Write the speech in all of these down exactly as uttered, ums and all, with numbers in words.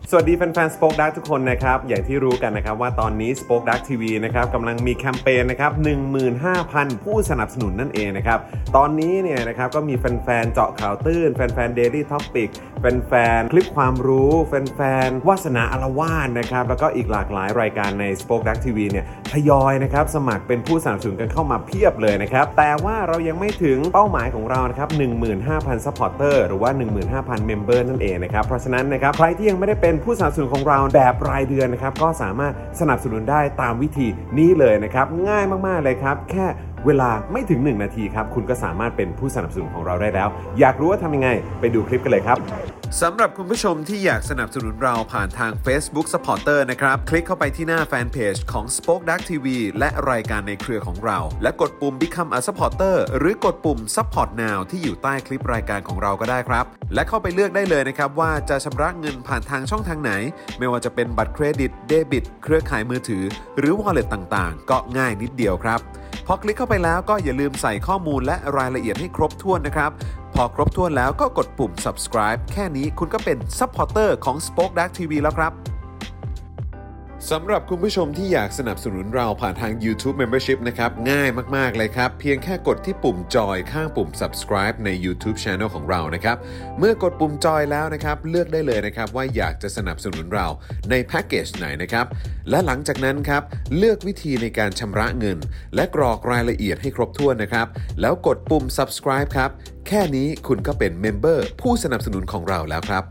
สวัสดีแฟนๆ Spoke Dark ทุกคนนะครับอย่างที่รู้กันนะครับว่าตอนนี้ Spoke Dark ที วี นะครับกำลังมีแคมเปญนะครับ หนึ่งหมื่นห้าพัน ผู้สนับสนุนนั่นเองนะครับตอนนี้เนี่ยนะครับก็มีแฟนๆเจาะข่าวตื้นแฟนๆ Daily Topic แฟนๆคลิปความรู้แฟนๆวาสนาอารวาสนะครับแล้วก็อีกหลากหลายรายการใน Spoke Dark ที วี เนี่ยทยอยนะครับสมัครเป็นผู้สนับสนุนกันเข้ามาเพียบเลยนะครับแต่ว่าเรายังไม่ถึงเป้าหมายของเรานะครับ หนึ่งหมื่นห้าพัน ซัพพอร์เตอร์หรือว่า หนึ่งหมื่นห้าพัน เมมเบอร์นั่นเองนะครับเพราะฉะนั้นนะครับใครที่ยังไม่ได้เป็นผู้สนับสนุนของเราแบบรายเดือนนะครับก็สามารถสนับสนุนได้ตามวิธีนี้เลยนะครับง่ายมากๆเลยครับแค่เวลาไม่ถึงหนึ่งนาทีครับคุณก็สามารถเป็นผู้สนับสนุนของเราได้แล้วอยากรู้ว่าทำยังไงไปดูคลิปกันเลยครับสำหรับคุณผู้ชมที่อยากสนับสนุนเราผ่านทาง Facebook Supporter นะครับคลิกเข้าไปที่หน้าแฟนเพจของ Spoke Dark ที วี และรายการในเครือของเราและกดปุ่ม Become a Supporter หรือกดปุ่ม Support Now ที่อยู่ใต้คลิปรายการของเราก็ได้ครับและเข้าไปเลือกได้เลยนะครับว่าจะชำระเงินผ่านทางช่องทางไหนไม่ว่าจะเป็นบัตรเครดิตเดบิตเครือข่ายมือถือหรือ Wallet ต่างๆก็ง่ายนิดเดียวครับพอคลิกเข้าไปแล้วก็อย่าลืมใส่ข้อมูลและรายละเอียดให้ครบถ้วนนะครับพอครบถ้วนแล้วก็กดปุ่ม Subscribe แค่นี้คุณก็เป็น Supporter ของ Spoke Dark ที วี แล้วครับสำหรับคุณผู้ชมที่อยากสนับสนุนเราผ่านทาง YouTube Membership นะครับง่ายมากๆเลยครับเพียงแค่กดที่ปุ่มจอยข้างปุ่ม Subscribe ใน YouTube Channel ของเรานะครับเมื่อกดปุ่มจอยแล้วนะครับเลือกได้เลยนะครับว่าอยากจะสนับสนุนเราในแพ็กเกจไหนนะครับและหลังจากนั้นครับเลือกวิธีในการชำระเงินและกรอกรายละเอียดให้ครบถ้วนนะครับแล้วกดปุ่ม Subscribe ครับแค่นี้คุณก็เป็นเมมเบอร์ผู้สนับสนุนของเราแล้วครับ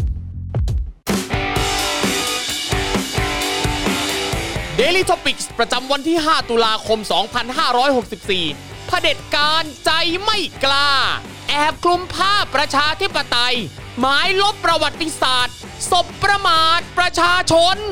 Daily Topics ประจำวันที่ห้าตุลาคมสองพันห้าร้อยหกสิบสี่เผด็จการใจไม่กล้าแอบคลุมผ้าประชาธิปไตยหมายลบประวัติศาสตร์สบประมาทประชาชน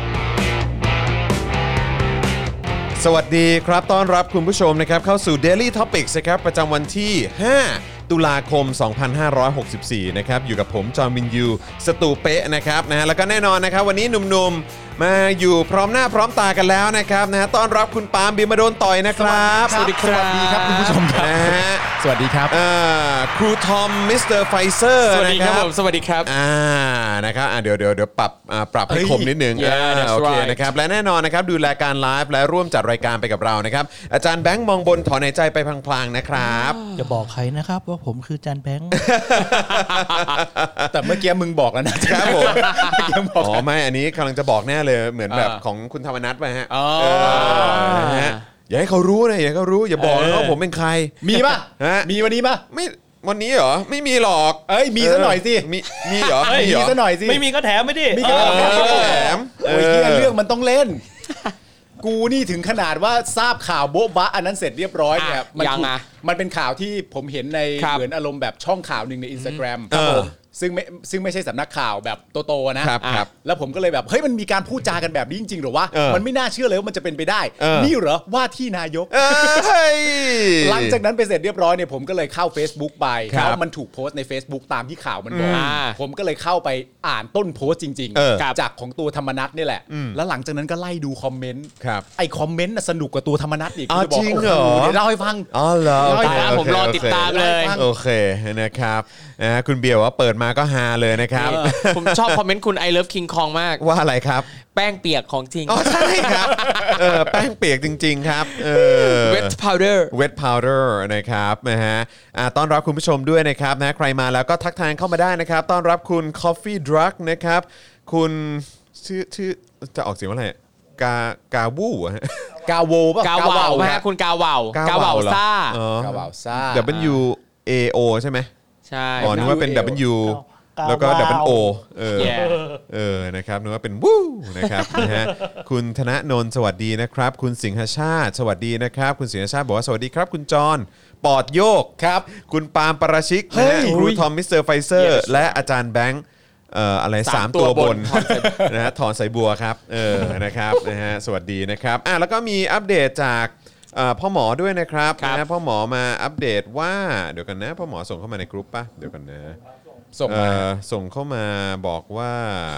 สวัสดีครับต้อนรับคุณผู้ชมนะครับเข้าสู่ Daily Topics นะครับประจำวันที่ห้าตุลาคมสองพันห้าร้อยหกสิบสี่นะครับอยู่กับผมจอห์นวินยูสตูเปะนะครับนะฮะแล้วก็แน่นอนนะครับวันนี้หนุ่มๆมาอยู่พร้อมหน้าพร้อมตากันแล้วนะครับนะฮะต้อนรับคุณปาล์มบิมมาโดนต่อยนะครับสวัสดีครับสวัสดีครับคุณผู้ชมครับนะฮะสวัสดีครับอ่าครูทอมมิสเตอร์ไฟเซอร์สวัสดีครับผมสวัสดีครับอ่านะครับอ่าเดี๋ยวเดี๋ยวเดี๋ยวปรับอ่าปรับให้คมนิดนึงอ่าโอเคนะครับและแน่นอนนะครับดูรายการไลฟ์และร่วมจัดรายการไปกับเรานะครับอาจารย์แบงค์มองบนถอนหายใจไปพลางๆนะครับอย่าบอกใครนะครับว่าผมคืออาจารย์แบงค์แต่เมื่อกี้มึงบอกแล้วนะครับผมอ๋อไม่อันนี้กำลังจะบอกแน่เลยเหมือนแบบของคุณธรรมนัสไปฮะนะฮะอย่าให้เขารู้นะอย่าให้เขารู้อย่าบอกนะว่าผมเป็นใครมีป่ะมีวันนี้ป่ะไม่วันนี้เหรอไม่มีหรอกเอ้ยมีซะหน่อยสิมีมีเหรอมีซะหน่อยสิไม่มีก็แถมไม่ดิมีก็แถมโอ้ยเรื่องมันต้องเล่นกูนี่ถึงขนาดว่าทราบข่าวโบ๊ะบะอันนั้นเสร็จเรียบร้อยเนี่ยมันมันเป็นข่าวที่ผมเห็นในเหมือนอารมณ์แบบช่องข่าวหนึ่งใน Instagram ครับผมซึ่งไม่ซึ่งไม่ใช่สำนักข่าวแบบโตๆนะครับแล้วผมก็เลยแบบเฮ้ยมันมีการพูดจากันแบบนี้จริงๆหรอวะมันไม่น่าเชื่อเลยว่ามันจะเป็นไปได้นี่เหรอว่าที่นายกหลังจากนั้นไปเสร็จเรียบร้อยเนี่ยผมก็เลยเข้า Facebook ไปแล้วมันถูกโพสต์ใน Facebook ตามที่ข่าวมันบอกผมก็เลยเข้าไปอ่านต้นโพสต์จริงๆจากของตัวธรรมนัสนี่แหละแล้วหลังจากนั้นก็ไล่ดูคอมเมนต์ไอ้คอมเมนต์สนุกกว่าตัวธรรมนัสอีกจะบอกโอ้โหเดี๋ยวเล่าให้ฟังอ๋อเหรอผมรอติดตามเลยโอเคนะครับนะคุณเบียร์ว่าเปิดมาก็ฮาเลยนะครับผมชอบคอมเมนต์คุณ I Love King Kong มากว่าอะไรครับแป้งเปียกของจริงอ๋อใช่ครับเออแป้งเปียกจริงๆครับเออ wet powder wet powder นะครับนะฮะอ่าต้อนรับคุณผู้ชมด้วยนะครับนะใครมาแล้วก็ทักทายเข้ามาได้นะครับต้อนรับคุณ Coffee Drug นะครับคุณชื่อชื่อจะออกเสียงว่าอะไรกากาวูฮะกาโวป่ะกาวาวฮะคุณกาวาวกาวาวซ่ากาวาวซ่า W A O ใช่ไหมใช่อ๋อนึกว่าเป็น W แล้วก็ดับเบิลโอเออเออนะครับนึกว่าเป็นวู้นะครับนะฮะคุณธนนนท์สวัสดีนะครับคุณสิงหชาติสวัสดีนะครับคุณสิงหชาติบอกว่าสวัสดีครับคุณจรปอดโยกครับคุณปาล์มปราชิกนะฮะครูทอมมิสเตอร์ไฟเซอร์และอาจารย์แบงค์เอ่ออะไรสามตัวบนนะฮะถอนสายบัวครับเออนะครับนะฮะสวัสดีนะครับอ่ะแล้วก็มีอัปเดตจากพ่อหมอด้วยนะครับนะพ่อหมอมาอัปเดตว่าเดี๋ยวกันนะพ่อหมอส่งเข้ามาในกรุ๊ปป่ะเดี๋ยวกันนะส่งมาส่งเข้ามาบอกว่า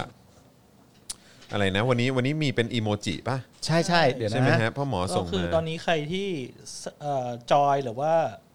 อะไรนะวันนี้วันนี้มีเป็นอีโมจิป่ะใช่ใช่เดี๋ยวนะใช่ไหมฮะพ่อหมอส่งมาคือตอนนี้ใครที่จอยหรือว่า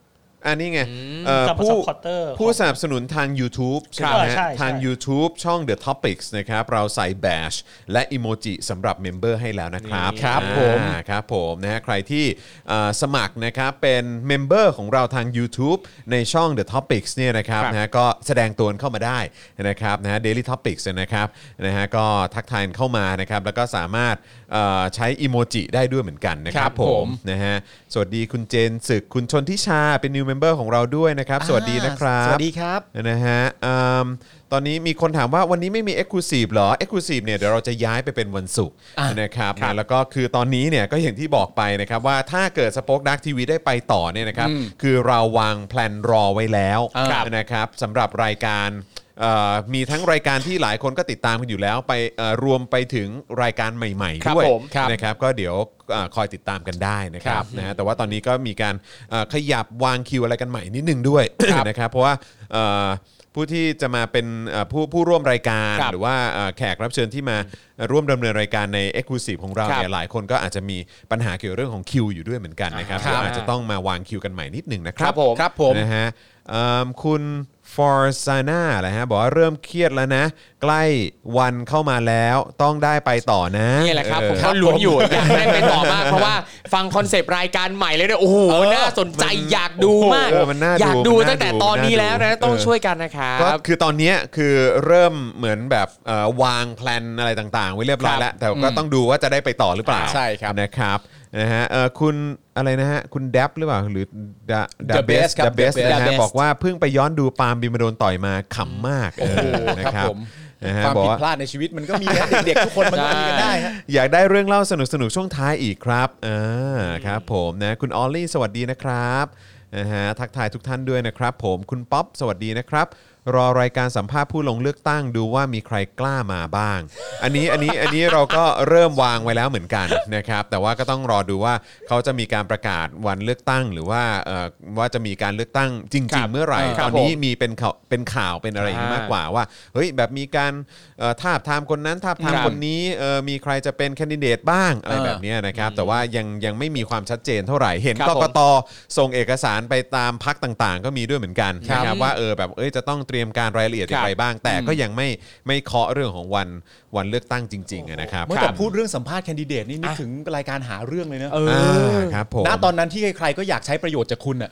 อันนี้ไงมเอ่อกับผู้ supporter ผู้สนับสนุนทาง YouTube ใช่ไหมครับฮะใช่ทางใช่ YouTube ช่อง The Topics นะครับเราใส่แบชและอีโมจิสำหรับเมมเบอร์ให้แล้วนะครับครับอ่าผมครับผมนะฮะใครที่เอ่อสมัครนะครับเป็นเมมเบอร์ของเราทาง YouTube ในช่อง The Topics เนี่ยนะครับครับนะฮะก็แสดงตัวเข้ามาได้นะครับนะฮะ Daily Topics นะครับนะฮะก็ทักทายเข้ามานะครับแล้วก็สามารถเอ่อใช้อีโมจิได้ด้วยเหมือนกันนะครับครับผผม มนะฮะสวัสดีคุณเจนศึกคุณชนทิชาเป็น new member ของเราด้วยนะครับสวัสดีนะครับสวัสดีครับนะฮะอืมตอนนี้มีคนถามว่าวันนี้ไม่มี Exclusive เหรอ Exclusive เนี่ยเดี๋ยวเราจะย้ายไปเป็นวันศุกร์นะครับนะแล้วก็คือตอนนี้เนี่ยก็อย่างที่บอกไปนะครับว่าถ้าเกิด Spoke Dark ที วี ได้ไปต่อเนี่ยนะครับคือเราวางแพลนรอไว้แล้วครับนะครับสำหรับรายการเอ่อมีทั้งรายการที่หลายคนก็ติดตามกันอยู่แล้วไปเอ่อรวมไปถึงรายการใหม่ครัๆบด้วยผมครับนะครับก็เดี๋ยวเอ่อคอยติดตามกันได้นะครับครับนะฮะแต่ว่าตอนนี้ก็มีการเอ่อขยับวางคิวอะไรกันใหม่นิดนึงด้วย นะครับเพราะว่าเอ่อผู้ที่จะมาเป็นเอ่อผู้ผู้ร่วมรายการครับหรือว่าเอ่อแขกรับเชิญที่มาร่วมดำเนินรายการใน Exclusive ของเราครับเนี่ยหลายคนก็อาจจะมีปัญหาเกี่ยวกับเรื่องของคิวอยู่ด้วยเหมือนกันนะครับครับก็อาจจะต้องมาวางคิวกันใหม่นิดนึงนะครัครับ บผมครับผมนะฮะเอิ่มคุณฟอร์ซาน่าอะไรฮะบอกว่าเริ่มเครียดแล้วนะ ใกล้วันเข้ามาแล้วต้องได้ไปต่อนะนี่แหละครับเออผมก็ลุ้นอยู่อยากให้ไปต่อมากเพราะว่าฟังคอนเซปต์รายการใหม่เลยเนี่ยโอ้โหน่าสนใจอยากดูมากเออมันน่าดูอยากดูมันน่าตั้งแต่ดูตอนนี้แล้วน่านะดูต้องเออช่วยกันนะครัก็บคือตอนเนี้ยคือเริ่มเหมือนแบบเอ่อวางแพลนอะไรต่างๆ ไว้เรียบร้อยแล้ว แต่ก็ต้องดูว่าจะได้ไปต่อหรือเปล่าใช่ครับนะครับนะฮะเอ่อคุณอะไรนะฮะคุณเดบหรือเปล่าหรือ The The Best ครับ The Best The Best นะฮะ The Best บอกว่าเพิ่งไปย้อนดูปาล์มบินมาโดนต่อยมาขำมากเออนะครับครับผมนะฮะความบอกผิดว่าพลาดในชีวิตมันก็มีนะเด็กๆทุกคนมันก็มีกันได้ฮะอยากได้เรื่องเล่าสนุกๆช่วงท้ายอีกครับอ่าครับผมนะคุณออลลี่สวัสดีนะครับนะฮะทักทายทุกท่านด้วยนะครับผมคุณป๊อปสวัสดีนะครับ รอรายการสัมภาษณ์ผู้ลงเลือกตั้งดูว่ามีใครกล้ามาบ้าง อันนี้อันนี้อันนี้เราก็เริ่มวางไว้แล้วเหมือนกันนะครับแต่ว่าก็ต้องรอดูว่าเขาจะมีการประกาศวันเลือกตั้งหรือว่าเอ่อว่าจะมีการเลือกตั้งจครัริงบๆ เมื่อไหร่คตรับอนนี้ผมมีเป็นข่าวเป็นข่าวเป็นอะไรอย่างนี้มากกว่าว่าเฮ้ยแบบมีการเอ่อทาบทามคนนั้นทาบทามครับคนนี้เอ่อมีใครจะเป็นแคนดิเดตบ้างอะไรแบบนี้นะครับแต่ว่ายังยังไม่มีความชัดเจนเท่าไหร่เห็นครับกผมกตส่งเอกสารไปตามพรรคต่างๆ ก็มีด้วยเหมือนกันนะครับว่าเออแบบเอ้ยจะต้องเตรียมการรายละเอียดอย่างไรบ้าง แต่ก็ยังไม่ไม่เคาะเรื่องของวันวันเลือกตั้งจริงๆอะนะครับเมื่อแต่พูดเรื่องสัมภาษณ์แคนดิเดตนี่นึกถึงรายการหาเรื่องเลยนะเอออ่าครับผมณตอนนั้นที่ใครๆก็อยากใช้ประโยชน์จากคุณอ่ะ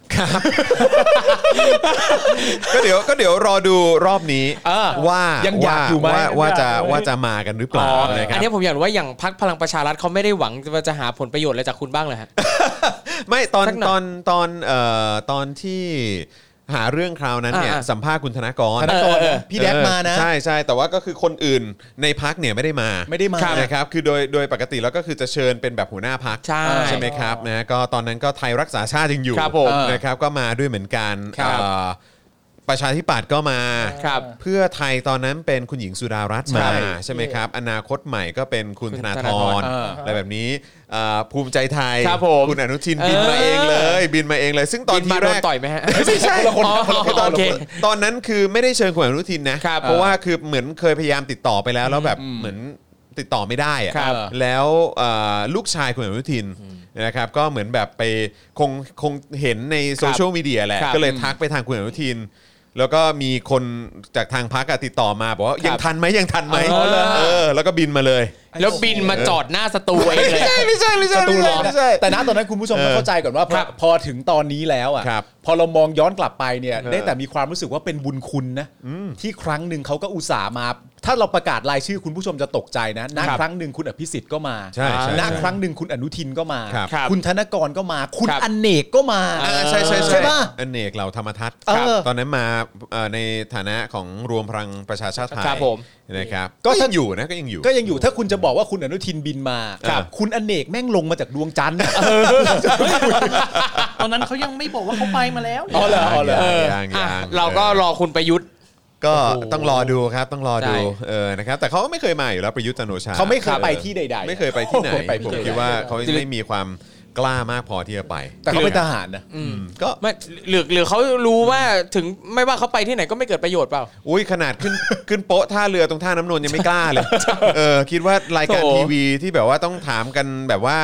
ก็เดี๋ยวก็เดี๋ยวรอดูรอบนี้เออว่ายังอยากว่าอยู่ไหมว่าว่าจะยังอยากไหมว่าจะมากันหรือเปล่าอ๋อนะคอัรันบนี้ผมอยากรู้ว่าอย่างพรรคพลังประชารัฐเขาไม่ได้หวังว่าจะหาผลประโยชน์อะไรจากคุณบ้างเลยฮะไม่ตอนสักหน่อยตอนตอนเอ่อตอนที่หาเรื่องคราวนั้นเนี่ยอ่าสัมภาษณ์คุณธนากรธนากรเออเออพี่แดกมานะใช่ใช่แต่ว่าก็คือคนอื่นในพักเนี่ยไม่ได้มาไม่ได้มานะครับคือโดยโดยปกติแล้วก็คือจะเชิญเป็นแบบหัวหน้าพักใช่ใช่ไหมครับนะก็ตอนนั้นก็ไทยรักษาชาติยังอยู่ครับผมนะครับก็มาด้วยเหมือนกันครับเอ่อประชาธิปัตย์ก็มาครับเพื่อไทยตอนนั้นเป็นคุณหญิงสุดารัตน์มาใช่ใช่ไหมครับอนาคตใหม่ก็เป็นคุณคุณธนาธธนาธรรเออออะไรแบบนี้เอ่อภูมิใจไทยครับผมคุณอนุทินบินมาเองเลย บินมาเองเลย ซึ่งตอนบินทีมาแรโดนกต่อยไหมฮะไม่ใช่คนละคนอ๋อคนละคนตอนโอเคตอนนั้นคือไม่ได้เชิญคุณอนุทินนะครับ เพราะว่าคือเหมือนเคยพยายามติดต่อไปแล้วแล้วแบบเหมือนติดต่อไม่ได้อะครับแล้วเอ่อลูกชายคุณอนุทินนะครับก็เหมือนแบบไปคงคงเห็นในโซเชียลมีเดียแหละครับก็เลยทักไปทางคุณอนุทิน แล้วก็มีคนจากทางพรรคอะติดต่อมาบอกว่ายังทันไหมยังทันไหมอ๋อเหรอเออแล้วก็บินมาเลยแล้วบินมาจอดหน้าสตูเองเลยไม่ใช่ไม่ใช่ประตูไม่ร้ใช่อนไม่ใช่แต่ณตอนนั้นคุณผู้ชมต้องเข้าใจก่อนว่าพอครับพอถึงตอนนี้แล้วอ่ะครับพอเรามองย้อนกลับไปเนี่ยได้แต่มีความรู้สึกว่าเป็นบุญคุณนะที่ครั้งหนึ่งเขาก็อุตส่าห์มา ถ้าเราประกาศรายชื่อคุณผู้ชมจะตกใจนะณครับครั้งหนึ่งคุณอภิสิทธิ์ก็มาใช่ใช่ณใช่ครั้งหนึ่งคุณอนุทินก็มาครับครับคุณธนกรก็มา คุณครับอเนกก็มาอ่าใช่ใช่ใช่ใช่ป่ะอเนกเหล่าธรรมทัศน์เออตอนนั้นมาเอ่อในฐานะของรวมพลังประชาชาติไทยครับผมนะครับก็ก็ถ้ายังอยู่นะก็ยังอยู่ก็ยังอยู่ถ้าคุณจะบอกว่าคุณอนุทินบินมาครับคุณอเนกแม่งลงมาจากดวงจันทร์ตอนนั้นเขายังไม่บอกว่าเขาไปมาแล้วอ๋อเหรออ๋อเหรอเออยังอ่ะยังเราก็รอคุณประยุทธ์ก็โอ้โหต้องรอดูครับต้องรอดูใช่เออนะครับแต่เขาก็ไม่เคยมาอยู่แล้วประยุทธ์จันทร์โอชาเขาไม่เคยออไปที่ใดๆไม่เคยไปที่ไหนไปที่ผมใดๆคิดว่าเขาไม่มีความกล้ามากพอที่จะไปแต่เขาเป็นทหารนะก็ไม่หรือหรือเขารู้ว่าถึงไม่ว่าเขาไปที่ไหนก็ไม่เกิดประโยชน์เปล่าอุ้ยขนาดขึ้น ขึ้นโป๊ะท่าเรือตรงท่าน้ำนนท์ยังไม่กล้าเลยเออคิดว่ารายการโถทีวีที่แบบว่าต้องถามกันแบบว่า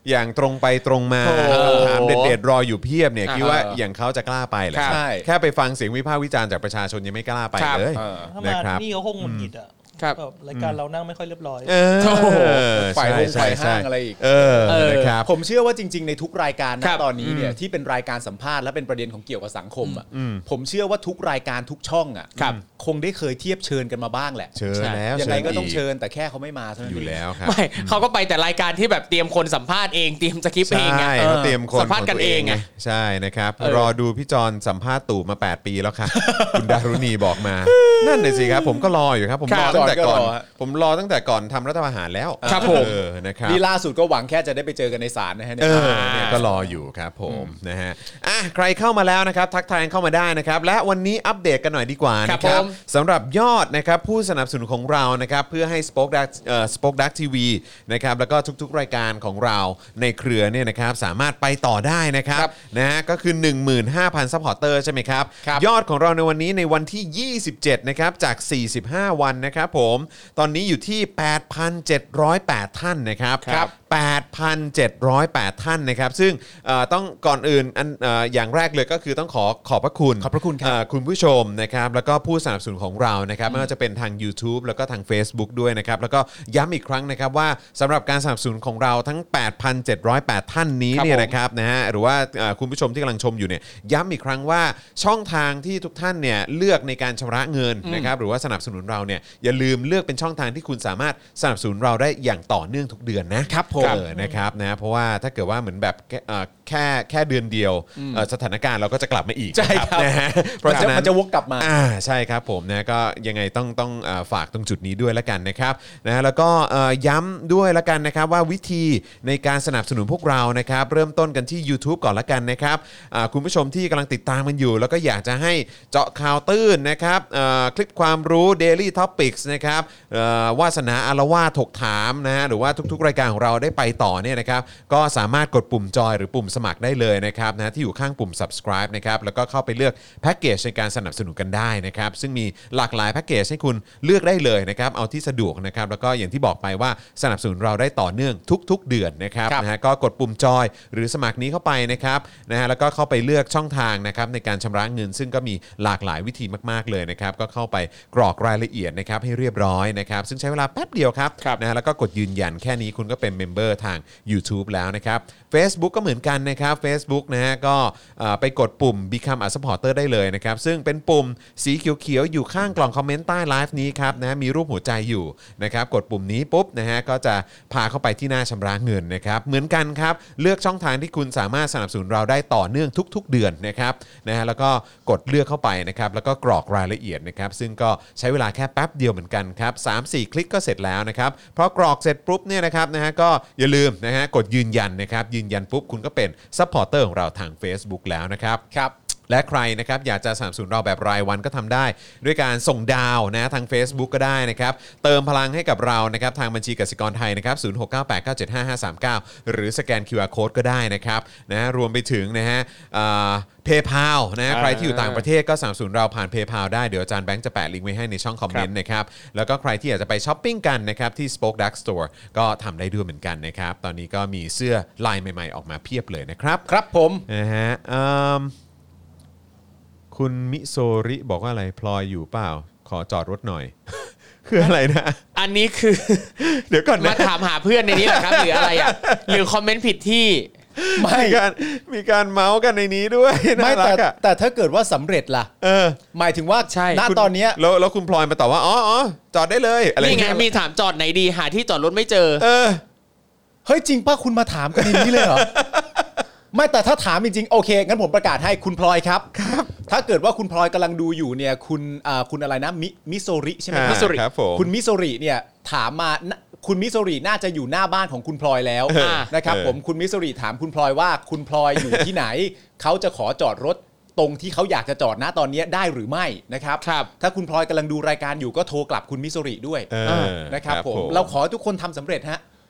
อย่างตรงไปตรงมาคำถามเด็ดๆรออยู่เพียบเนี่ยคิดว่าอย่างเขาจะกล้าไปเหรอใช่แค่ไปฟังเสียงวิพากษ์วิจารณ์จากประชาชนยังไม่กล้าไปเลยถ้านะมาครับนี่เขาคงหงุดหงิดอ่ะครับแบบรายการเรานั่งไม่ค่อยเรียบร้อยเออฝ่ายโรงใช่ฝ่ายใช่ห้างอะไรอีกเออนะครับผมเชื่อว่าจริงๆในทุกรายการครันะบตอนนี้เนี่ยที่เป็นรายการสัมภาษณ์และเป็นประเด็นของเกี่ยวกับสังคมอ่ะผมเชื่อว่าทุกรายการทุกช่องอ่ะครับคงได้เคยเทียบเชิญกันมาบ้างแหละเชิญแล้วยังไงก็ต้องกเชิญแต่แค่เขาไม่มาเท่านั้นอยู่เงแล้วครับไม่เขาก็ไปแต่รายการที่แบบเตรียมคนสัมภาษณ์เองเตรียมสคริปต์เองไงใช่เขาเตรียมคนสัมภาษณ์กันเองไงใช่นะครับเออรอดูพี่จอนสัมภาษณ์ตู่มาแปดปีแล้วค่ะ คุณดารุณีบอกมา นั่นเลยสิครับผมก็รออยู่ครับผมรอตั้งแต่ก่อนผมรอตั้งแต่ก่อนทำรัฐประหารแล้วครับผมเออนะครับนี่ล่าสุดก็หวังแค่จะได้ไปเจอกันในศาลนะฮะเนี่ยเออเนี่ยก็รออยู่ครับผมนะฮะอ่ะใครเข้ามาแล้วนะครับทักทายเข้ามาได้นะครับและวันนี้อัปเดตกันหน่อยดีกว่าครับนะครับผมสำหรับยอดนะครับผู้สนับสนุนของเรานะครับเพื่อให้ Spoke Dark เอ่อ Spoke Dark ที วี นะครับแล้วก็ทุกๆรายการของเราในเครือเนี่ยนะครับสามารถไปต่อได้นะครับครับนะฮะก็คือ หนึ่งหมื่นห้าพัน ซัพพอร์เตอร์ใช่ไหมครับครับยอดของเราในวันนี้ในวันที่ยี่สิบเจ็ดนะครับจากสี่สิบห้าวันนะครับผมตอนนี้อยู่ที่ แปดพันเจ็ดร้อยแปด ท่านนะครับครับแปดพันเจ็ดร้อยแปด ท่านนะครับซึ่งเอ่อต้องก่อนอื่นอันเอ่ออย่างแรกเลยก็คือต้องขอขอบพระคุณขอบพระคุณครับเอ่อคุณผู้ชมนะครับแล้วก็ผู้สนับสนุนของเรานะครับไม่ว่าจะเป็นทาง YouTube แล้วก็ทาง Facebook ด้วยนะครับแล้วก็ย้ำอีกครั้งนะครับว่าสำหรับการสนับสนุนของเราทั้ง แปดพันเจ็ดร้อยแปด ท่านนี้ครับเนี่ยผมนะครับนะฮะหรือว่าเอ่อคุณผู้ชมที่กำลังชมอยู่เนี่ยย้ำอีกครั้งว่าช่องทางที่ทุกท่านเนี่ยเลือกในการชำระเงินนะครับหรือว่าสนับสนุนเราเนี่ยอย่าลืมเลือกเป็นช่องทางที่คุณสามารถสนับสนุนเราได้อย่างต่อเนื่องทุกเดือนนะครับผมเออนะครับนะเพราะว่าถ้าเกิดว่าเหมือนแบบแค่เอ่อแค่แค่เดือนเดียวเอ่อสถานการณ์เราก็จะกลับมาอีกใช่ครับนะฮะเพมันราะจะฉะนั้นมันจะวกกลับมาอ่าใช่ครับผมนะก็ยังไงต้องต้องเอ่อฝากตรงจุดนี้ด้วยละกันนะครับนะแล้วก็เอ่อย้ำด้วยละกันนะครับว่าวิธีในการสนับสนุนพวกเรานะครับเริ่มต้นกันที่ YouTube ก่อนละกันนะครับอ่าคุณผู้ชมที่กำลังติดตามกันอยู่ แล้วก็อยากจะให้เจาะข่าวตื้นนะครับเอ่อคลิปความรู้ Daily Topics นะครับเอ่อวาสนาอารวาสถกถามนะฮะหรือว่าทุกๆรายการของเราได้ไปต่อเนี่ยนะครับก็สามารถกดปุ่มจอยหรือปุ่มสมัครได้เลยนะครับนะที่อยู่ข้างปุ่ม subscribe นะครับแล้วก็เข้าไปเลือกแพ็กเกจในการสนับสนุนกันได้นะครับซึ่งมีหลากหลายแพ็กเกจให้คุณเลือกได้เลยนะครับเอาที่สะดวกนะครับแล้วก็อย่างที่บอกไปว่าสนับสนุนเราได้ต่อเนื่องทุกๆเดือนนะครับครับนะฮะก็กดปุ่มจอยหรือสมัครนี้เข้าไปนะครับนะฮะแล้วก็เข้าไปเลือกช่องทางนะครับในการชำระเงิน ซึ่งก็มีหลากหลายวิธีมากๆเลยนะครับก็เข้าไปกรอกรายละเอียดนะครับให้เรียบร้อยนะครับซึ่งใช้เวลาแป๊บเดียวครับครับนะฮะแล้วก็กดยืนยันแค่นี้คุณก็เป็นเมมเบอร์ทาง YouTube แล้วนะครับ Facebook ก็เหมือนกันนะครับ Facebook นะฮะก็เอ่อไปกดปุ่ม Become a supporter ได้เลยนะครับซึ่งเป็นปุ่มสีเขียวๆอยู่ข้างกล่องคอมเมนต์ใต้ไลฟ์นี้ครับนะมีรูปหัวใจอยู่นะครับกดปุ่มนี้ปุ๊บนะฮะก็จะพาเข้าไปที่หน้าชำระเงินนะครับเหมือนกันครับเลือกช่องทางที่คุณสามารถสนับสนุนเราได้ต่อเนื่องทุกๆเดือนนะครับนะฮะแล้วก็กดเลือกเข้าไปนะครับแล้วก็กรอกรายละเอียดนะครับซึ่งก็ใช้เวลาแค่แป๊บเดียวเหมือนกันครับ สามสี่ คลิกก็เสร็จแล้วนะครับพอกรอกเสร็จปุ๊บเนี่ยนะครับนะฮะก็อย่าลืมนะฮะกดยืนยันนะครับยืนยันปุ๊บคุณก็เป็นซัพพอร์เตอร์ของเราทาง Facebook แล้วนะครับครับและใครนะครับอยากจะสนับสนุนเราแบบรายวันก็ทำได้ ด้วยการส่งดาวนะทาง Facebook ก็ได้นะครับเติมพลังให้กับเรานะครับทางบัญชีกสิกรไทยนะครับศูนย์หกเก้าแปดเก้าเจ็ดห้าห้าสามเก้าหรือสแกน คิว อาร์ Code ก็ได้นะครับนะรวมไปถึงนะฮะเพย์พาลนะใครที่อยู่ต่างประเทศก็สนับสนุนเราผ่าน PayPal ได้เดี๋ยวอาจารย์แบงค์จะแปะลิงก์ไว้ให้ในช่องคอมเมนต์นะครับแล้วก็ใครที่อยากจะไปช้อปปิ้งกันนะครับที่ Spoke Dark Store ก็ทำได้ด้วยเหมือนกันนะครับตอนนี้ก็มีเสื้อลายใหม่ๆออกมาเพียบเลยนะครับครับผมนะฮะอืมคุณมิโซริบอกว่าอะไรพลอยอยู่เปล่าขอจอดรถหน่อย คืออะไรนะอันนี้คือเดี๋ยวก่อนนะมาถามหาเพื่อนในนี้แหละครับ หรืออะไรอ่ะหรือคอมเมนต์ผิดที่ไม่มีการมีการเมาส์กันในนี้ด้วยไม่น่ารัแต่กอะแต่ถ้าเกิดว่าสำเร็จล่ะเออหมายถึงว่าใช่ณคุณตอนเนี้ยแล้วแล้วคุณพลอยมาตอบว่าอ๋ออ๋อจอดได้เลยอะไรนี่ไงเงี้ยมีถามจอดไหนดีหาที่จอดรถไม่เจอเออเฮ้ยจริงป่ะคุณมาถามกันในนี้เลยเหรอ ไม่แต่ถ้าถามจริงๆโอเคงั้นผมประกาศให้คุณพลอยครับครับ ถ้าเกิดว่าคุณพลอยกำลังดูอยู่เนี่ยคุณอ่าคุณอะไรนะมิมิโซริใช่ไหมอ่ามิโซริครับผมคุณมิโซริเนี่ยถามมาณคุณมิโซริน่าจะอยู่หน้าบ้านของคุณพลอยแล้วเออนะครับเออผมคุณมิโซริถามคุณพลอยว่าคุณพลอยอยู่ที่ไหน เขาจะขอจอดรถตรงที่เขาอยากจะจอดนะตอนนี้ได้หรือไม่นะครับครับถ้าคุณพลอยกำลังดูรายการอยู่ก็โทรกลับคุณมิโซริด้วยเออนะครับผมครับผมเราขอให้ทุกคนทำสำเร็จฮะ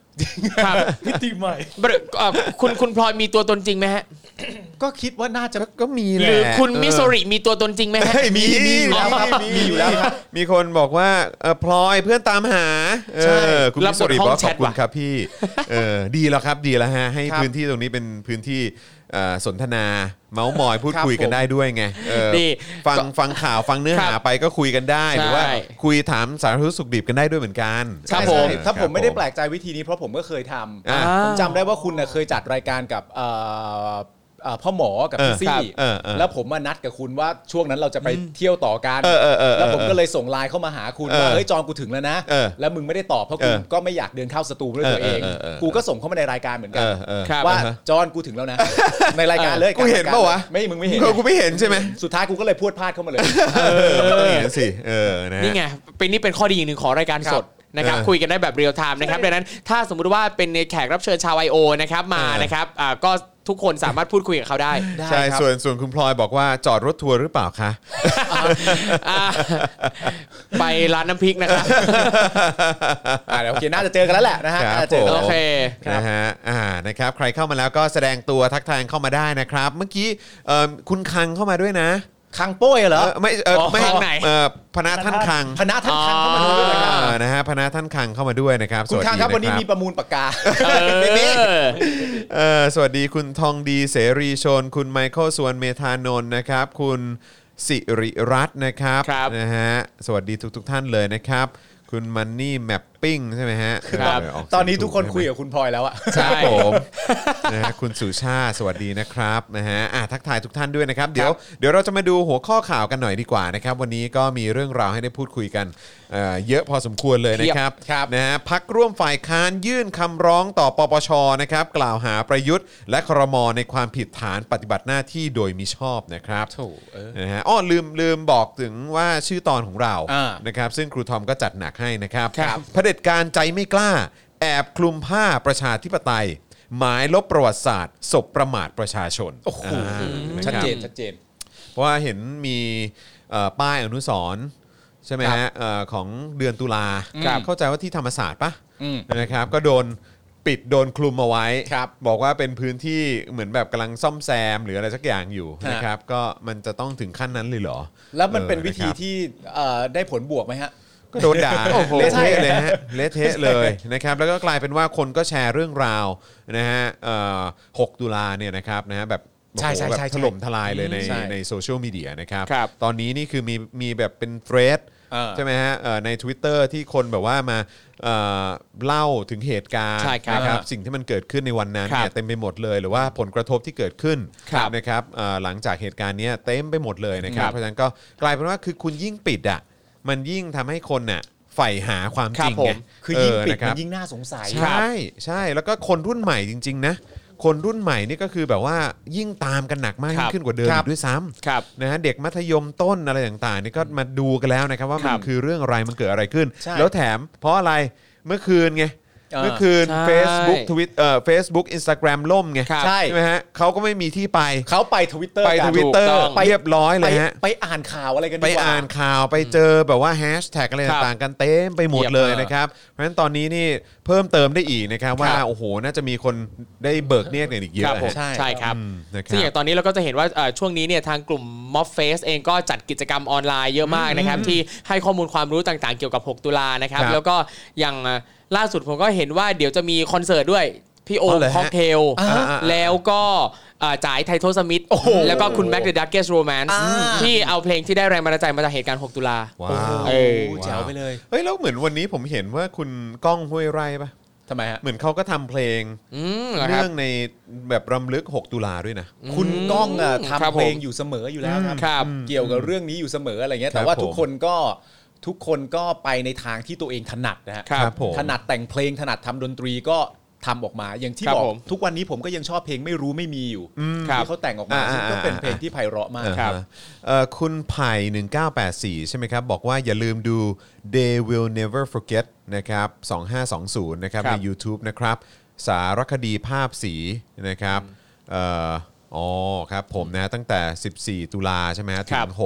ครับมิติใหม่เอ่อคุณคุณพลอยมีตัวตนจริงไหมฮะก็คิดว่าน่าจะก็มีแหหละรือคุณมิโซริมีตัวตนจริงไหมฮะเฮ้ยมีมีอยู่แล้วครับมีอยู่แล้วครับมีคนบอกว่าเออพลอยเพื่อนตามหาเอใช่อคุณรัมิบสบทริห้บองอกแชขอบทคุณว่ะครับพี่เออดีแล้วครับดีแล้วฮะให้ครับพื้นที่ตรงนี้เป็นพื้นที่เอ่อสนทนาเมาส์มอยพูดครับคุยกันผมได้ด้วยไงเออดีฟังฟังข่าวฟังเนื้อหาครับไปก็คุยกันได้ใช่หรือว่าคุยถามสารทุกข์สุขดิบกันได้ด้วยเหมือนกันครับใช่ผมใช่ถ้าผมไม่ได้แปลกใจวิธีนี้เพราะผมก็เคยทอ่าำผมจำได้ว่าคุณน่ะเคยจัดรายการกับเอ่อเอ่อพ่อหมอกับพี่เออซี่เออเออแล้วผมมานัดกับคุณว่าช่วงนั้นเราจะไปเที่ยวต่อกันเออเออเออแล้วผมก็เลยส่งไลน์เข้ามาหาคุณเออว่าเฮ้ยจอนกูถึงแล้วนะเออแล้วมึงไม่ได้ตอบเพราะกูเออก็ไม่อยากเดินเข้าสตูด้วยตัวเองเออเออเออเออกูก็ส่งเข้ามาในรายการเหมือนกัเอน อเออครับว่าอ่าฮะจอนกูถึงแล้วนะ ในรายการเลยกูเห็นปะวะไม่มึงไม่เห็นเออกูไม่เห็นใช่ไหมสุดท้ายกูก็เลยพูดพลาดเข้ามาเลยเออเห็นสิเออนะฮะนี่ไงเป็นนี่เป็นข้อดีอย่างหนึ่งของรายการสดนะครับเออคุยกันได้แบบเรียลไทม์นะครับดังนั้นถ้าสมมุติว่าเป็นแขกรับเชิญชาวไอโอนะครับมาเออนะครับอ่าก็ทุกคนสามารถพูดคุยกับเขาได้ได้ใช่ครับส่วนส่วนคุณพลอยบอกว่าจอดรถทัวร์หรือเปล่าคะอ่าไปร้านน้ำพริกนะครับอ่าเดี๋ยวโอเคน่าจะเจอกันแล้วแหละนะฮะครับน่าจะเจอกันโอแล้วเคนะฮะอ่านะครับใครเข้ามาแล้วก็แสดงตัวทักทายเข้ามาได้นะครับ เมื่อกี้เอ่อคุณคังเข้ามาด้วยนะคังโป้ยเหรอเออไม่เอออ๋อไม่คังไหนเออพนะท่านคังพนักท่านคังเข้ามาดูด้วยนะคเอรับอนะฮะพนะท่านคังเข้ามาด้วยนะครับคุณคังครับวันนี้มีปประมูลปากกาเออเออสวัสดีคุณทองดีเสรีชน คุณไมเคิลสวนเมธานนท์นะครับ คุณสิริรัตน์นะครับครับนะฮะสวัสดีทุกทท่านเลยนะครับ คุณมันนี่แมปปิ้งใช่ไหมฮะครับเอออกเสียงตอนนี้ทุกคนถูคุยใช่ไหมกับคุณพลอยแล้วอะใช่ครับผมนะฮะคุณสุชาติสวัสดีนะครับนะฮะอ่ะทักทายทุกท่านด้วยนะครับเดี๋ยวเดี๋ยวเราจะมาดูหัวข้อข่าวกันหน่อยดีกว่านะครับวันนี้ก็มีเรื่องราวให้ได้พูดคุยกันเอ่อเยอะพอสมควรเลยนะครับครับนะฮะพักร่วมฝ่ายค้านยื่นคำร้องต่อปปชนะครับกล่าวหาประยุทธ์และครมในความผิดฐานปฏิบัติหน้าที่โดยมิชอบนะครับโถเออนะฮะอ้อลืมลืมบอกถึงว่าชื่อตอนของเราอ่านะครับซึ่งครูทอมก็จัดหนักให้นะครับครับเผด็จการใจไม่กล้า แอบคลุมผ้าประชาธิปไตย หมายลบประวัติศาสตร์ศพประมาทประชาชนโอ้โหอ่าะชัดครับเจนชัดเจนเพราะว่าเห็นมีเอ่อป้ายอนุสรณ์ใช่ไหมครัฮะบเอ่อของเดือนตุลาครับเข้าใจว่าที่ธรรมศาสตร์ปะอืมนะครับก็โดนปิดโดนคลุมเอาไว้ครับบอกว่าเป็นพื้นที่เหมือนแบบกำลังซ่อมแซมหรืออะไรสักอย่างอยู่ฮะนะครับก็มันจะต้องถึงขั้นนั้นเลยเหรอแล้วมันเป็นออวิธีะครับที่เอ่อได้ผลบวกไหมฮะก็โดนด่าโอ้โหเละเทะเลยฮะเละเทะเลยนะครับแล้วก็กลายเป็นว่าคนก็แชร์เรื่องราวนะฮะเอ่อหกตุลาเนี่ยนะครับนะฮะแบบใช่ใช่โอ้โหแบบใช่ใช่ถล่มทลายเลยในใช่ในโซเชียลมีเดียนะครับครับตอนนี้นี่คือมีมีแบบเป็นเทรดเออใช่ไหมฮะเอ่อใน Twitter ที่คนแบบว่ามาเอ่อเล่าถึงเหตุการณ์ใช่ครับนะครับสิ่งที่มันเกิดขึ้นในวันนั้นครับเนี่ยเต็มไปหมดเลยหรือว่าผลกระทบที่เกิดขึ้นครับนะครับเอ่อหลังจากเหตุการณ์เนี้ยเต็มไปหมดเลยนะครับครับเพราะฉะนั้นก็กลายเป็นว่าคือคุณยิ่งปิดอ่ะมันยิ่งทำให้คนน่ะใฝ่หาความจริงครับผไงมคือยิ่งปิดเนะคมัรับนยิ่งน่าสงสัยใช่ใช่แล้วก็คนรุ่นใหม่จริง ๆ นะ คนรุ่นใหม่นี่ก็คือแบบว่ายิ่งตามกันหนักมากครัยิ่บงขึ้นกว่าเดิมครัอีบกด้วยซ้ครับำนะฮะเด็กมัธยมต้นอะไรต่างๆนี่ก็มาดูกันแล้วนะครับว่ามัครันบคือเรื่องอะไรมันเกิดอะไรขึ้นใช่แล้วแถมเพราะอะไรเมื่อคืนไงเออเมื่อคืนใช่ Facebook Twitter เอ่อ Facebook Instagram ล่มไงครับใช่ใช่ไหมฮะเขาก็ไม่มีที่ไปเขาไปทวิตเตอร์ไปกัทนวิตเตอร์ถูกต้องเรียบร้อยไปเลยฮะไปอ่านข่าวอะไรกันไปดีกว่าอ่านข่าวไปเจอแบบว่าแฮชแท็กอะไรครับต่างๆกันเต็มไปหมดเยี่ยมเลยมากนะครับเพราะฉะนั้นตอนนี้นี่เพิ่มเติมได้อีกนะครับว่าครับโอ้โหน่าจะมีคนได้เบิกเนตรกันอีกเยครับอะผมฮะใช่ใช่ครับอืมนะคซึ่งอรัย่าบงตอนนี้เราก็จะเห็นว่าเอ่อช่วงนี้เนี่ยทางกลุ่ม Mob Face เองก็จัดกิจกรรมออนไลน์เยอะมากนะครับที่ให้ข้อมูลความรู้ต่างๆเกี่ยวกับหกตุลานะครับครับแล้วก็อย่างเอ่อล่าสุดผมก็เห็นว่าเดี๋ยวจะมีคอนเสิร์ตด้วยพี่โออ๋อมเหรอฮะค็อกเทลอ่าอ่าแล้วก็เอ่อจ่ายไทโทสมิธแล้วก็คุณแม็กเดอะดักเกสโรแมนซ์อ่าที่เอาเพลงที่ได้แรงบันดาลใจมาจากเหตุการณ์หกตุลาว้าวเออแจ๋วไปเลยเฮ้ยแล้วเหมือนวันนี้ผมเห็นว่าคุณก้องห้วยไร่ปะทำไมฮะเหมือนเขาก็ทำเพลงอืมเหรอครับเรื่องในแบบรำลึกหกตุลาด้วยนะคุณก้องอ่ะครับทำเพลงผมอยู่เสมออยู่แล้วครับครับเกี่ยวกับเรื่องนี้อยู่เสมออะไรเงี้ยครับแต่ว่าผมทุกคนก็ทุกคนก็ไปในทางที่ตัวเองถนัดนะฮะครับผมถนัดแต่งเพลงถนัดทำดนตรีก็ทำออกมาอย่างที่ครับบอกผมทุกวันนี้ผมก็ยังชอบเพลงไม่รู้ไม่มีอยู่ครับที่เขาแต่งออกมาอ่าซึ่งก็เป็นเพลงอ่าที่ไพเราะมากครับอ่าฮะเอ่อคุณไผ่หนึ่งเก้าแปดสี่ใช่ไหมครับ บอกว่าอย่าลืมดู They Will Never Forget นะครับสองห้าสองศูนย์นะครับครัในบ YouTube นะครับ สารคดีภาพสีนะครับเอ่ออ๋อครับผมนะตั้งแต่สิบสี่ตุลาใช่ไหมฮะคถึรับงหก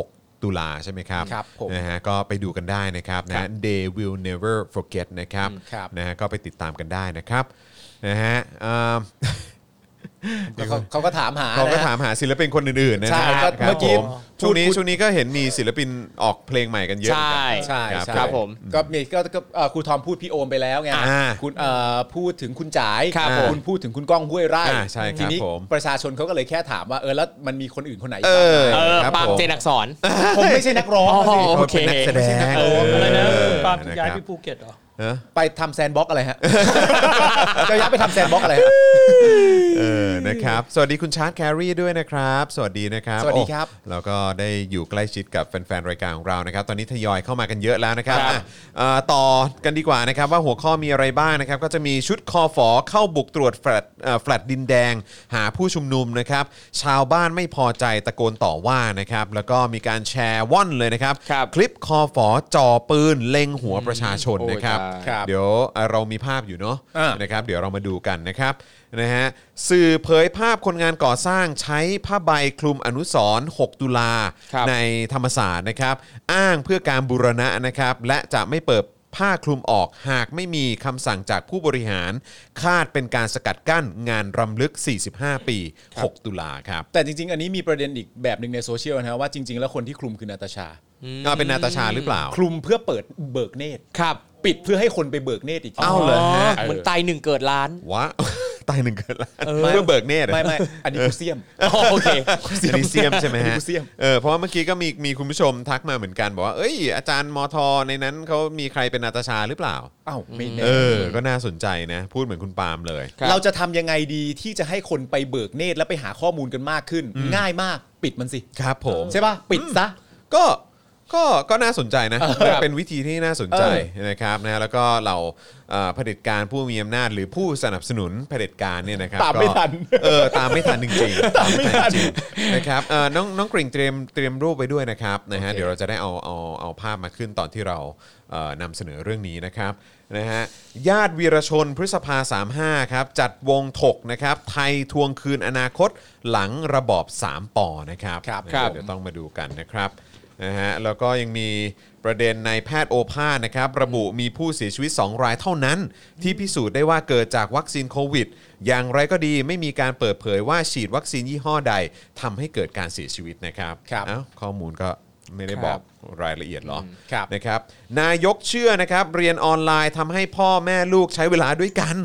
ตุลาใช่ไหมครับครับผมนะฮะก็ไปดูกันได้นะครับนะ They will never forget นะครับครับนะฮะก็ไปติดตามกันได้นะครับนะฮะอ่าเขาเขาก็ถามหาเขาก็นะถามหาศิลปินคนอื่นๆนะใช่ครับก็ครับเมื่อกี้ผมช่วงนี้พูดช่วงนี้ก็เห็นมีศิลปินออกเพลงใหม่กันเยอะใช่ใช่ครับใช่ครับผมก็มีก็ก็เอ่อครูทอมพูดพี่โอมไปแล้วไงอ่าคุณเอ่อพูดถึงคุณจ๋ายครับคุณพูดถึงคุณก้องห้วยไร่อ่าใช่ครับทีนี้ผมประชาชนเขาก็เลยแค่ถามว่าเออแล้วมันมีคนอื่นคนไหนอีกเอบ้างอไหมเออครับปาล์มผมเจนอักษรผมไม่ใช่นักร้องอ๋อสิโอเคเป็นนักแสดงโอ้อะไรนะเออปาล์มย้ายนะครับไปภูเก็ตเหรอเออไปทำแซนด์บ็อกซ์อะไรฮะ จะย้ายไปทำแซนด์บ็อกซ์อะไรฮะเออ นะครับ สวัสดีคุณชาร์ตแครีด้วยนะครับ สวัสดีนะครับสวัสดีครับโอ้เราก็ได้อยู่ใกล้ชิดกับแฟนๆ รายการของเรานะครับ ตอนนี้ทยอยเข้ามากันเยอะแล้วนะครับครับอ่ะเอ่อต่อกันดีกว่านะครับว่าหัวข้อมีอะไรบ้างนะครับ ก็จะมีชุดคอฝอเข้าบุกตรวจแฟลตเอ่อแฟลตดินแดง หาผู้ชุมนุมนะครับ ชาวบ้านไม่พอใจตะโกนต่อว่านะครับ แล้วก็มีการแชร์ว่อนเลยนะครับครับคลิปคอฝอจ่อปืนเล็งหัวประชาชนนะครับโอ้ยครับเดี๋ยวเอ่อเรามีภาพอยู่เนาะอ่านนะครับเดี๋ยวเรามาดูกันนะครับนะฮะสื่อเผยภาพคนงานก่อสร้างใช้ผ้าใบคลุมอนุสรณ์หกตุลาครับในธรรมศาสตร์นะครับอ้างเพื่อการบูรณะนะครับและจะไม่เปิดผ้าคลุมออกหากไม่มีคำสั่งจากผู้บริหารคาดเป็นการสกัดกั้นงานรำลึกสี่สิบห้าปีหกตุลาครับแต่จริงๆ อันนี้มีประเด็นอีกแบบหนึ่งในโซเชียลนะฮะว่าจริง ๆ แล้วคนที่คลุมคือนาตาชาอ่าเป็นนาตาชาหรือเปล่าคลุมเพื่อเปิดเบิกเนตรครับปิดเพื่อให้คนไปเบิกเนตรอีกทีเอ้าเหรอฮะเหมือนตายหนึ่งเกิดล้านว้า ตายหนึ่งเกินล้านเออเพื่อเบิกเนตรไม่ไม่อันนี้กูเซียมอ๋อโอเคอันนี้เซียมใช่ไหมอันนี้ฮะกูเซียมเออเพราะว่าเมื่อกี้ก็มีมีคุณผู้ชมทักมาเหมือนกันบอกว่าเอ้ยอาจารย์มทในนั้นเขามีใครเป็นนาตาชาหรือเปล่าเอ้าไม่แน่เออ ก็น่าสนใจนะ พูดเหมือนคุณปาล์มเลยครับเราจะทำยังไงดีที่จะให้คนไปเบิกเนตรแล้วไปหาข้อมูลกันมากขึ้น ง่ายมากปิดมันสิครับผมใช่ป่ะ ปิดซะก็ก็ก็น่าสนใจนะครับเป็นวิธีที่น่าสนใจเอนะครับนะแล้วก็เราเอ่อเผด็จการผู้มีอำนาจหรือผู้สนับสนุนเผด็จการเนี่ยนะครับตามไม่ก็ทันเออตามไม่ทันจริงๆตามไม่ทันจริงๆนะครับเอ่อน้องน้องกริ่งเตรียมเตรียมรูปไปด้วยนะครับนะฮะโอเคเดี๋ยวเราจะได้เอาเอาเอาภาพมาขึ้นตอนที่เราเอ่อนำเสนอเรื่องนี้นะครับนะฮะญาติวีรชนพฤษภาสามสิบห้าครับจัดวงถกนะครับไทยทวงคืนอนาคตหลังระบอบสามปอนะครับครับนะครับเดี๋ยวต้องมาดูกันนะครับนะฮะแล้วก็ยังมีประเด็นในแพทย์โอภาสนะครับระบุมีผู้เสียชีวิตสองรายเท่านั้น ที่พิสูจน์ได้ว่าเกิดจากวัคซีนโควิด อย่างไรก็ดีไม่มีการเปิดเผยว่าฉีดวัคซีนยี่ห้อใดทำให้เกิดการเสียชีวิตนะครับครับเอ้าข้อมูลก็ไม่ได้บอกรายละเอียดหรอครับนะครับนายกเชื่อนะครับเรียนออนไลน์ทำให้พ่อแม่ลูกใช้เวลาด้วยกัน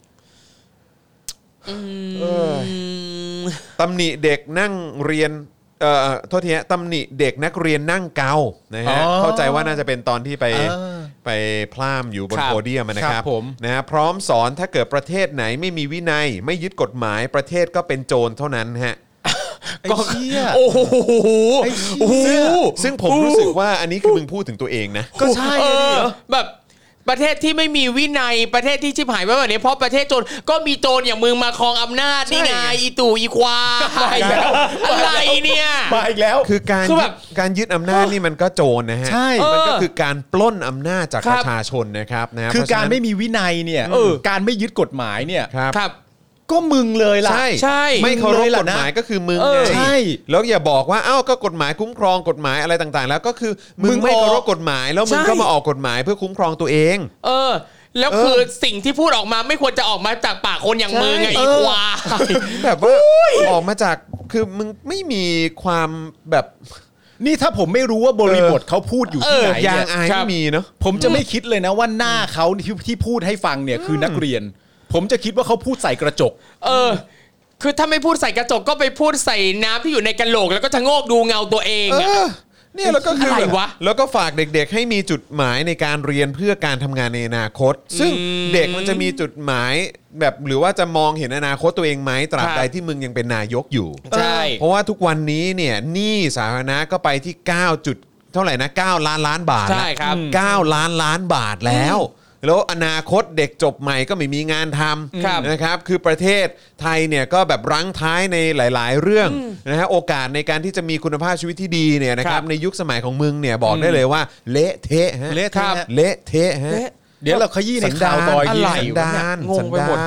เออตำหนิเด็กนั่งเรียนเอ่อโทษทีฮะตำหนิเด็กนักเรียนนั่งเกานะฮะอ๋อเข้าใจว่าน่าจะเป็นตอนที่ไปอ่าไปพล่ามอยู่บนครับโพเดียมนะคครัรับบผมนะฮะพร้อมสอนถ้าเกิดประเทศไหนไม่มีวินัย ไม่ยึดกฎหมายประเทศก็เป็นโจรเท่านั้นฮะไอ้เชี่ยโอ้โหไอ้เหี้ยโอ้โหซึ่งผมรู้สึกว่าอันนี้คือมึงพูดถึงตัวเองนะก็ใช่เอเลยดิอแบบประเทศที่ไม่มีวินัยประเทศที่ชิบหายไว้แบบนี้เพราะประเทศโจรก็มีโจรอย่างมึงมาครองอำนาจนี่ไงอีตู่อีควายอะไรเนี่ยมาอีกแล้วคือการคือยึแบดบการยึดอำนาจนี่มันก็โจรนะฮะใช่มันก็คือการปล้นอำนาจจากครัปบระชาชนนะครับนะคือเพะฉะการนั้นไม่มีวินัยเนี่ยเออการไม่ยึดกฎหมายเนี่ยครับครับก็มึงเลยล่ะใช่ใช่ไม่เคารพเลยกล่ะฎนะหมายก็คือมึงเอไงอใช่แล้วอย่าบอกว่าเอ้าก็กฎหมายคุ้มครองกฎหมายอะไรต่างๆ แล้วก็คือมึมึงงไม่ออกเคารพกฎหมายแล้วมึงใช่ก็มาออกกฎหมายเพื่อคุ้มครองตัวเองเออ แล้วเออคือสิ่งที่พูดออกมาไม่ควรจะออกมาจากปากคนอย่างมึงไงใช่อีควายแบบว่าออกมาจากคือมึงไม่มีความแบบนี่ถ้าผมไม่รู้ว่าบริบทเขาพูดอยู่ที่ไหนยาเนี่งยอายครัไม่บมีเนาะผมจะไม่คิดเลยนะว่าหน้าเขาที่ที่พูดให้ฟังเนี่ยคือนักเรียน ผมจะคิดว่าเขาพูดใส่กระจกเออ คือถ้าไม่พูดใส่กระจกก็ไปพูดใส่น้ำที่อยู่ในกระโหลกแล้วก็ชะโงกดูเงาตัวเองเออะอเนี่ยแล้วก็คืออะไรแบบวะแล้วก็ฝากเด็กๆ ให้มีจุดหมายในการเรียนเพื่อการทำงานในอนาคต ซึ่งเด็กมันจะมีจุดหมายแบบหรือว่าจะมองเห็นอนาคตตัวเองไหมตราบใดที่มึงยังเป็นนายกอยู่ใช่เพราะว่าทุกวันนี้เนี่ยหนี้สาธารณะก็ไปที่9จุดเท่าไหร่นะ9ล้านล้านบาทใช่ครับเก้าล้านล้านบาทแล้ว แล้วอนาคตเด็กจบใหม่ก็ไม่มีงานทครับำนะครับคือประเทศไทยเนี่ยก็แบบรั้งท้ายในหลาย ๆ เรื่องนะฮะโอกาสในการที่จะมีคุณภาพชีวิตที่ดีเนี่ยนะครับครับในยุคสมัยของมึงเนี่ยบอกได้เลยว่าเละเทะฮะเละเทะเละเทะฮะเละเดี๋ยวเราขยี้ในข่าวต่ออีกอะไรทีสันดานงงไปหมดสันดาน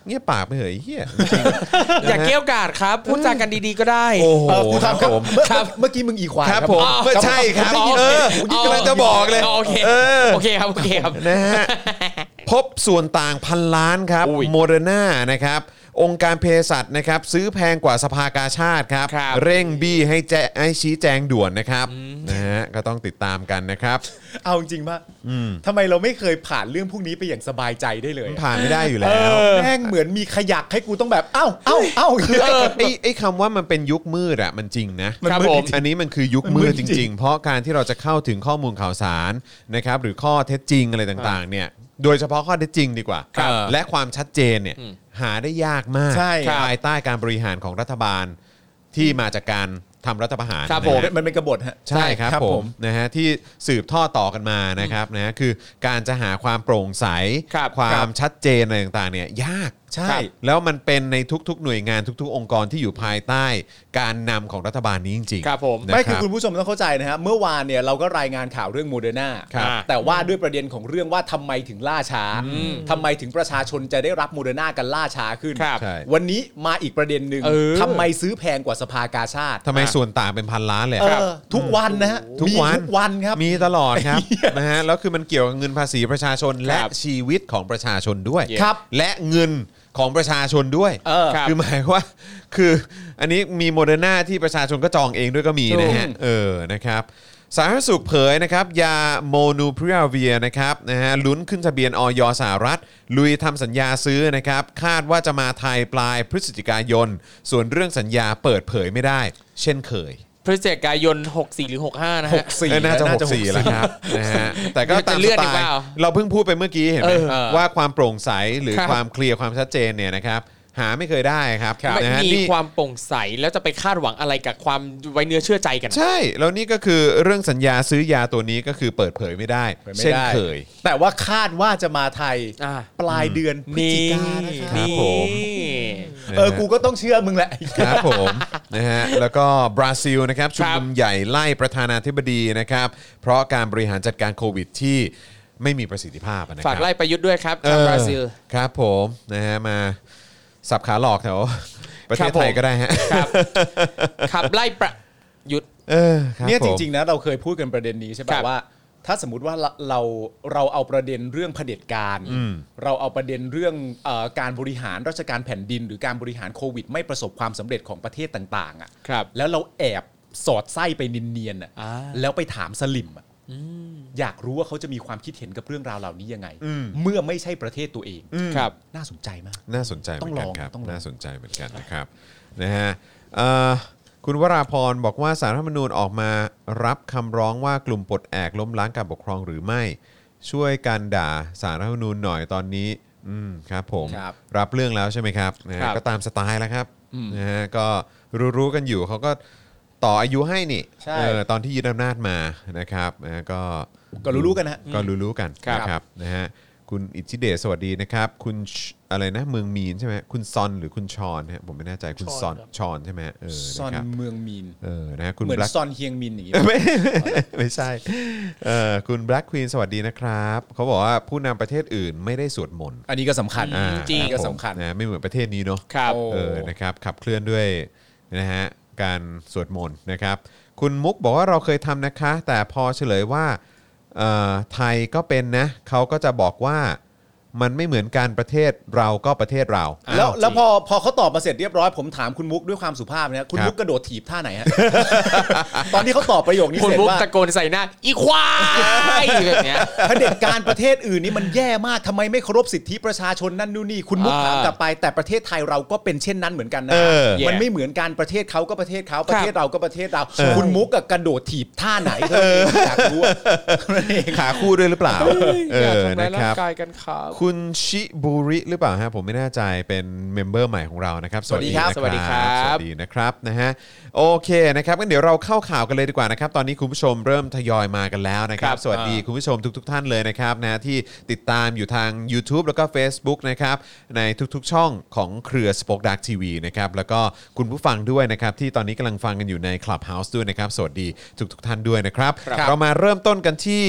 เงียบปากไปเหยเหี้ยอย่าเกี้ยวกาดครับพูดจากันดีๆก็ได้โอ้โหกูทำครับผมครับเมื่อกี้มึงอีควายครับผมใช่ครับเออผมกำลังจะบอกเลยโอเคเออโอเคครับโอเคครับนะฮะพบส่วนต่างพันล้านครับอุ้ยโมเดอร์นานะครับองค์การเภสัชนะครับซื้อแพงกว่าสภากาชาดครับครับเร่งบี้ให้แจให้ชี้แจงด่วนนะครับนะฮะก็ต้องติดตามกันนะครับเอาจริงป่ะทำไมเราไม่เคยผ่านเรื่องพวกนี้ไปอย่างสบายใจได้เลยผ่านไม่ได้อยู่แล้วแม่งเหมือนมีขยักให้กูต้องแบบเอ้าเอ้าเอ้าคือไอ้ไอ้ไอ้คำว่ามันเป็นยุคมืดอะมันจริงนะครับผมอันนี้มันคือยุคมืดมันมืดจจริริงงๆ เพราะการที่เราจะเข้าถึงข้อมูลข่าวสารนะครับหรือข้อเท็จจริงอะไรต่างๆเนี่ยโดยเฉพาะข้อเท็จจริงดีกว่าครับและความชัดเจนเนี่ยหาได้ยากมากใช่ภายใต้การบริหารของรัฐบาลที่มาจากการทำรัฐประหารครับนะผมฮะมันเป็นกบฏฮะใช่ครับครับผผม มนะฮะที่สืบทอดต่อกันมานะครับนะฮะคือการจะหาความโปร่งใสครับควาครัมบชัดเจนอะไรต่างๆเนี่ยยากใช่ครับแล้วมันเป็นในทุกๆหน่วยงานทุกๆ องค์กรที่อยู่ภายใต้การนำของรัฐบาลนี้จริงๆครับผมนะไม่คือรับคุณผู้ชมต้องเข้าใจนะฮะเมื่อวานเนี่ยเราก็รายงานข่าวเรื่องโมเดอร์นาครับแต่ว่าด้วยประเด็นของเรื่องว่าทำไมถึงล่าช้าทำไมถึงประชาชนจะได้รับโมเดอร์นากันล่าช้าขึ้นครับใช่วันนี้มาอีกประเด็นหนึ่งเออทำไมซื้อแพงกว่าสภากาชาติทำไมส่วนต่างเป็นพันล้านเลยเอครับอทุกวันนะฮะทุกมีวันทุกวันครับมีตลอดครับนะฮะแล้วคือมันเกี่ยวกับเงินภาษีประชาชนและครับชีวิตของประชาชนด้วยครับและเงินของประชาชนด้วยเออครับคือหมายว่าคืออันนี้มีโมเดอร์นาที่ประชาชนก็จองเองด้วยก็มีนะฮะถูกเออนะครับสาธารณสุขเผยนะครับยาโมนูพิราเวียนะครับนะฮะลุ้นขึ้นทะเบียนออยสหรัฐลุยทำสัญญาซื้อนะครับคาดว่าจะมาไทยปลายพฤศจิกายน ส่วนเรื่องสัญญาเปิดเผยไม่ได้ เช่นเคยพฤศจิกายนหกสิบสี่หรือหกสิบห้านะฮะหกสิบเออน่าจะน่าจะหกสิบสี่แล้วครับนะฮะแต่ก็มันจะตามเลื่สอนไตอีกเปล์ล่าเราเพิ่งพูดไปเมื่อกี้เห็นไหมเออว่าความโปร่งใสหรือครับความเคลียร์ความชัดเจนเนี่ยนะครับหาไม่เคยได้ครับไม่นะฮะมีนี่ความโปร่งใสแล้วจะไปคาดหวังอะไรกับความไว้เนื้อเชื่อใจกันใช่แล้วนี่ก็คือเรื่องสัญญาซื้อยาตัวนี้ก็คือเปิดเผยไม่ได้เปิดไม่เช่นได้เคยแต่ว่าคาดว่าจะมาไทยอ่าปลายเดือนพฤศจินี่กายนนะคครัรับบผมเออกูก็ต้องเชื่อมึงแหละครับผมนะฮะแล้วก็บราซิลนะครับชุมนุมครับใหญ่ไล่ประธานาธิบดีนะครับเพราะการบริหารจัดการโควิดที่ไม่มีประสิทธิภาพนะคฝารักไล่ประยุทธ์ด้วยครับเอชาวอบราซิลครับผมนะฮะมาสับขาหลอกแถวประเทศไทยก็ได้ฮะครับขับไล่ประยุทธ์เออครับเนี่ยผจมริงๆนะเราเคยพูดกันประเด็นนี้ใช่ครัป่ะบว่า ถ้าสมมติว่าเราเราเราเอาประเด็นเรื่องเผด็จการ เราเอาประเด็นเรื่องเอ่อการบริหารราชการแผ่นดิน หรือการบริหารโควิด ไม่ประสบความสำเร็จของประเทศต่างๆอ่ะครับแล้วเราแอบสอดไส้ไปเนียนๆอ่ะอ่าแล้วไปถามสลิมอ่ะอยากรู้ว่าเขาจะมีความคิดเห็นกับเรื่องราวเหล่านี้ยังไง เมื่อไม่ใช่ประเทศตัวเองครับน่าสนใจมากน่าสนใจเหมือนกันต้องลองครับต้องลองน่าสนใจเหมือนกันนะครับนะฮะเอ่อคุณวราพรบอกว่าสารรัฐธรรมนูญออกมารับคำร้องว่ากลุ่มปลดแอกล้มล้างการปกครองหรือไม่ ช่วยกันด่าสารรัฐธรรมนูญหน่อยตอนนี้อืมครับผมครับรับเรื่องแล้วใช่ไหมครับนะฮะครับก็ตามสไตล์แล้วครับนะฮะก็รู้ๆกันอยู่เขาก็ต่ออายุให้นี่ใช่เออตอนที่ยึดอำนาจมานะครับนะก็ก็รู้ๆกันนะก็รู้ๆกันครับนะครับนะฮะคุณอิทธิเดชสวัสดีนะครับ คุณชอะไรนะเมืองมีนใช่ไหมคุณซอนหรือคุณชอนฮะผมไม่แน่ใจคุณซชออน นครับชอนใช่ไหมเออซอนนะครับเมืองมีนเออนะฮะคุณเหมือน Black ซอนเฮียงมินอย่างนี้ไม่ไม่ใช่เออคุณ Black Queen สวัสดีนะครับเขาบอกว่าผู้นำประเทศอื่นไม่ได้สวดมนต์อันนี้ก็สำคัญอ่าจริงอันนี้ก็สำคัญนะไม่เหมือนประเทศนี้เนาะครับโอ้เออนะครับขับเคลื่อนด้วยนะฮะการสวดมนต์นะครับคุณมุกบอกว่าเราเคยทำนะคะ แต่พอเฉลยว่าเอ่อไทยก็เป็นนะเขาก็จะบอกว่ามันไม่เหมือนกันประเทศเราก็ประเทศเราแล้วอ้าแล้วพอพอเขาตอบมาเสร็จเรียบร้อยผมถามคุณมุกด้วยความสุภาพนะคุณครับมุกกระโดดถีบท่าไหนฮะ ตอนที่เขาตอบประโยคนี้คุณเสร็จบุ๊กว่าตะโกนใส่หน้า อีควายแบบเนี้ยเผด็จการประเทศอื่นนี่มันแย่มากทำไมไม่เคารพสิทธิประชาชนนั่นนู่นนี่คุณมุกอ่าถามกลับไปแต่ประเทศไทยเราก็เป็นเช่นนั้นเหมือนกันนะเออมันไม่เหมือนกันประเทศเขาก็ประเทศเขาประเทศเราก็ประเทศเรา คุณมุกกับกระโดดถีบท่าไหนเธออยากรู้อะนั่นเองขาคู่ด้วยหรือเปล่าเออยากอทำร้านะยคร่ารังบกายกันครับคุณชิบูริหรือเปล่าฮะผมไม่แน่ใจเป็นเมมเบอร์ใหม่ของเรานะครับสวัสดีครับนะสวัสดีครับสวัสดีนะครับนะฮะโอเคนะครับงั้นเดี๋ยวเราเข้าข่าวกันเลยดีกว่านะครับตอนนี้คุณผู้ชมเริ่มทยอยมากันแล้วนะครับครับสวัสดีคุณผู้ชมทุก ๆ ท่านเลยนะครับนะที่ติดตามอยู่ทาง YouTube แล้วก็ Facebook นะครับในทุกๆช่องของเครือ Spoke Dark ที วี นะครับแล้วก็คุณผู้ฟังด้วยนะครับที่ตอนนี้กำลังฟังกันอยู่ใน Clubhouse ด้วยนะครับสวัสดีทุกๆท่านด้วยนะครับครับเรามาเริ่มต้นกันที่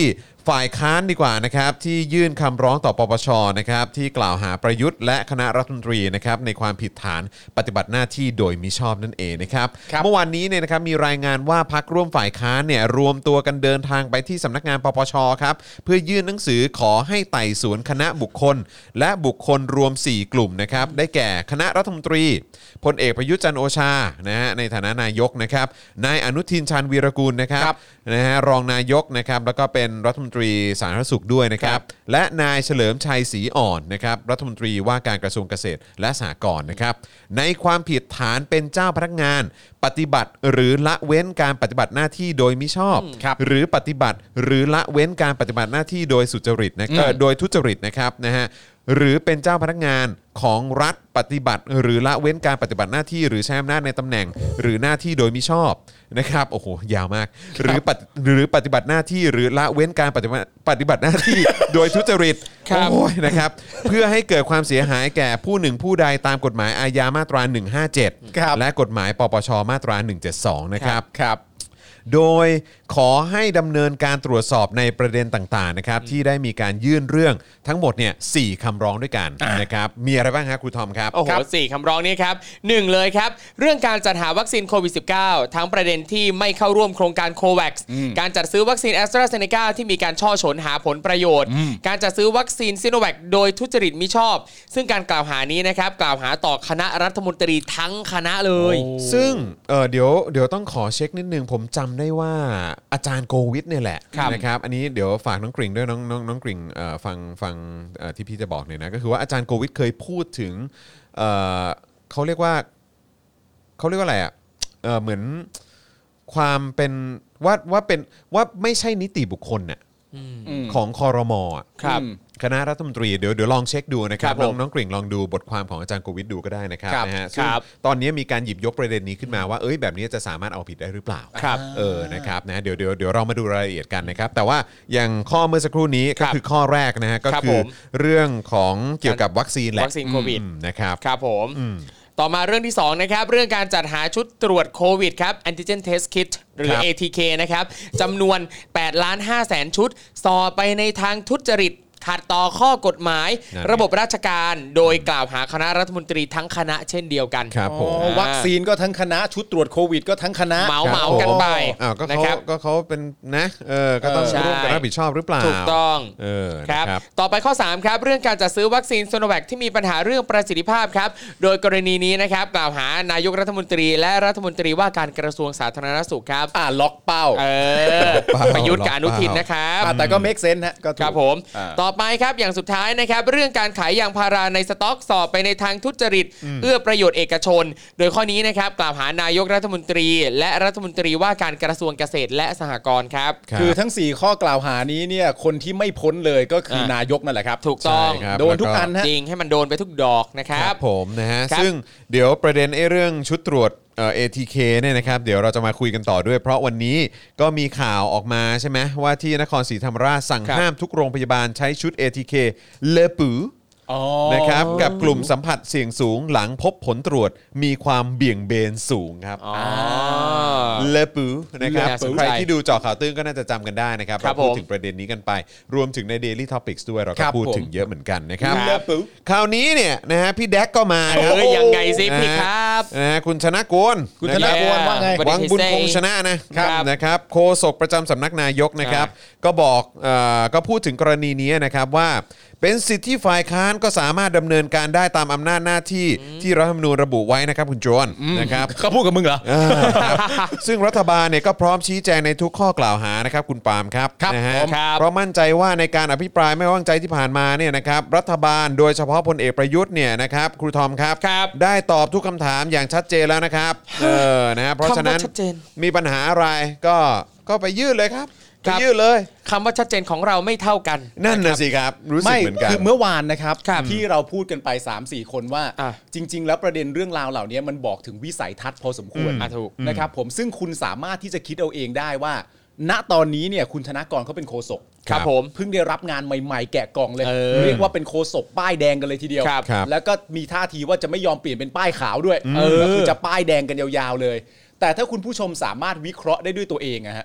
ฝ่ายค้านดีกว่านะครับที่ยื่นคำร้องต่อปปชนะครับที่กล่าวหาประยุทธ์และคณะรัฐมนตรีนะครับในความผิดฐานปฏิบัติหน้าที่โดยมิชอบนั่นเองนะครับเมื่อวานนี้เนี่ยนะครับมีรายงานว่าพรรคร่วมฝ่ายค้านเนี่ยรวมตัวกันเดินทางไปที่สำนักงานปปชครับเพื่อยื่นหนังสือขอให้ไต่สวนคณะบุคคลและบุคคลรวมสี่กลุ่มนะครับได้แก่คณะรัฐมนตรีพลเอกประยุทธ์จันทร์โอชานะฮะในฐานะนายกนะครับนายอนุทินชาญวีรกูลนะครับนะฮะรองนายกนะครับแล้วก็เป็นรัฐมนตรีสาธารณสุขด้วยนะครับและนายเฉลิมชัยศรีอ่อนนะครับรัฐมนตรีว่าการกระทรวงเกษตรและสหกรณ์นะครับในความผิดฐานเป็นเจ้าพนักงานปฏิบัติหรือละเว้นการปฏิบัติหน้าที่โดยมิชอบหรือปฏิบัติหรือละเว้นการปฏิบัติหน้าที่โดยสุจริตนะครับโดยทุจริตนะครับนะฮะหรือเป็นเจ้าพนักงานของรัฐปฏิบัติหรือละเว้นการปฏิบัติหน้าที่หรือใช้อำนาจในตำแหน่งหรือหน้าที่โดยมิชอบนะครับโอ้โหยาวมากหรือหรือปฏิบัติหน้าที่หรือละเว้นการปฏิบัติปฏิบัติหน้าที่โดยทุจริตโอ้ยนะครับเพื่อให้เกิดความเสียหายแก่ผู้หนึ่งผู้ใดตามกฎหมายอาญามาตราหนึ่งห้าเจ็ดและกฎหมายปปชมาตราหนึ่งเจ็ดสองนะครับครับโดยขอให้ดำเนินการตรวจสอบในประเด็นต่างๆนะครับที่ได้มีการยื่นเรื่องทั้งหมดเนี่ยสี่คำร้องด้วยกันนะครับมีอะไรบ้างครับครูทอมครับโอ้โหสี่คำร้องนี้ครับหนึ่งเลยครับเรื่องการจัดหาวัคซีนโควิด สิบเก้า ทั้งประเด็นที่ไม่เข้าร่วมโครงการโควัคซ์การจัดซื้อวัคซีนแอสตราเซเนกาที่มีการช่อฉนหาผลประโยชน์การจัดซื้อวัคซีนซิโนแวคโดยทุจริตมิชอบซึ่งการกล่าวหานี้นะครับกล่าวหาต่อคณะรัฐมนตรีทั้งคณะเลยซึ่งเออเดี๋ยวเดี๋ยวต้องขอเช็คนิดนึงผมจำได้ว่าอาจารย์โควิดเนี่ยแหละนะครับอันนี้เดี๋ยวฝากน้องกริ่งด้วยน้องน้องน้องกริ่งฟังฟังที่พี่จะบอกเนี่ยนะก็คือว่าอาจารย์โควิดเคยพูดถึงเเขาเรียกว่าเขาเรียกว่าอะไรอ่ะเเหมือนความเป็นว่าว่าเป็นว่าไม่ใช่นิติบุคคลน่ะของครม.อ่ะคณะรัฐมนตรีเดี๋ยวเดี๋ยวลองเช็คดูนะครับน้องน้องกริ่งลองดูบทความของอาจารย์โควิดดูก็ได้นะครับนะฮะซึ่งตอนนี้มีการหยิบยกประเด็นนี้ขึ้นมาว่าเอ้ยแบบนี้จะสามารถเอาผิดได้หรือเปล่าเออนะครับนะเดี๋ยวเดี๋ยวเดี๋ยวเรามาดูรายละเอียดกันนะครับแต่ว่าอย่างข้อเมื่อสักครู่นี้ก็คือข้อแรกนะฮะก็คือเรื่องของเกี่ยวกับวัคซีนแหละวัคซีนโควิดนะครับครับผมต่อมาเรื่องที่สองนะครับเรื่องการจัดหาชุดตรวจโควิดครับ Antigen Test Kit หรือ เอ ที เค นะครับจำนวน แปดล้านห้าแสน ชุดส่อไปในทางทุจริตขัดต่อข้อกฎหมายระบบราชการโดยกล่าวหาคณะรัฐมนตรีทั้งคณะเช่นเดียวกันครับผมวัคซีนก็ทั้งคณะชุดตรวจโควิดก็ทั้งคณะเหมาเหมากันไปอ้าวก็เขาก็เขาเป็นนะเออก็ต้องร่วมกันรับผิดชอบหรือเปล่าถูกต้องเออครับต่อไปข้อสามครับเรื่องการจัดซื้อวัคซีนซิโนแวคที่มีปัญหาเรื่องประสิทธิภาพครับโดยกรณีนี้นะครับกล่าวหานายกรัฐมนตรีและรัฐมนตรีว่าการกระทรวงสาธารณสุขครับอ่าล็อกเป้าเออประยุทธ์กับอนุทินนะครับแต่ก็เมคเซนส์ฮะก็ครับผมต่อไปครับอย่างสุดท้ายนะครับเรื่องการขายยางพาราในสต็อกสอบไปในทางทุจริตเอื้อประโยชน์เอกชนโดยข้อนี้นะครับกล่าวหานายกรัฐมนตรีและรัฐมนตรีว่าการกระทรวงเกษตรและสหกรณ์ครับคือทั้งสี่ข้อกล่าวหานี้เนี่ยคนที่ไม่พ้นเลยก็คือนายกนั่นแหละครับถูกต้องโดนทุกอันฮะจริงให้มันโดนไปทุกดอกนะครับผมนะฮะซึ่งเดี๋ยวประเด็นไอ้เรื่องชุดตรวจเอ่อ เอ ที เค เนี่ยนะครับเดี๋ยวเราจะมาคุยกันต่อด้วยเพราะวันนี้ก็มีข่าวออกมาใช่ไหมว่าที่นครศรีธรรมราชสั่งห้ามทุกโรงพยาบาลใช้ชุด เอ ที เค เลปือนะครับกับกลุ่มสัมผัสเสี่ยงสูงหลังพบผลตรวจมีความเบี่ยงเบนสูงครับเลปูนะครับใครที่ดูเจาะข่าวตื้นก็น่าจะจำกันได้นะครับเราพูดถึงประเด็นนี้กันไปรวมถึงใน Daily Topics ด้วยเราก็พูดถึงเยอะเหมือนกันนะครับคราวนี้เนี่ยนะฮะพี่แดกก็มาเออยังไงสิพี่ครับนะฮะคุณชนะกรคุณชนะกรว่าไงวังบุญคงชนะนะครับนะครับโฆษกประจำสำนักนายกนะครับก็บอกเอ่อก็พูดถึงกรณีนี้นะครับว่าเป็นสิทธิฝ่ายค้านก็สามารถดำเนินการได้ตามอำนาจหน้าที่ที่รัฐธรรมนูญระบุไว้นะครับคุณโจนนะครับเขาพูดกับมึงเหรอซึ่งรัฐบาลเนี่ยก็พร้อมชี้แจงในทุกข้อกล่าวหานะครับคุณปาล์มครับนะฮะเพราะมั่นใจว่าในการอภิปรายไม่ไว้วางใจที่ผ่านมาเนี่ยนะครับรัฐบาลโดยเฉพาะพลเอกประยุทธ์เนี่ยนะครับครูทอมครับได้ตอบทุกคำถามอย่างชัดเจนแล้วนะครับเออนะเพราะฉะนั้นมีปัญหาอะไรก็ก็ไปยื่นเลยครับไปยื่นเลยคำว่าชัดเจนของเราไม่เท่ากันนั่นน่ะสิครับรู้สึกเหมือนกันคือเมื่อวานนะครับที่เราพูดกันไป สามสี่ คนว่าจริงๆแล้วประเด็นเรื่องราวเหล่านี้มันบอกถึงวิสัยทัศน์พอสมควรนะครับผมซึ่งคุณสามารถที่จะคิดเอาเองได้ว่าณตอนนี้เนี่ยคุณธนากรเขาเป็นโฆษกครับผมเพิ่งได้รับงานใหม่ๆแกะกล่องเลยเรียกว่าเป็นโฆษกป้ายแดงกันเลยทีเดียวแล้วก็มีท่าทีว่าจะไม่ยอมเปลี่ยนเป็นป้ายขาวด้วยก็คือจะป้ายแดงกันยาวๆเลยแต่ถ้าคุณผู้ชมสามารถวิเคราะห์ได้ด้วยตัวเองนะฮะ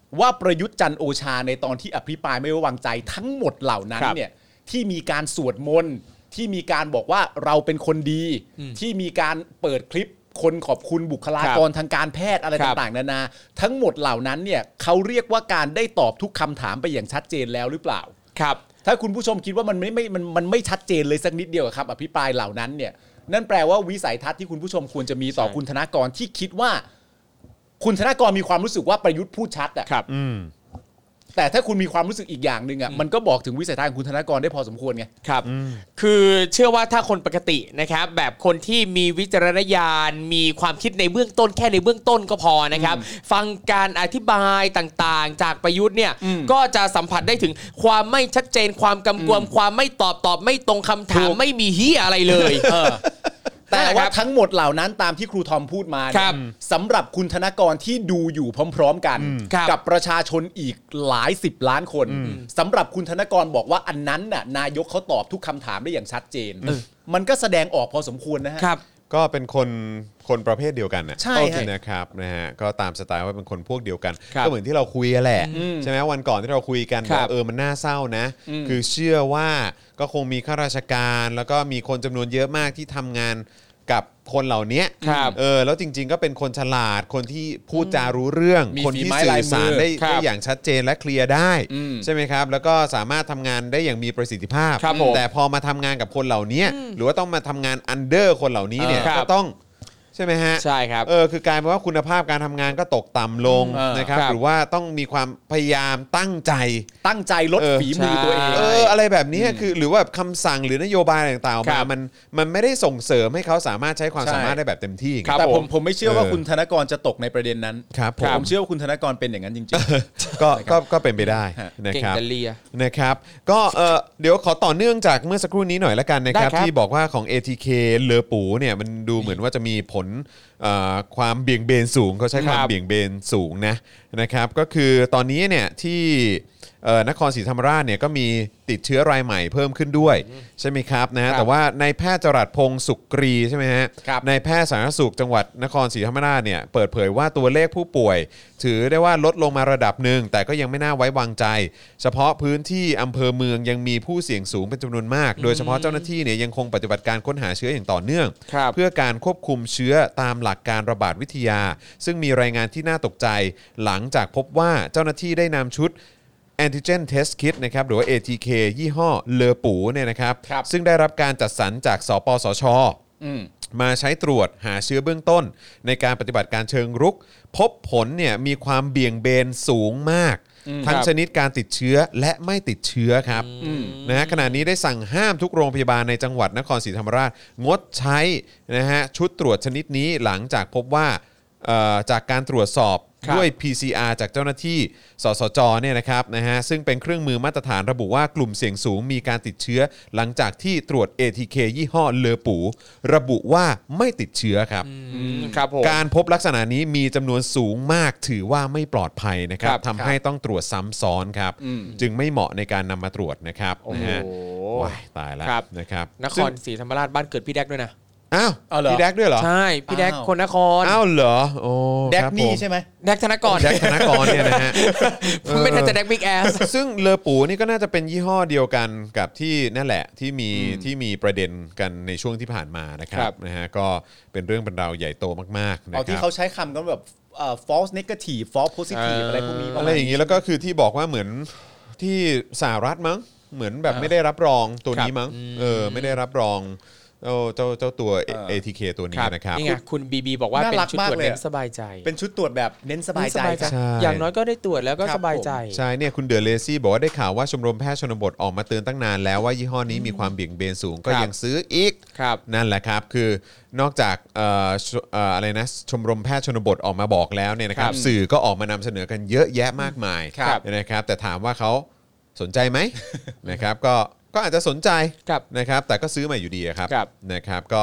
ว่าประยุทธ์จันทร์โอชาในตอนที่อภิปรายไม่ไว้วางใจทั้งหมดเหล่านั้นเนี่ยที่มีการสวดมนต์ที่มีการบอกว่าเราเป็นคนดีที่มีการเปิดคลิปคนขอบคุณบุคลากรทางการแพทย์อะไรต่างๆนานาทั้งหมดเหล่านั้นเนี่ยเขาเรียกว่าการได้ตอบทุกคำถามไปอย่างชัดเจนแล้วหรือเปล่าครับถ้าคุณผู้ชมคิดว่ามันไม่ไม่มันมันไม่ชัดเจนเลยสักนิดเดียวครับอภิปรายเหล่านั้นเนี่ยนั่นแปลว่าวิสัยทัศน์ที่คุณผู้ชมควรจะมีต่อคุณธนากรที่คิดว่าคุณธนากรมีความรู้สึกว่าประยุทธ์พูดชัดอ่ะครับแต่ถ้าคุณมีความรู้สึกอีกอย่างหนึ่งอ่ะมันก็บอกถึงวิสัยทัศน์ของคุณธนากรได้พอสมควรไงครับคือเชื่อว่าถ้าคนปกตินะครับแบบคนที่มีวิจารณญาณมีความคิดในเบื้องต้นแค่ในเบื้องต้นก็พอนะครับฟังการอธิบายต่างๆจากประยุทธ์เนี่ยก็จะสัมผัสได้ถึงความไม่ชัดเจนความกำกวมความไม่ตอบตอบไม่ตรงคำถามไม่มีเหี้ยอะไรเลยแต่ว่าทั้งหมดเหล่านั้นตามที่ครูทอมพูดมาสำหรับคุณธนกรที่ดูอยู่พร้อมๆกันกับประชาชนอีกหลายสิบล้านคนสำหรับคุณธนกรบอกว่าอันนั้นน่ะนายกเขาตอบทุกคำถามได้อย่างชัดเจนมันก็แสดงออกพอสมควรนะฮะก็เป็นคนคนประเภทเดียวกันนะใช่นะครับนะฮะก็ตามสไตล์ว่าเป็นคนพวกเดียวกันก็เหมือนที่เราคุยกันแหละใช่ไหมวันก่อนที่เราคุยกันว่าเออมันน่าเศร้านะคือเชื่อว่าก็คงมีข้าราชการแล้วก็มีคนจำนวนเยอะมากที่ทำงานกับคนเหล่านี้เออแล้วจริงๆก็เป็นคนฉลาดคนที่พูดจารู้เรื่องคนที่สื่อสารได้ได้อย่างชัดเจนและเคลียร์ได้ใช่ไหมครับแล้วก็สามารถทำงานได้อย่างมีประสิทธิภาพแต่พอมาทำงานกับคนเหล่านี้หรือว่าต้องมาทำงานอันเดอร์คนเหล่านี้เนี่ยก็ต้องใช่ไหมฮะใช่ครับเออคือกลายเป็นว่าคุณภาพการทำงานก็ตกต่ำลงนะครับหรือว่าต้องมีความพยายามตั้งใจตั้งใจลดฝีมือตัวเองเอออะไรแบบนี้คือหรือว่าคำสั่งหรือนโยบายต่างๆมามันมันไม่ได้ส่งเสริมให้เขาสามารถใช้ความสามารถได้แบบเต็มที่แต่ผมผมไม่เชื่อว่าคุณธนกรจะตกในประเด็นนั้นครับผมเชื่อว่าคุณธนกรเป็นอย่างนั้นจริงๆก็ก็ก็เป็นไปได้นะครับนะครับก็เออเดี๋ยวขอต่อเนื่องจากเมื่อสักครู่นี้หน่อยละกันนะครับที่บอกว่าของ เอ ที เค เลอปูเนี่ยมันดูเหมือนว่าจะมีผลความเบี่ยงเบนสูงเขาใช้ความเบี่ยงเบนสูงนะนะครับก็คือตอนนี้เนี่ยที่นครศรีธรรมราชเนี่ยก็มีติดเชื้อรายใหม่เพิ่มขึ้นด้วยใช่ไหมครับนะแต่ว่านายแพทย์จรัสพงศ์สุกรีใช่ไหมฮะนายแพทย์สาธารณสุขจังหวัดนครศรีธรรมราชเนี่ยเปิดเผยว่าตัวเลขผู้ป่วยถือได้ว่าลดลงมาระดับหนึ่งแต่ก็ยังไม่น่าไว้วางใจเฉพาะพื้นที่อำเภอเมืองยังมีผู้เสี่ยงสูงเป็นจำนวนมากโดยเฉพาะเจ้าหน้าที่เนี่ยยังคงปฏิบัติการค้นหาเชื้ออย่างต่อเนื่องเพื่อการควบคุมเชื้อตามหลักการระบาดวิทยาซึ่งมีรายงานที่น่าตกใจหลังจากพบว่าเจ้าหน้าที่ได้นำชุดAntigen Test Kit นะครับหรือว่า เอ ที เค ยี่ห้อเลอปูเนี่ยนะครับซึ่งได้รับการจัดสรรจากสปสช.มาใช้ตรวจหาเชื้อเบื้องต้นในการปฏิบัติการเชิงรุกพบผลเนี่ยมีความเบี่ยงเบนสูงมากทั้งชนิดการติดเชื้อและไม่ติดเชื้อครับนะฮะขณะนี้ได้สั่งห้ามทุกโรงพยาบาลในจังหวัดนครศรีธรรมราชงดใช้นะฮะชุดตรวจชนิดนี้หลังจากพบว่าจากการตรวจสอบด้วย พี ซี อาร์ จากเจ้าหน้าที่สสจเนี่ยนะครับนะฮะซึ่งเป็นเครื่องมือมาตรฐานระบุว่ากลุ่มเสี่ยงสูงมีการติดเชื้อหลังจากที่ตรวจ เอ ที เค ยี่ห้อเลอปูระบุว่าไม่ติดเชื้อครับครับผมการพบลักษณะนี้มีจำนวนสูงมากถือว่าไม่ปลอดภัยนะครับทำให้ต้องตรวจซ้ำซ้อนครับจึงไม่เหมาะในการนำมาตรวจนะครับนะฮะว้ายตายแล้วนะครับนครศรีธรรมราชบ้านเกิดพี่แดกด้วยนะอ้าวพี่แดกด้วยเหรอใช่พี่แดกคนนครอ้าวเหรอโอ้แดกนี่ใช่ไหมแดกธนกรแดกธนกรเนี่ยนะฮะไม่ทันจะแดกบิ๊กแอสซึ่งเลอปูนี่ก็น่าจะเป็นยี่ห้อเดียวกันกับที่นั่นแหละที่มีที่มีประเด็นกันในช่วงที่ผ่านมานะครับนะฮะก็เป็นเรื่องเป็นราวใหญ่โตมากๆนะครับที่เขาใช้คำกันแบบ false negative false positive อะไรพวกนี้อะไรอย่างนี้แล้วก็คือที่บอกว่าเหมือนที่สหรัฐมั้งเหมือนแบบไม่ได้รับรองตัวนี้มั้งเออไม่ได้รับรองเจ้าเจ้าเจ้าตัว เอ ที เค ตัวนี้นะครับนี่ไงคุณบีบีบอกว่าเป็นชุดตรวจเน้นสบายใจเป็นชุดตรวจแบบเน้นสบายใจอย่างน้อยก็ได้ตรวจแล้วก็สบายใจใช่เนี่ยคุณเดอะเลซี่บอกว่าได้ข่าวว่าชมรมแพทย์ชนบทออกมาเตือนตั้งนานแล้วว่ายี่ห้อนี้มีความเบี่ยงเบนสูงก็ยังซื้ออีกนั่นแหละครับคือนอกจากเอ่อเอ่ออะไรนะชมรมแพทย์ชนบทออกมาบอกแล้วเนี่ยนะครับสื่อก็ออกมานำเสนอกันเยอะแยะมากมายนะครับแต่ถามว่าเขาสนใจไหมนะครับก็ก็อาจจะสนใจนะครับแต่ก็ซื้อมาอยู่ดีครับนะครับก็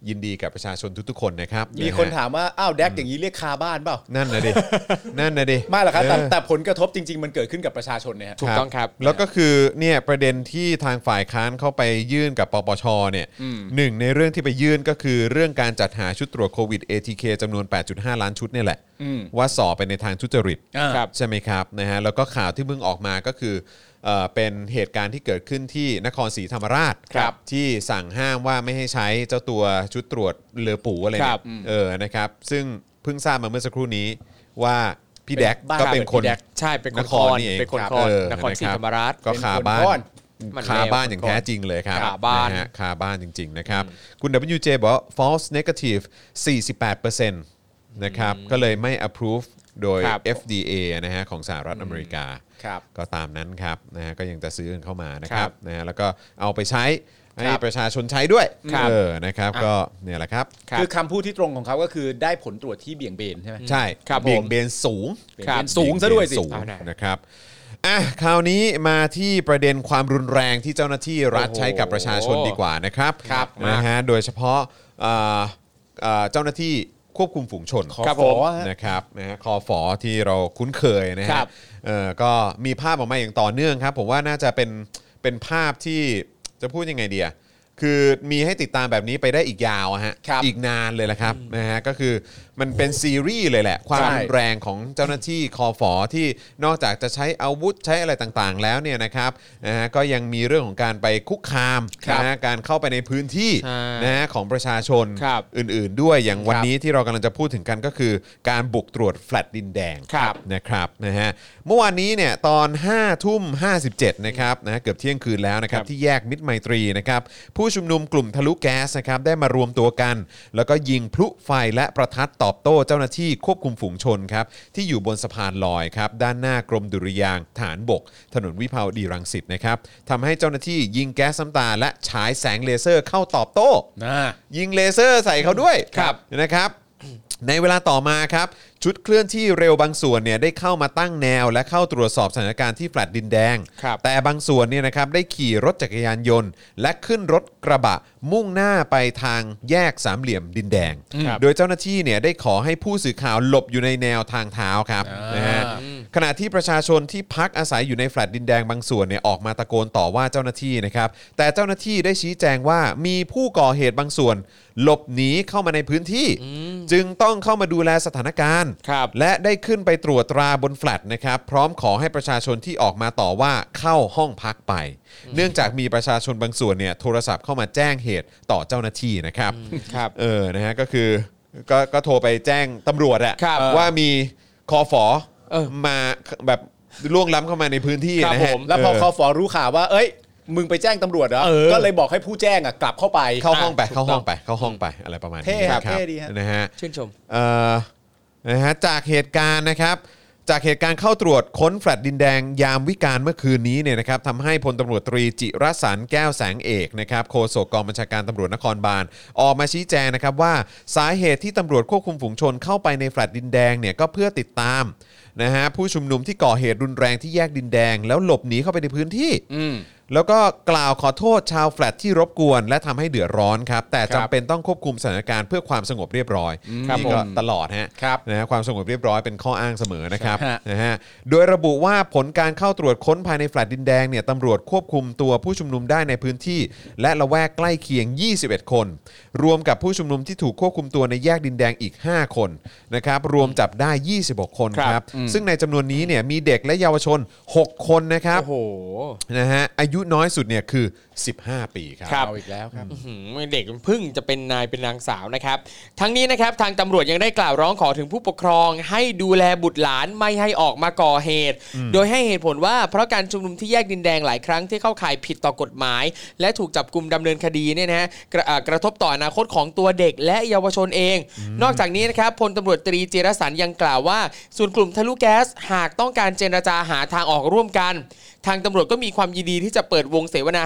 ยินดีกับประชาชนทุกๆคนนะครับมีคนถามว่าอ้าวแดกอย่างนี้เรียกคาบ้านเปล่านั่นนะดินั่นนะดิไม่หรอกครับแต่แต่ผลกระทบจริงๆมันเกิดขึ้นกับประชาชนเนี่ยถูกต้องครับแล้วก็คือเนี่ยประเด็นที่ทางฝ่ายค้านเข้าไปยื่นกับปปชเนี่ยหนึ่งในเรื่องที่ไปยื่นก็คือเรื่องการจัดหาชุดตรวจโควิด เอ ที เค จำนวน แปดจุดห้า ล้านชุดเนี่ยแหละว่าสอบไปในทางทุจริตใช่ไหมครับนะฮะแล้วก็ข่าวที่เพิ่งออกมาก็คือเอ่อเป็นเหตุการณ์ที่เกิดขึ้นที่นครศรีธรรมราชที่สั่งห้ามว่าไม่ให้ใช้เจ้าตัวชุดตรวจเรือปู่อะไรเนี่ยเออนะครับซึ่งเพิ่งทราบมาเมื่อสักครู่นี้ว่าพี่แดกก็เป็นคนใช่เป็นคนครนี่เองเป็นคนครนครศรีธรรมราชก็คาบ้านคาบ้านอย่างแท้จริงเลยครับคาบ้านนะฮะคาบ้านจริงๆนะครับคุณ ดับเบิลยู เจ บอกว่า false negative สี่สิบแปดเปอร์เซ็นต์ นะครับก็เลยไม่ approve โดย เอฟ ดี เอ นะฮะของสหรัฐอเมริกาก็ตามนั้นครับนะฮะก็ยังจะซื้อกันเข้ามานะครับนะฮะแล้วก็เอาไปใช้ให้ประชาชนใช้ด้วยเออนะครับก็เนี่ยแหละครับคือคำพูดที่ตรงของเขาก็คือได้ผลตรวจที่เบี่ยงเบนใช่ไหมใช่เบี่ยงเบนสูงสูงซะด้วยสินะครับอ่ะคราวนี้มาที่ประเด็นความรุนแรงที่เจ้าหน้าที่รัฐใช้กับประชาชนดีกว่านะครับนะฮะโดยเฉพาะเจ้าหน้าที่ควบคุมฝูงชนครับผมนะครับนะฮะคอฝอที่เราคุ้นเคยนะฮะเอ่อก็มีภาพออกมาอย่างต่อเนื่องครับผมว่าน่าจะเป็นเป็นภาพที่จะพูดยังไงดีอะคือมีให้ติดตามแบบนี้ไปได้อีกยาวฮะอีกนานเลยละครับนะฮะก็คือมันเป็นซีรีส์เลยแหละความรุนแรงของเจ้าหน้าที่คอฝอที่นอกจากจะใช้อาวุธใช้อะไรต่างๆแล้วเนี่ยนะครับนะฮะก็ยังมีเรื่องของการไปคุกคามนะฮะการเข้าไปในพื้นที่นะฮะของประชาชนอื่นๆด้วยอย่างวันนี้ที่เรากำลังจะพูดถึงกันก็คือการบุกตรวจแฟลตดินแดงนะครับนะฮะเมื่อวานนี้เนี่ยตอนห้าทุ่มห้าสิบเจ็ดนะครับนะเกือบเที่ยงคืนแล้วนะครับที่แยกมิตรไมตรีนะครับผู้ชุมนุมกลุ่มทะลุแก๊สนะครับได้มารวมตัวกันแล้วก็ยิงพลุไฟและประทัดตอบโต้เจ้าหน้าที่ควบคุมฝูงชนครับที่อยู่บนสะพานลอยครับด้านหน้ากรมดุริยางค์ฐานบกถนนวิภาวดีรังสิตนะครับทำให้เจ้าหน้าที่ยิงแก๊สน้ำตาและฉายแสงเลเซอร์เข้าตอบโต้ยิงเลเซอร์ใส่เขาด้วยนะครับในเวลาต่อมาครับชุดเคลื่อนที่เร็วบางส่วนเนี่ยได้เข้ามาตั้งแนวและเข้าตรวจสอบสถานการณ์ที่แฟลตดินแดงแต่บางส่วนเนี่ยนะครับได้ขี่รถจักรยานยนต์และขึ้นรถกระบะมุ่งหน้าไปทางแยกสามเหลี่ยมดินแดงโดยเจ้าหน้าที่เนี่ยได้ขอให้ผู้สื่อข่าวหลบอยู่ในแนวทางเท้าครับนะฮะขณะที่ประชาชนที่พักอาศัยอยู่ในแฟลตดินแดงบางส่วนเนี่ยออกมาตะโกนต่อว่าเจ้าหน้าที่นะครับแต่เจ้าหน้าที่ได้ชี้แจงว่ามีผู้ก่อเหตุบางส่วนหลบหนีเข้ามาในพื้นที่จึงต้องเข้ามาดูแลสถานการณ์และได้ขึ้นไปตรวจตราบนแฟลตนะครับพร้อมขอให้ประชาชนที่ออกมาต่อว่าเข้าห้องพักไปเนื่องจากมีประชาชนบางส่วนเนี่ยโทรศัพท์เข้ามาแจ้งเหตุต่อเจ้าหน้าที่นะครับเออนะฮะก็คือก็ก็โทรไปแจ้งตำรวจอะว่ามีคอฝอมาแบบล่วงล้ำเข้ามาในพื้นที่นะฮะแล้วพอคอฝอรู้ข่าวว่าเอ้ยมึงไปแจ้งตำรวจเหรอก็เลยบอกให้ผู้แจ้งอ่ะกลับเข้าไปเข้าห้องไปเข้าห้องไปเข้าห้องไปอะไรประมาณนี้ครับเท่ดีนะฮะชื่นชมเอ่อนะฮะจากเหตุการณ์นะครับจากเหตุการณ์เข้าตรวจค้นแฟลตดินแดงยามวิกาลเมื่อคืนนี้เนี่ยนะครับทำให้พลตำรวจตรีจิรสันต์แก้วแสงเอกนะครับโฆษกกองบัญชาการตำรวจนครบาลออกมาชี้แจงนะครับว่าสาเหตุที่ตำรวจควบคุมฝูงชนเข้าไปในแฟลตดินแดงเนี่ยก็เพื่อติดตามนะฮะผู้ชุมนุมที่ก่อเหตุรุนแรงที่แยกดินแดงแล้วหลบหนีเข้าไปในพื้นที่แล้วก็กล่าวขอโทษชาวแฟลตที่รบกวนและทำให้เดือดร้อนครับแต่จำเป็นต้องควบคุมสถานการณ์เพื่อความสงบเรียบร้อยนี่ก็ตลอดฮะนะฮะความสงบเรียบร้อยเป็นข้ออ้างเสมอนะครับนะฮะโดยระบุว่าผลการเข้าตรวจค้นภายในแฟลตดินแดงเนี่ยตำรวจควบคุมตัวผู้ชุมนุมได้ในพื้นที่และละแวกใกล้เคียงยี่สิบเอ็ดคนรวมกับผู้ชุมนุมที่ถูกควบคุมตัวในแยกดินแดงอีกห้าคนนะครับรวมจับได้ยี่สิบหกคนครับซึ่งในจำนวนนี้เนี่ยมีเด็กและเยาวชนหกคนนะครับโอ้โหนะฮะอายุน้อยสุดเนี่ยคือสิบห้าปีครับเอาอีกแล้วครับเด็กเพิ่งจะเป็นนายเป็นนางสาวนะครับทั้งนี้นะครับทางตำรวจยังได้กล่าวร้องขอถึงผู้ปกครองให้ดูแลบุตรหลานไม่ให้ออกมาก่อเหตุโดยให้เหตุผลว่าเพราะการชุมนุมที่แยกดินแดงหลายครั้งที่เข้าข่ายผิดต่อกฎหมายและถูกจับกุมดำเนินคดีเนี่ยนะฮะกระกระทบต่ออนาคตของตัวเด็กและเยาวชนเองนอกจากนี้นะครับพลตำรวจตรีจิรสันต์ยังกล่าวว่าส่วนกลุ่มทะลุแก๊สหากต้องการเจรจาหาทางออกร่วมกันทางตำรวจก็มีความยินดีที่จะเปิดวงเสวนาหารือ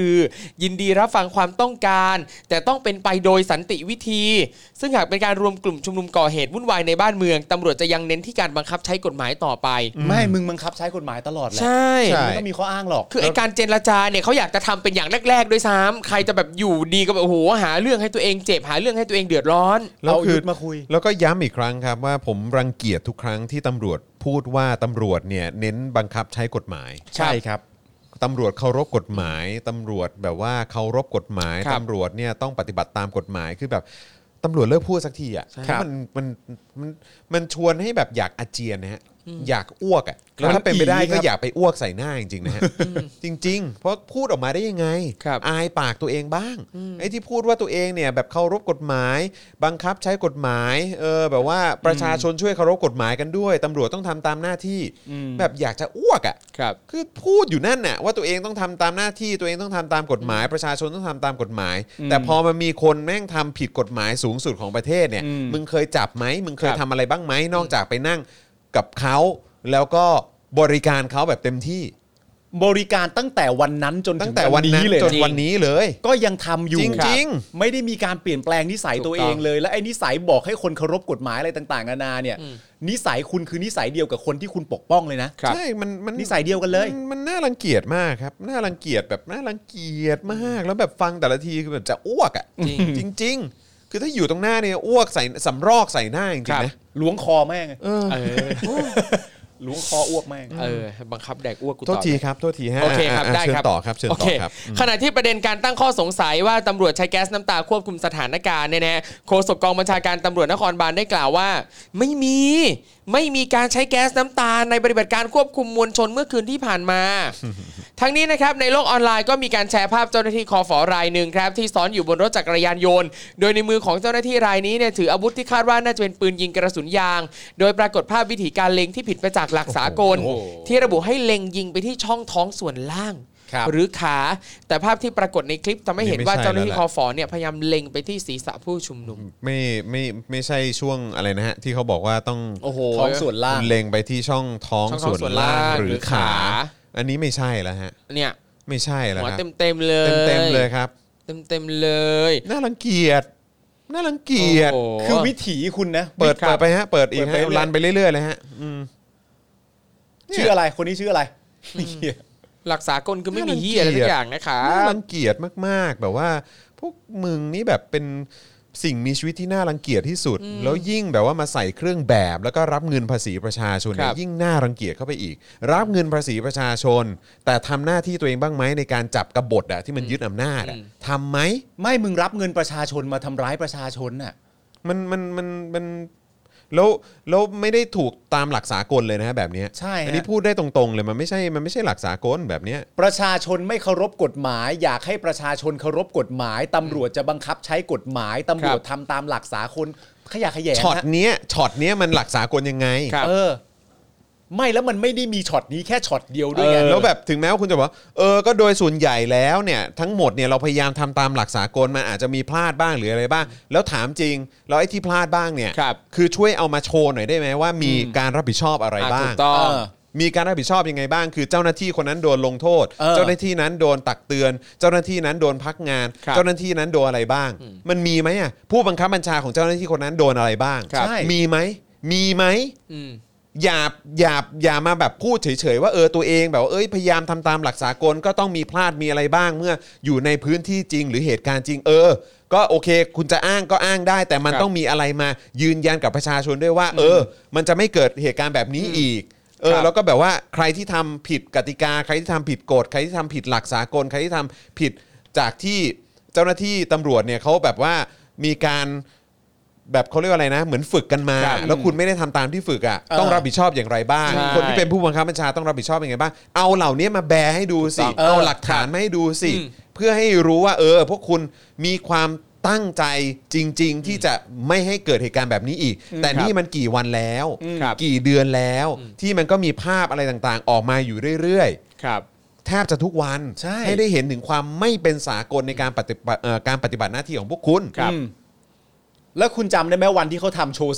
คือยินดีรับฟังความต้องการแต่ต้องเป็นไปโดยสันติวิธีซึ่งหากเป็นการรวมกลุ่มชุมนุมก่อเหตุวุ่นวายในบ้านเมืองตำรวจจะยังเน้นที่การบังคับใช้กฎหมายต่อไปไม่มึงบังคับใช้กฎหมายตลอดแหละใช่ไม่ต้องมีข้ออ้างหรอกคือไอการเจรจาเนี่ยเขาอยากจะทำเป็นอย่างแรกๆด้วยซ้ำใครจะแบบอยู่ดีก็แบบโอ้โหหาเรื่องให้ตัวเองเจ็บหาเรื่องให้ตัวเองเดือดร้อนแล้วคือมาคุยแล้วก็ย้ำอีกครั้งครับว่าผมรังเกียจทุกครั้งที่ตำรวจพูดว่าตำรวจเนี่ยเน้นบังคับใช้กฎหมายใช่ครับตำรวจเคารพกฎหมายตำรวจแบบว่าเคารพกฎหมายตำรวจเนี่ยต้องปฏิบัติตามกฎหมายคือแบบตำรวจเลิกพูดสักทีอ่ะมันมันมันมันชวนให้แบบอยากอาเจียนนะฮะอยากอ้วกอ่ะแล้วถ้าเป็นไปได้ก็อยากไปอ้วกใส่หน้าจริงๆนะฮะจริงๆเพราะพูดออกมาได้ยังไงอายปากตัวเองบ้างไอ้ที่พูดว่าตัวเองเนี่ยแบบเคารพกฎหมายบังคับใช้กฎหมายเออแบบว่าประชาชนช่วยเคารพกฎหมายกันด้วยตำรวจต้องทำตามหน้าที่แบบอยากจะอ้วกอ่ะคือพูดอยู่นั่นน่ะว่าตัวเองต้องทำตามหน้าที่ตัวเองต้องทำตามกฎหมายประชาชนต้องทำตามกฎหมายแต่พอมันมีคนแม่งทำผิดกฎหมายสูงสุดของประเทศเนี่ยมึงเคยจับไหมมึงเคยทำอะไรบ้างไหมนอกจากไปนั่งกับเขาแล้วก็บริการเขาแบบเต็มที่บริการตั้งแต่วันนั้นจนตั้งแต่วันนั้นจนวันนี้เลยก็ยังทำอยู่จริงๆไม่ได้มีการเปลี่ยนแปลงนิสัยตัวเองเลยและไอ้นิสัยบอกให้คนเคารพกฎหมายอะไรต่างๆนานาเนี่ยนิสัยคุณคือนิสัยเดียวกับคนที่คุณปกป้องเลยนะใช่มันมันนิสัยเดียวกันเลยมันน่ารังเกียจมากครับน่ารังเกียจแบบน่ารังเกียจมากแล้วแบบฟังแต่ละทีคือแบบจะอ้วกอ่ะจริงๆคือถ้าอยู่ตรงหน้าเนี่ยอ้วกใส่สำรอกใส่หน้าจริงๆนะล้วงคอแม่งเออล้วงคออ้วกแม่งเออบังคับแดกอ้วกกูต่อโทษทีครับโทษทีฮะโอเคครับได้ครับเชิญต่อครับเชิญต่อครับขณะที่ประเด็นการตั้งข้อสงสัยว่าตำรวจใช้แก๊สน้ำตาควบคุมสถานการณ์เนี่ยนะโฆษกกองบัญชาการตำรวจนครบาลได้กล่าวว่าไม่มีไม่มีการใช้แก๊สน้ำตาในปฏิบัติการควบคุมมวลชนเมื่อคืนที่ผ่านมา ทั้งนี้นะครับในโลกออนไลน์ก็มีการแชร์ภาพเจ้าหน้าที่คฝ.รายหนึ่งครับที่ซ้อนอยู่บนรถจักรยานยนต์โดยในมือของเจ้าหน้าที่รายนี้เนี่ยถืออาวุธที่คาดว่าน่าจะเป็นปืนยิงกระสุนยางโดยปรากฏภาพวิธีการเล็งที่ผิดไปจากหลักสากลที่ระบุให้เล็งยิงไปที่ช่องท้องส่วนล่างหรือขาแต่ภาพที่ปรากฏในคลิปทำให้เห็นว่าเจ้าหน้าที่คฝ.เนี่ยพยายามเล็งไปที่ศีรษะผู้ชุมนุมไม่ไม่ไม่ใช่ช่วงอะไรนะฮะที่เขาบอกว่าต้องท้องส่วนล่างเล็งไปที่ช่องท้องส่วนล่างหรือขาอันนี้ไม่ใช่แล้วฮะเนี่ยไม่ใช่แล้วครับเต็มเต็มเลยเต็มๆเลยครับเต็มเต็มเลยน่ารังเกียจน่ารังเกียจคือวิถีคุณนะเปิดเปิดไปฮะเปิดอีกฮะรันไปเรื่อยๆเลยฮะชื่ออะไรคนนี้ชื่ออะไรหลักษากลคือไม่มีเหี้ยอะไรทุกอย่างนะคะน่ารังเกียจมากๆแบบว่าพวกมึงนี่แบบเป็นสิ่งมีชีวิตที่น่ารังเกียจที่สุดแล้วยิ่งแบบว่ามาใส่เครื่องแบบแล้วก็รับเงินภาษีประชาชนเนี่ยยิ่งน่ารังเกียจเข้าไปอีกรับเงินภาษีประชาชนแต่ทำหน้าที่ตัวเองบ้างไหมในการจับกบฏอะที่มันยึดอำนาจอะทำไหมไม่มึงรับเงินประชาชนมาทำร้ายประชาชนน่ะมันมันมันมันแล้วแล้วไม่ได้ถูกตามหลักสากลเลยนะฮะแบบนี้ใช่อันนี้พูดได้ตรงๆเลยมันไม่ใช่มันไม่ใช่หลักสากลแบบนี้ประชาชนไม่เคารพกฎหมายอยากให้ประชาชนเคารพกฎหมายตำรวจจะบังคับใช้กฎหมายตำรวจทำตามหลักสากลขยะแขยงช็อตเนี้ยช็อตเนี้ยมันหลักสากลยังไงเออไม่แล้วมันไม่ได้มีช็อตนี้แค่ช็อตเดียวด้วยไงแล้วแบบถึงแม้ว่าคุณจะบอกเออก็โดยส่วนใหญ่แล้วเนี่ยทั้งหมดเนี่ยเราพยายามทำตามหลักสากลมันอาจจะมีพลาดบ้างหรืออะไรบ้างแล้วถามจริงแล้วไอ้ที่พลาดบ้างเนี่ยคือช่วยเอามาโชว์หน่อยได้ไหมว่ามีการรับผิดชอบอะไรบ้างมีการรับผิดชอบยังไงบ้างคือเจ้าหน้าที่คนนั้นโดนลงโทษเจ้าหน้าที่นั้นโดนตักเตือนเจ้าหน้าที่นั้นโดนพักงานเจ้าหน้าที่นั้นโดนอะไรบ้างมันมีไหมอ่ะผู้บังคับบัญชาของเจ้าหน้าที่คนนั้นโดนอะไรบ้างมีไหมมีไหมอย่าอย่าอย่ามาแบบพูดเฉยๆว่าเออตัวเองแบบเอ้ยพยายามทำตามหลักสากลก็ต้องมีพลาดมีอะไรบ้างเมื่ออยู่ในพื้นที่จริงหรือเหตุการณ์จริงเออก็โอเคคุณจะอ้างก็อ้างได้แต่มันต้องมีอะไรมายืนยันกับประชาชนด้วยว่าเออมันจะไม่เกิดเหตุการณ์แบบนี้อีกเออแล้วก็แบบว่าใครที่ทำผิดกติกาใครที่ทำผิดกฎใครที่ทำผิดหลักสากลใครที่ทำผิดจากที่เจ้าหน้าที่ตำรวจเนี่ยเขาแบบว่ามีการแบบเขาเรียกว่าอะไรนะเหมือนฝึกกันมาแล้วคุณไม่ได้ทำตามที่ฝึกอ่ะต้องรับผิดชอบอย่างไรบ้างคนที่เป็นผู้บังคับบัญชาต้องรับผิดชอบยังไงบ้างเอาเหล่านี้มาแบร์ให้ดูสิเอาหลักฐานมาให้ดูสิเพื่อให้รู้ว่าเออพวกคุณมีความตั้งใจจริงๆที่จะไม่ให้เกิดเหตุการณ์แบบนี้อีกแต่นี่มันกี่วันแล้วกี่เดือนแล้วที่มันก็มีภาพอะไรต่างๆออกมาอยู่เรื่อยๆแทบจะทุกวัน ใ, ให้ได้เห็นถึงความไม่เป็นสากลในการปฏิบัติการปฏิบัติหน้าที่ของพวกคุณแล้วคุณจำได้ไหมวันที่เขาทำโชว์สื่อ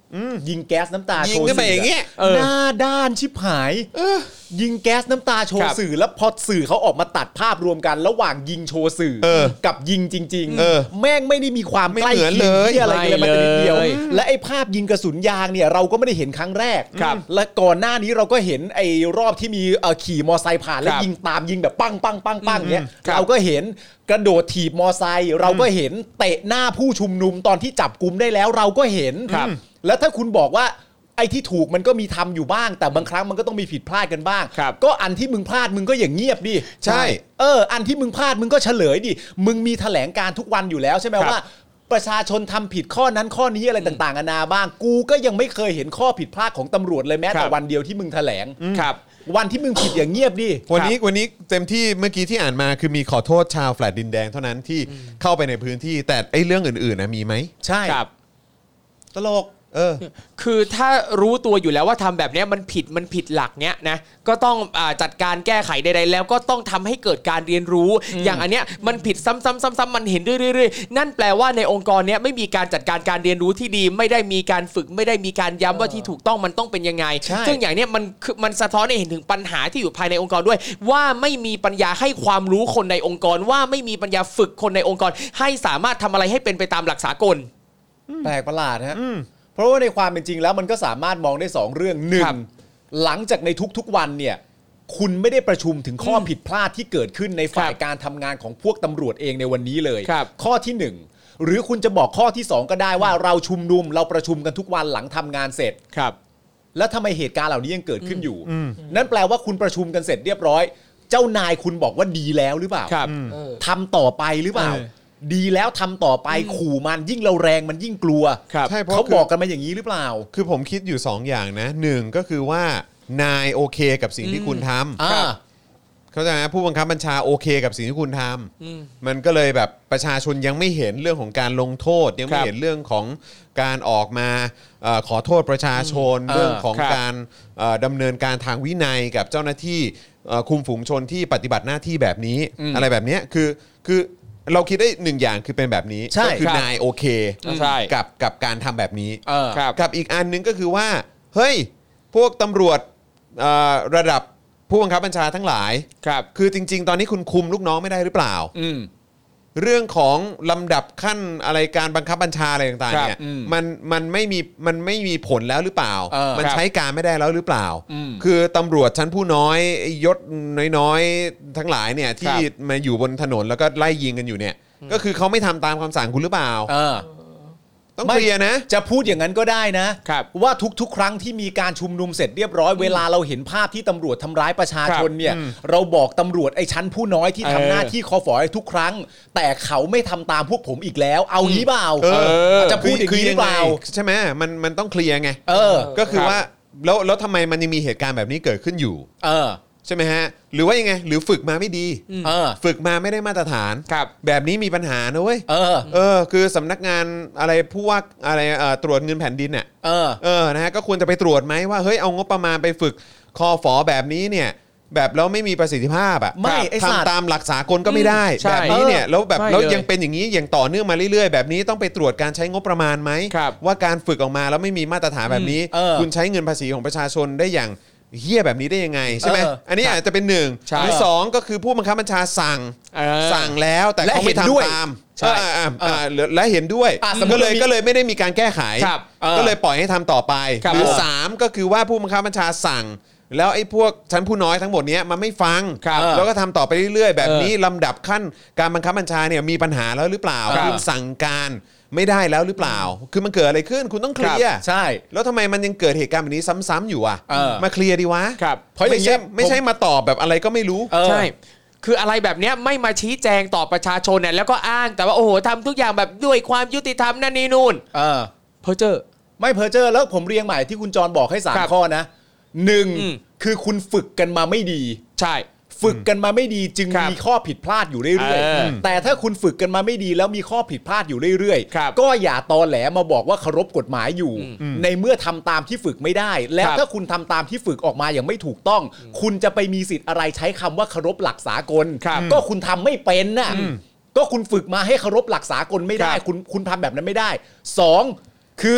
ยิงแก๊สน้ำตายิโชงว์ขึ้นไปสื่อย่างเงี้ยเออหน้าด้านชิบหายยิงแก๊สน้ำตาโชครัว์บสื่อแล้วพอสื่อเขาออกมาตัดภาพรวมกันระหว่างยิงโชว์สื่อเออกับยิงจริงเออแม่งไม่ได้มีความไม่ใกล้เหมือนเคียงเลยที่อะไรกันเลยมันนิดเดียวไม่เลยและไอ้ภาพยิงกระสุนยางเนี่ยเราก็ไม่ได้เห็นครั้งแรกครับและก่อนหน้านี้เราก็เห็นไอ้รอบที่มีเอ่อขี่มอไซค์ผ่านแล้วครับยิงตามยิงแบบปังปังปังปังเนี้ยครับเราก็เห็นกระโดดถีบมอไซค์เราก็เห็นเตะหน้าผู้ชุมนุมตอนที่จับกุมได้แล้วเราก็เห็นครับแล้วถ้าคุณบอกว่าไอ้ที่ถูกมันก็มีทำอยู่บ้าง แต่บางครั้งมันก็ต้องมีผิดพลาดกันบ้างครับก็อันที่มึงพลาดมึงก็อย่างเงียบดิใช่เอออันที่มึงพลาดมึงก็เฉลยดิมึงมีแถลงการทุกวันอยู่แล้วใช่ไหมครับว่า ประชาชนทำผิดข้อนั้นข้อนี้อะไรต่างๆนานาบ้างกูก็ยังไม่เคยเห็นข้อผิดพลาดของตำรวจเลยแม้แต่วันเดียวที่มึงแถลงครับวันที่มึงผิดอย่างเงียบดิวันนี้วันนี้เต็มที่เมื่อกี้ที่อ่านมาคือมีขอโทษชาวแฟลตดินแดงเท่านั้นที่เข้าไปในพื้นที่แต่ไอ้เรื่องอื่นๆนะมีไหมใช่ครับตลกเออคือถ้ารู้ตัวอยู่แล้วว่าทำแบบเนี้ยมันผิดมันผิดหลักเนี้ยนะก็ต้องอาจัดการแก้ไขใดๆแล้วก็ต้องทำให้เกิดการเรียนรู้ อย่างอันเนี้ยมันผิดซ้ำๆๆๆมันเห็นเรื่อยๆนั่นแปลว่าในองค์กรเนี้ยไม่มีการจัดการการเรียนรู้ที่ดี ไม่ได้มีการฝึกไม่ได้มีการย้ำว่าที่ถูกต้องมันต้องเป็นยังไงใช่ซึ่งอย่างเนี้ยมันคือมันสะท้อนให้เห็นถึงปัญหาที่อยู่ภายในองค์กรด้วย ว่าไม่มีปัญญาให้ความรู้คนในองค์กรว่าไม่มีปัญญาฝึกคนในองค์กร ให้สามารถทำอะไรให้เป็นไปตามหลักสากลแปลกประหลาดฮะเพราะว่าในความเป็นจริงแล้วมันก็สามารถมองได้สองเรื่องหนึ่งครับหลังจากในทุกๆวันเนี่ยคุณไม่ได้ประชุมถึงข้อผิดพลาดที่เกิดขึ้นในฝ่ายครับการทำงานของพวกตำรวจเองในวันนี้เลยครับข้อที่หนึ่งหรือคุณจะบอกข้อที่สองก็ได้ว่าเราชุมนุมเราประชุมกันทุกวันหลังทำงานเสร็จครับแล้วทำไมเหตุการณ์เหล่านี้ยังเกิดขึ้นอยู่ นั่นแปลว่าคุณประชุมกันเสร็จเรียบร้อย เจ้านายคุณบอกว่าดีแล้วหรือเปล่าครับทำต่อไปหรือเปล่าเออดีแล้วทำต่อไปขู่มันยิ่งเราแรงมันยิ่งกลัวครับใช่เพราะเขาคือบอกกันมาอย่างนี้หรือเปล่าคือผมคิดอยู่สองอย่างนะหนึ่งก็คือว่านายโอเคกับสิ่งที่คุณทำอ่าเข้าใจไหมผู้บังคับบัญชาโอเคกับสิ่งที่คุณทำมันก็เลยแบบประชาชนยังไม่เห็นเรื่องของการลงโทษ ยังไม่ครับเห็นเรื่องของการออกมาเอ่อขอโทษประชาชนเออเรื่องของครับการเอ่อดำเนินการทางวินัยกับเจ้าหน้าที่เอ่อคุมฝูงชนที่ปฏิบัติหน้าที่แบบนี้ อะไรแบบเนี้ยคือคือเราคิดได้หนึ่งอย่างคือเป็นแบบนี้ใช่ก็คือครับนายโอเคใช่กับกับการทำแบบนี้เออครับกับอีกอันหนึงก็คือว่าเฮ้ยพวกตำรวจเอ่อระดับผู้บังคับบัญชาทั้งหลายครับคือจริง ๆ ตอนนี้คุณคุมลูกน้องไม่ได้หรือเปล่าอืมเรื่องของลำดับขั้นอะไรการบังคับบัญชาอะไรต่างๆเนี่ยครับอืมมันมันไม่มีมันไม่มีผลแล้วหรือเปล่าเออมันครับใช้การไม่ได้แล้วหรือเปล่าอืมคือตำรวจชั้นผู้น้อยยศน้อยๆทั้งหลายเนี่ยที่มาอยู่บนถนนแล้วก็ไล่ยิงกันอยู่เนี่ย ก็คือเขาไม่ทำตามคำสั่งคุณหรือเปล่าเออต้องไม่เคลียร์นะจะพูดอย่างนั้นก็ได้นะครับ ว่าทุกๆ ครั้งที่มีการชุมนุมเสร็จเรียบร้อยเวลาเราเห็นภาพที่ตำรวจทำร้ายประชาชนเนี่ยเราบอกตำรวจไอ้ชั้นผู้น้อยที่ทำหน้าที่คอฝอยทุกครั้ง แต่เขาไม่ทำตามพวกผมอีกแล้ว เอางี้เปล่าเออจะพูดอย่างนี้หรือเปล่าใช่ไหมมันมันต้องเคลียร์ไงเออก็คือครับว่าแล้วแล้วทำไมมันยังมีเหตุการณ์แบบนี้เกิดขึ้นอยู่เออใช่ไหมฮะหรือว่ายังไงหรือฝึกมาไม่ดีเออฝึกมาไม่ได้มาตรฐานครับแบบนี้มีปัญหานะเว้ยเออเออคือสำนักงานอะไรผู้ว่าอะไรเอ่อตรวจเงินแผ่นดินเนี่ยเออเออนะฮะก็ควรจะไปตรวจไหมว่าเฮ้ยเอางบประมาณไปฝึกคอฝอแบบนี้เนี่ยแบบแล้วไม่มีประสิทธิภาพอ่ะไม่ไอ้สัตว์ทำตามหลักสากลก็ไม่ได้ใช่แบบนี้เนี่ยแล้วแบบไม่แล้วเลยยังเป็นอย่างนี้อย่างต่อเนื่องมาเรื่อยๆ แบบนี้ต้องไปตรวจการใช้งบประมาณไหมครับว่าการฝึกออกมาแล้วไม่มีมาตรฐานแบบนี้เออคุณใช้เงินภาษีของประชาชนได้อย่างเฮี้ยแบบนี้ได้ยังไงใช่ไหมเอออันนี้อาจจะเป็นหนึ่งใช่หรือสองก็คือผู้บังคับบัญชาสั่งเออสั่งแล้วแต่และเขาไม่เห็นด้วยทำตามใช่อ่าอ่าอ่าและเห็นด้วยอ่ะสมมุติก็เลยว่ามีก็เลยไม่ได้มีการแก้ไขครับเออก็เลยปล่อยให้ทำต่อไปครับหรือผมสามก็คือว่าผู้บังคับบัญชาสั่ง แล้วไอ้พวกชั้นผู้น้อยทั้งหมดเนี้ยมันไม่ฟังครับแล้วก็ทำต่อไปเรื่อยๆ แบบนี้ลำดับขั้นการบังคับบัญชาเนี่ยมีปัญหาแล้วหรือเปล่าครับคุณสั่งการไม่ได้แล้วหรือเปล่า คือมันเกิดอะไรขึ้นคุณต้องเคลียร์ใช่แล้วทำไมมันยังเกิดเหตุการณ์แบบนี้ซ้ำๆอยู่อ่ะเออมาเคลียร์ดีวะครับเพราะอย่างไม่เงี้ใช่ยไม่ใช่มาตอบแบบอะไรก็ไม่รู้เออใช่ คืออะไรแบบเนี้ยไม่มาชี้แจงต่อประชาชนเนี่ยแล้วก็อ้างแต่ว่าโอ้โหทำทุกอย่างแบบด้วยความยุติธรรมนั่นนี่นู่นเออเพอเจอไม่เพอเจอแล้วผมเรียงใหม่ที่คุณจรบอกให้สามครับข้อนะหนึ่งอืมคือคุณฝึกกันมาไม่ดีใช่ฝึกกันมาไม่ดีจึงครับมีข้อผิดพลาดอยู่เรื่อยเออๆแต่ถ้าคุณฝึกกันมาไม่ดีแล้วมีข้อผิดพลาดอยู่เรื่อยครับก็อย่าตอแหลมาบอกว่าเคารพกฎหมายอยู่ ในเมื่อทำตามที่ฝึกไม่ได้ แล้วครับถ้าคุณทำตามที่ฝึกออกมาอย่างไม่ถูกต้อง คุณจะไปมีสิทธิ์อะไรใช้คำว่าเคารพหลักสากลครับก็คุณทำไม่เป็นน่ะก็คุณฝึกมาให้เคารพหลักสากลไม่ได้ครับคุณคุณทำแบบนั้นไม่ได้สองคือ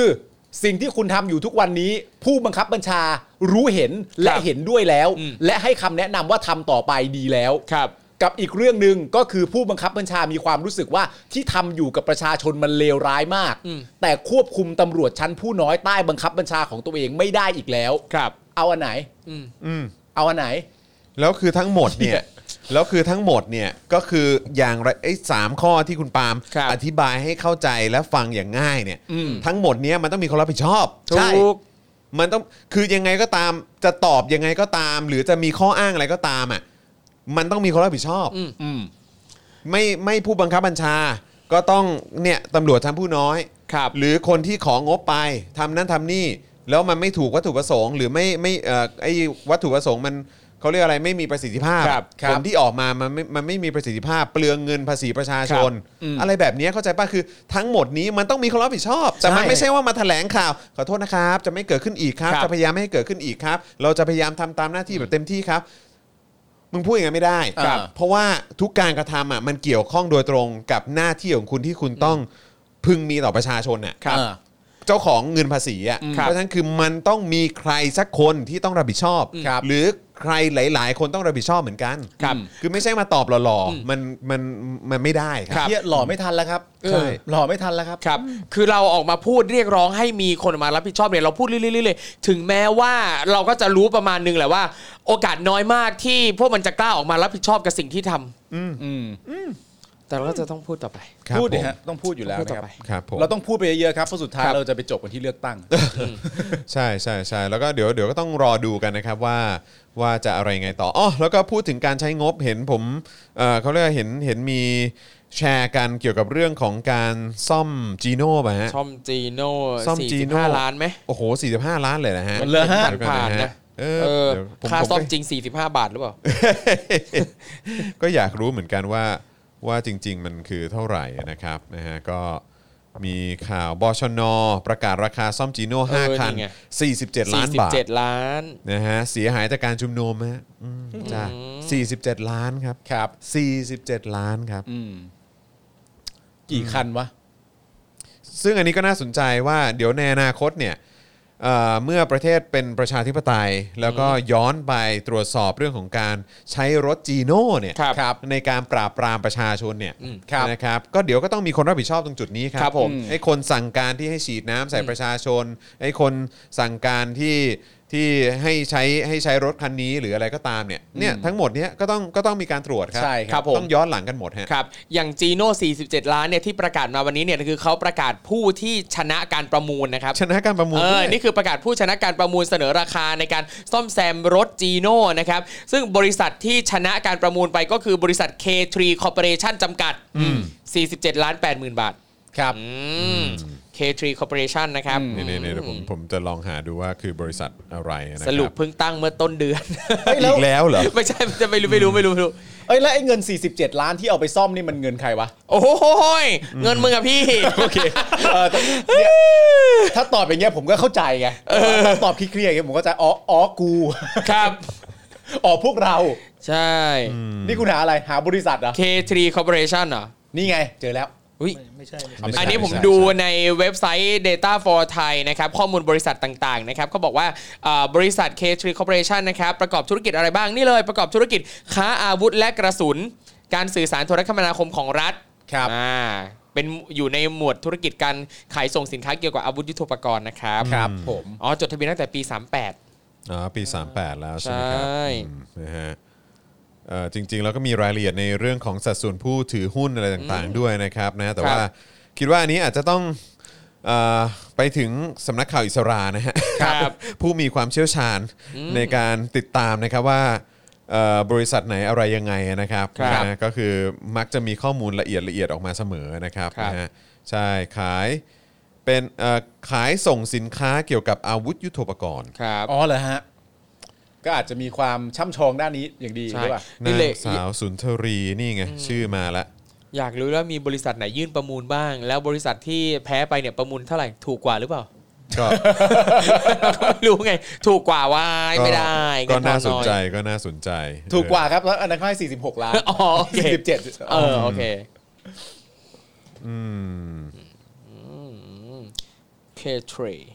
สิ่งที่คุณทำอยู่ทุกวันนี้ผู้บังคับบัญชารู้เห็นและเห็นด้วยแล้วและให้คำแนะนำว่าทำต่อไปดีแล้วกับอีกเรื่องนึงก็คือผู้บังคับบัญชามีความรู้สึกว่าที่ทำอยู่กับประชาชนมันเลวร้ายมากแต่ควบคุมตำรวจชั้นผู้น้อยใต้บังคับบัญชาของตัวเองไม่ได้อีกแล้วเอาอันไหนเอาอันไหนแล้วคือทั้งหมดเนี่ยแล้วคือทั้งหมดเนี่ยก็คืออย่างไอ้สามข้อที่คุณปาล์มอธิบายให้เข้าใจและฟังอย่างง่ายเนี่ยทั้งหมดเนี้ยมันต้องมีคนรับผิดชอบใช่มันต้องคือยังไงก็ตามจะตอบยังไงก็ตามหรือจะมีข้ออ้างอะไรก็ตามอ่ะมันต้องมีคนรับผิดชอบไม่ไม่ผู้บังคับบัญชาก็ต้องเนี่ยตำรวจชั้นผู้น้อยหรือคนที่ของงบไปทำนั่นทำนี่แล้วมันไม่ถูกวัตถุประสงค์หรือไม่ไม่เอ่อไอ้วัตถุประสงค์มันเขาเรียกอะไรไม่มีประสิทธิภาพผลที่ออกมามันไม่มันไม่มีประสิทธิภาพเปลืองเงินภาษีประชาชนอะไรแบบนี้เข้าใจป่ะคือทั้งหมดนี้มันต้องมีคนรับผิดชอบแต่มันไม่ใช่ว่ามาแถลงข่าวขอโทษนะครับจะไม่เกิดขึ้นอีกครับจะพยายามไม่ให้เกิดขึ้นอีกครับเราจะพยายามทำตามหน้าที่แบบเต็มที่ครับมึงพูดอย่างนั้นไม่ได้เพราะว่าทุกการกระทำอ่ะมันเกี่ยวข้องโดยตรงกับหน้าที่ของคุณที่คุณต้องพึงมีต่อประชาชนน่ะเจ้าของเงินภาษีอ่ะเพราะฉะนั้นคือมันต้องมีใครสักคนที่ต้องรับผิดชอบหรือใครหลายๆคนต้องรับผิดชอบเหมือนกันคือไม่ใช่มาตอบหล่อๆมันมันมันไม่ได้ครับเหี้ยหล่อไม่ทันแล้วครับใช่หล่อไม่ทันแล้วครับครับคือเราออกมาพูดเรียกร้องให้มีคนมารับผิดชอบเนี่ยเราพูดเรื่อยๆถึงแม้ว่าเราก็จะรู้ประมาณนึงแหละว่าโอกาสน้อยมากที่พวกมันจะกล้าออกมารับผิดชอบกับสิ่งที่ทำอืมอืมแต่เราก็จะต้องพูดต่อไปพูดดิฮะต้องพูดอยู่แล้วนะครับเราต้องพูดไปเยอะๆครับเพราะสุดท้ายเราจะไปจบกันที่เลือกตั้งใช่ใช่ใช่แล้วก็เดี๋ยวเดี๋ยวก็ต้องรอดูกันนะครับว่าว่าจะอะไรไงต่ออ๋อแล้วก็พูดถึงการใช้งบเห็นผมเอ่อเขาเรียกเห็นเห็นมีแชร์กันเกี่ยวกับเรื่องของการซ่อมจีโน่ป่ะฮะซ่อมจีโน่สี่สิบห้าล้านไหมโอ้โหสี่สิบห้าล้านเลยนะฮะมันเลยฮะผ่านนะเออค่าซ่อมจริงสี่สิบห้าบาทหรือเปล่าก็อยากรู้เหมือนกันว่าว่าจริงๆมันคือเท่าไหร่นะครับนะฮะก็มีข่าวบชน.ประกาศราคาซ่อมจีโน่ห้าคันสี่สิบเจ็ดล้านบาทสี่สิบเจ็ดล้านนะฮะเสียหายจากการชุมนุมฮะจ้าสี่สิบเจ็ดล้านครับครับสี่สิบเจ็ดล้านครับกี่คันวะซึ่งอันนี้ก็น่าสนใจว่าเดี๋ยวในอนาคตเนี่ยเอ่อเมื่อประเทศเป็นประชาธิปไตยแล้วก็ย้อนไปตรวจสอบเรื่องของการใช้รถจีโน่เนี่ยในการปราบปรามประชาชนเนี่ยนะครับก็เดี๋ยวก็ต้องมีคนรับผิดชอบตรงจุดนี้ครับไอ้คนสั่งการที่ให้ฉีดน้ำใส่ประชาชนไอ้คนสั่งการที่ที่ให้ใช้ให้ใช้รถคันนี้หรืออะไรก็ตามเนี่ยเนี่ยทั้งหมดเนี้ยก็ต้องก็ต้องมีการตรวจครับครับต้องย้อนหลังกันหมดฮะครับอย่างจีโน่สี่สิบเจ็ดล้านเนี่ยที่ประกาศมาวันนี้เนี่ยคือเขาประกาศผู้ที่ชนะการประมูลนะครับชนะการประมูลเออนี่คือประกาศผู้ชนะการประมูลเสนอราคาในการซ่อมแซมรถจีโน่นะครับซึ่งบริษัทที่ชนะการประมูลไปก็คือบริษัท เค ทรี Corporation จำกัดสี่สิบเจ็ดล้านแปดหมื่นบาทครับเค ทรี Corporation นะครับนี่ๆๆผมผมจะลองหาดูว่าคือบริษัทอะไรนะครับสรุปเพิ่งตั้งเมื่อต้นเดือนอีกแล้วเหรอไม่ใช่จะไม่รู้ไม่รู้ไม่รู้ไม่รู้เอ้ยแล้วไอ้เงินสี่สิบเจ็ดล้านที่เอาไปซ่อมนี่มันเงินใครวะโอ้โหเงินมึงอะพี่โอเคเออถ้าตอบอย่างเงี้ยผมก็เข้าใจไงตอบเคลียร์ๆอย่างเงี้ยผมก็จะอ๋ออ๋อกูครับอ๋อพวกเราใช่นี่คุณหาอะไรหาบริษัทเหรอเค ทรี Corporation เหรอนี่ไงเจอแล้วไม่ใช่อันนี้ผมดูในเว็บไซต์ Data for Thai นะครับข้อมูลบริษัทต่างๆนะครับเขาบอกว่าบริษัท เค ทรี Corporation นะครับประกอบธุรกิจอะไรบ้างนี่เลยประกอบธุรกิจค้าอาวุธและกระสุนการสื่อสารโทรคมนาคมของรัฐครับอ่าเป็นอยู่ในหมวดธุรกิจการขายส่งสินค้าเกี่ยวกับอาวุธยุทโธปกรณ์นะครับครับผมอ๋อจดทะเบียนตั้งแต่ปีสามแปดอ๋อปีสามแปดแล้วใช่ไหมครับนะฮะจริงๆแล้วก็มีรายละเอียดในเรื่องของสัดส่วนผู้ถือหุ้นอะไรต่างๆด้วยนะครับนะแต่ว่าคิดว่าอันนี้อาจจะต้องไปถึงสำนักข่าวอิสรานะฮะผู้มีความเชี่ยวชาญในการติดตามนะครับว่าบริษัทไหนอะไรยังไงนะครับนะก็คือมักจะมีข้อมูลละเอียดละเอียดออกมาเสมอนะครับนะฮะใช่ขายเป็นขายส่งสินค้าเกี่ยวกับอาวุธยุทโธปกรณ์อ๋อเหรอฮะก็อาจจะมีความช่ำชองด้านนี้อย่างดีใช่ป่ะนางสาวสุนทรีนี่ไงชื่อมาละอยากรู้แล้วมีบริษัทไหนยื่นประมูลบ้างแล้วบริษัทที่แพ้ไปเนี่ยประมูลเท่าไหร่ถูกกว่าหรือเปล่าก็ไม่รู้ไงถูกกว่าว่าไม่ได้ก็น่าสนใจก็น่าสนใจถูกกว่าครับแล้วอันนั้นเขาให้สี่สิบหกล้านอ๋อโอเคสี่สิบเจ็ดเออโอเคอืมเค ทรี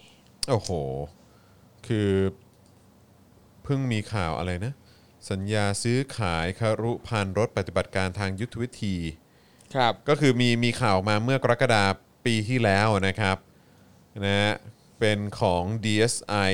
โอ้โหคือเพิ่งมีข่าวอะไรนะสัญญาซื้อขายครุภัณฑ์รถปฏิบัติการทางยุทธวิธีครับก็คือมีมีข่าวมาเมื่อกรกฎาคมปีที่แล้วนะครับนะเป็นของ ดี เอส ไอ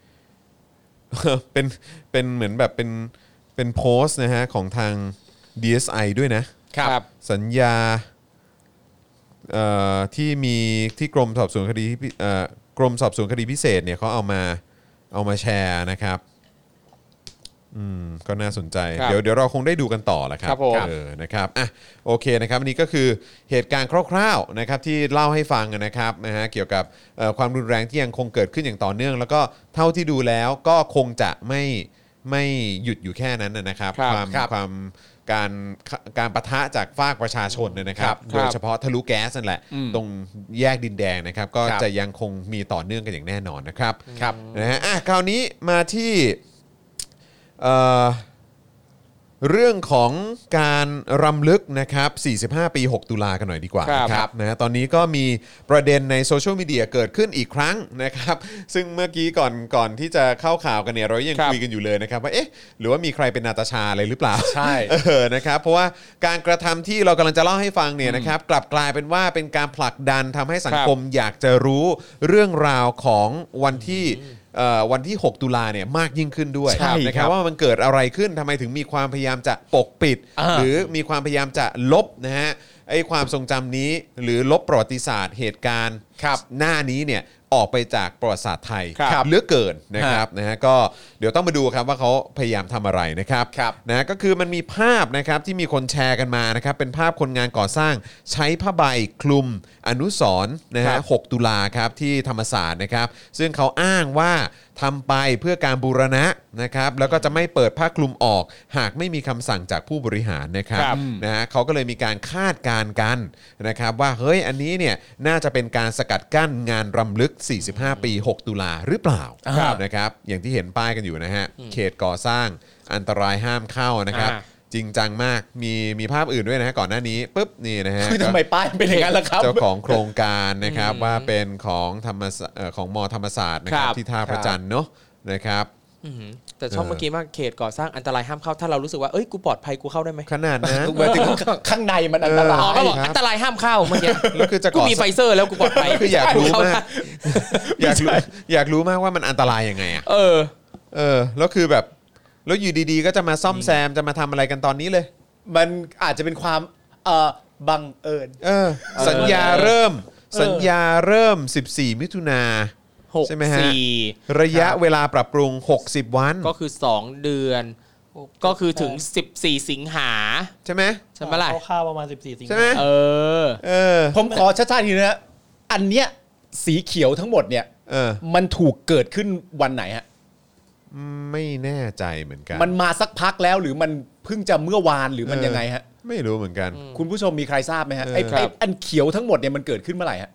เป็นเป็นเหมือนแบบเป็นเป็นโพสต์นะฮะของทาง ดี เอส ไอ ด้วยนะครับสัญญาเอ่อที่มีที่กรมสอบสวนคดีเอ่อกรมสอบสวนคดีพิเศษเนี่ยเขาเอามาเอามาแชร์นะครับอืมก็น่าสนใจเดี๋ยวเดี๋ยวเราคงได้ดูกันต่อแหละครับเออนะครับอ่ะโอเคนะครับอันนี้ก็คือเหตุการณ์คร่าวๆนะครับที่เล่าให้ฟังนะครับนะฮะเกี่ยวกับความรุนแรงที่ยังคงเกิดขึ้นอย่างต่อเนื่องแล้วก็เท่าที่ดูแล้วก็คงจะไม่ไม่หยุดอยู่แค่นั้นนะครับความความการการปะทะจากฝากประชาชนนะครับโดยเฉพาะทะลุแก๊สนั่นแหละตรงแยกดินแดงนะครับก็จะยังคงมีต่อเนื่องกันอย่างแน่นอนนะครับนะฮะอ่ะคราวนี้มาที่เอ่อเรื่องของการรำลึกนะครับสี่สิบห้าปีหกตุลากันหน่อยดีกว่าครับนะตอนนี้ก็มีประเด็นในโซเชียลมีเดียเกิดขึ้นอีกครั้งนะครับซึ่งเมื่อกี้ก่อนก่อนที่จะเข้าข่าวกันเนี่ยเรายังคุยกันอยู่เลยนะครับว่าเอ๊ะหรือว่ามีใครเป็นนาตาชาอะไรหรือเปล่าใช่เออนะครับเพราะว่าการกระทำที่เรากำลังจะเล่าให้ฟังเนี่ยนะครับกลับกลายเป็นว่าเป็นการผลักดันทำให้สังคมอยากจะรู้เรื่องราวของวันที่วันที่หกตุลาเนี่ยมากยิ่งขึ้นด้วยนะครับว่ามันเกิดอะไรขึ้นทำไมถึงมีความพยายามจะปกปิดหรือมีความพยายามจะลบนะฮะไอ้ความทรงจำนี้หรือลบประวัติศาสตร์เหตุการณ์หน้านี้เนี่ยออกไปจากประวัติศาสตร์ไทยเหลือเกินนะครับนะฮะก็เดี๋ยวต้องมาดูครับว่าเขาพยายามทำอะไรนะครับนะก็คือมันมีภาพนะครับที่มีคนแชร์กันมานะครับเป็นภาพคนงานก่อสร้างใช้ผ้าใบคลุมอนุสรณ์นะฮะหกตุลาครับที่ธรรมศาสตร์นะครับซึ่งเขาอ้างว่าทำไปเพื่อการบูรณะนะครับแล้วก็จะไม่เปิดผ้าคลุมออกหากไม่มีคำสั่งจากผู้บริหารนะครับนะฮะเขาก็เลยมีการคาดการณ์กันนะครับว่าเฮ้ยอันนี้เนี่ยน่าจะเป็นการสกัดกั้นงานรำลึกสี่สิบห้าปีหกตุลาหรือเปล่านะครับอย่างที่เห็นป้ายกันอยู่นะฮะเขตก่อสร้างอันตรายห้ามเข้านะครับจริงจังมากมีมีภาพอื่นด้วยนะฮะก่อนหน้านี้ปุ๊บนี่นะฮะทำไมป้ายเป็นอย่างนั้นล่ะครับเจ้าของโครงการนะครับว่าเป็นของธรรมของม.ธรรมศาสตร์นะครับที่ท่าพระจันทร์เนาะนะครับแต่ชอบเมื่อกี้มากเขตก่อสร้างอันตรายห้ามเข้าถ้าเรารู้สึกว่าเอ้ยกูปลอดภัยกูเข้าได้ไหมขนาดนั้นหมายถึงข้างในมันอันตรายอ๋อก็บอกอันตรายห้ามเข้าเมื่อกี้แล้วคือจะกูมีไฟเซอร์แล้วกูปลอดภัยคืออยากรู้มากอยากรู้อยากรู้มากว่ามันอันตรายยังไงอ่ะเออเออแล้วคือแบบแล้วอยู่ดีๆก็จะมาซ่อมแซมจะมาทำอะไรกันตอนนี้เลยมันอาจจะเป็นความเอ่อบังเอิญเออสัญญาเริ่มสัญญาเริ่มสิบสี่มิถุนาใช่ไหมฮะระยะเวลาปรับปรุงหกสิบวันก็คือสองเดือนก็คือถึงสิบสี่สิงหาใช่ไหมใช่ไหมล่ะคร่าวๆประมาณสิบสี่สิงหาใช่ไหมเออเออผมขอชัดๆทีนะอันเนี้ยสีเขียวทั้งหมดเนี่ยเออมันถูกเกิดขึ้นวันไหนฮะไม่แน่ใจเหมือนกันมันมาสักพักแล้วหรือมันเพิ่งจะเมื่อวานหรือมันยังไงฮะไม่รู้เหมือนกันคุณผู้ชมมีใครทราบไหมฮะไอ้ไอ้อันเขียวทั้งหมดเนี่ยมันเกิดขึ้นเมื่อไหร่ฮะ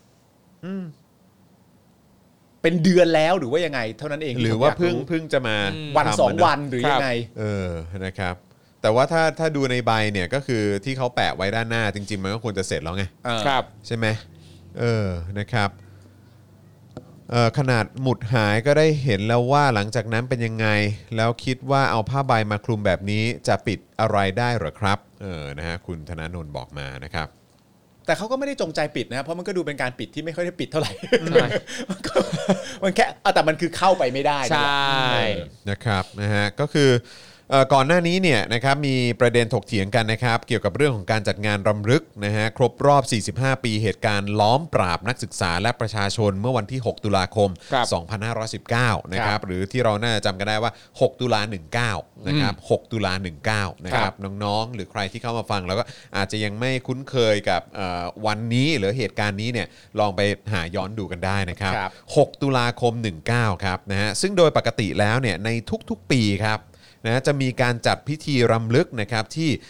เป็นเดือนแล้วหรือว่ายังไงเท่านั้นเองหรือว่าเพิ่งเพิ่งจะมาวันสองวันหรือยังไงเออนะครับแต่ว่าถ้าถ้าดูในใบเนี่ยก็คือที่เขาแปะไว้ด้านหน้าจริงๆมันก็ควรจะเสร็จแล้วไงครับใช่ไหมเออนะครับขนาดหมุดหายก็ได้เห็นแล้วว่าหลังจากนั้นเป็นยังไงแล้วคิดว่าเอาผ้าใบมาคลุมแบบนี้จะปิดอะไรได้หรอครับเออนะฮะคุณธนาโนนบอกมานะครับแต่เขาก็ไม่ได้จงใจปิดนะเพราะมันก็ดูเป็นการปิดที่ไม่ค่อยได้ปิดเท่าไหร่มันแค่แต่มันคือเข้าไปไม่ได้ใช่นะครับนะฮะก็คือก่อนหน้านี้เนี่ยนะครับมีประเด็นถกเถียงกันนะครับเกี่ยวกับเรื่องของการจัดงานรำลึกนะฮะครบรอบสี่สิบห้าปีเหตุการณ์ล้อมปราบนักศึกษาและประชาชนเมื่อวันที่หกตุลาคมสองพันห้าร้อยสิบเก้านะครับหรือที่เราน่าจะจำกันได้ว่าหกตุลาสิบเก้านะครับหกตุลาสิบเก้านะครับน้องๆหรือใครที่เข้ามาฟังแล้วก็อาจจะยังไม่คุ้นเคยกับวันนี้หรือเหตุการณ์นี้เนี่ยลองไปหาย้อนดูกันได้นะครับหกตุลาคมสิบเก้าครับนะฮะซึ่งโดยปกติแล้วเนี่ยในทุกๆปีครับนะจะมีการจัดพิธีรำลึกนะครับที่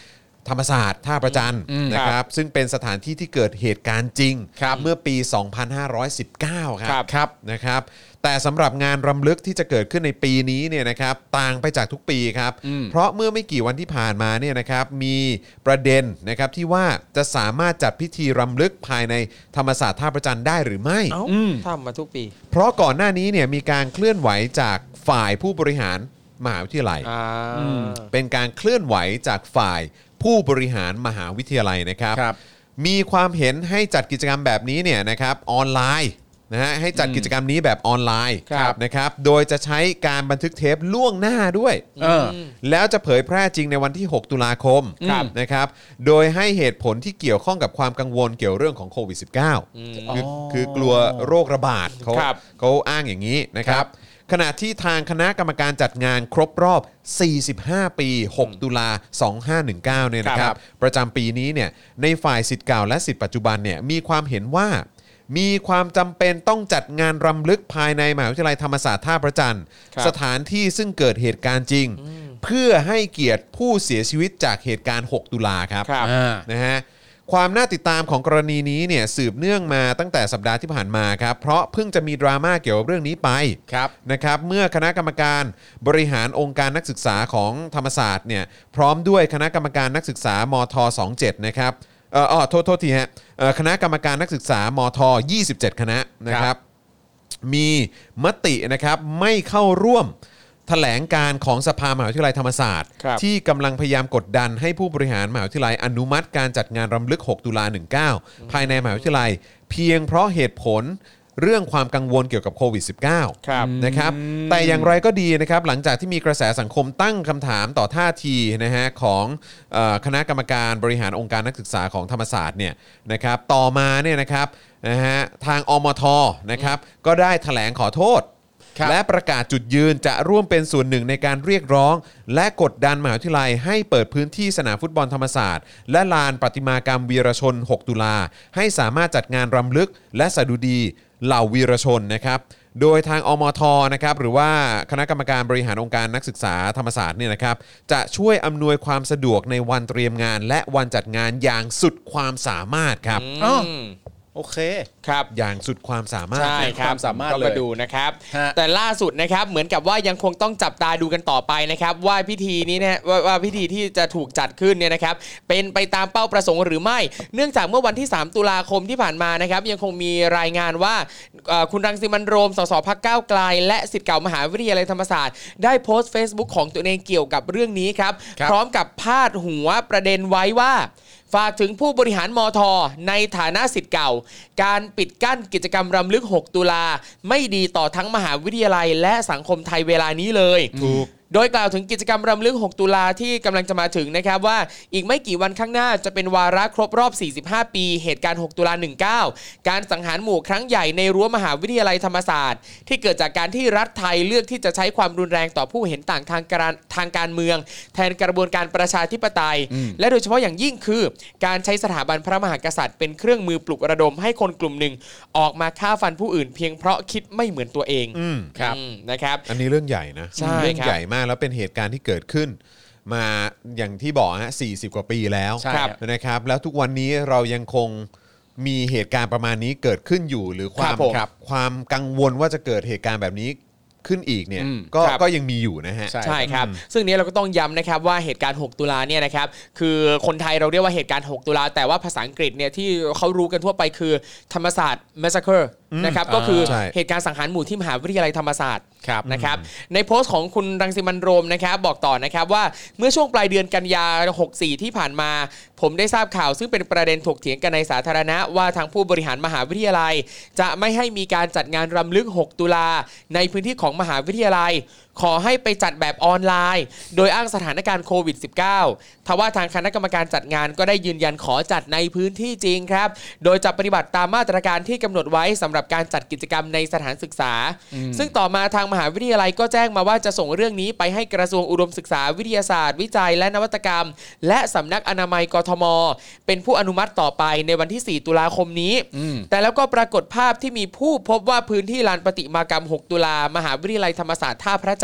ธรรมศาสตร์ท่าประจันนะครับซึ่งเป็นสถานที่ที่เกิดเหตุการณ์จริงเมื่อปี สองพันห้าร้อยสิบเก้า ครับครับนะครับแต่สำหรับงานรำลึกที่จะเกิดขึ้นในปีนี้เนี่ยนะครับต่างไปจากทุกปีครับเพราะเมื่อไม่กี่วันที่ผ่านมาเนี่ยนะครับมีประเด็นนะครับที่ว่าจะสามารถจัดพิธีรำลึกภายในธรรมศาสตร์ท่าประจันได้หรือไม่ทำมาทุกปีเพราะก่อนหน้านี้เนี่ยมีการเคลื่อนไหวจากฝ่ายผู้บริหารมหาวิทยาลัยเป็นการเคลื่อนไหวจากฝ่ายผู้บริหารมหาวิทยาลัยนะครับมีความเห็นให้จัดกิจกรรมแบบนี้เนี่ยนะครับออนไลน์นะฮะให้จัดกิจกรรมนี้แบบออนไลน์นะครับโดยจะใช้การบันทึกเทปล่วงหน้าด้วยแล้วจะเผยแพร่จริงในวันที่หกตุลาคมนะครับโดยให้เหตุผลที่เกี่ยวข้องกับความกังวลเกี่ยวเรื่องของโควิด สิบเก้า คือคือกลัวโรคระบาดเขาเขาอ้างอย่างนี้นะครับขณะที่ทางคณะกรรมการจัดงานครบรอบสี่สิบห้าปีหกตุลาสองพันห้าร้อยสิบเก้าเนี่ยนะครับประจำปีนี้เนี่ยในฝ่ายศิษย์เก่าและศิษย์ปัจจุบันเนี่ยมีความเห็นว่ามีความจำเป็นต้องจัดงานรำลึกภายในมหาวิทยาลัยธรรมศาสตร์ท่าพระจันทร์สถานที่ซึ่งเกิดเหตุการณ์จริงเพื่อให้เกียรติผู้เสียชีวิตจากเหตุการณ์หกตุลาครับนะฮะความน่าติดตามของกรณีนี้เนี่ยสืบเนื่องมาตั้งแต่สัปดาห์ที่ผ่านมาครับเพราะเพิ่งจะมีดราม่าเกี่ยวกับเรื่องนี้ไปนะครับเมื่อคณะกรรมการบริหารองค์การนักศึกษาของธรรมศาสตร์เนี่ยพร้อมด้วยคณะกรรมการนักศึกษามทยี่สิบเจ็ดนะครับเอ่อโทษโทษทีฮะคณะกรรมการนักศึกษามทยี่สิบเจ็ดคณะนะครับมีมตินะครับไม่เข้าร่วมแถลงการของสภามหาวิทยาลัยธรรมศาสตร์ที่กำลังพยายามกดดันให้ผู้บริหารมหาวิทยาลัยอนุมัติการจัดงานรำลึกหกตุลาสิบเก้าภายในมหาวิทยาลัยเพียงเพราะเหตุผลเรื่องความกังวลเกี่ยวกับโควิด สิบเก้า นะครับแต่อย่างไรก็ดีนะครับหลังจากที่มีกระแสสังคมตั้งคำถามต่อท่าทีนะฮะของเอ่อคณะกรรมการบริหารองค์การนักศึกษาของธรรมศาสตร์เนี่ยนะครับต่อมาเนี่ยนะครับนะฮะทางอมทนะครับก็ได้แถลงขอโทษและประกาศจุดยืนจะร่วมเป็นส่วนหนึ่งในการเรียกร้องและกดดันมหาวิทยาลัยให้เปิดพื้นที่สนามฟุตบอลธรรมศาสตร์และลานประติมากรรมวีรชนหกตุลาให้สามารถจัดงานรำลึกและสดุดีเหล่าวีรชนนะครับโดยทางอมทนะครับหรือว่าคณะกรรมการบริหารองค์การนักศึกษาธรรมศาสตร์เนี่ยนะครับจะช่วยอำนวยความสะดวกในวันเตรียมงานและวันจัดงานอย่างสุดความสามารถครับโอเคครับอย่างสุดความสามารถใช่ครับสามารถก็มาดูนะครับแต่ล่าสุดนะครับเหมือนกับว่ายังคงต้องจับตาดูกันต่อไปนะครับว่าพิธีนี้เนี่ยว่าว่าพิธีที่จะถูกจัดขึ้นเนี่ยนะครับเป็นไปตามเป้าประสงค์หรือไม่เนื่องจากเมื่อวันที่สามตุลาคมที่ผ่านมานะครับยังคงมีรายงานว่าคุณรังสิมันต์โรมสสพรรคก้าวไกลและศิษย์เก่ามหาวิทยาลัยธรรมศาสตร์ได้โพสต์ Facebook ของตัวเองเกี่ยวกับเรื่องนี้ครับพร้อมกับพาดหัวประเด็นไว้ว่าฝากถึงผู้บริหารมท.ในฐานะศิษย์เก่าการปิดกั้นกิจกรรมรำลึกหกตุลาไม่ดีต่อทั้งมหาวิทยาลัยและสังคมไทยเวลานี้เลยถูกโดยกล่าวถึงกิจกรรมรำลึกหกตุลาที่กำลังจะมาถึงนะครับว่าอีกไม่กี่วันข้างหน้าจะเป็นวาระครบรอบสี่สิบห้าปีเหตุการณ์หกตุลาสิบเก้าการสังหารหมู่ครั้งใหญ่ในรั้วมหาวิทยาลัยธรรมศาสตร์ที่เกิดจากการที่รัฐไทยเลือกที่จะใช้ความรุนแรงต่อผู้เห็นต่างทางการทางการเมืองแทนกระบวนการประชาธิปไตยและโดยเฉพาะอย่างยิ่งคือการใช้สถาบันพระมหากษัตริย์เป็นเครื่องมือปลุกระดมให้คนกลุ่มหนึ่งออกมาฆ่าฟันผู้อื่นเพียงเพราะคิดไม่เหมือนตัวเองครับนะครับอันนี้เรื่องใหญ่นะเรื่องใหญ่มากแล้วเป็นเหตุการณ์ที่เกิดขึ้นมาอย่างที่บอกฮะสี่สิบกว่าปีแล้วนะครับแล้วทุกวันนี้เรายังคงมีเหตุการณ์ประมาณนี้เกิดขึ้นอยู่หรือความความกังวลว่าจะเกิดเหตุการณ์แบบนี้ขึ้นอีกเนี่ยก็ก็ยังมีอยู่นะฮะใช่ครับซึ่งนี้เราก็ต้องย้ำนะครับว่าเหตุการณ์หกตุลาเนี่ยนะครับคือคนไทยเราเรียกว่าเหตุการณ์หกตุลาแต่ว่าภาษาอังกฤษเนี่ยที่เขารู้กันทั่วไปคือธรรมศาสตร์ Massacre นะครับก็คือเหตุการณ์สังหารหมู่ที่มหาวิทยาลัยธรรมศาสตร์นะครับในโพสต์ของคุณรังสิมันต์โรมนะครับบอกต่อนะครับว่าเมื่อช่วงปลายเดือนกันยาหกสี่ที่ผ่านมาผมได้ทราบข่าวซึ่งเป็นประเด็นถกเถียงกันในสาธารณะว่าทางผู้บริหารมหาวิทยาลัยจะไม่ให้มีการจัดงานรำลึกหกตุลาในพื้นที่ของมหาวิทยาลัยขอให้ไปจัดแบบออนไลน์โดยอ้างสถานการณ์โควิด สิบเก้า ทว่าทางคณะกรรมการจัดงานก็ได้ยืนยันขอจัดในพื้นที่จริงครับโดยจะปฏิบัติตามมาตรการที่กำหนดไว้สำหรับการจัดกิจกรรมในสถานศึกษาซึ่งต่อมาทางมหาวิทยาลัยก็แจ้งมาว่าจะส่งเรื่องนี้ไปให้กระทรวงอุดมศึกษาวิทยาศาสตร์วิจัยและนวัตกรรมและสำนักอนามัยกทมเป็นผู้อนุมัติต่อไปในวันที่สี่ตุลาคมนี้แต่แล้วก็ปรากฏภาพที่มีผู้พบว่าพื้นที่ลานประติมากรรมหกตุลามหาวิทยาลัยธรรมศาสตร์ท่าพระ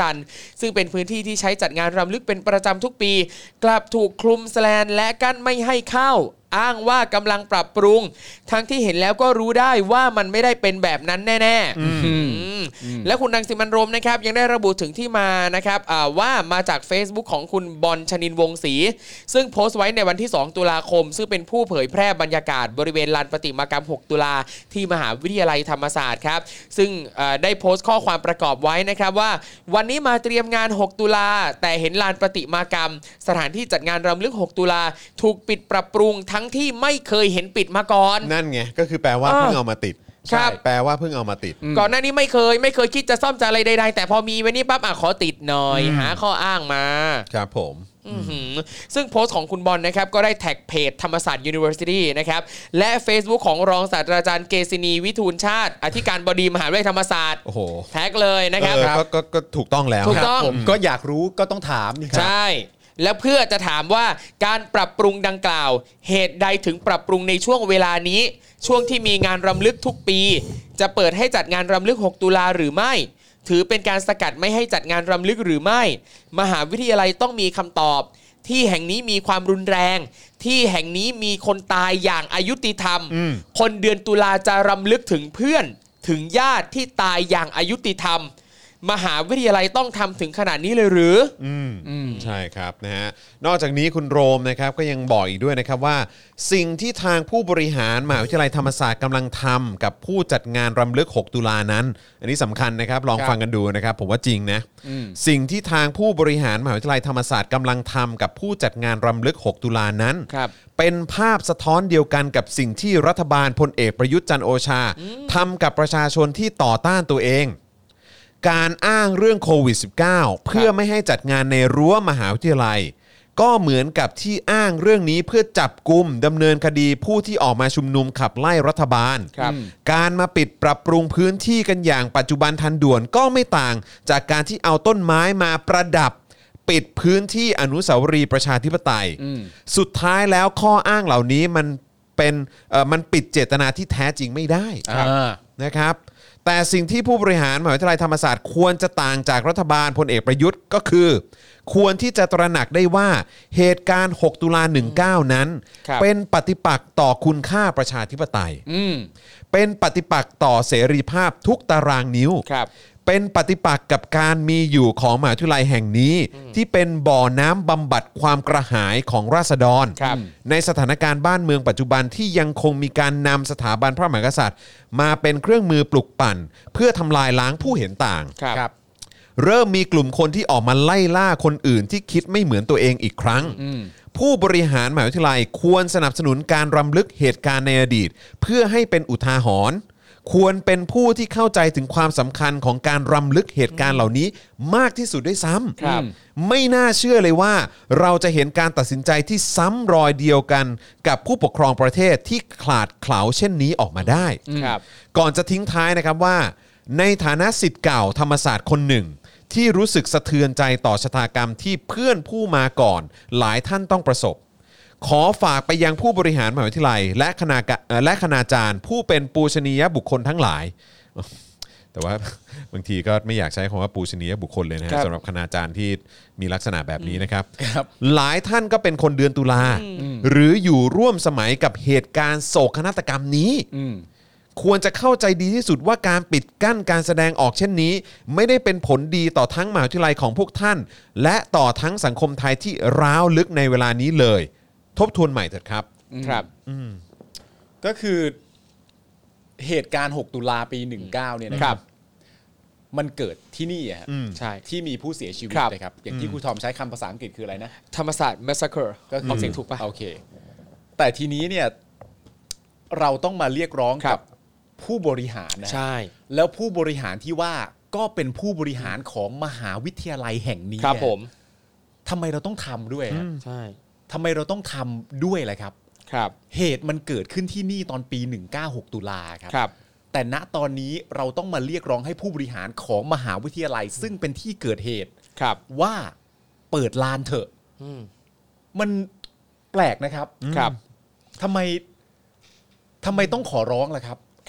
จันทร์ซึ่งเป็นพื้นที่ที่ใช้จัดงานรำลึกเป็นประจำทุกปีกลับถูกคลุมแสแลนและกั้นไม่ให้เข้าอ้างว่ากำลังปรับปรุงทั้งที่เห็นแล้วก็รู้ได้ว่ามันไม่ได้เป็นแบบนั้นแน่ๆและคุณรังสิมันต์โรมนะครับยังได้ระบุถึงที่มานะครับว่ามาจาก Facebook ของคุณบอลชนินทร์วงศ์ศรีซึ่งโพสต์ไว้ในวันที่สองตุลาคมซึ่งเป็นผู้เผยแพร่บรรยากาศบริเวณลานประติมากรรมหกตุลาที่มหาวิทยาลัยธรรมศาสตร์ครับซึ่งได้โพสต์ข้อความประกอบไว้นะครับว่าวันนี้มาเตรียมงานหกตุลาแต่เห็นลานประติมากรรมสถานที่จัดงานรำลึกหกตุลาถูกปิดปรับปรุงทั้งที่ไม่เคยเห็นปิดมาก่อนนั่นไงก็คือแปลว่าเพิ่งเอามาติดใช่แปลว่าเพิ่งเอามาติดก่อนหน้านี้ไม่เคยไม่เคยคิดจะซ่อมจะอะไรใดๆแต่พอมีวันนี้ปั๊บอ่ะขอติดหน่อยหาข้ออ้างมาครับผมซึ่งโพสต์ของคุณบอลนะครับก็ได้แท็กเพจธรรมศาสตร์ University นะครับและ Facebook ของรองศาสตราจารย์เกษินีวิทูลชาติอธิการบดีมหาวิทยาลัยธรรมศาสตร์แท็กเลยนะครับก็ถูกต้องแล้วถูกต้องผมก็อยากรู้ก็ต้องถามใช่แล้วเพื่อจะถามว่าการปรับปรุงดังกล่าวเหตุใดถึงปรับปรุงในช่วงเวลานี้ช่วงที่มีงานรำลึกทุกปีจะเปิดให้จัดงานรำลึกหกตุลาหรือไม่ถือเป็นการสกัดไม่ให้จัดงานรำลึกหรือไม่มหาวิทยาลัยต้องมีคำตอบที่แห่งนี้มีความรุนแรงที่แห่งนี้มีคนตายอย่างอายุติธรรมคนเดือนตุลาจะรำลึกถึงเพื่อนถึงญาติที่ตายอย่างอายุติธรรมมหาวิทยาลัยต้องทำถึงขนาดนี้เลยหรืออืมอืมใช่ครับนะฮะนอกจากนี้คุณโรมนะครับก็ยังบอกอีกด้วยนะครับว่าสิ่งที่ทางผู้บริหารมหาวิทยาลัยธรรมศาสตร์กำลังทำกับผู้จัดงานรำลึกหกตุลานั้นอันนี้สำคัญนะครับลองฟังกันดูนะครับผมว่าจริงนะสิ่งที่ทางผู้บริหารมหาวิทยาลัยธรรมศาสตร์กำลังทำกับผู้จัดงานรำลึกหกตุลานั้นเป็นภาพสะท้อนเดียวกันกับสิ่งที่รัฐบาลพลเอกประยุทธ์จันทร์โอชาทำกับประชาชนที่ต่อต้านตัวเองการอ้างเรื่องโควิด สิบเก้า เพื่อไม่ให้จัดงานในรั้วมหาวิทยาลัยก็เหมือนกับที่อ้างเรื่องนี้เพื่อจับกุมดำเนินคดีผู้ที่ออกมาชุมนุมขับไล่รัฐบาลการมาปิดปรับปรุงพื้นที่กันอย่างปัจจุบันทันด่วนก็ไม่ต่างจากการที่เอาต้นไม้มาประดับปิดพื้นที่อนุสาวรีย์ประชาธิปไตยสุดท้ายแล้วข้ออ้างเหล่านี้มันเป็นเอ่อมันปิดเจตนาที่แท้จริงไม่ได้นะครับแต่สิ่งที่ผู้บริหารมหาวิทยาลัยธรรมศาสตร์ควรจะต่างจากรัฐบาลพลเอกประยุทธ์ก็คือควรที่จะตระหนักได้ว่าเหตุการณ์หกตุลาสิบเก้านั้นเป็นปฏิปักษ์ต่อคุณค่าประชาธิปไตยเป็นปฏิปักษ์ต่อเสรีภาพทุกตารางนิ้วเป็นปฏิปักษ์กับการมีอยู่ของมหาวิทยาลัยแห่งนี้ที่เป็นบ่อน้ำบำบัดความกระหายของราษฎรในสถานการณ์บ้านเมืองปัจจุบันที่ยังคงมีการนำสถาบันพระมหากษัตริย์มาเป็นเครื่องมือปลุกปั่นเพื่อทำลายล้างผู้เห็นต่างเริ่มมีกลุ่มคนที่ออกมาไล่ล่าคนอื่นที่คิดไม่เหมือนตัวเองอีกครั้งผู้บริหารมหาวิทยาลัยควรสนับสนุนการรำลึกเหตุการณ์ในอดีตเพื่อให้เป็นอุทาหรณ์ควรเป็นผู้ที่เข้าใจถึงความสำคัญของการรำลึกเหตุการณ์เหล่านี้มากที่สุดด้วยซ้ำไม่น่าเชื่อเลยว่าเราจะเห็นการตัดสินใจที่ซ้ำรอยเดียวกันกับผู้ปกครองประเทศที่ขลาดเขลาเช่นนี้ออกมาได้ก่อนจะทิ้งท้ายนะครับว่าในฐานะศิษย์เก่าธรรมศาสตร์คนหนึ่งที่รู้สึกสะเทือนใจต่อชะตากรรมที่เพื่อนผู้มาก่อนหลายท่านต้องประสบขอฝากไปยังผู้บริหารมหาวิทยาลัยและคณะและคณาจารย์ผู้เป็นปูชนียบุคคลทั้งหลายแต่ว่าบางทีก็ไม่อยากใช้คำว่าปูชนียบุคคลเลยนะฮะสำหรับคณาจารย์ที่มีลักษณะแบบนี้นะครับหลายท่านก็เป็นคนเดือนตุลาหรืออยู่ร่วมสมัยกับเหตุการณ์โศกนาฏกรรมนี้ควรจะเข้าใจดีที่สุดว่าการปิดกั้นการแสดงออกเช่นนี้ไม่ได้เป็นผลดีต่อทั้งมหาวิทยาลัยของพวกท่านและต่อทั้งสังคมไทยที่ร้าวลึกในเวลานี้เลยทบทวนใหม่เถิดครับครับก็คือเหตุการณ์หกตุลาปีสิบเก้าเนี่ยนะครับมันเกิดที่นี่อ่ะใช่ที่มีผู้เสียชีวิตนะครับอย่างที่ครูทอมใช้คำภาษาอังกฤษคืออะไรนะธรรมศาสตร์ massacre ก็คือเสียงถูกป่ะโอเคแต่ทีนี้เนี่ยเราต้องมาเรียกร้องกับผู้บริหารนะใช่แล้วผู้บริหารที่ว่าก็เป็นผู้บริหารของมหาวิทยาลัยแห่งนี้ครับผมทำไมเราต้องทำด้วยใช่ทำไมเราต้องทำด้วยล่ะครับครับเหตุมันเกิดขึ้นที่นี่ตอนปีหนึ่งเก้าหกตุลาครับครับแต่ณตอนนี้เราต้องมาเรียกร้องให้ผู้บริหารของมหาวิทยาลัยซึ่งเป็นที่เกิดเหตุครับว่าเปิดลานเถอะมันแปลกนะครับครับทำไมทำไมต้องขอร้องล่ะครับครับ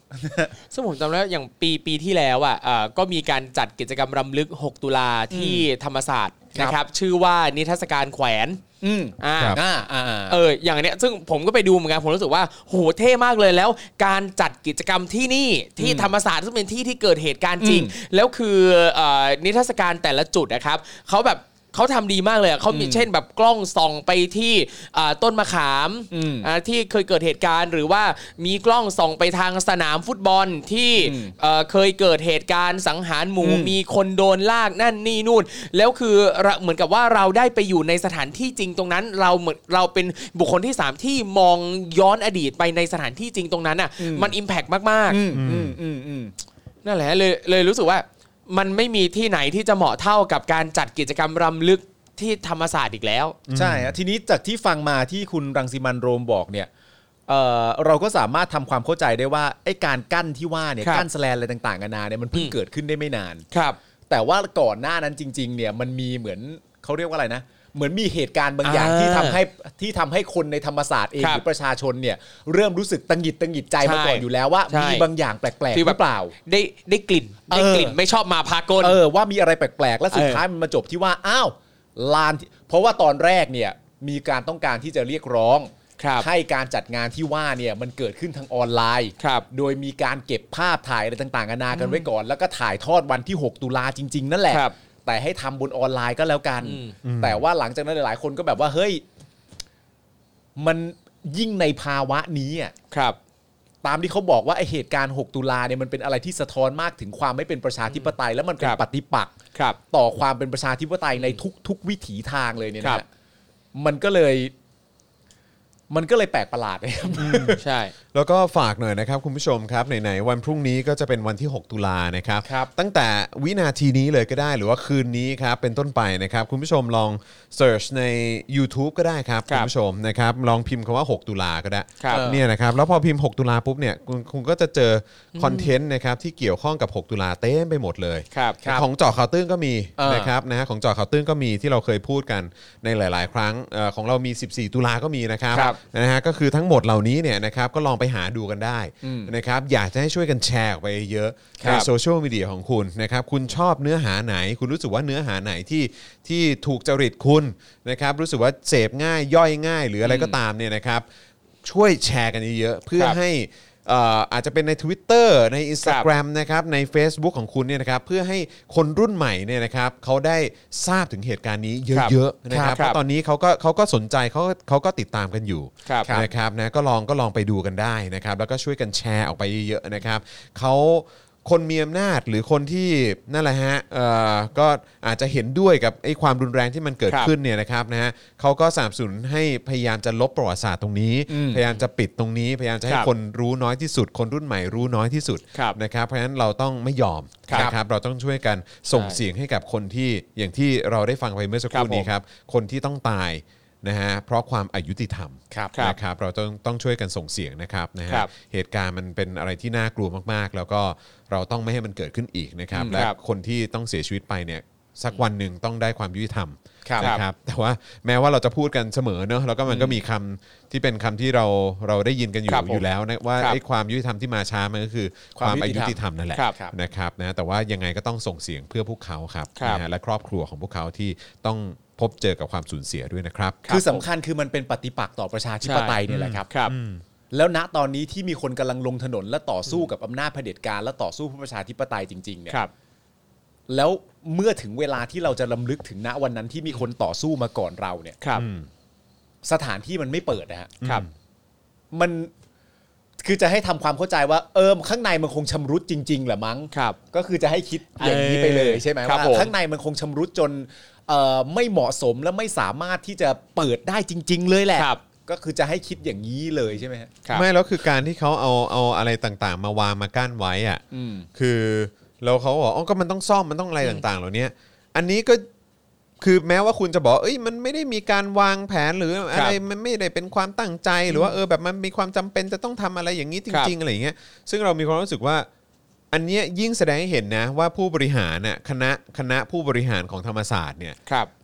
ซึ่งผมจำได้อย่างปีปีที่แล้วอ่ะก็มีการจัดกิจกรรมรำลึกหกตุลาที่ธรรมศาสตร์นะครับชื่อว่านิทรรศการแขวนอืมอ่าอ่าอ่าเอออย่างเนี้ยซึ่งผมก็ไปดูเหมือนกันผมรู้สึกว่าโหเท่มากเลยแล้วการจัดกิจกรรมที่นี่ที่ธรรมศาสตร์ซึ่งเป็นที่ที่เกิดเหตุการณ์จริงแล้วคือนิทรรศการแต่ละจุดนะครับเขาแบบเขาทำดีมากเลยเขามีเช่นแบบกล้องส่องไปที่ต้นมะขามที่เคยเกิดเหตุการณ์หรือว่ามีกล้องส่องไปทางสนามฟุตบอลที่เคยเกิดเหตุการณ์สังหารหมู่มีคนโดนลากนั่นนี่นู่นแล้วคือเหมือนกับว่าเราได้ไปอยู่ในสถานที่จริงตรงนั้นเราเหมือนเราเป็นบุคคลที่สามที่มองย้อนอดีตไปในสถานที่จริงตรงนั้นอ่ะมันอิมแพคมากๆนั่นแหละเลยเลยรู้สึกว่ามันไม่มีที่ไหนที่จะเหมาะเท่ากับการจัดกิจกรรมรำลึกที่ธรรมศาสตร์อีกแล้วใช่ทีนี้จากที่ฟังมาที่คุณรังสิมันต์โรมบอกเนี่ยเอ่อเราก็สามารถทำความเข้าใจได้ว่าไอ้การกั้นที่ว่าเนี่ยกั้นแสแลนอะไรต่างๆกันานาเนี่ยมันเพิ่งเกิดขึ้นได้ไม่นานครับแต่ว่าก่อนหน้านั้นจริงๆเนี่ยมันมีเหมือนเขาเรียกว่าอะไรนะเหมือนมีเหตุการณ์บางอย่างที่ทำให้ที่ทำให้คนในธรรมศาสตร์เองหรือประชาชนเนี่ยเริ่มรู้สึกตังหิดตังหิดใจมาก่อนอยู่แล้วว่ามีบางอย่างแปลกๆหรือเปล่าได้ได้กลิ่นได้กลิ่นไม่ชอบมาพากลเออว่ามีอะไรแปลกๆแล้วสุดท้ายมันมาจบที่ว่าอ้าวลานเพราะว่าตอนแรกเนี่ยมีการต้องการที่จะเรียกร้องให้การจัดงานที่ว่าเนี่ยมันเกิดขึ้นทางออนไลน์โดยมีการเก็บภาพถ่ายอะไรต่างๆนานากันไว้ก่อนแล้วก็ถ่ายทอดวันที่หกตุลาจริงๆนั่นแหละแต่ให้ทำบนออนไลน์ก็แล้วกันแต่ว่าหลังจากนั้นหลายๆคนก็แบบว่าเฮ้ยมันยิ่งในภาวะนี้อ่ะครับตามที่เขาบอกว่าไอเหตุการณ์หกตุลาเนี่ยมันเป็นอะไรที่สะท้อนมากถึงความไม่เป็นประชาธิปไตยแล้วมันเป็นปฏิปักษ์ต่อความเป็นประชาธิปไตยในทุกๆวิถีทางเลยเนี่ยนะมันก็เลยมันก็เลยแปลกประหลาดเลยครับใช่แล้วก็ฝากหน่อยนะครับคุณผู้ชมครับไหนๆวันพรุ่งนี้ก็จะเป็นวันที่หกตุลานะครับตั้งแต่วินาทีนี้เลยก็ได้หรือว่าคืนนี้ครับเป็นต้นไปนะครับคุณผู้ชมลองเสิร์ชใน YouTube ก็ได้ครับคุณผู้ชมนะครับลองพิมพ์คำว่าหกตุลาก็ได้เนี่ยนะครับแล้วพอพิมพ์หกตุลาปุ๊บเนี่ยคุณก็จะเจอคอนเทนต์นะครับที่เกี่ยวข้องกับหกตุลาเต็มไปหมดเลยของเจาะข่าวตื้นก็มีนะครับนะของเจาะข่าวตื้นก็มีที่เราเคยพูดกันในหลายๆครั้งของเรามีสิบสี่ตุลาก็มีนะครับนะฮะก็คือทั้งหมดเหล่านี้เนี่ยนะครับก็ลองไปหาดูกันได้นะครับอยากจะให้ช่วยกันแชร์ออกไปเยอะในโซเชียลมีเดียของคุณนะครับคุณชอบเนื้อหาไหนคุณรู้สึกว่าเนื้อหาไหนที่ที่ถูกจริตคุณนะครับรู้สึกว่าเสพง่ายย่อยง่ายหรืออะไรก็ตามเนี่ยนะครับช่วยแชร์กันเยอะๆเพื่อให้อาจจะเป็นใน Twitter ใน Instagram นะครับใน Facebook ของคุณเนี่ยนะครับเพื่อให้คนรุ่นใหม่เนี่ยนะครับเขาได้ทราบถึงเหตุการณ์นี้เยอะๆนะครับเพราะตอนนี้เขาก็เขาก็สนใจเขาเขาก็ติดตามกันอยู่นะครับนะก็ลองก็ลองไปดูกันได้นะครับแล้วก็ช่วยกันแชร์ออกไปเยอะๆนะครับเขาคนมีอำนาจหรือคนที่นั่นแหละฮะก็อาจจะเห็นด้วยกับไอ้ความรุนแรงที่มันเกิดขึ้นเนี่ยนะครับนะฮะเขาก็สนับสนุนให้พยายามจะลบประวัติศาสตร์ตรงนี้พยายามจะปิดตรงนี้พยายามจะให้คนรู้น้อยที่สุดคนรุ่นใหม่รู้น้อยที่สุดนะครับเพราะฉะนั้นเราต้องไม่ยอมนะครับเราต้องช่วยกันส่งเสียงให้กับคนที่อย่างที่เราได้ฟังไปเมื่อสักครู่นี้ครับคนที่ต้องตายนะฮะเพราะความอายุติธรรมนะครับเราต้องต้องช่วยกันส่งเสียงนะครับนะฮะเหตุการณ์มันเป็นอะไรที่น่ากลัวมากๆแล้วก็เราต้องไม่ให้มันเกิดขึ้นอีกนะครับและคนที่ต้องเสียชีวิตไปเนี่ยสักวันหนึ่งต้องได้ความยุติธรรมนะครับแต่ว่าแม้ว่าเราจะพูดกันเสมอเนอะแล้วก็มันก็มีคำที่เป็นคำที่เราเราได้ยินกันอยู่อยู่แล้วนะว่าไอ้ความยุติธรรมที่มาช้ามันก็คือความอายุติธรรมนั่นแหละนะครับนะแต่ว่ายังไงก็ต้องส่งเสียงเพื่อพวกเขาครับนะฮะและครอบครัวของพวกเขาที่ต้องพบเจอกับความสูญเสียด้วยนะครับคือสำคัญคือมันเป็นปฏิปักษ์ต่อประชาธิปไตยนี่แหละครับแล้วณตอนนี้ที่มีคนกำลังลงถนนและต่อสู้กับอำนาจเผด็จการและต่อสู้เพื่อประชาธิปไตยจริงๆเนี่ยแล้วเมื่อถึงเวลาที่เราจะรำลึกถึงณวันนั้นที่มีคนต่อสู้มาก่อนเราเนี่ยสถานที่มันไม่เปิดนะฮะมันคือจะให้ทำความเข้าใจว่าเออข้างในมันคงชำรุดจริงๆแหละมั้งก็คือจะให้คิดอย่างนี้ไปเลยใช่ไหมว่าข้างในมันคงชำรุดจนไม่เหมาะสมและไม่สามารถที่จะเปิดได้จริงๆเลยแหละก็คือจะให้คิดอย่างนี้เลยใช่ไหมฮะไม่แล้วคือการที่เขาเอาเอาอะไรต่างๆมาวางมากั้นไว้อ่ะคือแล้วเขาบอกอ๋อก็มันต้องซ่อมมันต้องอะไรต่างๆเหล่านี้อันนี้ก็คือแม้ว่าคุณจะบอกเอ้ยมันไม่ได้มีการวางแผนหรืออะไรมันไม่ได้เป็นความตั้งใจหรือว่าเออแบบมันมีความจำเป็นจะต้องทำอะไรอย่างนี้จริงๆอะไรอย่างเงี้ยซึ่งเรามีความรู้สึกว่าอันนี้ยิ่งแสดงให้เห็นนะว่าผู้บริหารน่ะคณะคณะผู้บริหารของธรรมศาสตร์เนี่ย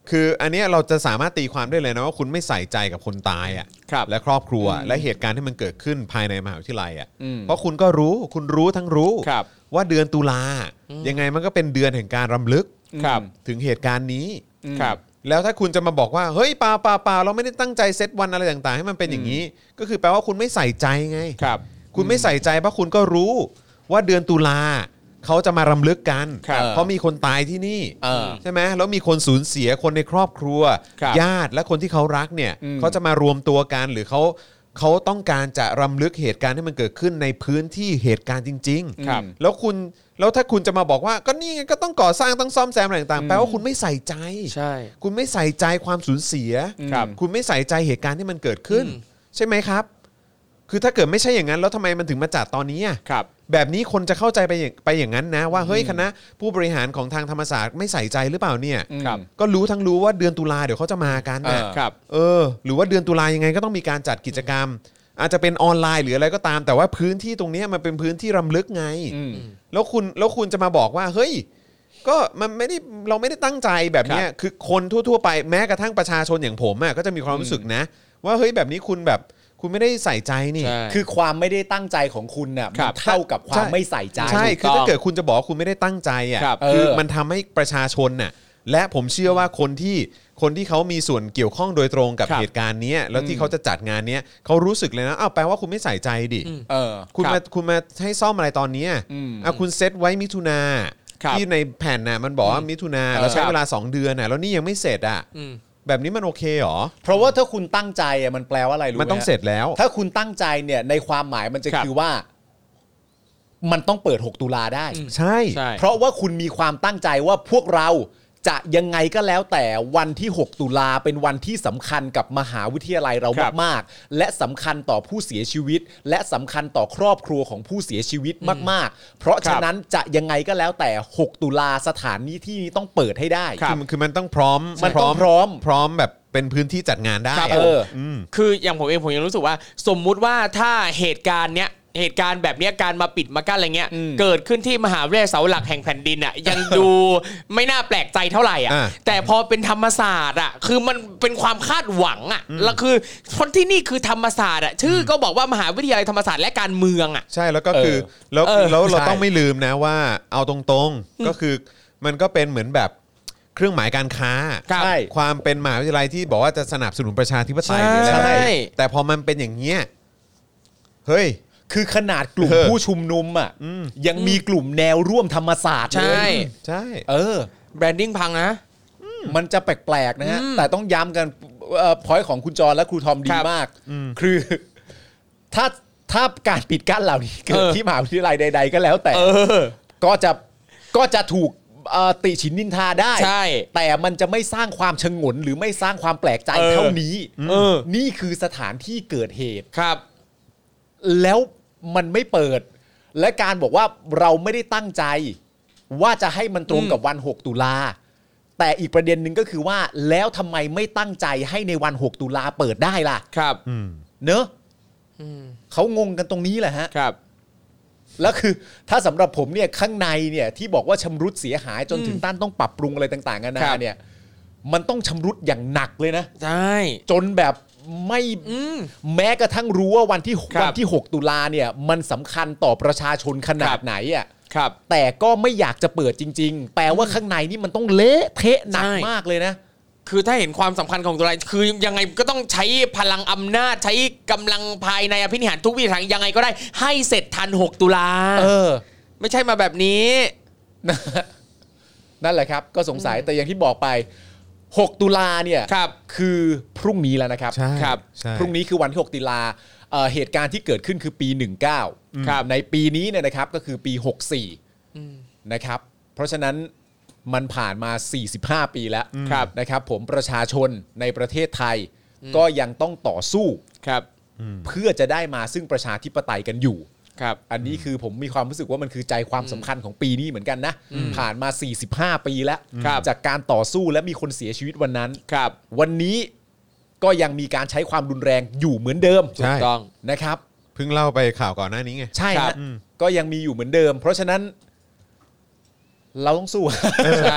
คืออันเนี้ยเราจะสามารถตีความได้เลยนะว่าคุณไม่ใส่ใจกับคนตายอ่ะและครอบครัวและเหตุการณ์ที่มันเกิดขึ้นภายในมหาวิทยาลัยอ่ะเพราะคุณก็รู้คุณรู้ทั้งรู้ว่าเดือนตุลายังไงมันก็เป็นเดือนแห่งการรำลึกถึงเหตุการณ์นี้แล้วถ้าคุณจะมาบอกว่าเฮ้ยเปล่าเปล่าเปล่าเราไม่ได้ตั้งใจเซตวันอะไรต่างๆให้มันเป็นอย่างนี้ก็คือแปลว่าคุณไม่ใส่ใจไงคุณไม่ใส่ใจเพราะคุณก็รู้ว่าเดือนตุลาเขาจะมารำลึกกันเพราะมีคนตายที่นี่ใช่ไหมแล้วมีคนสูญเสียคนในครอบครัวญาติและคนที่เขารักเนี่ยเขาจะมารวมตัวกันหรือเขาเขาต้องการจะรำลึกเหตุการณ์ที่มันเกิดขึ้นในพื้นที่เหตุการณ์จริงๆแล้วคุณแล้วถ้าคุณจะมาบอกว่าก็นี่ไงก็ต้องก่อสร้างต้องซ่อมแซมอะไรต่างๆแปลว่าคุณไม่ใส่ใจใช่คุณไม่ใส่ใจความสูญเสียคุณไม่ใส่ใจเหตุการณ์ที่มันเกิดขึ้นใช่ไหมครับคือถ้าเกิดไม่ใช่อย่างนั้นแล้วทำไมมันถึงมาจัดตอนนี้อ่ะแบบนี้คนจะเข้าใจไปอย่างไปอย่างนั้นนะว่าเฮ้ยคณะผู้บริหารของทางธรรมศาสตร์ไม่ใส่ใจหรือเปล่าเนี่ยก็รู้ทั้งรู้ว่าเดือนตุลาเดี๋ยวเขาจะมากันนะครับเออหรือว่าเดือนตุลายังไงก็ต้องมีการจัดกิจกรรมอาจจะเป็นออนไลน์หรืออะไรก็ตามแต่ว่าพื้นที่ตรงนี้มันเป็นพื้นที่รำลึกไงแล้วคุณแล้วคุณจะมาบอกว่าเฮ้ยก็มันไม่ได้เราไม่ได้ตั้งใจแบบนี้คือคนทั่วๆไปแม้กระทั่งประชาชนอย่างผมอ่ะก็จะมีความรู้สึกนะว่าเฮ้ยแบบนี้คุณแบบคุณไม่ได้ใส่ใจนี่คือความไม่ได้ตั้งใจของคุณน่ะมันเท่ากับความไม่ใส่ใจใช่คือถ้าเกิดคุณจะบอกคุณไม่ได้ตั้งใจอ่ะคือมันทำให้ประชาชนน่ะและผมเชื่อว่าคนที่คนที่เขามีส่วนเกี่ยวข้องโดยตรงกับเหตุการณ์นี้แล้วที่เขาจะจัดงานนี้เขารู้สึกเลยนะอ้าวแปลว่าคุณไม่ใส่ใจดิคุณมาคุณมาให้ซ่อมอะไรตอนนี้อ่ะคุณเซตไว้มิถุนาที่ในแผ่นน่ะมันบอกว่ามิถุนาเราใช้เวลาสองเดือนน่ะแล้วนี่ยังไม่เสร็จอ่ะแบบนี้มันโอเคหรอเพราะว่าถ้าคุณตั้งใจอ่ะมันแปลว่าอะไรรู้ไหมมันต้องเสร็จแล้วถ้าคุณตั้งใจเนี่ยในความหมายมันจะคือว่ามันต้องเปิดหกตุลาได้ใช่เพราะว่าคุณมีความตั้งใจว่าพวกเราจะยังไงก็แล้วแต่วันที่หกตุลาเป็นวันที่สำคัญกับมหาวิทยาลัยเรามากๆและสำคัญต่อผู้เสียชีวิตและสำคัญต่อครอบครัวของผู้เสียชีวิตมากๆเพราะฉะนั้นจะยังไงก็แล้วแต่หกตุลาสถานที่ที่นี้ต้องเปิดให้ได้คือคือมันต้องพร้อมมันต้องพร้อมพร้อมแบบเป็นพื้นที่จัดงานได้เออคืออย่างผมเองผมยังรู้สึกว่าสมมุติว่าถ้าเหตุการณ์เนี้ยเหตุการณ์แบบนี้การมาปิดมากั้นอะไรเงี้ยเกิดขึ้นที่มหาวิทยาลัยเสาหลักแห่งแผ่นดินอ่ะยังดูไม่น่าแปลกใจเท่าไหร่อ่ะแต่พอเป็นธรรมศาสตร์อ่ะคือมันเป็นความคาดหวังอ่ะแล้วคือคนที่นี่คือธรรมศาสตร์อ่ะชื่อก็บอกว่ามหาวิทยาลัยธรรมศาสตร์และการเมืองอ่ะใช่แล้วก็คือแล้วแล้วเราต้องไม่ลืมนะว่าเอาตรงๆก็คือมันก็เป็นเหมือนแบบเครื่องหมายการค้าความเป็นมหาวิทยาลัยที่บอกว่าจะสนับสนุนประชาธิปไตยหรืออะไรแต่พอมันเป็นอย่างเงี้ยเฮ้ยคือขนาดกลุ่มผู้ชุมนุมอ่ะยังมีกลุ่มแนวร่วมธรรมศาสตร์เลยใช่ใช่เออแบรนดิ้งพังนะมันจะแปลกๆนะฮะแต่ต้องย้ำกันพอยต์ของคุณจรและครูทอมดีมากคือถ้าถ้าการปิดกั้นเหล่านี้เกิดที่มหาวิทยาลัยใดๆก็แล้วแต่ก็จะก็จะถูกติฉินนินทาได้แต่มันจะไม่สร้างความชงนหรือไม่สร้างความแปลกใจเท่านี้นี่คือสถานที่เกิดเหตุครับแล้วมันไม่เปิดและการบอกว่าเราไม่ได้ตั้งใจว่าจะให้มันตรงกับวันหกตุลาแต่อีกประเด็นหนึ่งก็คือว่าแล้วทำไมไม่ตั้งใจให้ในวันหกตุลาเปิดได้ล่ะครับเนอะเขางงกันตรงนี้แหละฮะครับแล้วคือถ้าสำหรับผมเนี่ยข้างในเนี่ยที่บอกว่าชำรุดเสียหายจนถึงต้านต้องปรับปรุงอะไรต่างๆกันานาเนี่ยมันต้องชำรุดอย่างหนักเลยนะใช่จนแบบไม่แม้กระทั่งรู้ว่าวันที่วันที่หกตุลาเนี่ยมันสำคัญต่อประชาชนขนาดไหนอ่ะแต่ก็ไม่อยากจะเปิดจริงๆแปลว่าข้างในนี่มันต้องเละเทะหนักมากเลยนะคือถ้าเห็นความสำคัญของตุลาคือยังไงก็ต้องใช้พลังอำนาจใช้กำลังภายในอภินิหารทุกวิถีทางยังไงก็ได้ให้เสร็จทันหกตุลาเออไม่ใช่มาแบบนี้นั่นแหละครับก็สงสัยแต่อย่างที่บอกไปหกตุลาเนี่ยค, คือพรุ่งนี้แล้วนะครับครับพรุ่งนี้คือวันที่หกตุลา เอ่อเหตุการณ์ที่เกิดขึ้นคือปีสิบเก้าครับในปีนี้เนี่ยนะครับก็คือปีหกสิบสี่นะครับเพราะฉะนั้นมันผ่านมาสี่สิบห้าปีแล้วนะครับผมประชาชนในประเทศไทยก็ยังต้องต่อสู้ครับเพื่อจะได้มาซึ่งประชาธิปไตยกันอยู่ครับอันนี้คือผมมีความรู้สึกว่ามันคือใจความสำคัญของปีนี้เหมือนกันนะผ่านมาสี่สิบห้าปีแล้วจากการต่อสู้และมีคนเสียชีวิตวันนั้นครับวันนี้ก็ยังมีการใช้ความรุนแรงอยู่เหมือนเดิมถูกต้องนะครับเพิ่งเล่าไปข่าวก่อนหน้านี้ไงใช่ครับก็ยังมีอยู่เหมือนเดิมเพราะฉะนั้นเราต้องสู้ใช่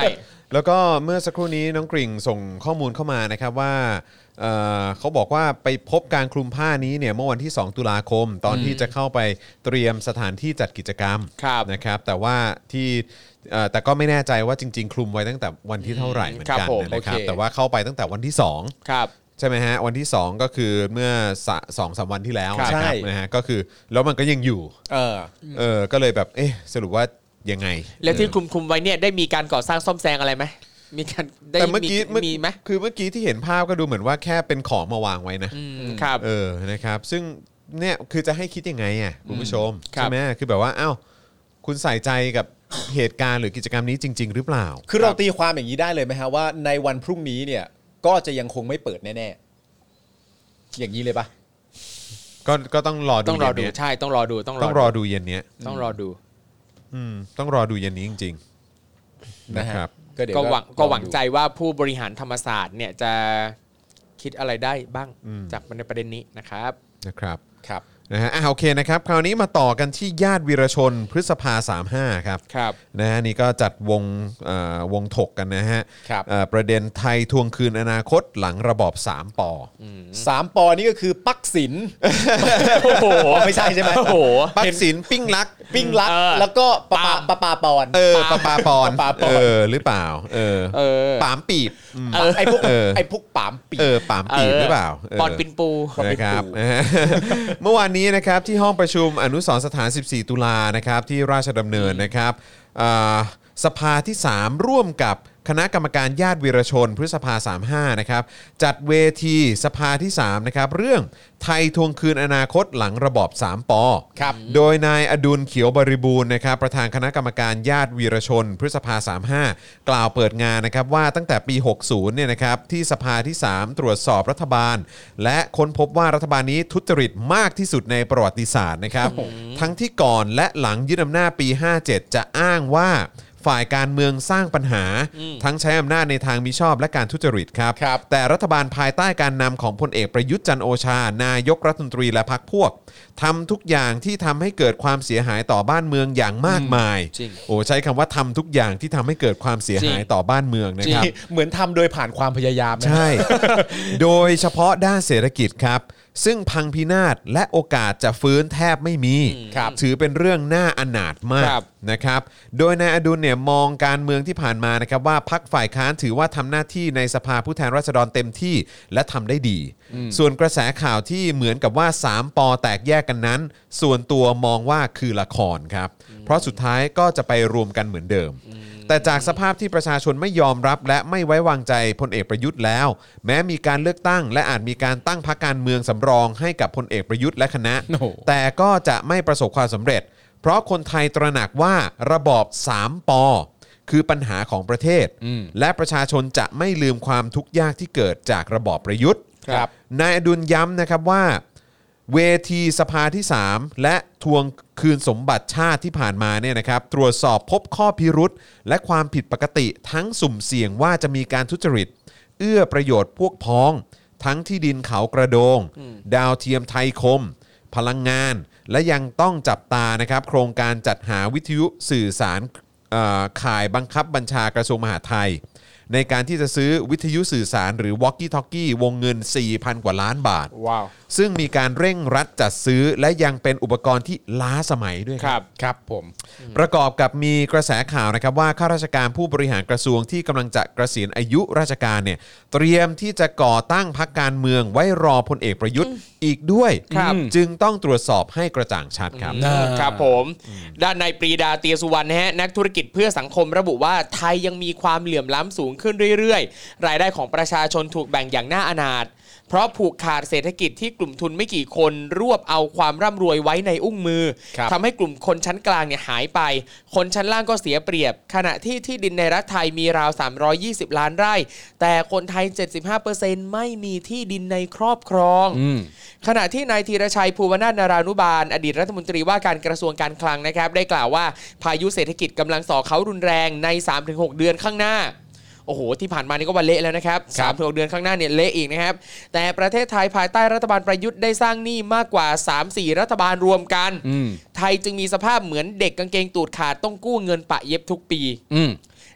แล้วก็เมื่อสักครู่นี้น้องกริ่งส่งข้อมูลเข้ามานะครับว่าเอ่อเขาบอกว่าไปพบการคลุมผ้านี้เนี่ยเมื่อวันที่สองตุลาคมตอนที่จะเข้าไปเตรียมสถานที่จัดกิจกรรมนะครับแต่ว่าที่เอ่อแต่ก็ไม่แน่ใจว่าจริงๆคลุมไว้ตั้งแต่วันที่เท่าไหร่เหมือนกันนะครับแต่ว่าเข้าไปตั้งแต่วันที่สองครับใช่ไหมฮะวันที่สองก็คือเมื่อสองสามวันที่แล้วนะครับนะฮะก็คือแล้วมันก็ยังอยู่เออเออก็เลยแบบเอ๊ะสรุปว่ายังไงแล้วที่คลุมคลุมไว้เนี่ยได้มีการก่อสร้างซ่อมแซงอะไรไหมมีการได้แต่เมื่อกี้มีไหมคือเมื่อกี้ที่เห็นภาพก็ดูเหมือนว่าแค่เป็นของมาวางไว้นะครับเออนะครับซึ่งเนี่ยคือจะให้คิดยังไงอ่ะคุณผู้ชมใช่ไหมคือแบบว่าอ้าวคุณใส่ใจกับเหตุการณ์หรือกิจกรรมนี้จริงๆหรือเปล่าคือเราตีความอย่างนี้ได้เลยไหมฮะว่าในวันพรุ่งนี้เนี่ยก็จะยังคงไม่เปิดแน่ๆอย่างนี้เลยปะก็ก็ต้องรอดูต้องรอดูใช่ต้องรอดูต้องต้องรอดูเย็นนี้ต้องรอดูอืมต้องรอดูเย็นนี้จริงๆนะครับก็หวังก็หวังใจว่าผู้บริหารธรรมศาสตร์เนี่ยจะคิดอะไรได้บ้างจากในประเด็นนี้นะครับนะครับครับนะฮะอ่ะโอเคนะครับคราวนี้มาต่อกันที่ญาติวีรชนพฤษภาสามสิบห้าครับครับนะฮะนี่ก็จัดวงเอ่อวงถกกันนะฮะเอ่อประเด็นไทยทวงคืนอนาคตหลังระบอบสามปอสามปอนี่ก็คือปักศิลป์โอ้โหไม่ใช่ใช่ไหมโอ้โหปักศิลป์ปิ้งรักปิ้งรักแล้วก็ปะปาปะปาปอนเออปะปาปอนเออหรือเปล่าเออปามปีบไอ้พวกไอ้พวกปามปีบเออปามปีบหรือเปล่าปอนปินปูนะครับเมื่อวานนี้นะครับที่ห้องประชุมอนุสรณ์สถานสิบสี่ตุลานะครับที่ราชดำเนินนะครับสภาที่สามร่วมกับคณะกรรมการญาติวีรชนพฤษภาสามสิบห้านะครับจัดเวทีสภาที่สามนะครับเรื่องไทยทวงคืนอนาคตหลังระบอบสามปอครับโดยนายอดุลเขียวบริบูรณ์นะครับประธานคณะกรรมการญาติวีรชนพฤษภาสามสิบห้ากล่าวเปิดงานนะครับว่าตั้งแต่ปีหกสิบเนี่ยนะครับที่สภาที่สามตรวจสอบรัฐบาลและค้นพบว่ารัฐบาลนี้ทุจริตมากที่สุดในประวัติศาสตร์นะครับทั้งที่ก่อนและหลังยึดอำนาจปีห้าเจ็ดจะอ้างว่าฝ่ายการเมืองสร้างปัญหาทั้งใช้อำนาจในทางมิชอบและการทุจริตครับแต่รัฐบาลภายใต้การนำของพลเอกประยุทธ์จันทร์โอชานายกรัฐมนตรีและพรรคพวกทำทุกอย่างที่ทำให้เกิดความเสียหายต่อบ้านเมืองอย่างมากมายโอ้ใช้คำว่าทำทุกอย่างที่ทำให้เกิดความเสียหายต่อบ้านเมืองนะครับเหมือนทำโดยผ่านความพยายามใช่ โดยเฉพาะด้านเศรษฐกิจครับซึ่งพังพินาศและโอกาสจะฟื้นแทบไม่มีถือเป็นเรื่องน่าอนาถมากนะครับโดยนายอดุลเนี่ยมองการเมืองที่ผ่านมานะครับว่าพรรคฝ่ายค้านถือว่าทำหน้าที่ในสภาผู้แทนราษฎรเต็มที่และทำได้ดีส่วนกระแสข่าวที่เหมือนกับว่าสามปอแตกแยกกันนั้นส่วนตัวมองว่าคือละครครับเพราะสุดท้ายก็จะไปรวมกันเหมือนเดิมแต่จากสภาพที่ประชาชนไม่ยอมรับและไม่ไว้วางใจพลเอกประยุทธ์แล้วแม้มีการเลือกตั้งและอาจมีการตั้งพรรคการเมืองสำรองให้กับพลเอกประยุทธ์และคณะ no. แต่ก็จะไม่ประสบความสำเร็จเพราะคนไทยตระหนักว่าระบอบสามปอคือปัญหาของประเทศและประชาชนจะไม่ลืมความทุกข์ยากที่เกิดจากระบอบประยุทธ์นายอดุลย้ำนะครับว่าเวทีสภาที่สามและทวงคืนสมบัติชาติที่ผ่านมาเนี่ยนะครับตรวจสอบพบข้อพิรุธและความผิดปกติทั้งสุ่มเสี่ยงว่าจะมีการทุจริตเอื้อประโยชน์พวกพ้องทั้งที่ดินเขากระโดงดาวเทียมไทยคมพลังงานและยังต้องจับตานะครับโครงการจัดหาวิทยุสื่อสารข่ายบังคับบัญชากระทรวงมหาดไทยในการที่จะซื้อวิทยุสื่อสารหรือ Walkie Talkie วงเงิน สี่พัน กว่าล้านบาท wow. ซึ่งมีการเร่งรัดจัดซื้อและยังเป็นอุปกรณ์ที่ล้าสมัยด้วยครับครับผมประกอบกับมีกระแสข่าวนะครับว่าข้าราชการผู้บริหารกระทรวงที่กำลังจะเกษียณอายุราชการเนี่ยเตรียมที่จะก่อตั้งพรรคการเมืองไว้รอพลเอกประยุทธ์อีกด้วยจึงต้องตรวจสอบให้กระจ่างชัดครับครับผมด้านนายปรีดาเตียสุวรรณนะฮะนักธุรกิจเพื่อสังคมระบุว่าไทยยังมีความเหลื่อมล้ำสูงขึ้นเรื่อยๆรายได้ของประชาชนถูกแบ่งอย่างน่าอนาถเพราะผูกขาดเศรษฐกิจที่กลุ่มทุนไม่กี่คนรวบเอาความร่ำรวยไว้ในอุ้งมือทำให้กลุ่มคนชั้นกลางเนี่ยหายไปคนชั้นล่างก็เสียเปรียบขณะที่ที่ดินในรัฐไทยมีราวสามร้อยยี่สิบล้านไร่แต่คนไทย เจ็ดสิบห้าเปอร์เซ็นต์ ไม่มีที่ดินในครอบครองขณะที่นายธีรชัยภูวนาถนารานุบาลอดีตรัฐมนตรีว่าการกระทรวงการคลังนะครับได้กล่าวว่าพายุเศรษฐกิจกำลังส่อเขารุนแรงใน สามถึงหก เดือนข้างหน้าโอ้โหที่ผ่านมานี่ก็ว่าเละแล้วนะครับ สามถึงหก เดือนข้างหน้าเนี่ยเละอีกนะครับแต่ประเทศไทยภายใต้รัฐบาลประยุทธ์ได้สร้างหนี้มากกว่า สามสี่ รัฐบาลรวมกันไทยจึงมีสภาพเหมือนเด็กกางเกงตูดขาดต้องกู้เงินปะเย็บทุกปี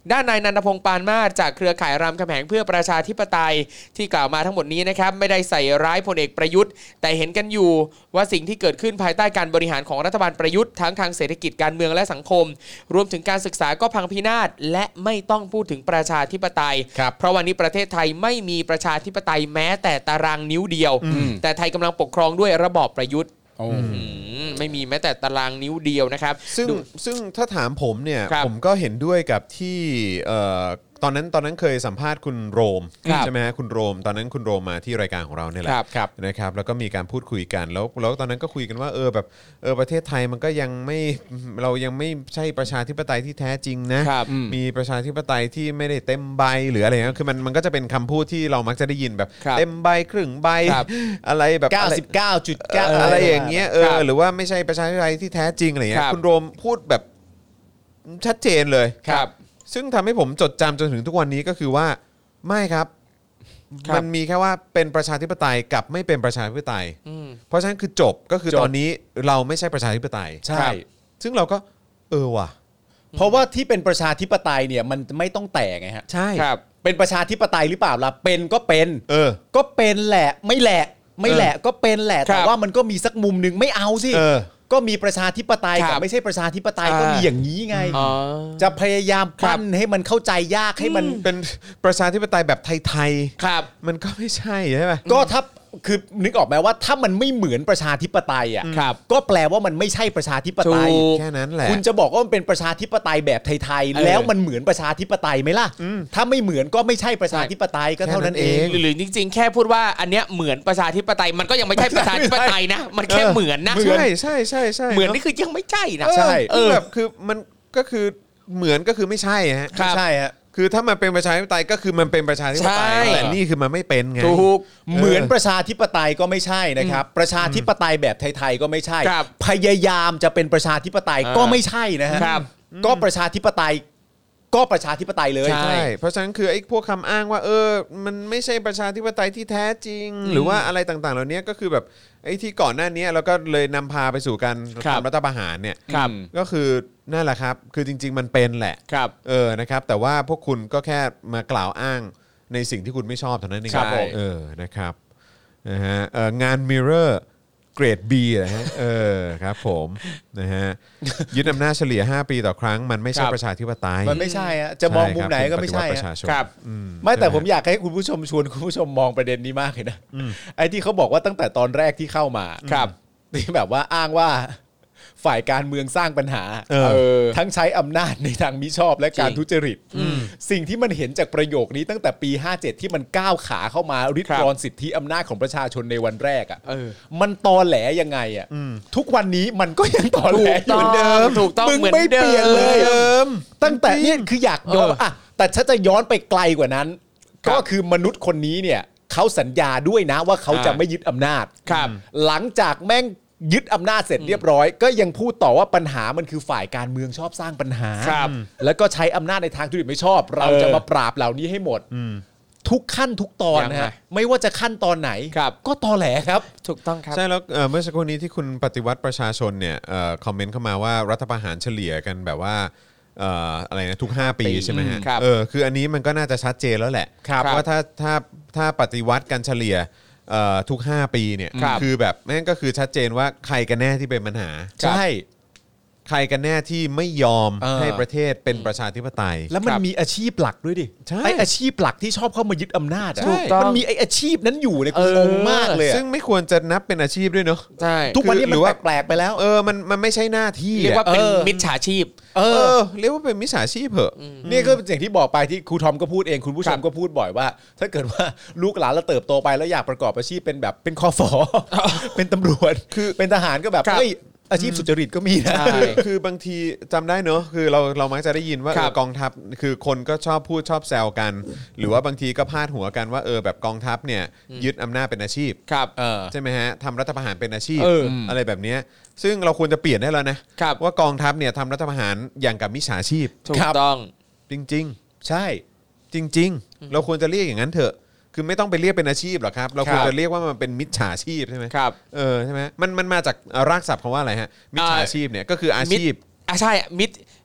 ด้านนายนันทพงษ์ปานมาศจากเครือข่ายรามคำแหงเพื่อประชาธิปไตยที่กล่าวมาทั้งหมดนี้นะครับไม่ได้ใส่ร้ายพลเอกประยุทธ์แต่เห็นกันอยู่ว่าสิ่งที่เกิดขึ้นภายใต้การบริหารของรัฐบาลประยุทธ์ทั้งทางเศรษฐกิจการเมืองและสังคมรวมถึงการศึกษาก็พังพินาศและไม่ต้องพูดถึงประชาธิปไตยเพราะวันนี้ประเทศไทยไม่มีประชาธิปไตยแม้แต่ตารางนิ้วเดียวแต่ไทยกำลังปกครองด้วยระบอบประยุทธ์ไม่มีแม้แต่ตารางนิ้วเดียวนะครับซึ่งซึ่งถ้าถามผมเนี่ยผมก็เห็นด้วยกับที่ตอนนั้นตอนนั้นเคยสัมภาษณ์คุณโรมใช่ไหมฮะคุณโรมตอนนั้นคุณโรมมาที่รายการของเราเนี่ยแหละนะครับแล้วก็มีการพูดคุยกันแล้วแล้วตอนนั้นก็คุยกันว่าเออแบบเออประเทศไทยมันก็ยังไม่เรายังไม่ใช่ประชาธิปไตยที่แท้จริงนะมีประชาธิปไตยที่ไม่ได้เต็มใบหรืออะไรเงี้ยคือมันมันก็จะเป็นคำพูดที่เรามักจะได้ยินแบบเต็มใบครึ่งใบอะไรแบบเก้าสิบเก้าจุดเก้าอะไรอย่างเงี้ยเออหรือว่าไม่ใช่ประชาธิปไตยที่แท้จริงอะไรเงี้ยคุณโรมพูดแบบชัดเจนเลยครับซึ่งทำให้ผมจดจำจนถึงทุกวันนี้ก็คือว่าไม่ครับมันมีแค่ว่าเป็นประชาธิปไตยกับไม่เป็นประชาธิปไตยเพราะฉะนั้นคือจบก็คือตอนนี้เราไม่ใช่ประชาธิปไตยใช่ซึ่งเราก็เออว่ะเพราะว่าที่เป็นประชาธิปไตยเนี่ยมันไม่ต้องแต่ไงฮะใช่ครับเป็นประชาธิปไตยหรือเปล่าล่ะเป็นก็เป็นเออก็เป็นแหละไม่แหละไม่แหละก็เป็นแหละแต่ว่ามันก็มีสักมุมนึงไม่เอาสิก็มีประชาธิปไตยกับไม่ใช่ประชาธิปไตยก็มีอย่างนี้ไงจะพยายามปั้นให้มันเข้าใจยากให้มันเป็นประชาธิปไตยแบบไทยๆครับมันก็ไม่ใช่ใช่ไหมก็ถ้าคือนึกออกไหมว่าถ้ามันไม่เหมือนประชาธิปไตยอ่ะก็แปลว่ามันไม่ใช่ประชาธิปไตยแค่นั้นแหละคุณจะบอกว่ามันเป็นประชาธิปไตยแบบไทยๆแล้วมันเหมือนประชาธิปไตยไหมล่ะถ้าไม่เหมือนก็ไม่ใช่ประชาธิปไตยก็เท่านั้นเองหรือจริงๆแค่พูดว่าอันเนี้ยเหมือนประชาธิปไตยมันก็ยังไม่ใช่ประชาธิปไตยนะมันแค่เหมือนนะใช่ใช่ใช่ใช่เหมือนนี่คือยังไม่ใช่นะใช่คือแบบคือมันก็คือเหมือนก็คือไม่ใช่ฮะใช่ฮะคือถ้ามันเป็นประชาธิปไตยก็คือมันเป็นประชาธิปไตยแต่นี่คือมันไม่เป็นไงถูกเหมือนประชาธิปไตยก็ไม่ใช่นะครับประชาธิปไตยแบบไทยๆก็ไม่ใช่พยายามจะเป็นประชาธิปไตยก็ไม่ใช่นะฮะก็ประชาธิปไตยก็ประชาธิปไตยเลยใช่เพราะฉะนั้นคือไอ้พวกคำอ้างว่าเออมันไม่ใช่ประชาธิปไตยที่แท้จริงหรือว่าอะไรต่างๆเหล่านี้ก็คือแบบไอ้ที่ก่อนหน้านี้เราก็เลยนำพาไปสู่การทำรัฐประหารเนี่ยก็คือนั่นแหละครับคือจริงๆมันเป็นแหละเออนะครับแต่ว่าพวกคุณก็แค่มากล่าวอ้างในสิ่งที่คุณไม่ชอบเท่านั้นเองเออนะครับนะฮะงาน Mirrorเกรด B นะฮะเออครับผมนะฮะยึดอำนาจเฉลี่ยห้าปีต่อครั้งมันไม่ใช่ประชาธิปไตยมันไม่ใช่ฮะจะมองมุมไหนก็ไม่ใช่ครับไม่แต่ผมอยากให้คุณผู้ชมชวนคุณผู้ชมมองประเด็นนี้มากเลยนะไอ้ที่เขาบอกว่าตั้งแต่ตอนแรกที่เข้ามาครับที่แบบว่าอ้างว่าฝ่ายการเมืองสร้างปัญหาทั้งใช้อำนาจในทางมิชอบและการทุจริตสิ่งที่มันเห็นจากประโยคนี้ตั้งแต่ปีห้าเจ็ดที่มันก้าวขาเข้ามาริดรอนสิทธิอำนาจของประชาชนในวันแรกอ่ะมันตอแหลยังไงอ่ะทุกวันนี้มันก็ยังตอแหลอยู่เหมือนเดิมถูกต้องมึงไม่เปลี่ยนเลยตั้งแต่นี่คืออยากย้อนอ่ะแต่ถ้าจะย้อนไปไกลกว่านั้นก็คือมนุษย์คนนี้เนี่ยเขาสัญญาด้วยนะว่าเขาจะไม่ยึดอำนาจหลังจากแม่งยึดอำนาจเสร็จเรียบร้อยก็ยังพูดต่อว่าปัญหามันคือฝ่ายการเมืองชอบสร้างปัญหาแล้วก็ใช้อำนาจในทางทุจริตไม่ชอบเราจะมาปราบเหล่านี้ให้หมดทุกขั้นทุกตอนนะฮะไม่ว่าจะขั้นตอนไหนก็ตอแหลครับถูกต้องครับใช่แล้วเมื่อสักครู่นี้ที่คุณปฏิวัติประชาชนเนี่ยคอมเมนต์เข้ามาว่ารัฐประหารเฉลี่ยกันแบบว่าอะไรนะทุกห้าปีใช่ไหมฮะเออคืออันนี้มันก็น่าจะชัดเจนแล้วแหละว่าถ้าถ้าถ้าปฏิวัติกันเฉลี่ยทุกห้าปีเนี่ย คือแบบนั่นก็คือชัดเจนว่าใครกันแน่ที่เป็นปัญหาใช่ใครกันแน่ที่ไม่ยอมให้ประเทศเป็นประชาธิปไตยแล้วมันมีอาชีพหลักด้วยดิไออาชีพหลักที่ชอบเข้ามายึดอำนาจมันมีไออาชีพนั้นอยู่เนี่ยงงมากเลยซึ่งไม่ควรจะนับเป็นอาชีพด้วยเนาะใช่ทุกวันนี้มันแปลกไปแล้วเออมันมันไม่ใช่หน้าที่เรียกว่าเป็นมิจฉาชีพเออเรียกว่าเป็นมิจฉาชีพเหอะนี่ก็อย่างที่บอกไปที่ครูทอมก็พูดเองคุณผู้ชมก็พูดบ่อยว่าถ้าเกิดว่าลูกหลานเราเติบโตไปแล้วอยากประกอบอาชีพเป็นแบบเป็นคฝเป็นตำรวจคือเป็นทหารก็แบบเฮ้ยอาชีพสุจริตก็มีนะคือบางทีจำได้เนอะคือเราเรามักจะได้ยินว่ากองทัพคือคนก็ชอบพูดชอบแซวกันหรือว่าบางทีก็พาดหัวกันว่าเออแบบกองทัพเนี่ยยึดอำนาจเป็นอาชีพใช่ไหมฮะทำรัฐประหารเป็นอาชีพอะไรแบบนี้ซึ่งเราควรจะเปลี่ยนได้แล้วนะว่ากองทัพเนี่ยทำรัฐประหารอย่างกับมิจฉาชีพถูกต้องจริงๆใช่จริงๆเราควรจะเรียกอย่างนั้นเถอะคือไม่ต้องไปเรียกเป็นอาชีพหรอกครับเราควรจะเรียกว่ามันเป็นมิจฉาชีพใช่ไหมครับเออใช่ไหมมันมันมาจากรากศัพท์คำว่าอะไรฮะมิจฉาชีพเนี่ยก็คืออาชีพอ่ะใช่มิจ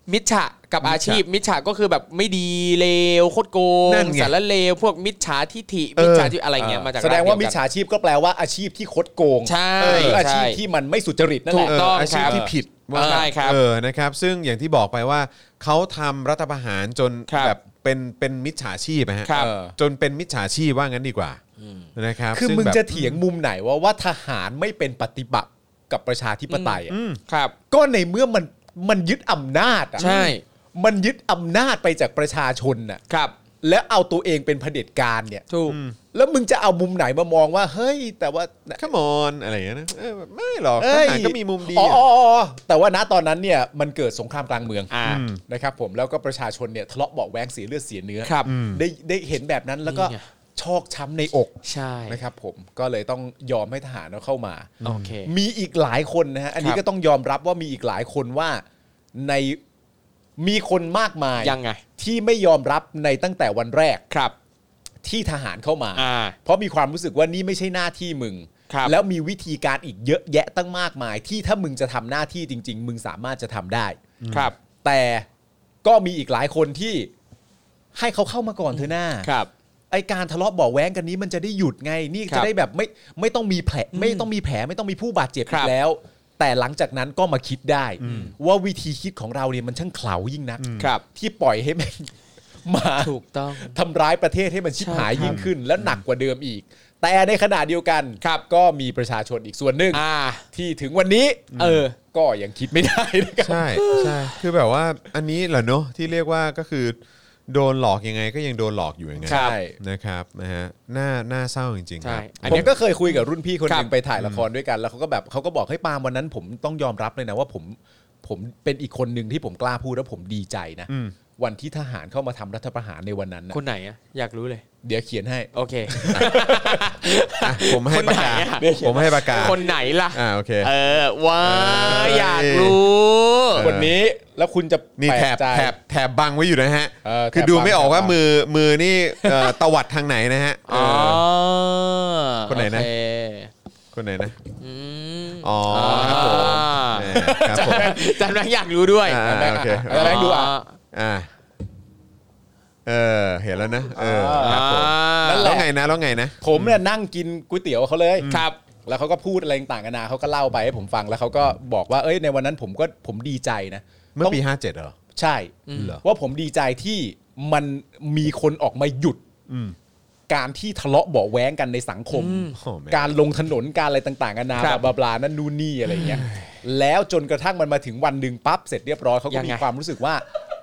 มิจฉากับอาชีพมิจฉาก็คือแบบไม่ดีเลวโคตรโกงสารเลวพวกมิจฉาทิฐิมิจฉาที่อะไรเงี้ยมาจากแสดงว่ามิจฉาชีพก็แปลว่าอาชีพที่คดโกงใช่อาชีพที่มันไม่สุจริตนั่นแหละถูกต้องอาชีพที่ผิดว่าใช่ครับเออนะครับซึ่งอย่างที่บอกไปว่าเขาทำรัฐประหารจนแบบเป็นเป็นมิจฉาชีพนะฮะครับจนเป็นมิจฉาชีพว่างั้นดีกว่านะครับคือซึ่มึงแบบจะเถียงมุมไหนว่าว่าทหารไม่เป็นปฏิบัติกับประชาธิปไตยอะครับก็ในเมื่อมันมันยึดอำนาจอะใช่มันยึดอำนาจไปจากประชาชนน่ะครับแล้วเอาตัวเองเป็นเผด็จการเนี่ยถูกแล้วมึงจะเอามุมไหนมามองว่าเฮ้ยแต่ว่า come on อะไรอย่างเงี้ยนะเออไม่หรอกทเอ้ยหารก็มีมุมดีอ๋ออะอ๋ออ๋อแต่ว่าณตอนนั้นเนี่ยมันเกิดสงครามกลางเมืองอ่านะครับผมแล้วก็ประชาชนเนี่ยทะเลาะเบาะแว้งเสียเลือดเสียเนื้อครับได้ได้เห็นแบบนั้นแล้วก็นี่ไงชอกช้ำในอกใช่นะครับผมก็เลยต้องยอมให้ทหารเอาเข้ามาโอเคมีอีกหลายคนนะฮะอันนี้ครับก็ต้องยอมรับว่ามีอีกหลายคนว่าในมีคนมากมายยังไงที่ไม่ยอมรับในตั้งแต่วันแรกครับที่ทหารเข้ามาอ่าเพราะมีความรู้สึกว่านี่ไม่ใช่หน้าที่มึงครับแล้วมีวิธีการอีกเยอะแยะตั้งมากมาย ที่ถ้ามึงจะทำหน้าที่จริง ๆ มึงสามารถจะทำได้ครับแต่ก็มีอีกหลายคนที่ให้เขาเข้ามาก่อนเถอะหน้าครับไอการทะเลาะเบาะแว้งกันนี้มันจะได้หยุดไงนี่ครัจะบได้แบบไม่ไม่ต้องมีแผลไม่ต้องมีแผลไม่ต้องมีผู้บาดเจ็บครัอีบกแล้ว แต่หลังจากนั้นก็มาคิดได้ ว่าวิธีคิดของเราเนี่ยมันช่างเขลายิ่งนักครับที่ปล่อยให้มัน มาถูกต้องทำร้ายประเทศให้มันชิบหายใช่ครับยิ่งขึ้น และหนักกว่าเดิมอีก แต่ในขณะเดียวกันครับก็มีประชาชนอีกส่วนหนึ่งอ่าที่ถึงวันนี้เออก็ยังคิดไม่ได้นะครับใช่ใช่คือแบบว่าอันนี้เหรอเนอะที่เรียกว่าก็คือโดนหลอกยังไงก็ยังโดนหลอกอยู่อย่างนั้นใช่นะครับนะฮะน่าน่าเศร้าจริงๆคใช่รับอันผมเนี้ยก็เคยคุยกับรุ่นพี่คนหนึ่คงรับไปถ่ายละครด้วยกันแล้วเขาก็แบบเขาก็บอกให้ปาล์มวันนั้นผมต้องยอมรับเลยนะว่าผมผมเป็นอีกคนหนึ่งที่ผมกล้าพูดแล้วผมดีใจนะอืมวันที่ทหารเข้ามาทำรัฐประหารในวันนั้นนะคนไหนอะอยากรู้เลยเดี๋ยวเขียนให้โอเคอ่ะผมให้ปากกาคนไหนอะผมให้ปากกาคนไหนล่ะอ่าโอเคเออว้าเอ้ยอยากรู้คนนี้แล้วคุณจะนี่แปลแถกบใจแถบแถบบังไว้อยู่นะฮะเออคือแถบดูบังไม่ออกว่าแถบบังมือมือนี่เอ่อตวัดทางไหนนะฮะอ๋อคนไหนนะโอเคคนไหนนะอืมอ๋อครับผมแหมครับผมจำได้อยากรู้ด้วยอ่าโอเคแล้วแบงค์ดูอ่ะอ่าเออเห็นแล้วนะเออครับผมนั่นแหแล้ละวไงนะแล้วไงนะผมเนี่ยนั่งกินก๋วยเตี๋ยวเขาเลยครับแล้วเขาก็พูดอะไรต่างๆกันานาเขาก็เล่าไปให้ผมฟังแล้วเขาก็บอกว่าเอ้ยในวันนั้นผมก็ผมดีใจนะเมื่อปีต้งห้าเจ็ดเหรอใช่เหรอว่าผมดีใจที่มันมีคนออกมาหยุดอืมการที่ทะเลาะเบาะแว้งกันในสังคมโอ้แม่การลงถนนการอะไรต่างๆกันานาครับบลาบลานั่นนู่นนี่อะไรเงี้ยแล้วจนกระทั่งมันมาถึงวันหนึ่งปั๊บเสร็จเรียบร้อยเขาก็ยังมีไงความรู้สึกว่า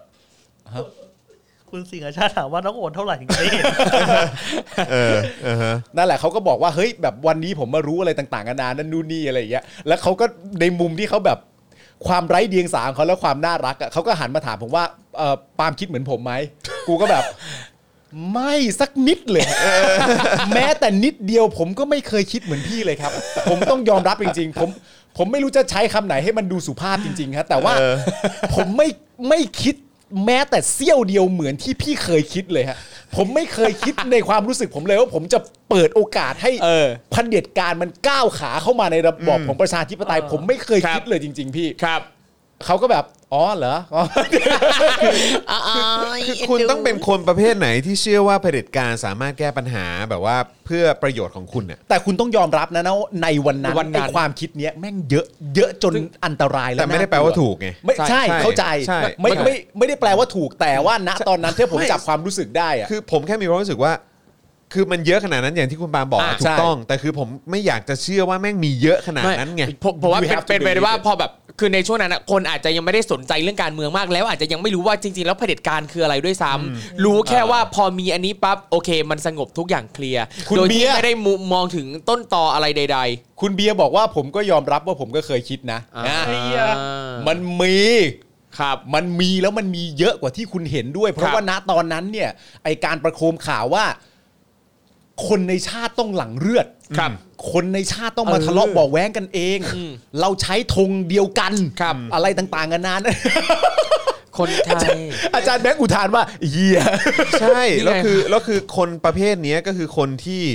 คุณสิงห์ชาติถามว่าต้องโอนเท่าไหร่ถึงจะได้เห็นเออเออฮะนั่นแหละเขาก็บอกว่าเฮ้ยแบบวันนี้ผมมารู้อะไรต่างๆกันานานั่นนู่นนี่อะไรอย่างเงี้ยแล้วเขาก็ในมุมที่เขาแบบความไร้เดียงสาของเขาและความน่ารักอ่ะเขาก็หันมาถามผมว่าเออปาล์มคิดเหมือนผมไหมกูก็แบบ ไม่สักนิดเลยแม้แต่นิดเดียวผมก็ไม่เคยคิดเหมือนพี่เลยครับ ผมต้องยอมรับจริงๆผมผมไม่รู้จะใช้คำไหนให้มันดูสุภาพจริงๆครับแต่ว่าเออผมไม่ไม่คิดแม้แต่เสี้ยวเดียวเหมือนที่พี่เคยคิดเลยฮะผมไม่เคยคิดในความรู้สึกผมเลยว่าผมจะเปิดโอกาสให้เออเผด็จการมันก้าวขาเข้ามาในระบอบของประชาธิปไตย ผมไม่เคยคิดเลยจริง ๆ พี่ครับเขาก็แบบอ๋อเหรออ๋อคือคุณต้องเป็นคนประเภทไหนที่เชื่อว่าเผด็จการสามารถแก้ปัญหาแบบว่าเพื่อประโยชน์ของคุณเนี่ยแต่คุณต้องยอมรับนะนะว่าในวันนั้นวันนั้นไอ้ความคิดเนี้ยแม่งเยอะเยอะจนอันตรายแล้วแต่ไม่ได้แปลว่าถูกไงไม่ใช่ใช่เข้าใจใช่ไม่ใช่ไม่ไม่ได้แปลว่าถูกแต่ว่าณตอนนั้นที่ผมไม่จับความรู้สึกได้อะคือผมแค่มีความรู้สึกว่า คือมันเยอะขนาดนั้นอย่างที่คุณปาล์มบอกอ่าถูกต้อง แต่คือผมไม่อยากจะเชื่อว่าแม่งมีเยอะขนาดนั้นไงผมผมว่า You เป็น have to เป็นไปได้ believe ว่า it พอแบบคือในช่วงนั้นนะคนอาจจะยังไม่ได้สนใจเรื่องการเมืองมากแล้วอาจจะยังไม่รู้ว่าจริงๆแล้วเผด็จการคืออะไรด้วยซ้ำรู้แค่ว่าพอมีอันนี้ปั๊บโอเค มันสงบทุกอย่างเคลียร์คุณโดยเบีที่ยร์ไม่ได้มุมมองถึงต้นตออะไรใดคุณเบียร์บอกว่าผมก็ยอมรับว่าผมก็เคยคิดนะๆอ่านะไอ้เหี้ยมันมีครับมันมีแล้วมันมีเยอะกว่าที่คุณเห็นด้วย เพคราะรับว่าณตอนนั้นเนี่ยไอการประโคมข่าวว่า คนในชาติต้องหลั่งเลือดครับคนในชาติต้องมาเออทะเลาะเบาะแว้งกันเองอืมเราใช้ธงเดียวกันครับอะไรต่างๆกันานานะคนไทยอาจารย์แบงค์อุทานว่าเฮียใช่นี่ไงแล้วคือแล้วคือคนประเภทเนี้ยก็คือคนที่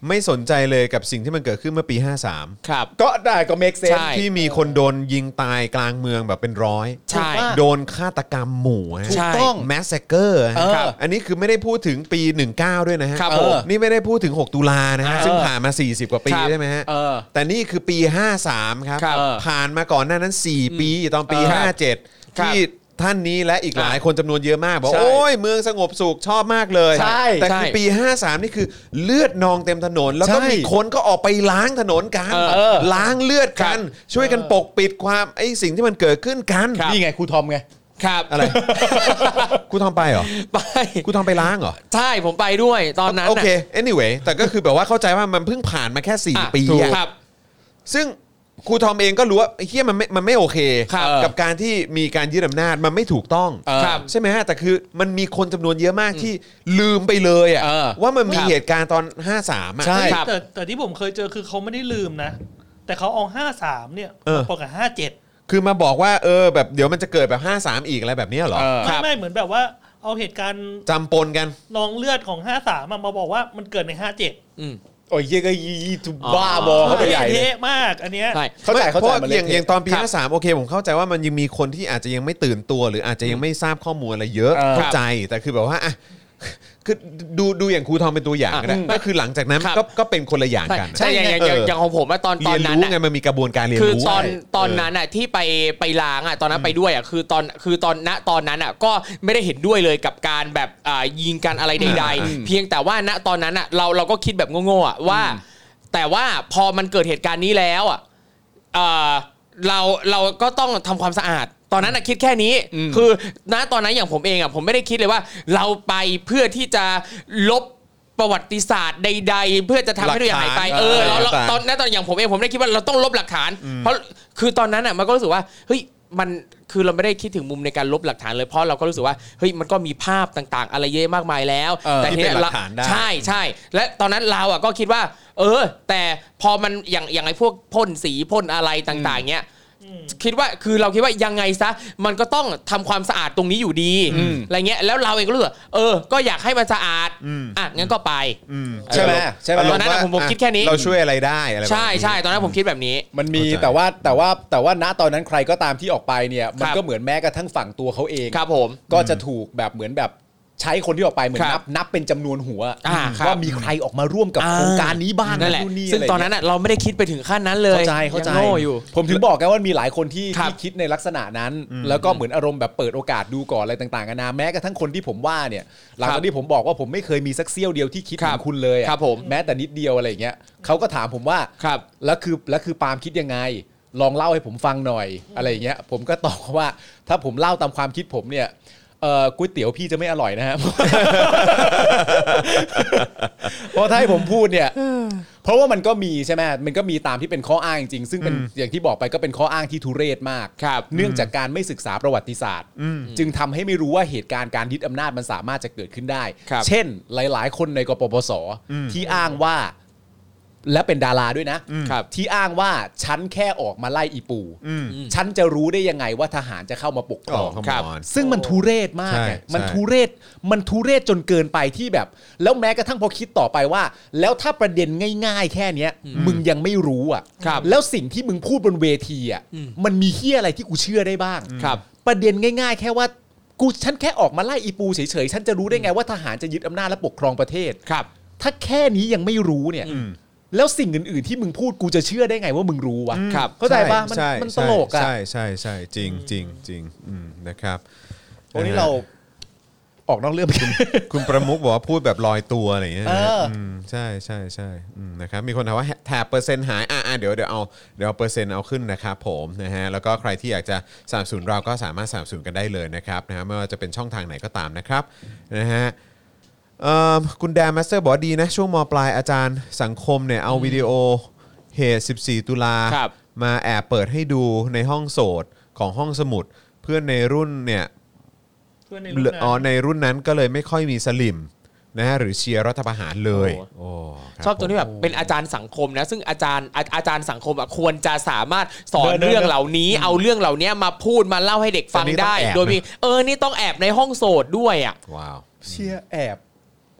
ไม่สนใจเลยกับสิ่งที่มันเกิดขึ้นเมื่อปีห้าสามครับก็ได้ก็เมคเซนใช่ที่มีคนโดนยิงตายกลางเมืองแบบเป็นร้อยใช่โดนฆาตกรรมหมู่ถูกต้องแมสเซเกอร์เอออันนี้คือไม่ได้พูดถึงปีหนึ่งเก้าด้วยนะฮะครับผมนี่ไม่ได้พูดถึงหกตุลานะฮะเออซึ่งผ่านมาสี่สิบกว่าปีครับใช่ไหมฮะเออแต่นี่คือปีห้าสามครับครับผ่านมาก่อนหน้านั้นสี่ปีตอนปีเออห้าเจ็ดครับที่ท่านนี้และอีกหลายอ่ะคนจำนวนเยอะมากบอกใช่โอ้ยเมืองสงบสุขชอบมากเลยใช่แต่คือใช่ปีห้าสามนี่คือเลือดนองเต็มถนน แล้วก็ใช่มีคนก็ออกไปล้างถนนกันเออล้างเลือดกัน ช่วยกันปกปิดความไอ้สิ่งที่มันเกิดขึ้นกันครับนี่ไงครูทอมไงครับอะไร กูทอมไปเหรอไปกูทอมไปล้างเหรอใช่ผมไปด้วยตอนนั้นโอน่ะเค anyway แต่ก็คือแบบว่าเข้าใจว่ามันเพิ่งผ่านมาแค่สี่อ่ะปีถูกอะครับซึ่งครูทอมเองก็รู้ว่าไอ้เฮียมันไม่มันไม่โอเคครับกับการที่มีการยึดอำนาจมันไม่ถูกต้องเออครับใช่ไหมฮะแต่คือมันมีคนจำนวนเยอะมากที่ลืมไปเลยอะเออว่ามันมีครับเหตุการณ์ตอนห้าสามอะใช่ครับแต่แต่ที่ผมเคยเจอคือเขาไม่ได้ลืมนะ แต่เขาเอาห้าสามเนี่ยเออมาปนกับห้าเจ็ดคือมาบอกว่าเออแบบเดี๋ยวมันจะเกิดแบบห้าสามอีกอะไรแบบนี้เหรอเออครัไม่บไม่เหมือนแบบว่าเอาเหตุการณ์จำปนกันนองเลือดของห้าสามมาบอกว่ามันเกิดในห้าเจ็ดอืมโอ้ยเหี้ยก็ยีทุบอ๋อบ้าบอเข้าไปใหญ่เลยเท่มากอันเนี้ยใช่เข้าใจเข้าเพใจราะว่ามันอย่างเละอย่างตอนปีครับห้าสามโอเคผมเข้าใจว่ามันยังมีคนที่อาจจะยังไม่ตื่นตัวหรืออาจจะยังไม่ทราบข้อมูลอะไรเยอะเออเข้าใจแต่คือแบบว่าอ่ะคือดูดูอย่างครูทอมเป็นตัวอย่างก็ได้อ่ะก็คือหลังจากนั้นครับก็ก็เป็นคนละอย่างใช่กันใช่อย่างอย่างอย่างเอออย่างของผมอะตอนตเรีอนยนนั้นรู้อะไงมันมีกระบวนการเรียนคือรู้ตอนเตอนนั้นอ่ะที่ไปไปล้างอ่ะตอนนั้นไปด้วยอ่ะคือตอนคือตอนณตอนนั้นอ่ะก็ไม่ได้เห็นด้วยเลยกับการแบบอ่ายิงกันอะไรใดๆ เพียงแต่ว่าณตอนนั้นอ่ะเราเราก็คิดแบบโง่ๆอ่ะว่า แต่ว่าพอมันเกิดเหตุการณ์นี้แล้วอ่ะเอ่อเราเราก็ต้องทำความสะอาด ตอนนั้นอะคิดแค่นี้ คือณตอนนั้นอย่างผมเองอ่ะผมไม่ได้คิดเลยว่า เราไปเพื่อที่จะลบประวัติศาสตร์ใดๆเพื่อจะทำให้ทุกอย่างหายไปหลักฐานเออเราหลักฐานตอนนั้นตอนอย่างผมเองผมไม่ได้คิดว่าเราต้องลบหลักฐาน เพราะคือตอนนั้นอ่ะมันก็รู้สึกว่าเฮ้ยมันคือเราไม่ได้คิดถึงมุมในการลบหลักฐานเลยเพราะเราก็รู้สึกว่าเฮ้ยมันก็มีภาพต่างๆ อะไรเยอะมากมายแล้วเออแต่ที่เป็นหลัเรากฐานได้ใช่ใช่และตอนนั้นเราอ่ะก็คิดว่า เออ แต่พอมันอย่างอย่างไอ้พวกพ่นสีพ่นอะไรต่างๆเงี้ยคิดว่าคือเราคิดว่ายังไงซะมันก็ต้องทำความสะอาดตรงนี้อยู่ดีอะไรเงี้ยแล้วเราเองก็รู้สึกเออก็อยากให้มันสะอาดอ่ะงั้นก็ไปใช่ไหมใช่ไหมตอนนั้นอะผมผมคิดแค่นี้เราช่วยอะไรได้อะไรแบบใช่นี้ใช่ตอนนั้นผมคิดแบบนี้มันมีเข้าใจแต่ว่าแต่ว่าแต่ว่าณตอนนั้นใครก็ตามที่ออกไปเนี่ยมันครับก็เหมือนแม้กระทั่งฝั่งตัวเขาเองครับผมก็จะถูกแบบเหมือนแบบใช้คนที่ออกไปเหมือนครันับบ นับเป็นจำนวนหัวอ่าครับว่ามีใครออกมาร่วมกับอ่าโครงการนี้บ้างนั่นแหละนู่นี่ซึ่งะไรตอนนั้นเงี้ยอะเราไม่ได้คิดไปถึงขั้นนั้นเลยเข้าใจเข้าใจยังโง่อยู่ผมถึงบอกกันว่ามีหลายคนที่ครับที่คิดในลักษณะนั้น แล้วก็เหมือนอารมณ์แบบเปิดโอกาสดูก่อนอะไรต่างๆกันานาแม้กระทั่งคนที่ผมว่าเนี่ยหลังจากที่ผมบอกว่าผมไม่เคยมีสักเสี้ยวเดียวที่คิดเหมือนคุณเลยอะครับผมแม้แต่นิดเดียวอะไรอย่างเงี้ยเขาก็ถามผมว่าครับแล้วคือแล้วคือปาล์มคิดยังไง ลองเล่าให้ผมฟังหน่อยอะไรอย่างเงี้ยผมก็ตอบว่าถ้าผมเล่าตามความคิดผมเนี่ยเอ่อก๋วยเตี๋ยวพี่จะไม่อร่อยนะฮะ เพราะถ้าให้ผมพูดเนี่ยเพราะว่ามันก็มีใช่ไหมมันก็มีตามที่เป็นข้ออ้างจริงๆซึ่งเป็นอย่างที่บอกไปก็เป็นข้ออ้างที่ทุเรศมากครับเนื่องจากการไม่ศึกษาประวัติศาสตร์ จึงทำให้ไม่รู้ว่าเหตุการณ์การยึดอำนาจมันสามารถจะเกิดขึ้นได้ครับเช่นหลายๆ คนในกปปสที่อ้างว่าและเป็นดาราด้วยนะครับที่อ้างว่าฉันแค่ออกมาไล่อีปูฉันจะรู้ได้ยังไงว่าทหารจะเข้ามาปกครอง Oh, come ครับ on ซึ่งมันทุเรศมากใช่ไงมันใช่ทุเรศมันทุเรศจนเกินไปที่แบบ แล้วแม้กระทั่งพอคิดต่อไปว่า แล้วถ้าประเด็นง่ายๆ แค่เนี้ยมึงยังไม่รู้อ่ะครับแล้วสิ่งที่มึงพูดบนเวทีอ่ะมันมีเฮี้ยอะไรที่กูเชื่อได้บ้างครับประเด็นง่ายๆ แค่ว่ากูฉันแค่ออกมาไล่อีปูเฉยๆฉันจะรู้ได้ไงว่าทหารจะยึดอำนาจและปกครองประเทศครับถ้าแค่นี้ยังไม่รู้เนี่ยแล้วสิ่งอื่นๆที่มึงพูดกูจะเชื่อได้ไงว่ามึงรู้วะครับเข้าใจปะมันช่มันตลกอ่ะใช่ใช่ใช่จริงจริงจริงอืมนะครับวันนี้เราออกนอกเรื่องไปคุณประมุกบอกว่าพูดแบบลอยตัวอะไรอย่างเงี้ยเอออืมใช่ใช่ใช่อืมนะครับมีคนถามว่าแถบเปอร์เซ็นต์หายอ่าเดี๋ยวเดี๋ยวเอาเดี๋ยวเอาเปอร์เซ็นต์เอาขึ้นนะครับผมนะฮะแล้วก็ใครที่อยากจะสนับสนุนเราก็สามารถสนับสนุนกันได้เลยนะครับนะฮะไม่ว่าจะเป็นช่องทางไหนก็ตามนะครับนะฮะเอ่อคุณแดนมาสเตอร์บอกว่าดีนะช่วงมปลายอาจารย์สังคมเนี่ยเอาวิดีโอเหตุสิบสี่ตุลาครับมาแอบเปิดให้ดูในห้องโสตของห้องสมุดเพื่อนในรุ่นเนี่ยเพื่อนในรุ่นนั้นอ๋อในรุ่นนั้นก็เลยไม่ค่อยมีสลิมนะฮะหรือเชียร์รัฐประหารเลยโอ้โอ้ครัชอบตัวที่แบบเป็นอาจารย์สังคมนะซึ่งอาจารย์อาอาจารย์สังคมอะควรจะสามารถสอนเดินๆเรื่องเหล่านี้ เอาเรื่องเหล่านี้มาพูดมาเล่าให้เด็กฟังได้ โดยมีเออนี่ต้องแอบในห้องโสตด้วยอ่ะว้าวเชียร์แอบ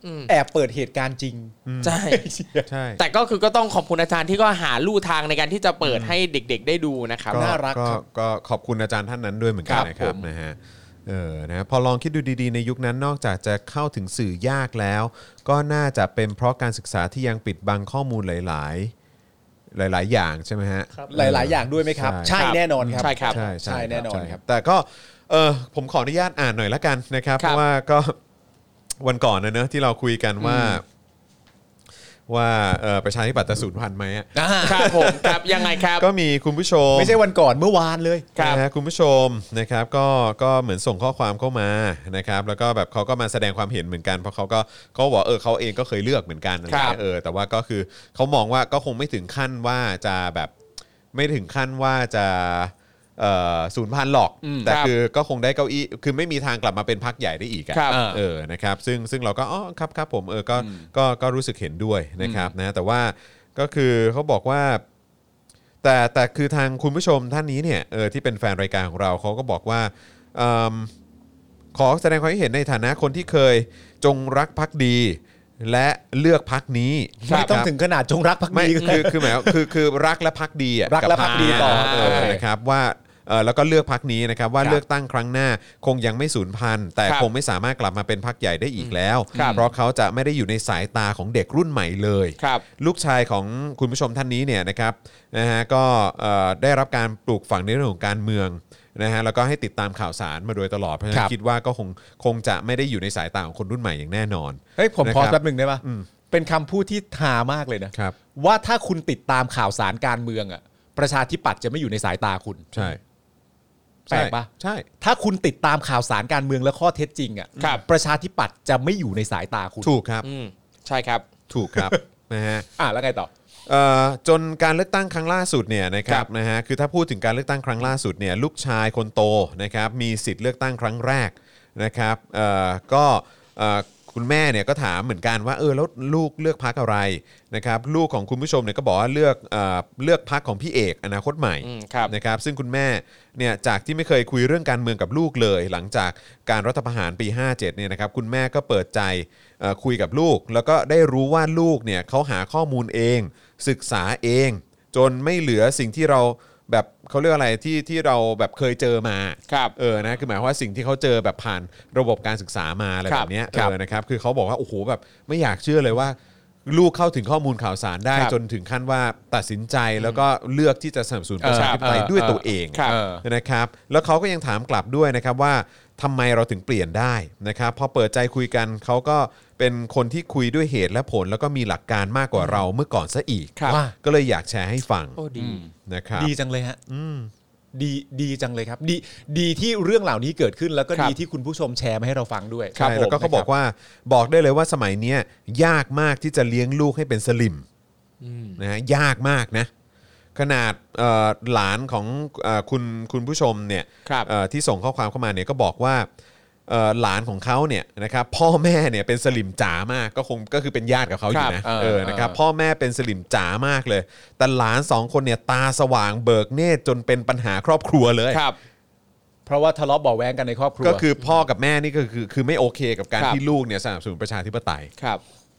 แอบเปิดเหตุการณ์จริงใช่ใช่แต่ก็คือก็ต้องขอบคุณอาจารย์ที่ก็หาลู่ทางในการที่จะเปิดให้เด็กๆได้ดูนะครับน่ารักครับก็ขอบคุณอาจารย์ท่านนั้นด้วยเหมือนกันนะครับนะฮะเออนะพอลองคิดดูดีๆในยุคนั้นนอกจากจะเข้าถึงสื่อยากแล้วก็น่าจะเป็นเพราะการศึกษาที่ยังปิดบังข้อมูลหลายๆหลายๆอย่างใช่ไหมฮะหลายๆอย่างด้วยไหมครับใช่แน่นอนครับใช่ครับใช่ใช่แน่นอนครับแต่ก็เออผมขออนุญาตอ่านหน่อยละกันนะครับเพราะว่าก็วันก่อนนะเนอะที่เราคุยกันว่าว่าประชาธิปัตย์จะสูญพันธุ์ไหมครับผมครับยังไงครับก็มีคุณผู้ชมไม่ใช่วันก่อนเมื่อวานเลยนะคุณผู้ชมนะครับก็ก็เหมือนส่งข้อความเข้ามานะครับแล้วก็แบบเขาก็มาแสดงความเห็นเหมือนกันเพราะเขาก็เขาบอกเออเขาเองก็เคยเลือกเหมือนกันนะเออแต่ว่าก็คือเขามองว่าก็คงไม่ถึงขั้นว่าจะแบบไม่ถึงขั้นว่าจะศูนย์พันหรอกแต่คือก็คงได้เก้าอี้คือไม่มีทางกลับมาเป็นพรรคใหญ่ได้อีกอ่ะเออนะครับซึ่งซึ่งเราก็อ๋อครับครับผมเออก็ก็ก็รู้สึกเห็นด้วยนะครับนะแต่ว่าก็คือเขาบอกว่าแต่แต่คือทางคุณผู้ชมท่านนี้เนี่ยเออที่เป็นแฟนรายการของเราเขาก็บอกว่าขอแสดงความเห็นในฐานะคนที่เคยจงรักภักดีและเลือกพรรคนี้ไม่ต้องถึงขนาดจงรักภักดีคือคือหมายคือคือรักและพรรคดีอ่ะรักและพรรคดีต่อนะครับว่าแล้วก็เลือกพรรคนี้นะครับว่าเลือกตั้งครั้งหน้าคงยังไม่สูญพันธุ์แต่คงไม่สามารถกลับมาเป็นพรรคใหญ่ได้อีกแล้วเพราะเขาจะไม่ได้อยู่ในสายตาของเด็กรุ่นใหม่เลยลูกชายของคุณผู้ชมท่านนี้เนี่ยนะครับนะฮะก็ได้รับการปลูกฝังในเรื่องของการเมืองนะฮะแล้วก็ให้ติดตามข่าวสารมาโดยตลอดเพราะฉะนั้นคิดว่าก็คงคงจะไม่ได้อยู่ในสายตาของคนรุ่นใหม่อย่างแน่นอนเฮ้ยผมพอแป๊บนึงได้ป่ะเป็นคำพูดที่ฮามากเลยนะว่าถ้าคุณติดตามข่าวสารการเมืองอ่ะประชาธิปัตย์จะไม่อยู่ในสายตาคุณใช่แปลกปะใช่ถ้าคุณติดตามข่าวสารการเมืองและข้อเท็จจริงอ่ะประชาธิปัตย์จะไม่อยู่ในสายตาคุณถูกครับใช่ครับถูกครับนะฮะอ่ะแล้วไงต่อจนการเลือกตั้งครั้งล่าสุดเนี่ยนะครับนะฮะคือถ้าพูดถึงการเลือกตั้งครั้งล่าสุดเนี่ยลูกชายคนโตนะครับมีสิทธิ์เลือกตั้งครั้งแรกนะครับก็คุณแม่เนี่ยก็ถามเหมือนกันว่าเออแล้วลูกเลือกพรรคอะไรนะครับลูกของคุณผู้ชมเนี่ยก็บอกว่าเลือกเอ่อเลือกพรรคของพี่เอกอนาคตใหม่นะครับซึ่งคุณแม่เนี่ยจากที่ไม่เคยคุยเรื่องการเมืองกับลูกเลยหลังจากการรัฐประหารปีห้าเจ็ดเนี่ยนะครับคุณแม่ก็เปิดใจคุยกับลูกแล้วก็ได้รู้ว่าลูกเนี่ยเขาหาข้อมูลเองศึกษาเองจนไม่เหลือสิ่งที่เราแบบเขาเรียกอะไรที่ที่เราแบบเคยเจอมาเออนะคือหมายว่าสิ่งที่เขาเจอแบบผ่านระบบการศึกษามาอะไรแบบนี้เออนะครับคือเขาบอกว่าโอ้โหแบบไม่อยากเชื่อเลยว่าลูกเข้าถึงข้อมูลข่าวสารได้จนถึงขั้นว่าตัดสินใจแล้วก็เลือกที่จะสนับสนุนประชาธิปไตยด้วยตัวเองนะครับแล้วเขาก็ยังถามกลับด้วยนะครับว่าทำไมเราถึงเปลี่ยนได้นะครับพอเปิดใจคุยกันเขาก็เป็นคนที่คุยด้วยเหตุและผลแล้วก็มีหลักการมากกว่าเราเมื่อก่อนซะอีกก็เลยอยากแชร์ให้ฟังนะครับดีจังเลยฮะดีดีจังเลยครับดีดีที่เรื่องเหล่านี้เกิดขึ้นแล้วก็ดีที่คุณผู้ชมแชร์มาให้เราฟังด้วยใช่แล้วก็เขาบอกว่าบอกได้เลยว่าสมัยนี้ยากมากที่จะเลี้ยงลูกให้เป็นสลิมนะฮะยากมากนะขนาดหลานของคุณคุณผู้ชมเนี่ยที่ส่งข้อความเข้ามาเนี่ยก็บอกว่าหลานของเขาเนี่ยนะครับพ่อแม่เนี่ยเป็นสลิมจ๋ามากก็คงก็คือเป็นญาติกับเขาอยู่นะเออนะครับพ่อแม่เป็นสลิมจ๋ามากเลยแต่หลานสองคนเนี่ยตาสว่างเบิกเนตรจนเป็นปัญหาครอบครัวเลยครับเพราะว่าทะเลาะเบาะแว้งกันในครอบครัวก็คือพ่อกับแม่นี่ก็คือคือไม่โอเคกับการที่ลูกเนี่ยสนับสนุนประชาธิปไตยครับ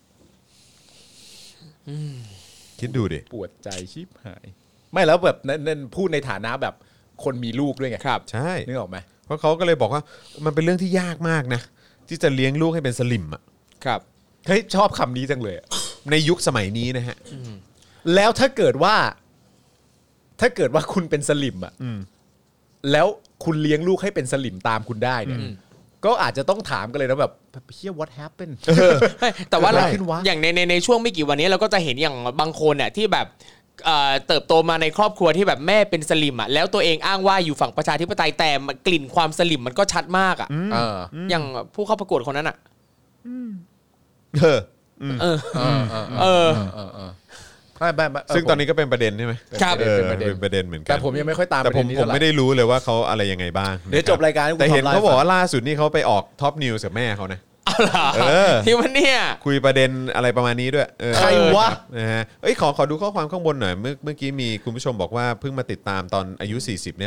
คิดดูดิปวดใจชิบหายไม่แล้วแบบนั่นพูดในฐานะแบบคนมีลูกด้วยไงครับใช่นึกออกไหมเพราะเขาก็เลยบอกว่ามันเป็นเรื่องที่ยากมากนะที่จะเลี้ยงลูกให้เป็นสลิมอ่ะครับเฮ้ยชอบคำนี้จังเลยในยุคสมัยนี้นะฮะแล้วถ้าเกิดว่าถ้าเกิดว่าคุณเป็นสลิมอ่ะแล้วคุณเลี้ยงลูกให้เป็นสลิมตามคุณได้เนี่ยก็อาจจะต้องถามกันเลยนะแบบเฮีย what happened แต่ว่าอย่างในในในช่วงไม่กี่วันนี้เราก็จะเห็นอย่างบางคนเนี่ยที่แบบเติบโตมาในครอบครัวที่แบบแม่เป็นสลิมอ่ะแล้วตัวเองอ้างว่าอยู่ฝั่งประชาธิปไตยแต่กลิ่นความสลิมมันก็ชัดมากอ่ะอย่างผู้เข้าประกวดคนนั้นอ่ะเออเออเออซึ่งตอนนี้ก็เป็นประเด็นใช่ไหมครับเป็นประเด็นเป็นประเด็นเหมือนกันแต่ผมยังไม่ค่อยตามแต่ผมผมไม่ได้รู้เลยว่าเขาอะไรยังไงบ้างเดี๋ยวจบรายการแต่เห็นเขาบอกว่าล่าสุดนี่เขาไปออกท็อปนิวส์กับแม่เขานะเออที่มันเนี่ยคุยประเด็นอะไรประมาณนี้ด้วยใครวะนะฮะเอ้ยขอขอดูข้อความข้างบนหน่อยเมื่อเมื่อกี้มีคุณผู้ชมบอกว่าเพิ่งมาติดตามตอนอายุสี่สิบนี่แหละ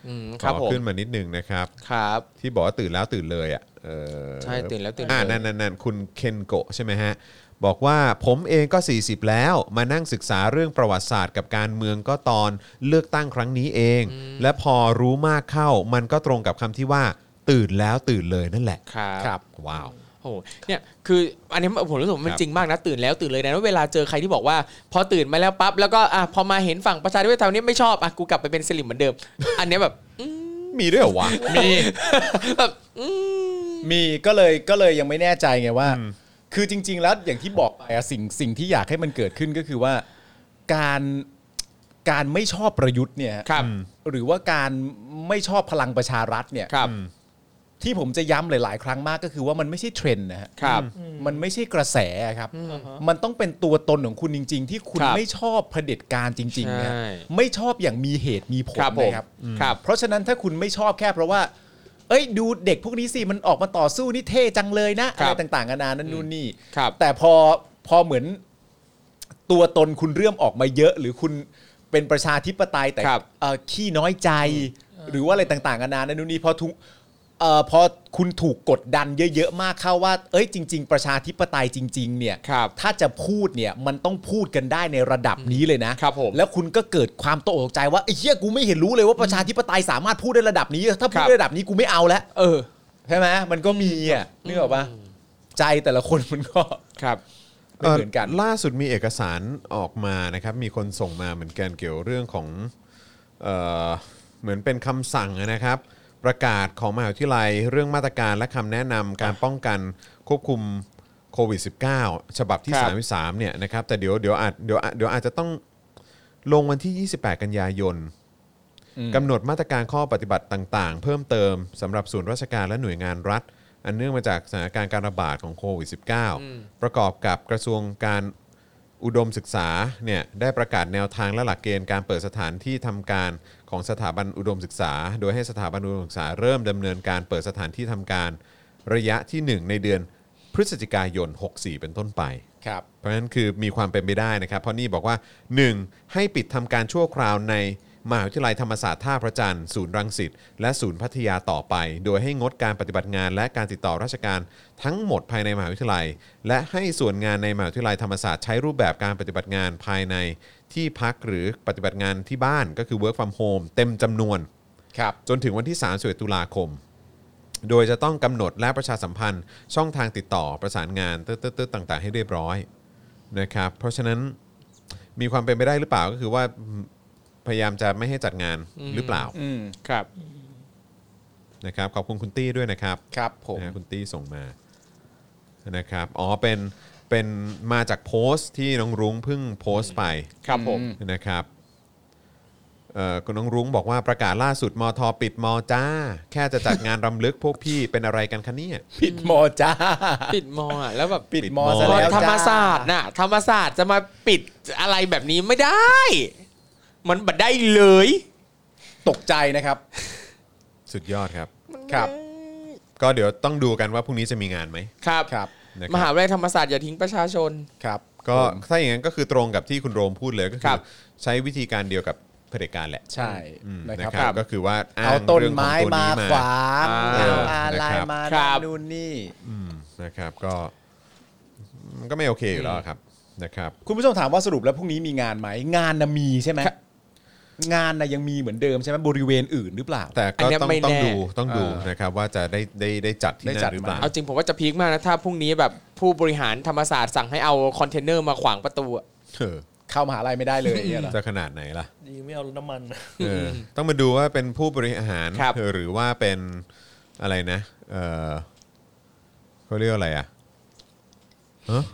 ขอขึ้นมานิดนึงนะครับครับที่บอกว่าตื่นแล้วตื่นเลยอ่ะเออใช่ตื่นแล้วตื่นอ่านั่นๆๆคุณเคนโกะใช่ไหมฮะบอกว่าผมเองก็สี่สิบแล้วมานั่งศึกษาเรื่องประวัติศาสตร์กับการเมืองก็ตอนเลือกตั้งครั้งนี้เองและพอรู้มากเข้ามันก็ตรงกับคำที่ว่าตื่นแล้วตื่นเลยนั่นแหละครับว้าวโอ้เนี่ยคืออันนี้ผมรู้สึกมันจริงมากนะตื่นแล้วตื่นเลยนะเวลาเจอใครที่บอกว่าพอตื่นมาแล้วปั๊บแล้วก็อ่ะพอมาเห็นฝั่งประชาธิปไตยนี้ไม่ชอบอ่ะกูกลับไปเป็นสลิมเหมือนเดิมอันนี้แบบมีด้วยเหรอวะมีแบบมีก็เลยก็เลยยังไม่แน่ใจไงว่าคือจริงๆแล้วอย่างที่บอกไปสิ่งสิ่งที่อยากให้มันเกิดขึ้นก็คือว่าการการไม่ชอบประยุทธ์เนี่ยหรือว่าการไม่ชอบพลังประชารัฐเนี่ยที่ผมจะย้ำหลายๆครั้งมากก็คือว่ามันไม่ใช่เทรนด์นะฮะมันไม่ใช่กระแสครับมันต้องเป็นตัวตนของคุณจริงๆที่คุณไม่ชอบเผด็จการจริงๆนะไม่ชอบอย่างมีเหตุมีผลนะครับเพราะฉะนั้นถ้าคุณไม่ชอบแค่เพราะว่าเอ้ยดูเด็กพวกนี้สิมันออกมาต่อสู้นี่เท่จังเลยนะอะไรต่างๆกันานานั่นนู่นนี่แต่พอพอเหมือนตัวตนคุณเริ่มออกมาเยอะหรือคุณเป็นประชาธิปไตยแต่ขี้น้อยใจหรือว่าอะไรต่างๆกันานานั่นนู่นนี่พอทุกเอ่อพอคุณถูกกดดันเยอะๆมากเข้าว่าเอ้ยจริงๆประชาธิปไตยจริงๆเนี่ยถ้าจะพูดเนี่ยมันต้องพูดกันได้ในระดับนี้เลยนะแล้วคุณก็เกิดความตกใจว่าไอ้เหี้ยกูไม่เห็นรู้เลยว่าประชาธิปไตยสามารถพูดได้ระดับนี้ถ้าพูดได้ระดับนี้กูไม่เอาแล้วเออใช่ไหมมันก็มีอ่ะนึกออกปะใจแต่ละคนมันก็ครับไม่เหมือนกันล่าสุดมีเอกสารออกมานะครับมีคนส่งมาเหมือนกันเกี่ยวเรื่องของเอ่อเหมือนเป็นคำสั่งนะครับประกาศของมหาวิทยาลัยเรื่องมาตรการและคำแนะนำการป้องกันควบคุมโควิด สิบเก้า ฉบับที่สามสิบสามเนี่ยนะครับแต่เดี๋ยวเดี๋ยวอาจเดี๋ยวเดี๋ยวอาจจะต้องลงวันที่ยี่สิบแปดกันยายนกำหนดมาตรการข้อปฏิบัติต่างๆเพิ่มเติมสำหรับส่วนราชการและหน่วยงานรัฐอันเนื่องมาจากสถานการณ์การระบาดของโควิด สิบเก้า ประกอบกับกระทรวงการอุดมศึกษาเนี่ยได้ประกาศแนวทางและหลักเกณฑ์การเปิดสถานที่ทำการของสถาบันอุดมศึกษาโดยให้สถาบันอุดมศึกษาเริ่มดำเนินการเปิดสถานที่ทำการระยะที่หนึ่งในเดือนพฤศจิกายนหกสี่เป็นต้นไปครับเพราะฉะนั้นคือมีความเป็นไปได้นะครับเพราะนี่บอกว่าหนึ่งให้ปิดทำการชั่วคราวในมหาวิทยาลัยธรรมศาสตร์ท่าพระจันทร์ศูนย์รังสิตและศูนย์พัทยาต่อไปโดยให้งดการปฏิบัติงานและการติดต่อราชการทั้งหมดภายในมหาวิทยาลัยและให้ส่วนงานในมหาวิทยาลัยธรรมศาสตร์ใช้รูปแบบการปฏิบัติงานภายในที่พักหรือปฏิบัติงานที่บ้านก็คือ work from home เต็มจำนวนครับจนถึงวันที่สามสิบเอ็ดตุลาคมโดยจะต้องกำหนดและประชาสัมพันธ์ช่องทางติดต่อประสานงานตึ๊ดๆต่างๆให้เรียบร้อยนะครับเพราะฉะนั้นมีความเป็นไปได้หรือเปล่าก็คือว่าพยายามจะไม่ให้จัดงานหรือเปล่าครับนะครับขอบคุณคุณตี้ด้วยนะครับครับผมนะคุณตี้ส่งมานะครับอ๋อเป็นเป็นมาจากโพสต์ที่น้องรุ้งเพิ่งโพสต์ไปครับผมนะครับเอ่อคุณน้องรุ้งบอกว่าประกาศล่าสุดมทปิดมจ้าแค่จะจัดงานรำลึกพวกพี่เป็นอะไรกันคะเนี่ยปิดมจ้าปิดมอ่ะแล้วแบบปิดมซะแล้วธรรมศาสตร์น่ะธรรมศาสตร์จะมาปิดอะไรแบบนี้ไม่ได้มันบัดได้เลยตกใจนะครับสุดยอดครับครับก็เดี๋ยวต้องดูกันว่าพรุ่งนี้จะมีงานไหมครับครับมหาวิทยาลัยธรรมศาสตร์อย่าทิ้งประชาชนครับก็ถ้าอย่างนั้นก็คือตรงกับที่คุณโรมพูดเลยก็คือใช้วิธีการเดียวกับเผด็จการแหละใช่นะครับก็คือว่าเอาต้นไม้มาขวางเอาอะไรมานู่นนี่นะครับก็ก็ไม่โอเคอยู่แล้วครับนะครับคุณผู้ชมถามว่าสรุปแล้วพรุ่งนี้มีงานไหมงานน่ะมีใช่ไหมงานน่ะยังมีเหมือนเดิมใช่ไหมบริเวณอื่นหรือเปล่าแต่ก็ต้องต้องดูต้องดูนะครับว่าจะได้ได้ได้จัดที่นั่นหรือเปล่าเอาจริงผมว่าจะพีคมากนะถ้าพรุ่งนี้แบบผู้บริหารธรรมศาสตร์สั่งให้เอาคอนเทนเนอร์มาขวางประตูเข้ามหาลัยไม่ได้เลยจะขนาดไหนล่ะดีไม่เอาน้ำมันเออต้องมาดูว่าเป็นผู้บริหารหรือว่าเป็นอะไรนะเออเขาเรียกอะไรอ่ะฮะ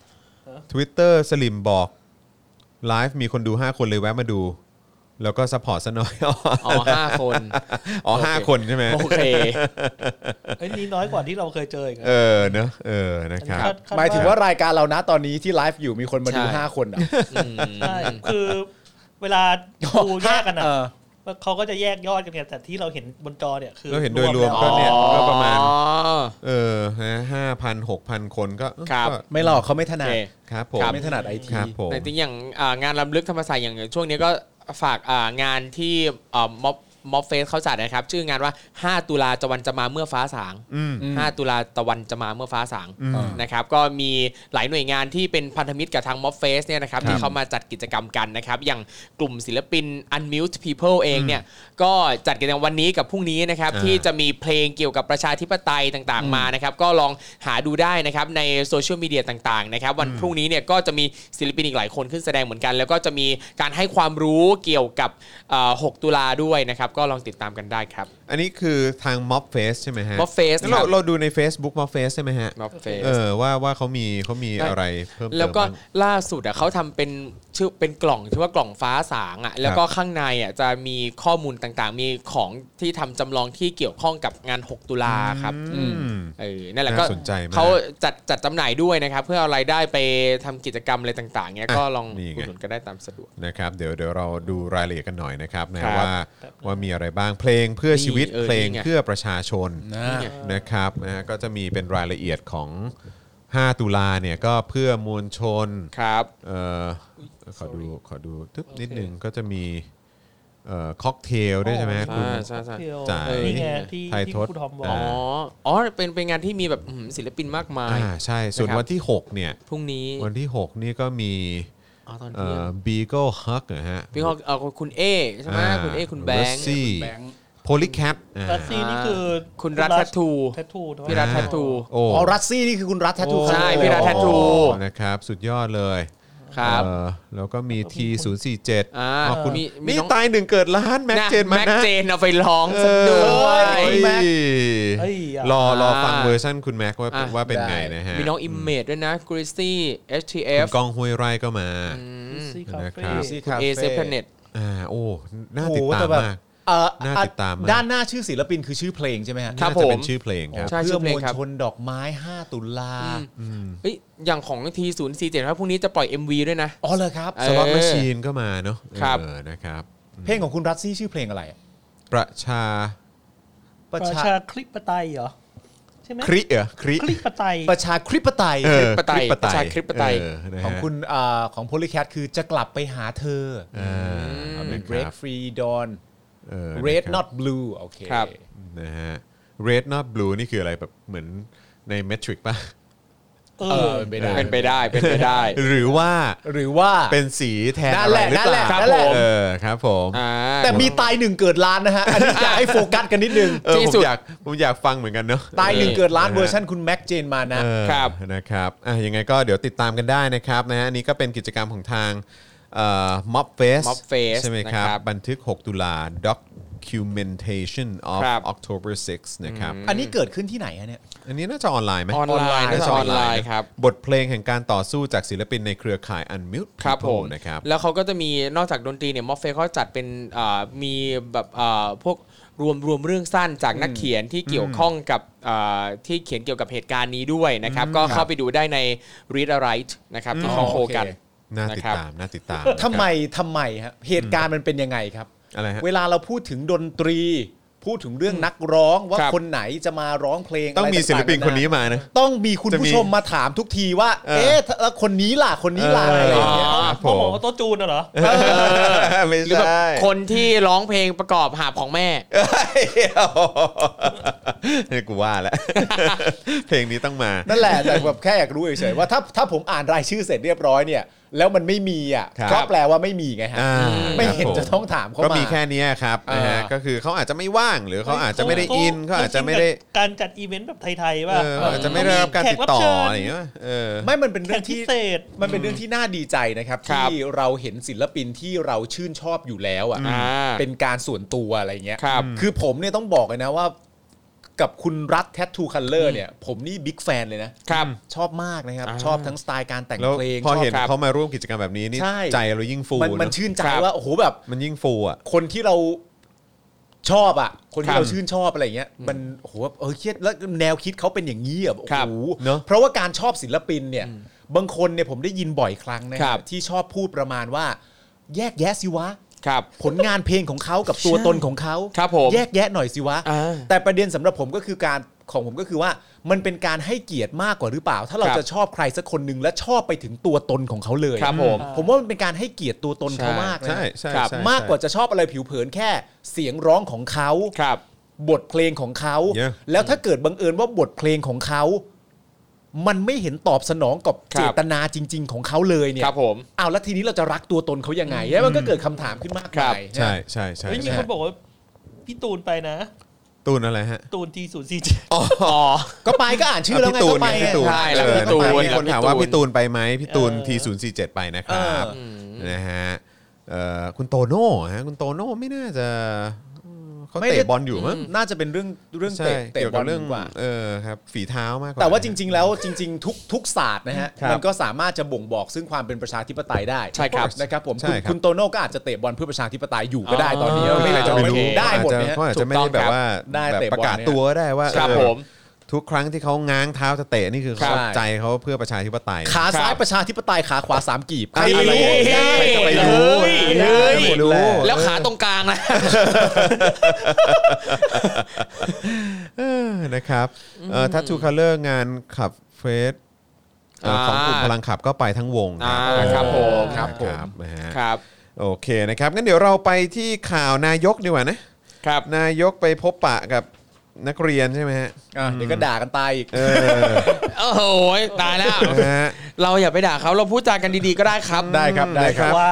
Twitter สลิมบอกไลฟ์มีคนดูห้าคนเลยแวะมาดูแล้วก็ซัพพอร์ตซะหน่อยอ๋อห้าคนอ๋อห้าคนใช่ไหมโอเคเฮ้ยนี่น้อยกว่าที่เราเคยเจออีกเออเนอะเออนะครับหมายถึงว่ารายการเรานะตอนนี้ที่ไลฟ์อยู่มีคนมาดูห้าคนอ่ะใช่คือเวลาดูแยกกันอ่ะเขาก็จะแยกยอดกันเนี่ยแต่ที่เราเห็นบนจอเนี่ยคือเราเห็นโดยรวมก็เนี่ยก็ประมาณเออห้าพันหกพันคนก็ไม่หรอกเขาไม่ถนัดครับผมไม่ถนัดไอทีแต่จริงอย่างงานรำลึกธรรมศาสตร์อย่างช่วงนี้ก็ฝากงานที่ม็อบม็อบเฟสเขาจัดนะครับชื่องานว่าห้าตุลาตะวันจะมาเมื่อฟ้าสางห้าตุลาตะวันจะมาเมื่อฟ้าสางนะครับก็มีหลายหน่วยงานที่เป็นพันธมิตรกับทางม็อบเฟสเนี่ยนะครับที่เขามาจัดกิจกรรมกันนะครับอย่างกลุ่มศิลปิน Unmute People เองเนี่ยก็จัดกิจกรรมวันนี้กับพรุ่งนี้นะครับที่จะมีเพลงเกี่ยวกับประชาธิปไตยต่างๆมานะครับก็ลองหาดูได้นะครับในโซเชียลมีเดียต่างๆนะครับวันพรุ่งนี้เนี่ยก็จะมีศิลปินอีกหลายคนขึ้นแสดงเหมือนกันแล้วก็จะมีการให้ความรู้เกี่ยวกับหกตุลาด้วยนะครับก็ลองติดตามกันได้ครับอันนี้คือทาง Mob Face ใช่ไหมฮะ Mob Face เราเราดูใน Facebook Mob Face ใช่ไหมฮะ Mob Face เออว่าว่าเขามีเขามีอะไรเพิ่มเติมแล้วก็ล่าสุดอ่ะเขาทำเป็นชื่อเป็นกล่องชื่อว่ากล่องฟ้าสางอ่ะแล้วก็ข้างในอ่ะจะมีข้อมูลต่างๆมีของที่ทำจำลองที่เกี่ยวข้องกับงานหกตุลาครับเออนั่นแหละก็เขาจัดจัดจำหน่ายด้วยนะครับเพื่อเอารายได้ไปทำกิจกรรมอะไรต่างๆเงี้ยก็ลองอุดหนุนกันได้ตามสะดวกนะครับเดี๋ยวเดี๋ยวเราดูรายละเอียดกันหน่อยนะครับนะว่าว่ามีอะไรบ้างเพลงเพื่อชีวิตเพลงเพื่อประชาชนนะครับนะฮะก็จะมีเป็นรายละเอียดของห้าตุลาเนี่ยก็เพื่อมวลชนครับเอ่อขอดูขอดูทึบนิดนึงก็จะมีเอ่อค็อกเทลด้วยใช่ไหมคุณจ่ายไทยทศอ๋ออ๋อเป็นเป็นงานที่มีแบบศิลปินมากมายอ่าใช่ส่วนวันที่หกเนี่ยพรุ่งนี้วันที่หกนี่ก็มีเอ่อ Beagle Hug นะฮะ Beagle เอาคุณเอใช่ไหมคุณเอคุณแบงค์โพลิแคทรัสซี่นี่คือคุณรัฐแททูพี่รัฐแททูอ๋อรัสซี่นี่คือคุณรัฐแททูใช่พี่รัฐแททูนะครับสุดยอดเลยครับแล้วก็มี ที ศูนย์ สี่ เจ็ดอ่าคุณนี่ตายหนึ่งเกิดล้านแม็กเจนมานะแม็กเจนเอาไปร้องสักด้วยรอรอฟังเวอร์ชันคุณแม็กว่าว่าเป็นไงนะฮะมีน้องอิมเมจด้วยนะกริซซี่ เอช ที เอฟกองห้วยไร่ก็มานะครับคุณเอเซฟเพเน็ตอ่าโอ้น่าติดตามมากน่าติดตามด้านหน้าชื่อศิลปินคือชื่อเพลงใช่ไหมฮะน่าจะเป็นชื่อเพลงครับเพื่อมวลชนดอกไม้ห้าตุลาเอ้ยอย่างของ ที ศูนย์ สี่ เจ็ด ครับพรุ่งนี้จะปล่อย เอ็ม วี ด้วยนะอ๋อเลยครับสล็อตแมชชีนก็มาเนาะครับนะครับเพลงของคุณรัสซี่ชื่อเพลงอะไรประชาประชาคลิปไตยเหรอใช่ไหมคริเหรอคริคลิปไตยประชาคลิปไตยคลิปไตยประชาคลิปไตยของคุณของโพลีแคทคือจะกลับไปหาเธอเป็น Break Free Dawn Red Not Blue โอเคนะฮะ Red Not Blue นี่คืออะไรแบบเหมือนใน Matrix ป่ะเออเป็นไปได้เป็นไปได้หรือว่าหรือว่าเป็นสีแทนอะไรหรือเปล่าครับผมเออครับผมแต่มีตายหนึ่งเกิดล้านนะฮะอันนี้อยากให้โฟกัสกันนิดนึงผมอยากผมอยากฟังเหมือนกันเนาะตายหนึ่งเกิดล้านเวอร์ชันคุณแม็กเจนมานะครับนะครับอ่ะยังไงก็เดี๋ยวติดตามกันได้นะครับนะฮะอันนี้ก็เป็นกิจกรรมของทางเอ่อ Mob Face ใช่ไหมครับบันทึกหกตุลา Documentation of October ซิกซ์นะครับอันนี้เกิดขึ้นที่ไหนฮะเนี่ยอันนี้น่าจะออนไลน์ไหมออนไลน์น่าจะออนไลน์ครับบทเพลงแห่งการต่อสู้จากศิลปินในเครือข่าย Unmute ครับผมนะครับแล้วเขาก็จะมีนอกจากดนตรีเนี่ย Mob Face เขาจัดเป็นมีแบบพวกรวมรวมเรื่องสั้นจากนักเขียนที่เกี่ยวข้องกับที่เขียนเกี่ยวกับเหตุการณ์นี้ด้วยนะครับก็เข้าไปดูได้ใน Read a Write นะครับที่เขาโคกันน่าติดตามน่าติดตามทำไมทำไมฮะเหตุการณ์มันเป็นยังไงครับอะไรฮะเวลาเราพูดถึงดนตรีพูดถึงเรื่องนักร้องว่าคนไหนจะมาร้องเพลงต้องมีศิลปินคนนี้มานะต้องมีคุณผู้ชมมาถามทุกทีว่าเอ๊ะแล้วคนนี้ล่ะคนนี้ล่ะอะไรอย่างเงี้ยผมบอกว่าโต๊ะจูนเหรอไม่ใช่คนที่ร้องเพลงประกอบหาบของแม่นี่กูว่าแล้วเพลงนี้ต้องมานั่นแหละแต่แบบแค่อยากรู้เฉยๆว่าถ้าถ้าผมอ่านรายชื่อเสร็จเรียบร้อยเนี่ยแล้วมันไม่มีอ่ะก็แปลว่าไม่มีไงฮะไม่เห็นจะต้องถามเขามาก็มีแค่นี้ครับนะฮะก็คือเขาอาจจะไม่ว่างหรือเขาอาจจะไม่ได้อินเขาอาจจะไม่ได้การจัดอีเวนต์แบบไทยๆว่าอาจจะไม่ได้รับการติดต่ออะไรอย่างเงี้ยไม่มันเป็นเรื่องที่มันเป็นเรื่องที่น่าดีใจนะครับที่เราเห็นศิลปินที่เราชื่นชอบอยู่แล้วอ่ะเป็นการส่วนตัวอะไรเงี้ยคือผมเนี่ยต้องบอกเลยนะว่ากับคุณรัฐแทททูคัลเลอร์เนี่ยผมนี่บิ๊กแฟนเลยนะครับชอบมากนะครับชอบทั้งสไตล์การแต่งเพลงพอเห็นเขามาร่วมกิจกรรมแบบนี้นี่ใจเรายิ่งฟูมันมันชื่นใจว่าโอ้โหแบบมันยิ่งฟูอ่ะคนที่เราชอบอ่ะคนที่เราชื่นชอบอะไรเงี้ยมันโอ้โหเออเครียดแล้วแนวคิดเขาเป็นอย่างนี้อ่ะโอ้โหเพราะว่าการชอบศิลปินเนี่ยบางคนเนี่ยผมได้ยินบ่อยครั้งนะครับที่ชอบพูดประมาณว่าแยกแยะสิวะครับผลงานเพลงของเขากับตัวตนของเขาครับผมแยกแยะหน่อยสิวะอ่าแต่ประเด็นสำหรับผมก็คือการของผมก็คือว่ามันเป็นการให้เกียรติมากกว่าหรือเปล่า ถ้าเราครับจะชอบใครสักคนหนึ่งและชอบไปถึงตัวตนของเขาเลยครับผมผมว่ามันเป็นการให้เกียรติตัวตนเขามากนะใช่ใช่ครับใช่มากกว่าจะชอบอะไรผิวเผินแค่เสียงร้องของเขาครับบทเพลงของเขา Yeah แล้วถ้าเกิดบังเอิญว่าบทเพลงของเขา มันไม่เห็นตอบสนองกับครับเจตนาจริง ๆ ของเขาเลยเนี่ยครับผมอ้าวแล้วทีนี้เราจะรักตัวตนเขายังไงแล้วมันก็เกิดคำถามขึ้นมากครับมายใช่ใช่ใช่เฮ้ยมีใช่คนบอกว่าพี่ตูนไปนะตูนอะไรฮะตูนทีศูนย์สี่เจ็ดอ๋อก็ไปก็อ่านชื่อแล้วไงพี่ตูก็นไปไงพี่ตูนใช่แล้วเออพี่ตูนมีคนถามว่าแล้วพี่พี่ตูตูนนไปไหมพี่ตูนเออทีศูนย์สี่เจ็ดไปนะครับเออนะฮะเอ่อคุณโตโน่ฮะคุณโตโน่ไม่น่าจะเขาไม่ได้เตะบอลอยู่มั้งน่าจะเป็นเรื่องเรื่องใช่เตะเตะเกี่ยวบกัอบ ลเรื่องกว่าเออครับฝีเท้ามากกว่าแต่ว่าจริง ๆ แล้วจริง ๆ ทุกทุกศาสตร์นะฮะครับมันก็สามารถจะบ่งบอกซึ่งความเป็นประชาธิปไตยได้ใช่ครับนะครับผมใช่คุณครับคุณโตโน่ก็อาจจะเตะบอลเพื่อประชาธิปไตยอยู่ก็ได้อ๋อตอนนี้ไม่ใครรู้จะไปรู้โอเคได้หมดนะฮะเขาอาจจะไม่ได้แบบว่าได้แบบเตะบอลประกาศตัวก็ได้ว่าครับเออผมทุกครั้งที่เขาง้างเท้าจะเตะนี่คือครับเข้าใจเขาเพื่อประชาธิปไตยขาซ้ายประชาธิปไตยขาขวาสามกีบใครจะไปรู้ใครใครจะไปรู้เฮ้ยเฮ้ยใครจะไปรู้แล้วขาตรงกลางนะเออนะครับทัตทูคัลเลอร์งานขับเฟสเอ่อของกลุ่มพลังขับก็ไปทั้งวงอ่าครับผมครับผมนะฮะครับโอเคนะครับงั้นเดี๋ยวเราไปที่ข่าวนายกดีกว่านะครับ นายกไปพบปะกับนักเรียนใช่ไหมฮะอ่ะเดี๋ยวก็ด่ากันตายอีกเออโอ้โหตายแล้วนะฮะเราอย่าไปด่าเขาเราพูดจากันดีๆก็ได้ครับได้ครับได้ครับวาย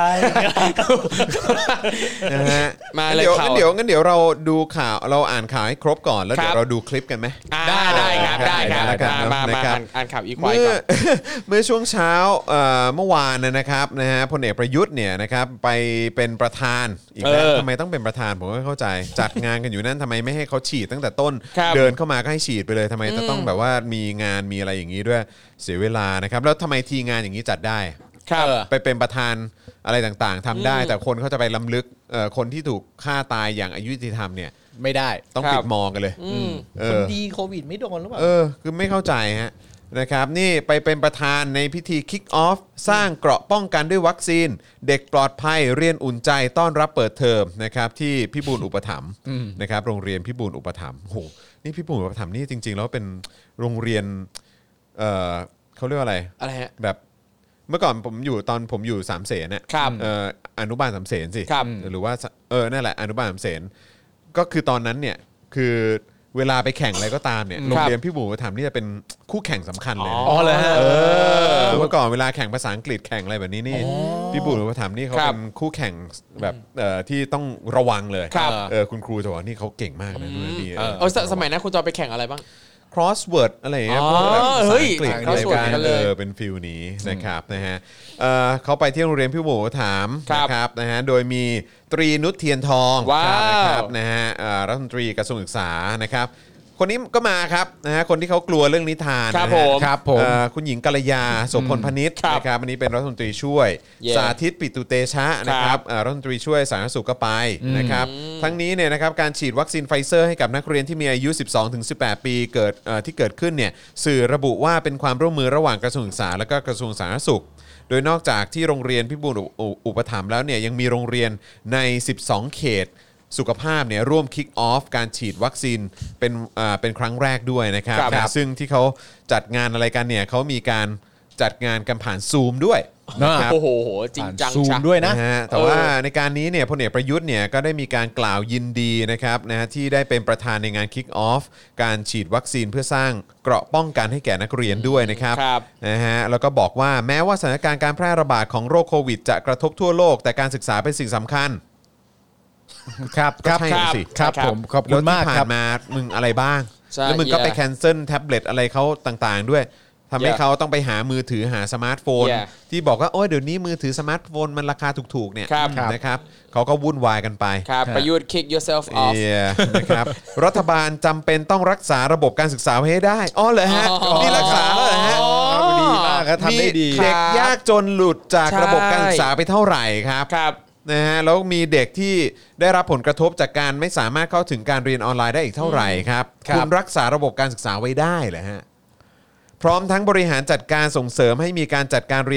นะฮะมาเลยงั้นข่าวเดี๋ยวงั้นเดี๋ยวเราดูข่าวเราอ่านข่าวให้ครบก่อนแล้วครับเดี๋ยวเราดูคลิปกันไหมอ่าได้ครับได้ครับได้ครับมามานะมาครับอ่านอ่านข่าวอีควายเมื่อก่อนเมื่อช่วงเช้าเอ่อเมื่อวานนะครับนะฮะพลเอกประยุทธ์เนี่ยนะครับไปเป็นประธานอีกแล้วเออทำไมต้องเป็นประธานผมไม่เข้าใจ จัดงานกันอยู่นั่นทำไมไม่ให้เขาฉีดตั้งแต่ต้นครับเดินเข้ามาก็ให้ฉีดไปเลยทำไมจะต้องแบบว่ามีงานมีอะไรอย่างนี้ด้วยเสียเวลานะครับแล้วทำไมทีงานอย่างนี้จัดได้ครับไปเป็นประธานอะไรต่างๆทำได้ แต่คนเขาจะไปล้ำลึกเอ่อคนที่ถูกฆ่าตายอย่างอายุติธรรมเนี่ยไม่ได้ต้องครับปิดมอกันเลยอืมเอคนอดีโควิดไม่โดนหรือเปล่าเออ คือไม่เข้าใจฮะนะครับนี่ไปเป็นประธานในพิธี Kick Off สร้างเกราะป้องกันด้วยวัคซีน เด็กปลอดภัยเรียนอุ่นใจต้อนรับเปิดเทอมนะครับที่พิบูลอุปถัมภ์นะครับโรงเรียนพิบูลอุปถัมภ์โอ้โหนี่พิบูลอุปถัมภ์นี่จริง ๆ แล้วเป็นโรงเรียนเออเขาเรียกว่าอะไรอะไรฮะแบบเมื่อก่อนผมอยู่ตอนผมอยู่สามเสนเนี่ยครับเอ่ออนุบาลสามเสนสิครับหรือว่าเออนั่นแหละอนุบาลสามเสนก็คือตอนนั้นเนี่ยคือเวลาไปแข่งอะไรก็ตามเนี่ยครับโรงเรียนพี่บุ๋มถามนี่จะเป็นคู่แข่งสำคัญเลยนะอ๋อเลยฮะเออเมื่อก่อนเวลาแข่งภาษาอังกฤษแข่งอะไรแบบนี้นี่พี่บุ๋มถามนี่เขาครับเป็นคู่แข่งแบบเอ่อที่ต้องระวังเลยครับเออคุณครูจะบอกนี่เขาเก่งมากนะดูดีเออเออสสมัยนั้นคุณจอไปแข่งอะไรบ้าง crossword อะไรอย่างเงี้ยอ๋อพวกแบบภาเฮ้ษาย อังกฤษอะไร crossword กันกันเลยเออเป็นฟิลนี้นะครับนะฮะเอ่อเขาไปที่โรงเรียนพี่บุ๋มถามครับนะครับนะฮะโดยมีตรีนุชเทียนทองว้าวนะครับนะฮะเอ่อรัฐมนตรีกระทรวงศึกษานะครับคนนี้ก็มาครับนะฮะคนที่เขากลัวเรื่องนิทานครับนะฮะผมครับผมเอ่อคุณหญิงกัลยาโสพลพนิษฐ์ครับนะครับอันนี้เป็นรัฐมนตรีช่วยเย่สาธิตปิตุเตชะนะคครัรับบ เอ่อรัฐมนตรีช่วยสาธารณสุขก็ไปนะครับทั้งนี้เนี่ยนะครับการฉีดวัคซีนไฟเซอร์ให้กับนักเรียนที่มีอายุ สิบสองถึงสิบแปด ปีเกิดเอ่อที่เกิดขึ้นเนี่ยสื่อระบุว่าเป็นความร่วมมือระหว่างกระทรวงศึกษาและก็กระทรวงสาธารณสุข โดยนอกจากที่โรงเรียนพิบูลอุอุอุปถัมภ์แล้วเนี่ยยังมีโรงเรียนในสิบสองเขตสุขภาพเนี่ยร่วมคิกออฟการฉีดวัคซีนเป็นอ่าเป็นครั้งแรกด้วยนะครับครับนะซึ่งที่เขาจัดงานอะไรกันเนี่ยเขามีการจัดงานกันผ่านซูมด้วยนะครับโอ้โหจริงจังซูมจ้ะด้วยนะนะฮะแต่ว่าในการนี้เนี่ยพลเอกประยุทธ์เนี่ยก็ได้มีการกล่าวยินดีนะครับนะฮะที่ได้เป็นประธานในงาน Kick Off การฉีดวัคซีนเพื่อสร้างเกราะป้องกันให้แก่นักเรียนด้วยนะครับครับนะฮะแล้วก็บอกว่าแม้ว่าสถานการณ์การแพร่ระบาดของโรคโควิดจะกระทบทั่วโลกแต่การศึกษาเป็นสิ่งสำคัญครับก็ใช่ครับสิครับครับผมขอบแล้คุวณที่มากผ่าครันบมามึงอะไรบ้างใช่แล้วมึงก็ไป yeah แคนเซิลแท็บเล็ตอะไรเขาต่างๆด้วยทำให้ Yeah เขาต้องไปหามือถือหาสมาร์ทโฟน Yeah ที่บอกว่าโอ้ยเดี๋ยวนี้มือถือสมาร์ทโฟนมันราคาถูกๆเนี่ยครับนะครับเขาก็วุ่นวายกันไปครับประยุทธ์ kick yourself เอ off ยนะครับ รัฐบาลจำเป็นต้องรักษาระบบการศึกษาไว้ให้ได้อ๋อเหรอฮะอ๋อนี่รักษาแล้วเหรอฮะดีมากครับทำได้ดีมีเด็กยากจนหลุดจากใช่ระบบการศึกษาไปเท่าไหร่ครับครับนะฮะแล้วมีเด็กที่ได้รับผลกระทบจากการไม่สามารถเข้าถึงการเรียนออนไลน์ได้อีกเท่าไหร่ครับครับคุณรักษาระบบการศึกษาไว้ได้เหรอฮะพร้อมทั้งบริหารจัดการส่งเสริมให้มีการจัดการเรียน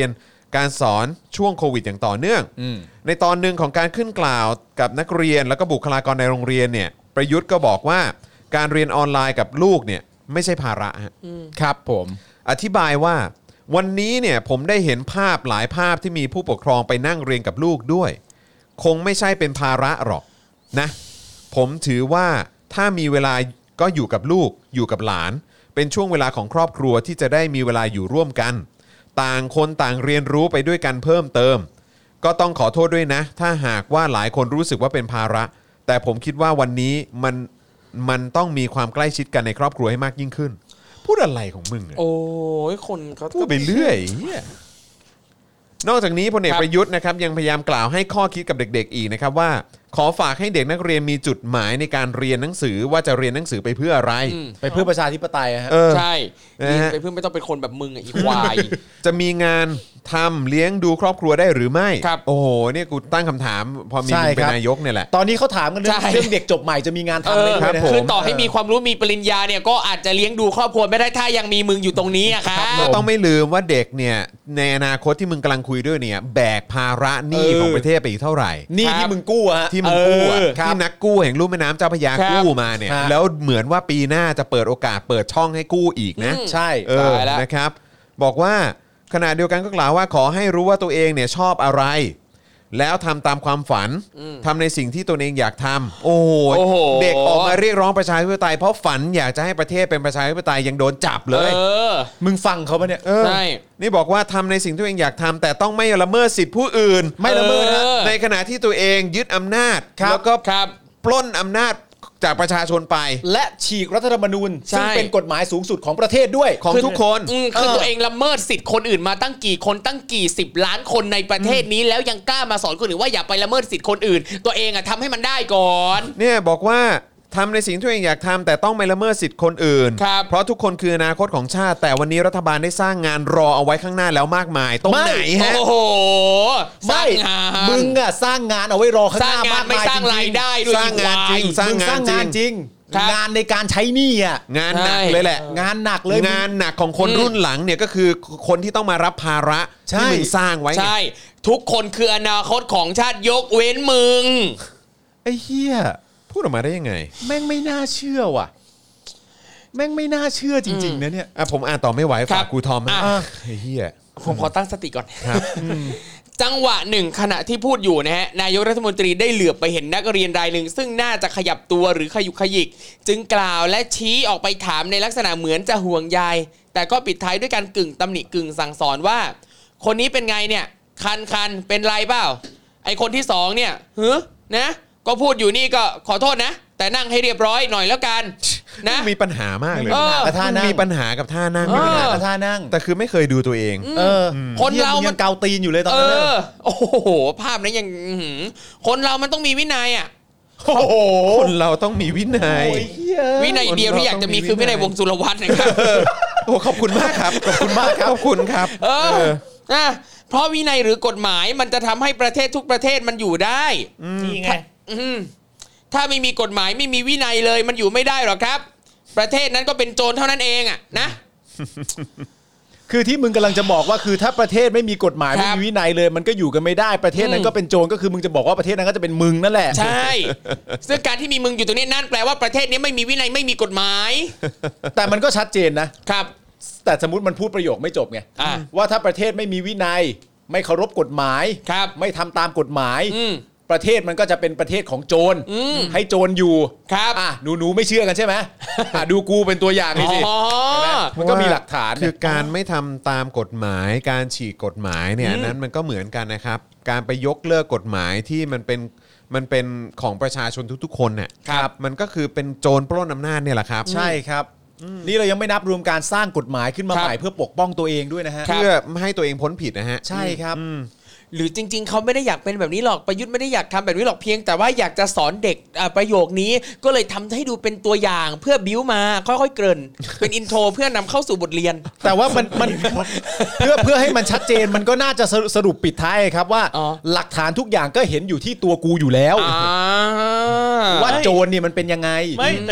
การสอนช่วงโควิดอย่างต่อเนื่องในตอนหนึ่งของการขึ้นกล่าวกับนักเรียนแล้วก็บุคลากรในโรงเรียนเนี่ยประยุทธ์ก็บอกว่าการเรียนออนไลน์กับลูกเนี่ยไม่ใช่ภาระครับผมอธิบายว่าวันนี้เนี่ยผมได้เห็นภาพหลายภาพที่มีผู้ปกครองไปนั่งเรียนกับลูกด้วยคงไม่ใช่เป็นภาระหรอกนะผมถือว่าถ้ามีเวลาก็อยู่กับลูกอยู่กับหลานเป็นช่วงเวลาของครอบครัวที่จะได้มีเวลาอยู่ร่วมกันต่างคนต่างเรียนรู้ไปด้วยกันเพิ่มเติมก็ต้องขอโทษด้วยนะถ้าหากว่าหลายคนรู้สึกว่าเป็นภาระแต่ผมคิดว่าวันนี้มันมันต้องมีความใกล้ชิดกันในครอบครัวให้มากยิ่งขึ้นพูดอะไรของมึงโอ้ยคนเขาพูดไปเรื่อยนอกจากนี้พลเอกประยุทธ์นะครับยังพยายามกล่าวให้ข้อคิดกับเด็กๆอีกนะครับว่าขอฝากให้เด็กนักเรียนมีจุดหมายในการเรียนหนังสือว่าจะเรียนหนังสือไปเพื่ออะไรไปเพื่อประชาธิปไตยฮะใช่ไปเพื่อไม่ต้องเป็นคนแบบมึงอีควายจะมีงานทำเลี้ยงดูครอบครัวได้หรือไม่โอ้โหเนี่ยกูตั้งคำถามพอมีเป็นนายกเนี่ยแหละตอนนี้เขาถามกันเรื่องเด็กจบใหม่จะมีงานทำได้ไหมคือต่อให้มีความรู้มีปริญญาเนี่ยก็อาจจะเลี้ยงดูครอบครัวไม่ได้ถ้ายังมีมึงอยู่ตรงนี้อะครับต้องไม่ลืมว่าเด็กเนี่ยในอนาคตที่มึงกำลังคุยด้วยเนี่ยแบกภาระหนี้ของประเทศไปอีกเท่าไหร่หนี้ที่มึงกู้อะที่มึงกู้ที่นักกู้แห่งลุ่มแม่น้ำเจ้าพระยากู้มาเนี่ยแล้วเหมือนว่าปีหน้าจะเปิดโอกาสเปิดช่องให้กู้อีกนะใช่เออนะครับบอกว่าขณะเดียวกันก็กล่าวว่าขอให้รู้ว่าตัวเองเนี่ยชอบอะไรแล้วทำตามความฝันทำในสิ่งที่ตัวเองอยากทำโอ้โหเด็กออกมาเรียกร้องประชาธิปไตยเพราะฝันอยากจะให้ประเทศเป็นประชาธิปไตยยังโดนจับเลยมึงฟังเขาปะเนี่ยใช่นี่บอกว่าทำในสิ่งที่ตัวเองอยากทำแต่ต้องไม่ละเมิดสิทธิผู้อื่นไม่ละเมิดนะในขณะที่ตัวเองยึดอำนาจแล้วก็ปล้นอำนาจจากประชาชนไปและฉีกรัฐธรรมนูญซึ่งเป็นกฎหมายสูงสุดของประเทศด้วยของทุกคนคือตัวเองละเมิดสิทธิ์คนอื่นมาตั้งกี่คนตั้งกี่สิบล้านคนในประเทศนี้แล้วยังกล้ามาสอนคนอื่นว่าอย่าไปละเมิดสิทธิ์คนอื่นตัวเองอะทำให้มันได้ก่อนเนี่ยบอกว่าทำในสิ่งที่ตัวเองอยากทำแต่ต้องไม่ละเมิดสิทธิ์คนอื่นเพราะทุกคนคืออนาคตของชาติแต่วันนี้รัฐบาลได้สร้างงานรอเอาไว้ข้างหน้าแล้วมากมายตรงไหนฮะโอ้โหสร้างงานมึงอะสร้างงานเอาไว้รอข้างหน้ามากมายจริงๆสร้างรายได้ด้วยสร้างงานจริงสร้างงานจริงงานในการใช้หนี้อ่ะงานหนักเลยแหละงานหนักเลยงานหนักของคนรุ่นหลังเนี่ยก็คือคนที่ต้องมารับภาระที่มึงสร้างไว้ใช่ทุกคนคืออนาคตของชาติยกเว้นมึงไอ้เหี้ยพูดออกมาได้ยังไงแม่งไม่น่าเชื่อว่ะแม่งไม่น่าเชื่อจริงๆนะเนี่ยอ่ะผมอ่านต่อไม่ไหวฝากกูทอมไอ้เหี้ยผมขอตั้งสติก่อนครับจังหวะหนึ่งขณะที่พูดอยู่นะฮะนายกรัฐมนตรีได้เหลือบไปเห็นนักเรียนรายหนึ่งซึ่งน่าจะขยับตัวหรือขยุกขยิกจึงกล่าวและชี้ออกไปถามในลักษณะเหมือนจะห่วงใยแต่ก็ปิดท้ายด้วยการกึ่งตำหนิกึ่งสั่งสอนว่าคนนี้เป็นไงเนี่ยคันคันเป็นไรเปล่าไอคนที่สองเนี่ยเฮ้นะก็พูดอยู่นี่ก็ขอโทษนะแต่นั่งให้เรียบร้อยหน่อยแล้วกันนะมีปัญหามากเลยท่านั่งมีปัญหากับท่านั่งมีปัญหากับท่านั่งแต่คือไม่เคยดูตัวเองเออคนเรามันเกาตีนอยู่เลยตอนนั้นโอ้โหภาพนั้นยังคนเรามันต้องมีวินัยอ่ะโอ้โหคนเราต้องมีวินัยวินัยเดียวที่อยากจะมีคือวินัยวงสุรวัฒน์นะครับโอ้ขอบคุณมากครับขอบคุณมากครับขอบคุณครับเออนะเพราะวินัยหรือกฎหมายมันจะทำให้ประเทศทุกประเทศมันอยู่ได้นี่ไงถ้าไม่มีกฎหมายไม่มีวินัยเลยมันอยู่ไม่ได้หรอกครับประเทศนั้นก็เป็นโจรเท่านั้นเองอ่ะนะคือที่มึงกำลังจะบอกว่าคือถ้าประเทศไม่มีกฎหมายไม่มีวินัยเลยมันก็อยู่กันไม่ได้ประเทศนั้นก็เป็นโจรก็คือมึงจะบอกว่าประเทศนั้นก็จะเป็นมึงนั่นแหละใช่ซึ่งการที่มีมึงอยู่ตรงนี้นั่นแปลว่าประเทศนี้ไม่มีวินัยไม่มีกฎหมายแต่มันก็ชัดเจนนะครับแต่สมมุติมันพูดประโยคไม่จบไงว่าถ้าประเทศไม่มีวินัยไม่เคารพกฎหมายไม่ทำตามกฎหมายประเทศมันก็จะเป็นประเทศของโจรให้โจรอยู่ครับอ่ะหนูหนูไม่เชื่อกันใช่ไหมอ่ะดูกูเป็นตัวอย่างนี่สิมันก็มีหลักฐานคือการไม่ทำตามกฎหมายการฉีกกฎหมายเนี่ยนั้นมันก็เหมือนกันนะครับการไปยกเลิกกฎหมายที่มันเป็นมันเป็นของประชาชนทุกๆคนเนี่ยครับมันก็คือเป็นโจรปล้นอำนาจเนี่ยแหละครับใช่ครับนี่เรายังไม่นับรวมการสร้างกฎหมายขึ้นมาใหม่เพื่อปกป้องตัวเองด้วยนะฮะเพื่อไม่ให้ตัวเองพ้นผิดนะฮะใช่ครับหรือจริงๆเขาไม่ได้อยากเป็นแบบนี้หรอกประยุทธ์ไม่ได้อยากทำแบบนี้หรอกเพียงแต่ว่าอยากจะสอนเด็กประโยคนี้ก็เลยทำให้ดูเป็นตัวอย่างเพื่อบิ้วมาค่อยๆเกริ่นเป็นอินโทรเพื่อนำเข้าสู่บทเรียนแต่ว่ามันมันเพื่อเพื่อให้มันชัดเจนมันก็น่าจะสรุปปิดท้ายครับว่าหลักฐานทุกอย่างก็เห็นอยู่ที่ตัวกูอยู่แล้วว่าโจรเนี่ยมันเป็นยังไงไม่แต่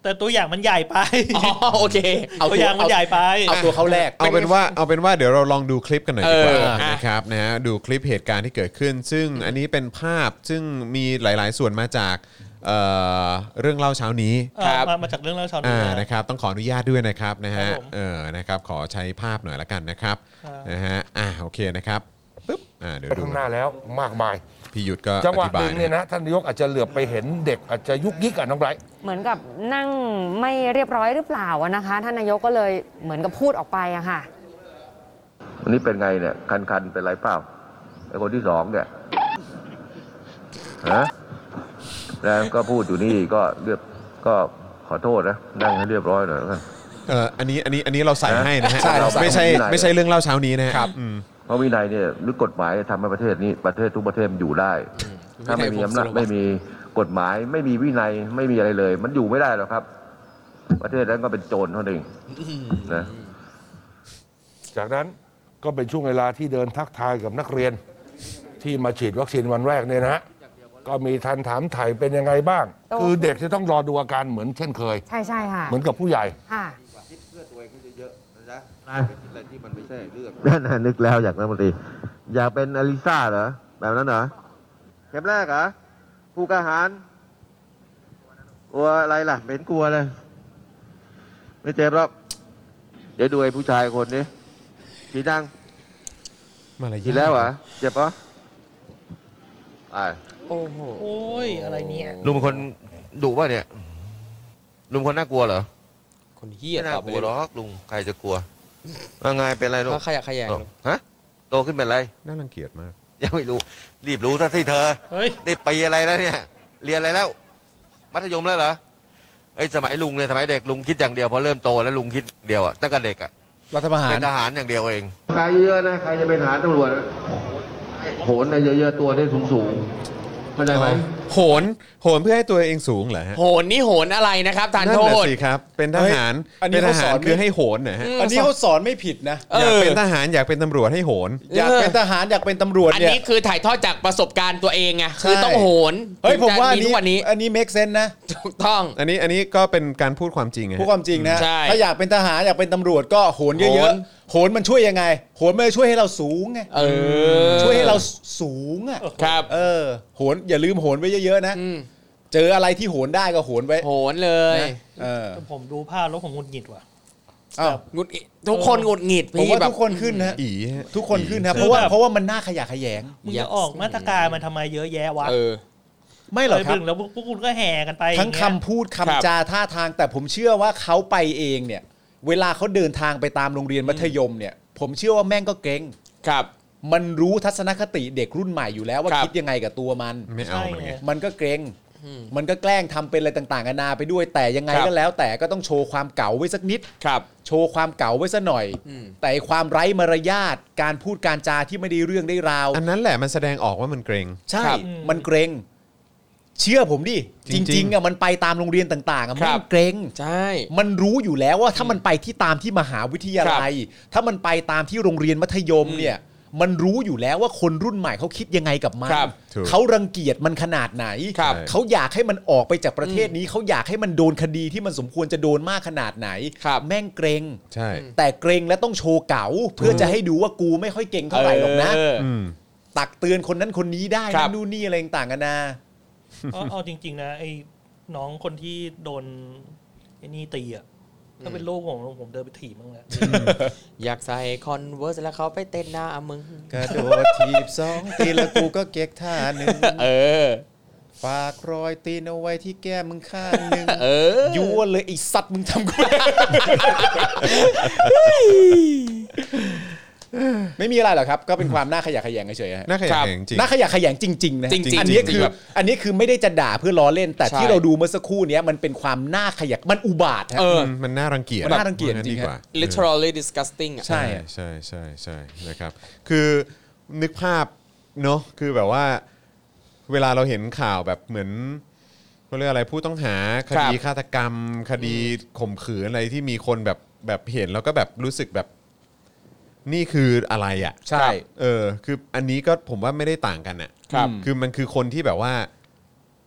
แต่ตัวอย่างมันใหญ่ไปอ๋อโอเคเอาตัวอย่างมันใหญ่ไปเอาตัวเขาแรกเอาเป็นว่าเอาเป็นว่าเดี๋ยวเราลองดูคลิปกันหน่อยดีกว่านะครับนะฮะดูคลิปเหตุการณ์ที่เกิดขึ้นซึ่งอันนี้เป็นภาพซึ่งมีหลายๆส่วนมาจากเอ่อเรื่องเล่าเช้านี้ครับมาจากเรื่องเล่าเช้านี้นะครับต้องขออนุญาตด้วยนะครับนะฮะเออนะครับขอใช้ภาพหน่อยละกันนะครับนะฮะอ่าโอเคนะครับปึ๊บอ่าเดี๋ยวดูข้างหน้าแล้วมากมายพี่ยุทธก็จังหวะหนึ่งเนี่ยนะท่านนายกอาจจะเหลือบไปเห็นเด็กอาจจะยุกยิกอ่ะน้องไบรท์เหมือนกับนั่งไม่เรียบร้อยหรือเปล่านะคะท่านนายกก็เลยเหมือนกับพูดออกไปอะค่ะวันนี้เป็นไงเนี่ยคันๆเป็นไรเปล่าไอ้คนที่สองเนี่ยฮะแล้วก็พูดอยู่นี่ก็เรียบก็ขอโทษนะนั่งให้เรียบร้อยหน่อยแล้วกันเอออันนี้อันนี้อันนี้เราใส่ให้นะฮะไม่ใช่ไม่ใช่เรื่องเล่าเช้านี้นะครับเพราะวินัยเนี่ยหรือกฎหมายทำให้ประเทศนี้ประเทศทุกประเทศมันอยู่ได้ถ้าไม่มีอำนาจไม่มีกฎหมายไม่มีวินัยไม่มีอะไรเลยมันอยู่ไม่ได้หรอกครับประเทศนั้นก็เป็นโจรเท่านั้นเองนะจากนั้นก็เป็นช่วงเวลาที่เดินทักทายกับนักเรียนที่มาฉีดวัคซีนวันแรกเนี่ยนะฮะก็มีทันถามไถ่เป็นยังไงบ้างคือเด็กจะต้องรอดูอาการเหมือนเช่นเคยใช่ใช่ค่ะเหมือนกับผู้ใหญ่ค่ะคิดเพื่อตัวเองเยอะๆนะนะอะไรที่มันไม่ใช่เรื่องนั่นนึกแล้วอยากรัฐมนตรีอยากเป็นอลิซ่าเหรอแบบนั้นเหรอเข็มแรกเหรอผู้กล้าหาญกลัวอะไรล่ะเป็นกลัวเลยไม่เจ็บหรอกเดี๋ยวดูไอ้ผู้ชายคนนี้ฉีดดังฉีดแล้วเหรอเจ็บปะไอ้โอ้โหโอ้ยอะไรเนี่ยลุงเป็นคนดุป่ะเนี่ยลุงคนน่ากลัวเหรอคนเหี้ยไม่น่ากลัวหรอกลุงใครจะกลัวว่าไงเป็นไรลูกขยักขยงฮะโตขึ้นเป็นไรน่ารังเกียจมากยังไม่รู้รีบรู้ซะสิเธอได้ไปอะไรแล้วเนี่ยเรียนอะไรแล้วมัธยมแล้วเหรอไอ้สมัยลุงเนี่ยสมัยเด็กลุงคิดอย่างเดียวพอเริ่มโตแล้วลุงคิดเดียวอะตั้งแต่เด็กอะรัฐประหารเป็นทหารอย่างเดียวเองใครเยอะนะใครจะเป็นทหารตำรวจโหนเยอะๆตัวได้สูงๆเข้าใจไหมโหนโหนเพื่อให้ตัวเองสูงเหรอฮะโหนนี่โหนอะไรนะครับทานโทษสิครับเป็นทหารเป็นทหารคือให้โหนนะฮะอันนี้เขาสอนไม่ผิดนะอยากเป็นทหารอยากเป็นตำรวจให้โหนอยากเป็นทหารอยากเป็นตำรวจเนี่ยอันนี้คือถ่ายทอดจากประสบการณ์ตัวเองไงคือต้องโหนเฮ้ยผมว่าอันนี้อันนี้ make sense นะถูกต้องอันนี้อันนี้ก็เป็นการพูดความจริงไงพูดความจริงนะถ้าอยากเป็นทหารอยากเป็นตำรวจก็โหนเยอะๆโหนมันช่วยยังไงโหนมันช่วยให้เราสูงไงช่วยให้เราสูงอ่ะครับเออโหนอย่าลืมโหนไว้เยอะๆนะเจออะไรที่โหนได้ก็โหนไว้โหนเลยเออผมดูภาพแล้วผมหงุดหงิดว่ะอ้าวหงุดหงิดทุกคนหงุดหงิดผมว่าทุกคนขึ้นนะอีทุกคนขึ้นนะเพราะว่าเพราะว่ามันน่าขยะแขยงมึงจะออกมาตรการมันทำไมเยอะแยะวะเออไม่หรอกครับแล้วพวกคุณก็แห่กันไปทั้งคำพูดคำจาท่าทางแต่ผมเชื่อว่าเขาไปเองเนี่ยเวลาเขาเดินทางไปตามโรงเรียนมัธยมเนี่ยผมเชื่อว่าแม่งก็เกรงครับมันรู้ทัศนคติเด็กรุ่นใหม่อยู่แล้วว่าคิดยังไงกับตัวมันไม่เอามันไงมันก็เกรงมันก็แกล้งทำเป็นอะไรต่างๆนานาไปด้วยแต่ยังไงก็แล้วแต่ก็ต้องโชว์ความเก๋าไว้สักนิดครับโชว์ความเก๋าไว้สักหน่อยแต่ความไร้มารยาทการพูดการจาที่ไม่ได้เรื่องได้ราวอันนั้นแหละมันแสดงออกว่ามันเกรงใช่มันเกรงเชื่อผมดิจริงๆอ่ะมันไปตามโรงเรียนต่างๆอ่ะมันเกรงใช่มันรู้อยู่แล้วว่าถ้ามันไปที่ตามที่มหาวิทยาลัยถ้ามันไปตามที่โรงเรียนมัธยมเนี่ยมันรู้อยู่แล้วว่าคนรุ่นใหม่เขาคิดยังไงกับมันเขารังเกียจมันขนาดไหนเขาอยากให้มันออกไปจากประเทศนี้เขาอยากให้มันโดนคดีที่มันสมควรจะโดนมากขนาดไหนแม่งเกรงใช่แต่เกรงและต้องโชว์เก๋าเพื่อจะให้ดูว่ากูไม่ค่อยเก่งเท่าไหร่หรอกนะตักเตือนคนนั้นคนนี้ได้นะนู่นนี่อะไรต่างกันนะเอาจริงๆนะไอ้น้องคนที่โดนไอ้นี่ตีอ่ะถ้าเป็นลูกผมผมเดินไปถีบมั้งแหละอยากใส่คอนเวิร์สแล้วเขาไปเต้นหน้ามึงกระโดดถีบสองตีแล้วกูก็เก๊กท่าหนึ่งเออฝากรอยตีนเอาไว้ที่แก้มมึงข้างหนึ่งเออยั่วเลยไอ้สัตว์มึงทำกูไม่มีอะไรหรอกครับก็เป็นความน่าขยะแขยงเฉยๆน่าขยะแขยงจริงน่าขยะแขยงจริงๆนะอันนี้คืออันนี้คือไม่ได้จะด่าเพื่อล้อเล่นแต่ที่เราดูเมื่อสักครู่นี้มันเป็นความน่าขยะมันอุบาทฮะมันน่ารังเกียจมันน่ารังเกียจจริงๆ literally disgusting ใช่ใช่ใช่ใช่นะครับคือนึกภาพเนาะคือแบบว่าเวลาเราเห็นข่าวแบบเหมือนเขาเรียกอะไรผู้ต้องหาคดีฆาตกรรมคดีข่มขืนอะไรที่มีคนแบบแบบเห็นแล้วก็แบบรู้สึกแบบนี่คืออะไรอ่ะใช่เออคืออันนี้ก็ผมว่าไม่ได้ต่างกันอ่ะคือมันคือคนที่แบบว่า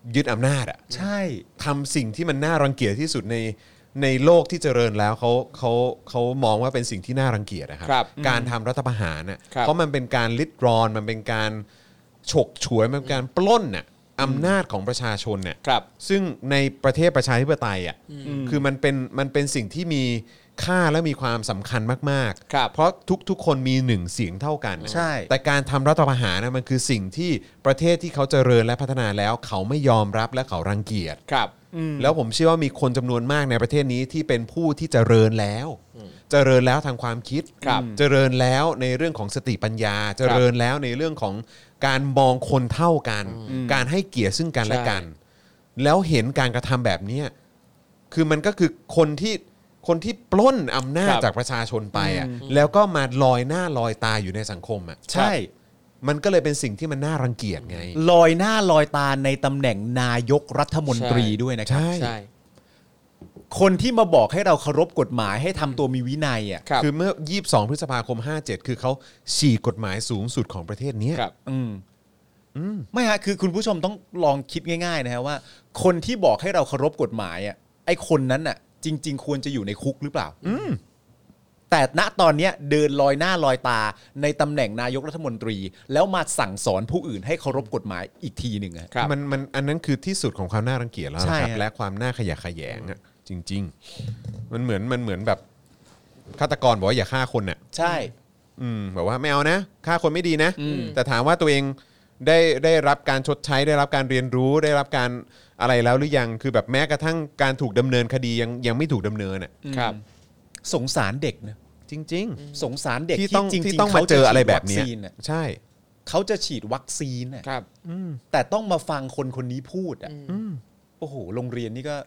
ยึดอำนาจอ่ะใช่ทำสิ่งที่มันน่ารังเกียจที่สุดในในโลกที่เจริญแล้วเขาเขาเขามองว่าเป็นสิ่งที่น่ารังเกียจนะครับครับการทำรัฐประหารน่ะครับเพราะมันเป็นการลิดรอนมันเป็นการฉกฉวยมันเป็นการปล้นน่ะอำนาจของประชาชนเนี่ยครับซึ่งในประเทศประชาธิปไตยอ่ะคือมันเป็นมันเป็นสิ่งที่มีค่าและมีความสำคัญมากครับๆ เพราะทุกๆ คนมีหนึ่งเสียงเท่ากันใช่แต่การทำรัฐประหารนะมันคือสิ่งที่ประเทศที่เขาเจริญและพัฒนาแล้วเขาไม่ยอมรับและเขารังเกียจครับแล้วผมเชื่อว่ามีคนจำนวนมากในประเทศนี้ที่เป็นผู้ที่เจริญแล้ว เจริญแล้วทางความคิดครับเจริญแล้วในเรื่องของสติปัญญา เจริญแล้วในเรื่องของการมองคนเท่ากัน การให้เกียรติซึ่งกันและกัน แล้วเห็นการกระทำแบบเนี้ยคือมันก็คือคนที่คนที่ปล้นอำนาจครับจากประชาชนไปอ่ะแล้วก็มาลอยหน้าลอยตาอยู่ในสังคมอ่ะใช่มันก็เลยเป็นสิ่งที่มันน่ารังเกียจไงลอยหน้าลอยตาในตำแหน่งนายกรัฐมนตรีใช่ด้วยนะครับใช่ใช่คนที่มาบอกให้เราเคารพกฎหมายให้ทำตัวมีวินัยอ่ะครับคือเมื่อยี่สิบสองพฤษภาคมห้าเจ็ดคือเขาฉีกกฎหมายสูงสุดของประเทศเนี้ยครับอืมไม่ฮะคือคุณผู้ชมต้องลองคิดง่ายๆนะฮะว่า คนที่บอกให้เราเคารพกฎหมายอ่ะไอ้คนนั้นอ่ะ จริง ๆ ควรจะอยู่ในคุกหรือเปล่าแต่ณตอนเนี้ยเดินลอยหน้าลอยตาในตำแหน่งนายกรัฐมนตรี แล้วมาสั่งสอนผู้อื่นให้เคารพกฎหมายอีกทีหนึ่งอะครับมันมันอันนั้นคือที่สุดของความน่ารังเกียจแล้วใช่นะครับฮะและความน่าขยะแขยงอ่ะจริง ๆ มันเหมือนมันเหมือนแบบฆาตกรบอกว่าอย่าฆ่าคนน่ะใช่อืมแบบว่าไม่เอานะฆ่าคนไม่ดีนะ แต่ถามว่าตัวเองได้ได้รับการชดใช้ได้รับการเรียนรู้ได้รับการอะไรแล้วหรือยังคือแบบแม้กระทั่งการถูกดำเนินคดียังยังไม่ถูกดำเนินอ่ะครับสงสารเด็กนะจริงสงสารเด็กๆ ที่ที่ต้องจริงที่ๆต้องมาเจออะไรแบบเนี้ยขาจะฉีดวัคซีนน่ะใช่เขาจะฉีดวัคซีนน่ะครับแต่ต้องมาฟังคนคนนี้พูดอ่ะโอ้โหโรงเรียนนี่ก็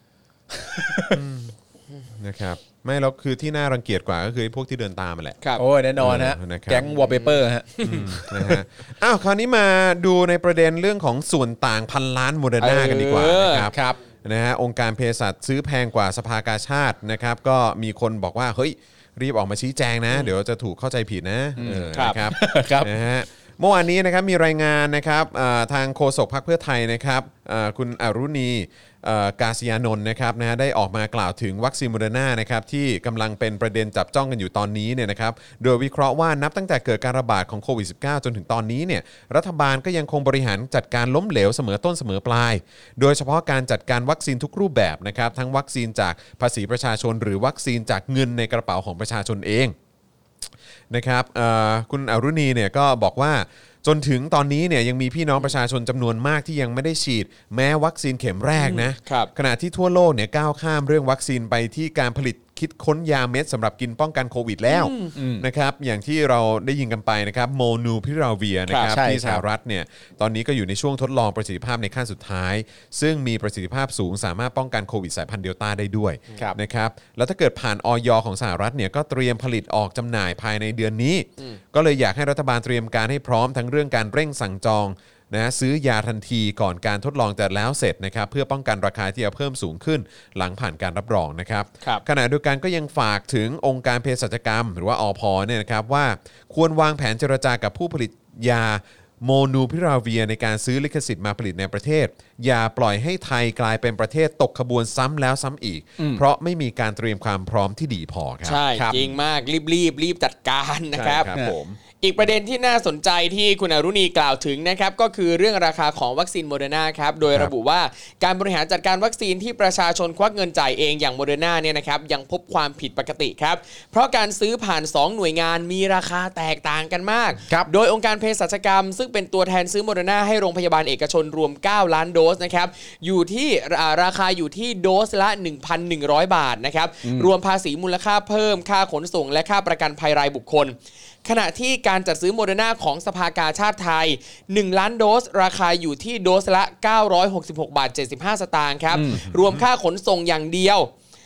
นะครับไม่แล้วคือที่น่ารังเกียจกว่าก็คือไอ้พวกที่เดินตามมาแหละครับโอ้ยแน่นอนฮะเออนะครับแก๊งวอลเปเปอร์ฮะนะฮะอ้าวคราวนี้มาดูในประเด็นเรื่องของส่วนต่างพันล้านโมเดอร์นากันดีกว่าเออนะครับครับนะฮะองค์การเภสัชซื้อแพงกว่าสภากาชาตินะครับก็มีคนบอกว่าเฮ้ยรีบออกมาชี้แจงนะ เดี๋ยวจะถูกเข้าใจผิดนะเออครับนะครับครับนะฮะเมื่อวานนี้นะครับมีรายงานนะครับอ่าทางโฆษกพรรคเพื่อไทยนะครับอ่าคุณอรุณีเอ่อกาศยานนท์นะครับนะฮะได้ออกมากล่าวถึงวัคซีนโมเดอร์นานะครับที่กำลังเป็นประเด็นจับจ้องกันอยู่ตอนนี้เนี่ยนะครับโดยวิเคราะห์ว่านับตั้งแต่เกิดการระบาดของโควิด สิบเก้า จนถึงตอนนี้เนี่ยรัฐบาลก็ยังคงบริหารจัดการล้มเหลวเสมอต้นเสมอปลาย โดยเฉพาะการจัดการวัคซีนทุกรูปแบบนะครับทั้งวัคซีนจากภาษีประชาชน หรือวัคซีนจากเงินในกระเป๋าของประชาชนเองนะครับเอ่อคุณอรุณีเนี่ยก็บอกว่าจนถึงตอนนี้เนี่ยยังมีพี่น้องประชาชนจำนวนมากที่ยังไม่ได้ฉีดแม้วัคซีนเข็มแรกนะครับ ขณะที่ทั่วโลกเนี่ยก้าวข้ามเรื่องวัคซีนไปที่การผลิตคิดค้นยาเม็ดสำหรับกินป้องกันโควิดแล้วนะครับอย่างที่เราได้ยินกันไปนะครับโมนูพิราเวียนะครับใช่ที่คสรับหรัฐเนี่ยตอนนี้ก็อยู่ในช่วงทดลองประสิทธิภาพในขั้นสุดท้าย ซึ่งมีประสิทธิภาพสูงสามารถป้องกันโควิดสายพันธุ์เดลต้าได้ด้วยครับนะครับแล้วถ้าเกิดผ่านออยของสหรัฐเนี่ยก็เตรียมผลิตออกจำหน่ายภายในเดือนนี้ ก็เลยอยากให้รัฐบาลเตรียมการให้พร้อมทั้งเรื่องการเร่งสั่งจองนะซื้อยาทันทีก่อนการทดลองจะแล้วเสร็จนะครับเพื่อป้องกันราคาที่จะเพิ่มสูงขึ้นหลังผ่านการรับรองนะครับครับขณะเดียวกันก็ยังฝากถึงองค์การเภสัชกรรม หรือว่าอพเนี่ยนะครับว่าควรวางแผนเจรจากับผู้ผลิตยาโมนูพิราเวียในการซื้อลิขสิทธิ์มาผลิตในประเทศ อย่าปล่อยให้ไทยกลายเป็นประเทศตกขบวนซ้ำแล้วซ้ำอีก เพราะไม่มีการเตรียมความพร้อมที่ดีพอครับใช่ครับจริงมากรีบรีบรีบจัดการนะครับใช่ครับผมอีกประเด็นที่น่าสนใจที่คุณอรุณีกล่าวถึงนะครับก็คือเรื่องราคาของวัคซีนโมเดอร์นาครับโดยระบุว่าการบริหารจัดการวัคซีนที่ประชาชนควักเงินจ่ายเองอย่างโมเดอร์นาเนี่ยนะครับยังพบความผิดปกติครับเพราะการซื้อผ่านสองหน่วยงานมีราคาแตกต่างกันมากครับโดยองค์การเภสัชกรรม ซึ่งเป็นตัวแทนซื้อโมเดอร์นาให้โรงพยาบาลเอกชนรวมเก้าล้านโดสนะครับอยู่ที่อ่าราคาอยู่ที่โดสละ หนึ่งพันหนึ่งร้อย บาทนะครับรวมภาษีมูลค่าเพิ่มค่าขนส่งและค่าประกันภัยรายบุคคล ขณะที่การจัดซื้อโมเดอร์นาของสภากาชาติไทยหนึ่งล้านโดสราคาอยู่ที่โดสละเก้าร้อยหกสิบหกบาทเจ็ดสิบห้าสตางค์ครับรวมค่าขนส่งอย่างเดียว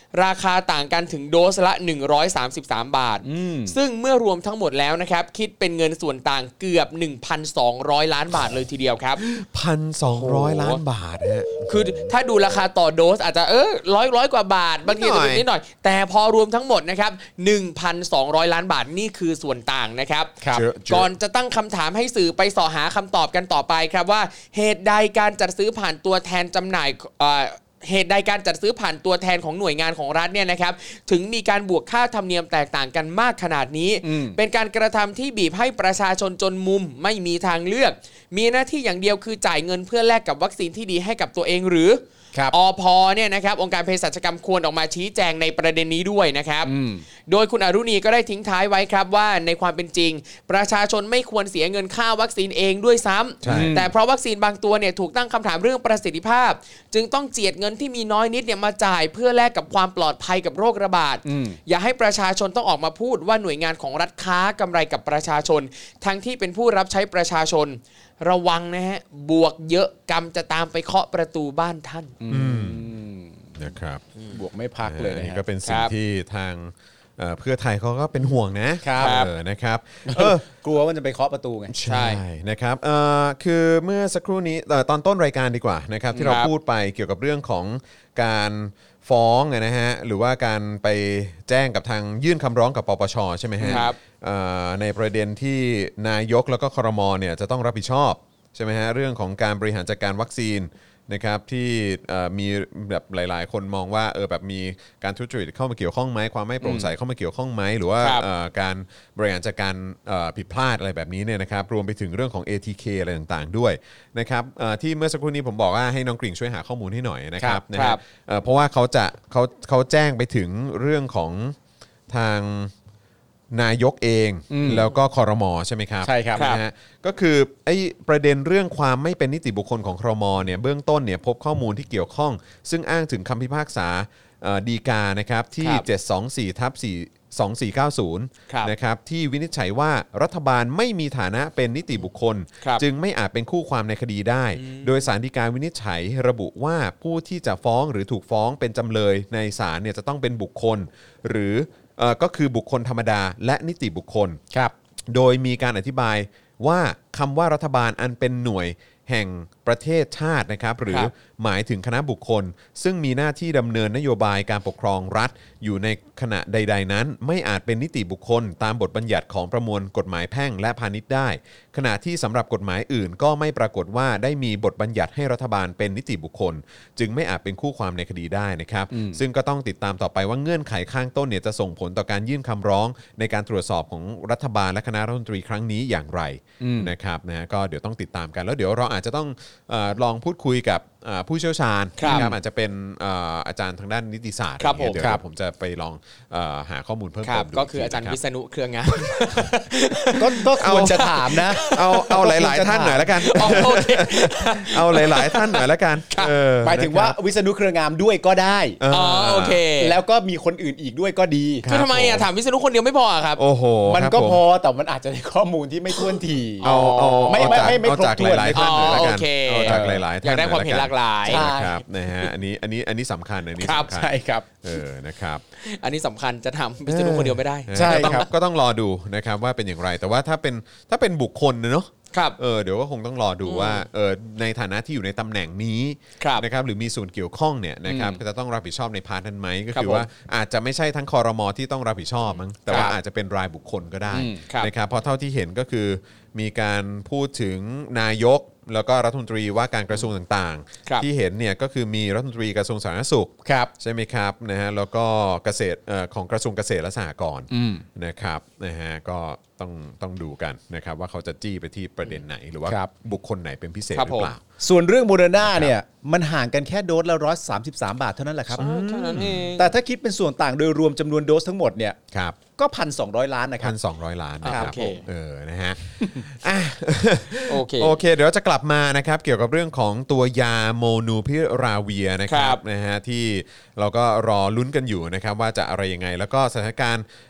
ราคาต่างกันถึงโดสละหนึ่งร้อยสามสิบสามบาทซึ่งเมื่อรวมทั้งหมดแล้วนะครับคิดเป็นเงินส่วนต่างเกือบ หนึ่งพันสองร้อย ล้านบาทเลยทีเดียวครับหนึ่งพันสองร้อย ล้านบาทฮะคือถ้าดูราคาต่อโดสอาจจะเออร้อยร้อยกว่าบาทบางทีจะนิดหน่อยแต่พอรวมทั้งหมดนะครับ หนึ่งพันสองร้อย ล้านบาทนี่คือส่วนต่างนะครับก่อนจะตั้งคำถามให้สื่อไปสอหาคำตอบกันต่อไปครับว่าเหตุใดการจัดซื้อผ่านตัวแทนจำหน่ายเหตุใดการจัดซื้อผ่านตัวแทนของหน่วยงานของรัฐเนี่ยนะครับถึงมีการบวกค่าธรรมเนียมแตกต่างกันมากขนาดนี้เป็นการกระทำที่บีบให้ประชาชนจนมุมไม่มีทางเลือกมีหน้าที่อย่างเดียวคือจ่ายเงินเพื่อแลกกับวัคซีนที่ดีให้กับตัวเองหรืออพเนี่ยนะครับองค์การเภสัชกรรมควรออกมาชี้แจงในประเด็นนี้ด้วยนะครับโดยคุณอรุณีก็ได้ทิ้งท้ายไว้ครับว่าในความเป็นจริงประชาชนไม่ควรเสียเงินค่าวัคซีนเองด้วยซ้ำแต่เพราะวัคซีนบางตัวเนี่ยถูกตั้งคำถามเรื่องประสิทธิภาพจึงต้องเจียดเงินที่มีน้อยนิดเนี่ยมาจ่ายเพื่อแลกกับความปลอดภัยกับโรคระบาดอย่าให้ประชาชนต้องออกมาพูดว่าหน่วยงานของรัฐค้ากำไรกับประชาชนทั้งที่เป็นผู้รับใช้ประชาชนระวังนะฮะบวกเยอะกรรมจะตามไปเคาะประตูบ้านท่านนะครับบวกไม่พักเลยนี่ก็เป็นสิ่งที่ทางเพื่อไทยเขาก็เป็นห่วงนะครับนะครับเออกลัวว่าจะไปเคาะประตูไงใช่นะครับเอ่อคือเมื่อสักครู่นี้ตอนต้นรายการดีกว่านะครับที่เราพูดไปเกี่ยวกับเรื่องของการฟ้องนะฮะหรือว่าการไปแจ้งกับทางยื่นคำร้องกับปปชใช่ไหมฮะในประเด็นที่นายกแล้วก็ครมเนี่ยจะต้องรับผิดชอบใช่ไหมฮะเรื่องของการบริหารจัดการวัคซีนนะครับที่มีแบบหลายๆคนมองว่าเออแบบมีการทุจริตเข้ามาเกี่ยวข้องไหมความไม่โปร่งใสเข้ามาเกี่ยวข้องไหมหรือว่าการบริหารจัดการผิดพลาดอะไรแบบนี้เนี่ยนะครับรวมไปถึงเรื่องของ เอ ที เค อะไรต่างๆด้วยนะครับที่เมื่อสักครู่นี้ผมบอกว่าให้น้องกริ่งช่วยหาข้อมูลให้หน่อยนะครับนะครับเพราะว่าเขาจะเขาเขาแจ้งไปถึงเรื่องของทางนายกเองแล้วก็ครม.ใช่ไหมครับใช่ครับนะฮะก็คือไอ้ประเด็นเรื่องความไม่เป็นนิติบุคคลของครม.เนี่ยเบื้องต้นเนี่ยพบข้อมูลที่เกี่ยวข้องซึ่งอ้างถึงคำพิพากษาฎีกานะครับที่ เจ็ดสองสี่ ทับ สองสี่เก้าศูนย์ นะครับที่วินิจฉัยว่ารัฐบาลไม่มีฐานะเป็นนิติบุคคลจึงไม่อาจเป็นคู่ความในคดีได้โดยศาลฎีกาวินิจฉัยระบุว่าผู้ที่จะฟ้องหรือถูกฟ้องเป็นจำเลยในศาลเนี่ยจะต้องเป็นบุคคลหรือก็คือบุคคลธรรมดาและนิติบุคคลครับโดยมีการอธิบายว่าคำว่ารัฐบาลอันเป็นหน่วยแห่งประเทศชาตินะครับหรือหมายถึงคณะบุคคลซึ่งมีหน้าที่ดำเนินนโยบายการปกครองรัฐอยู่ในขณะใดๆนั้นไม่อาจเป็นนิติบุคคลตามบทบัญญัติของประมวลกฎหมายแพ่งและพาณิชย์ได้ขณะที่สำหรับกฎหมายอื่นก็ไม่ปรากฏว่าได้มีบทบัญญัติให้รัฐบาลเป็นนิติบุคคลจึงไม่อาจเป็นคู่ความในคดีได้นะครับซึ่งก็ต้องติดตามต่อไปว่าเงื่อนไขข้างต้นเนี่ยจะส่งผลต่อการยื่นคำร้องในการตรวจสอบของรัฐบาลและคณะรัฐมนตรีครั้งนี้อย่างไรนะครับนะก็เดี๋ยวต้องติดตามกันแล้วเดี๋ยวเราอาจจะต้องเอ่อลองพูดคุยกับผู้เชี่ยวชาญนะครับอาจจะเป็นอาจารย์ทางด้านนิติศาสตร์เดี๋ยวผมจะไปลองหาข้อมูลเพิ่มเติมดูก็คืออาจารย์วิษณุเครืองามก็ควรจะถามนะเอาเอาหลายๆท่านหน่อยแล้วกันเอาหลายๆท่านหน่อยแล้วกันหมายถึงว่าวิษณุเครืองามด้วยก็ได้อ๋อโอเคแล้วก็มีคนอื่นอีกด้วยก็ดีคือทำไมอ่ะถามวิษณุคนเดียวไม่พอครับโอ้โหมันก็พอแต่มันอาจจะได้ข้อมูลที่ไม่ท่วนทีเอาเอาไม่ไม่ไม่ครบถ้วนหลายๆท่านหน่อยแล้วกันเอาจากหลายๆท่านอยากได้ความเห็นหลากหลายครับนะฮะอันนี้อันนี้อันนี้สำคัญอันนี้สำคัญใช่ครับเออนะครับอันนี้สำคัญจะทำวิษณุคนเดียวไม่ได้ใช่ครับก็ต้องรอดูนะครับว่าเป็นอย่างไรแต่ว่าถ้าเป็นถ้าเป็นบุคคลเนาะครับเออเดี๋ยวก็คงต้องรอดูว่าเออในฐานะที่อยู่ในตำแหน่งนี้นะครับหรือมีส่วนเกี่ยวข้องเนี่ยนะครับจะต้องรับผิดชอบในพาร์ทนั้นไหมก็คือว่าอาจจะไม่ใช่ทั้งครม.ที่ต้องรับผิดชอบมั้งแต่ว่าอาจจะเป็นรายบุคคลก็ได้นะครับเพราะเท่าที่เห็นก็คือมีการพูดถึงนายกแล้วก็รัฐมนตรีว่าการกระทรวงต่างๆที่เห็นเนี่ยก็คือมีรัฐมนตรีกระทรวงสาธารณสุขใช่ไหมครับนะฮะแล้วก็เกษตรของกระทรวงเกษตรและสหกรณ์นะครับนะฮะก็ต้องต้องดูกันนะครับว่าเขาจะจี้ไปที่ประเด็นไหนหรือว่าบุคคลไหนเป็นพิเศษหรือเปล่าส่วนเรื่องโมเดอร์นาเนี่ยมันห่างกันแค่โดสละหนึ่งร้อยสามสิบสามบาทเท่านั้นแหละครับเท่านั้นเองแต่ถ้าคิดเป็นส่วนต่างโดยรวมจำนวนโดสทั้งหมดเนี่ยก็ หนึ่งพันสองร้อย ล้านนะครับหนึ่งพันสองร้อย ล้านนะครับเออนะฮะโอเคโอเคเดี๋ยวจะกลับมานะครับเกี่ยวกับเรื่องของตัวยาโมนูพิราเวียนะครับนะฮะที่เราก็รอลุ้นกันอยู่นะครับว่าจะอะไรยังไงแล้วก็สถานการณ์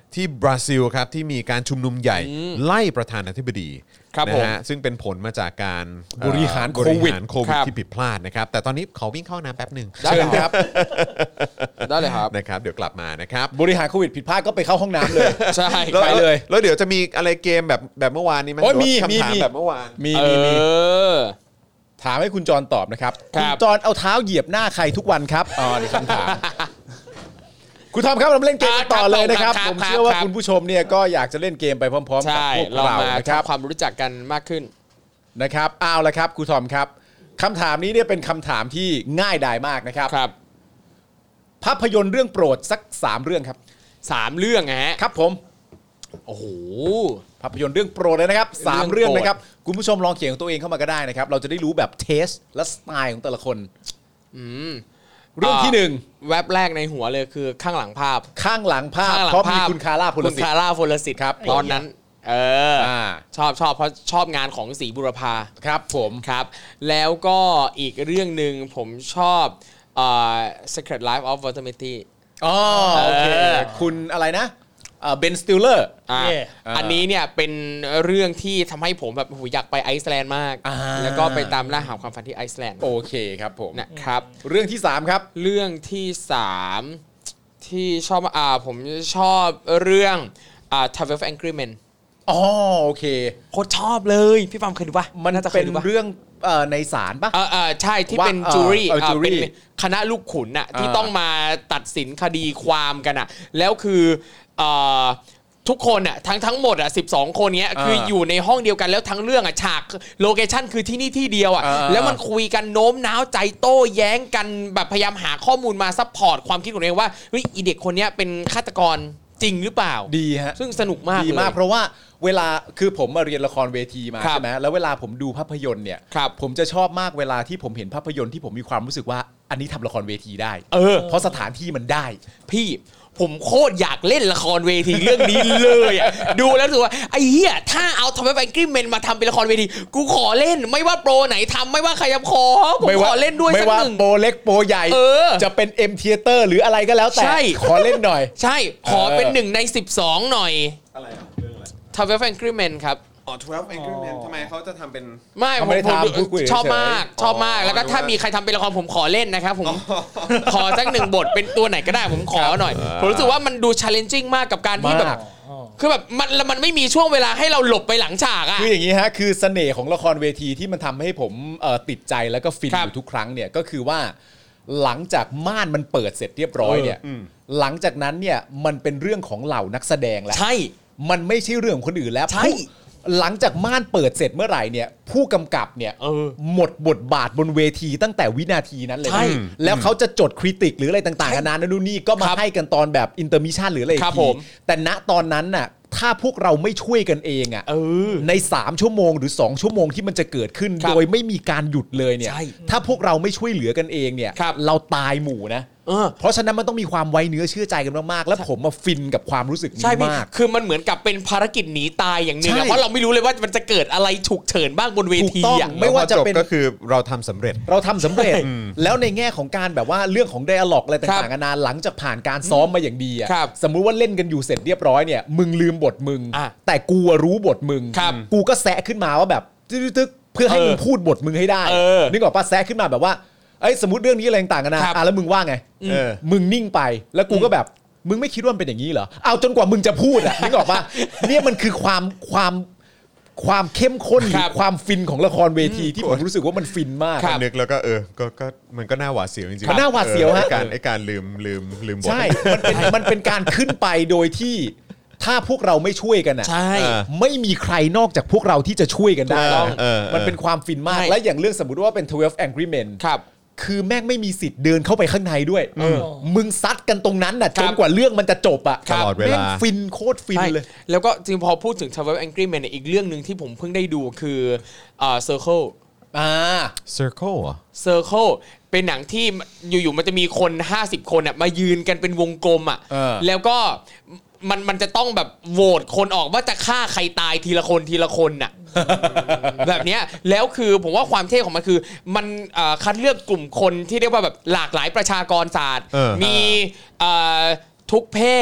ที่บราซิลครับที่มีการชุมนุมใหญ่ไล่ประธานาธิบดีนะฮะซึ่งเป็นผลมาจากการบริหารโควิดโควิดที่ผิดพลาดนะครับแต่ตอนนี้ขอวิ่งเข้าน้ำแป๊บหนึ่งเชิญครับได้เลยครับนะครับเดี๋ยวกลับมานะครับบริหารโควิดผิดพลาดก็ไปเข้าห้องน้ำเลยใช่แล้วไปเลยแล้วเดี๋ยวจะมีอะไรเกมแบบแบบเมื่อวานนี้ไหมโอ้ยมีหรือว่ามีคำถามมีแบบเมื่อวานมีเอมีมีอถามให้คุณจรตอบนะครับครัคุบณจรเอาเท้าเหยียบหน้าใครทุกวันครับอ๋อนี่คำถาม คุณทอมครับเรามาเล่นเกมกันต่อเลยนะครับครับผมครับเชื่อว่าครับคุณผู้ชมเนี่ยก็อยากจะเล่นเกมไปพร้อมๆกับใช่พวกเราเรามานะครับทำความรู้จักกันมากขึ้นนะครับเอาละครับคุณทอมครับคำถามนี้เนี่ยเป็นคำถามที่ง่ายดายมากนะครับครับภาพยนตร์เรื่องโปรดสักสามเรื่องครับสามเรื่องฮะครับผมโอ้โหภาพยนตร์เรื่องโปรดเลยนะครับสามเรื่องโปรดเรื่องนะครับคุณผู้ชมลองเขียนของตัวเองเข้ามาก็ได้นะครับเราจะได้รู้แบบเทสและสไตล์ของแต่ละคนอืมเรื่องที่หนึ่งแว็บแรกในหัวเลยคือข้างหลังภาพข้างหลังภาพข้างหลังเพราะมีภาพคุณคาร่าพลคุณสิทคาธิ์ร่าพลสิทธิ์ครับตอนนั้น เอออา ชอบชอบเพราะชอบงานของศรีบุรพาครับผมครับ แล้วก็อีกเรื่องหนึ่งผมชอบเอ่อ Secret Life of Walter Mitty อ๋อโอเคเออคุณอะไรนะเบนสติลเลอร์อ่ะ Yeah อันนี้เนี่ยเป็นเรื่องที่ทำให้ผมแบบโอ้โหอยากไปไอซ์แลนด์มากอ่าแล้วก็ไปตามล่าหาความฝันที่ไอซ์แลนด์โอเคครับผมนะครับเรื่องที่สามครับเรื่องที่สามที่ชอบอ่าผมชอบเรื่องอ่า twelve Angry Men อ๋อโอเคโคตรชอบเลยพี่ปามเคยดูปะมันน่าจะเคเป็ยนดูปะเรื่องเอ่อในศาลปะเออเออใช่ที่ว่าเป็นเอ่อจูรี่เอออ่า jury เป็นคณะลูกขุนน่ะที่อ่าต้องมาตัดสินคดีความกันอ่ะแล้วคือเอ่อทุกคนอ่ะทั้งทั้งหมดอ่ะสิบสองคนเนี้ยคืออยู่ในห้องเดียวกันแล้วทั้งเรื่องอ่ะฉากโลเคชั่นคือที่นี่ที่เดียวอ่ะอ่าแล้วมันคุยกันโน้มน้าวใจโต้แย้งกันแบบพยายามหาข้อมูลมาซัพพอร์ตความคิดของตัวเองว่าเฮ้ยอีเด็กคนเนี้ยเป็นฆาตกรจริงหรือเปล่าดีฮะซึ่งสนุกมากดีมากเลยเพราะว่าเวลาคือผมมาเรียนละครเวทีมาครับใช่ไหมแล้วเวลาผมดูภาพยนตร์เนี่ยครับผมจะชอบมากเวลาที่ผมเห็นภาพยนตร์ที่ผมมีความรู้สึกว่าอันนี้ทำละครเวทีได้เออเพราะสถานที่มันได้พี่ผมโคตรอยากเล่นละครเวทีเรื่องนี้เลยอ่ะ ดูแล้วรู้สึกว่าไอ้เหี้ยถ้าเอาทำให้แฟนกริมเมนมาทำเป็นละครเวทีกูขอเล่นไม่ว่าโปรไหนทำไม่ว่าใครจะขอผมไม่ขว่าอเล่นด้วยไม่สักว่าหนึ่งโปรเล็กโปรใหญ่เออจะเป็น M Theater หรืออะไรก็แล้วแต่ใช่ขอเล่นหน่อยใช่ขอเป็นเออหนึ่งในสิบสองหน่อยอะไรอ่ะเรื่องอะไรทำให้แฟนกริมเมนครับอ๋อtwelve Angry Men ทำไมเขาจะทำเป็นไม่เขาผไม่มได้ผมทำพูดคุยชอบเฉยๆมากชอบมากอ๋อแล้วก็ถ้านึกว่ามีใครทำเป็นละครผมขอเล่นนะครับผมขอสักหนึ่งบทเป็นตัวไหนก็ได้ผมขอหน่อยผมรู้สึกว่ามันดู challenging มากกับการที่แบบมากคือแบบมันแล้วมันไม่มีช่วงเวลาให้เราหลบไปหลังฉากอ่ะคืออย่างนี้ฮะคือเสน่ห์ของละครเวทีที่มันทำให้ผมเอ่อติดใจแล้วก็ฟินครับอยู่ทุกครั้งเนี่ยก็คือว่าหลังจากม่านมันเปิดเสร็จเรียบร้อยเนี่ยหลังจากนั้นเนี่ยมันเป็นเรื่องของเหล่านักแสดงแล้วใช่มันไม่ใช่เรื่องของคนอื่นแล้วใช่ผู้หลังจากม่านเปิดเสร็จเมื่อไหร่เนี่ยผู้กำกับเนี่ยเออหมดบทบาทบนเวทีตั้งแต่วินาทีนั้นเลยใช่นะแล้วเขาจะจดคริติกหรืออะไรต่างๆนานานู่นนี่ก็มาครับให้กันตอนแบบอินเตอร์มิชันหรืออะไรอีกครับทีผมแต่ณตอนนั้นน่ะถ้าพวกเราไม่ช่วยกันเองอ่ะเออในสามชั่วโมงหรือสองชั่วโมงที่มันจะเกิดขึ้นครับโดยไม่มีการหยุดเลยเนี่ยใช่ถ้าพวกเราไม่ช่วยเหลือกันเองเนี่ยครับเราตายหมู่นะเออเพราะฉะนั้นมันต้องมีความไว้เนื้อเชื่อใจกันมากๆ แล้วผมมาฟินกับความรู้สึกนี้ใช่พี่มากคือมันเหมือนกับเป็นภารกิจหนีตายอย่างหนึ่งใช่อะเพราะเราไม่รู้เลยว่ามันจะเกิดอะไรฉุกเฉินบ้างบนเวถูกทีต้องอะไม่ว่าจะเป็นก็คือเราทำสำเร็จเราทำสำเร็จ แล้วในแง่ของการแบบว่าเรื่องของไดอะล็อกอะไรครัต่างบๆนานาหลังจากผ่านการซ้อมมาอย่างดีอะครับสมมุติว่าเล่นกันอยู่เสร็จเรียบร้อยเนี่ยมึงลืมบทมึงอ่ะแต่กูอะรู้บทมึงครับกูก็แซะขึ้นมาว่าแบบตึ๊กๆเพื่อให้เออมึงพูดบทมึงให้ได้เออนึกออกปะแซะขึ้นมาแบบว่าเอ้ยสมมติเรื่องนี้อะไรต่างๆกันนะครับ อ่ะแล้วมึงว่าไงเออมึงนิ่งไปแล้วกูก็แบบมึงไม่คิดว่ามันเป็นอย่างนี้เหรอเอาจนกว่ามึงจะพูดอะนึกออกปะเนี่ยมันคือความความความเข้มข้นหรืครัอบ ความฟินของละครเวทีที่ผมรู้สึกว่ามันฟินมากครับนึกแล้วก็เออก็ก็มันก็น่าหวาดเสียวจริงมันน่าหวาดเสียวฮะไอ้การไอ้การลืมลืมลืมบทใช่ มันเป็นมันเป็นการขึ้นไปโดยที่ถ้าพวกเราไม่ช่วยกันอ่ะใช่เออไม่มีใครนอกจากพวกเราที่จะช่วยกันได้ถูกต้องเออมันเป็นความฟินมากใช่และอย่างเรื่องสมมติว่าเป็นtwelve Angry Men ครับคือแม่งไม่มีสิทธิ์เดินเข้าไปข้างในด้วย มึงซัดกันตรงนั้นน่ะครัจบนกว่าเรื่องมันจะจบอ่ะตลอดเวลาแม่งฟินโคตรฟินใช่เลยแล้วก็จริงพอพูดถึง twelve Angry Men เนี่ยอีกเรื่องหนึ่งที่ผมเพิ่งได้ดูคืออ่า Circle อ่า Circle อ่ะ Circle เป็นหนังที่อยู่ๆมันจะมีคนห้าสิบคนอ่ะมายืนกันเป็นวงกลมอ่ะเออแล้วก็มันมันจะต้องแบบโหวตคนออกว่าจะฆ่าใครตายทีละคนทีละคนน่ะ แบบเนี้ยแล้วคือผมว่าความเท่ของมันคือมันเอ่อคัดเลือกกลุ่มคนที่เรียกว่าแบบหลากหลายประชากรศาสตร์เออมีเอ่อทุกเพศ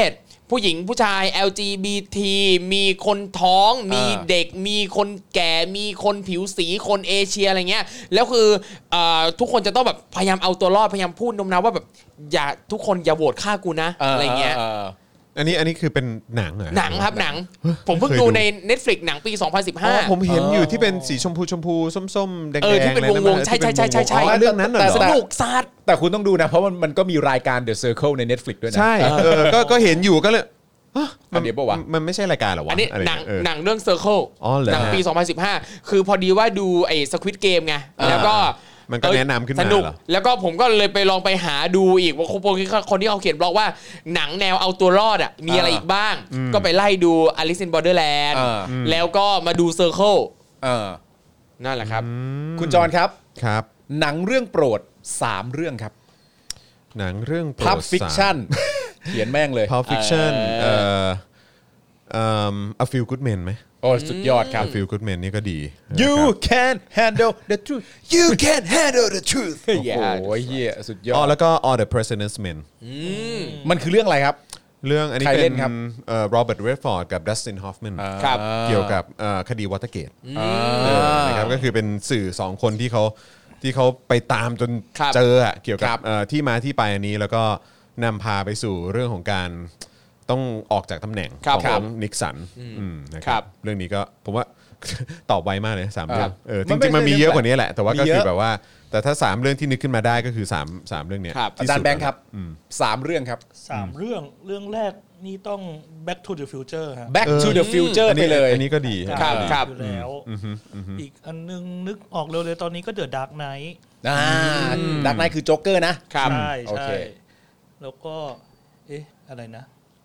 ผู้หญิงผู้ชาย แอล จี บี ที มีคนท้องมีเด็กมีคนแก่มีคนผิวสีคนเอเชียอะไรเงี้ยแล้วคือเอ่อทุกคนจะต้องแบบพยายามเอาตัวรอดพยายามพูดโน้มน้าวว่าแบบอย่าทุกคนอย่าโหวตฆ่ากูนะอะไรเงี้ยอันนี้อันนี้คือเป็นหนังเหรอหนังครับหนังผมเพิ่งดูใน Netflix หนังปีสองพันสิบห้าอ๋อผมเห็นอยู่ที่เป็นสีชมพูชมพูส้มๆแดงๆเออที่เป็นวงๆใช่ๆๆๆเรื่องนั้นเหรอสนุกซาดแต่คุณต้องดูนะเพราะมันมันก็มีรายการ The Circle ใน Netflix ด้วยนะใช่เออก็ก็เห็นอยู่ก็เลยมันเดี๋ยวบอกว่ามันไม่ใช่รายการหรอวะอันนี้หนังหนังเรื่อง Circle หนังปีสองพันสิบห้าคือพอดีว่าดูไอ้ Squid Game ไงแล้วก็มันก็แนะนำขึ้นมาสนุกแล้วก็ผมก็เลยไปลองไปหาดูอีกว่าคนที่เขาเขียนบล็อกว่าหนังแนวเอาตัวรอดอ่ะมีอะไรอีกบ้างก็ไปไล่ดู Alice in Borderland แล้วก็มาดู Circle นั่นแหละครับคุณจรครับครับหนังเรื่องโปรดสามเรื่องครับหนังเรื่องโปรด Pulp Fiction เขียนแม่งเลย Pulp Fiction เอ่อเอ่อ A Few Good Men ไหมโอ้สุดยอดครับ A Few Good Men นี่ก็ดี You can handle the truth You can handle the truth โอ้โหเหี้ยสุดยอดอ๋อแล้วก็ All the President's Men มันคือเรื่องอะไรครับเรื่องอันนี้เป็นเอ่อ Robert Redford กับ Dustin Hoffman เกี่ยวกับคดีวอเตอร์เกตนะครับก็คือเป็นสื่อสองคนที่เขาที่เขาไปตามจนเจออ่ะเกี่ยวกับที่มาที่ไปอันนี้แล้วก็นำพาไปสู่เรื่องของการต้องออกจากตำแหน่งของนิกสันนะครับเรื่องนี้ก็ผมว่าตอบไวมากเลยสามเรื่องเออจริงๆมันมีเยอะกว่านี้แหละแต่ว่าก็คือแบบว่าแต่ถ้าสามเรื่องที่นึกขึ้นมาได้ก็คือสามสามเรื่องนี้อาจารย์แบงค์ครับสามเรื่องครับสามเรื่องเรื่องแรกนี่ต้อง Back to the Future ฮะ Back to the Future ไปเลยอันนี้ก็ดีครับครับแล้วอีกอันนึงนึกออกเร็วเลยตอนนี้ก็ The Dark Knight อ่า Dark Knight คือโจ๊กเกอร์นะใช่ใช่แล้วก็เอ๊ะอะไรนะ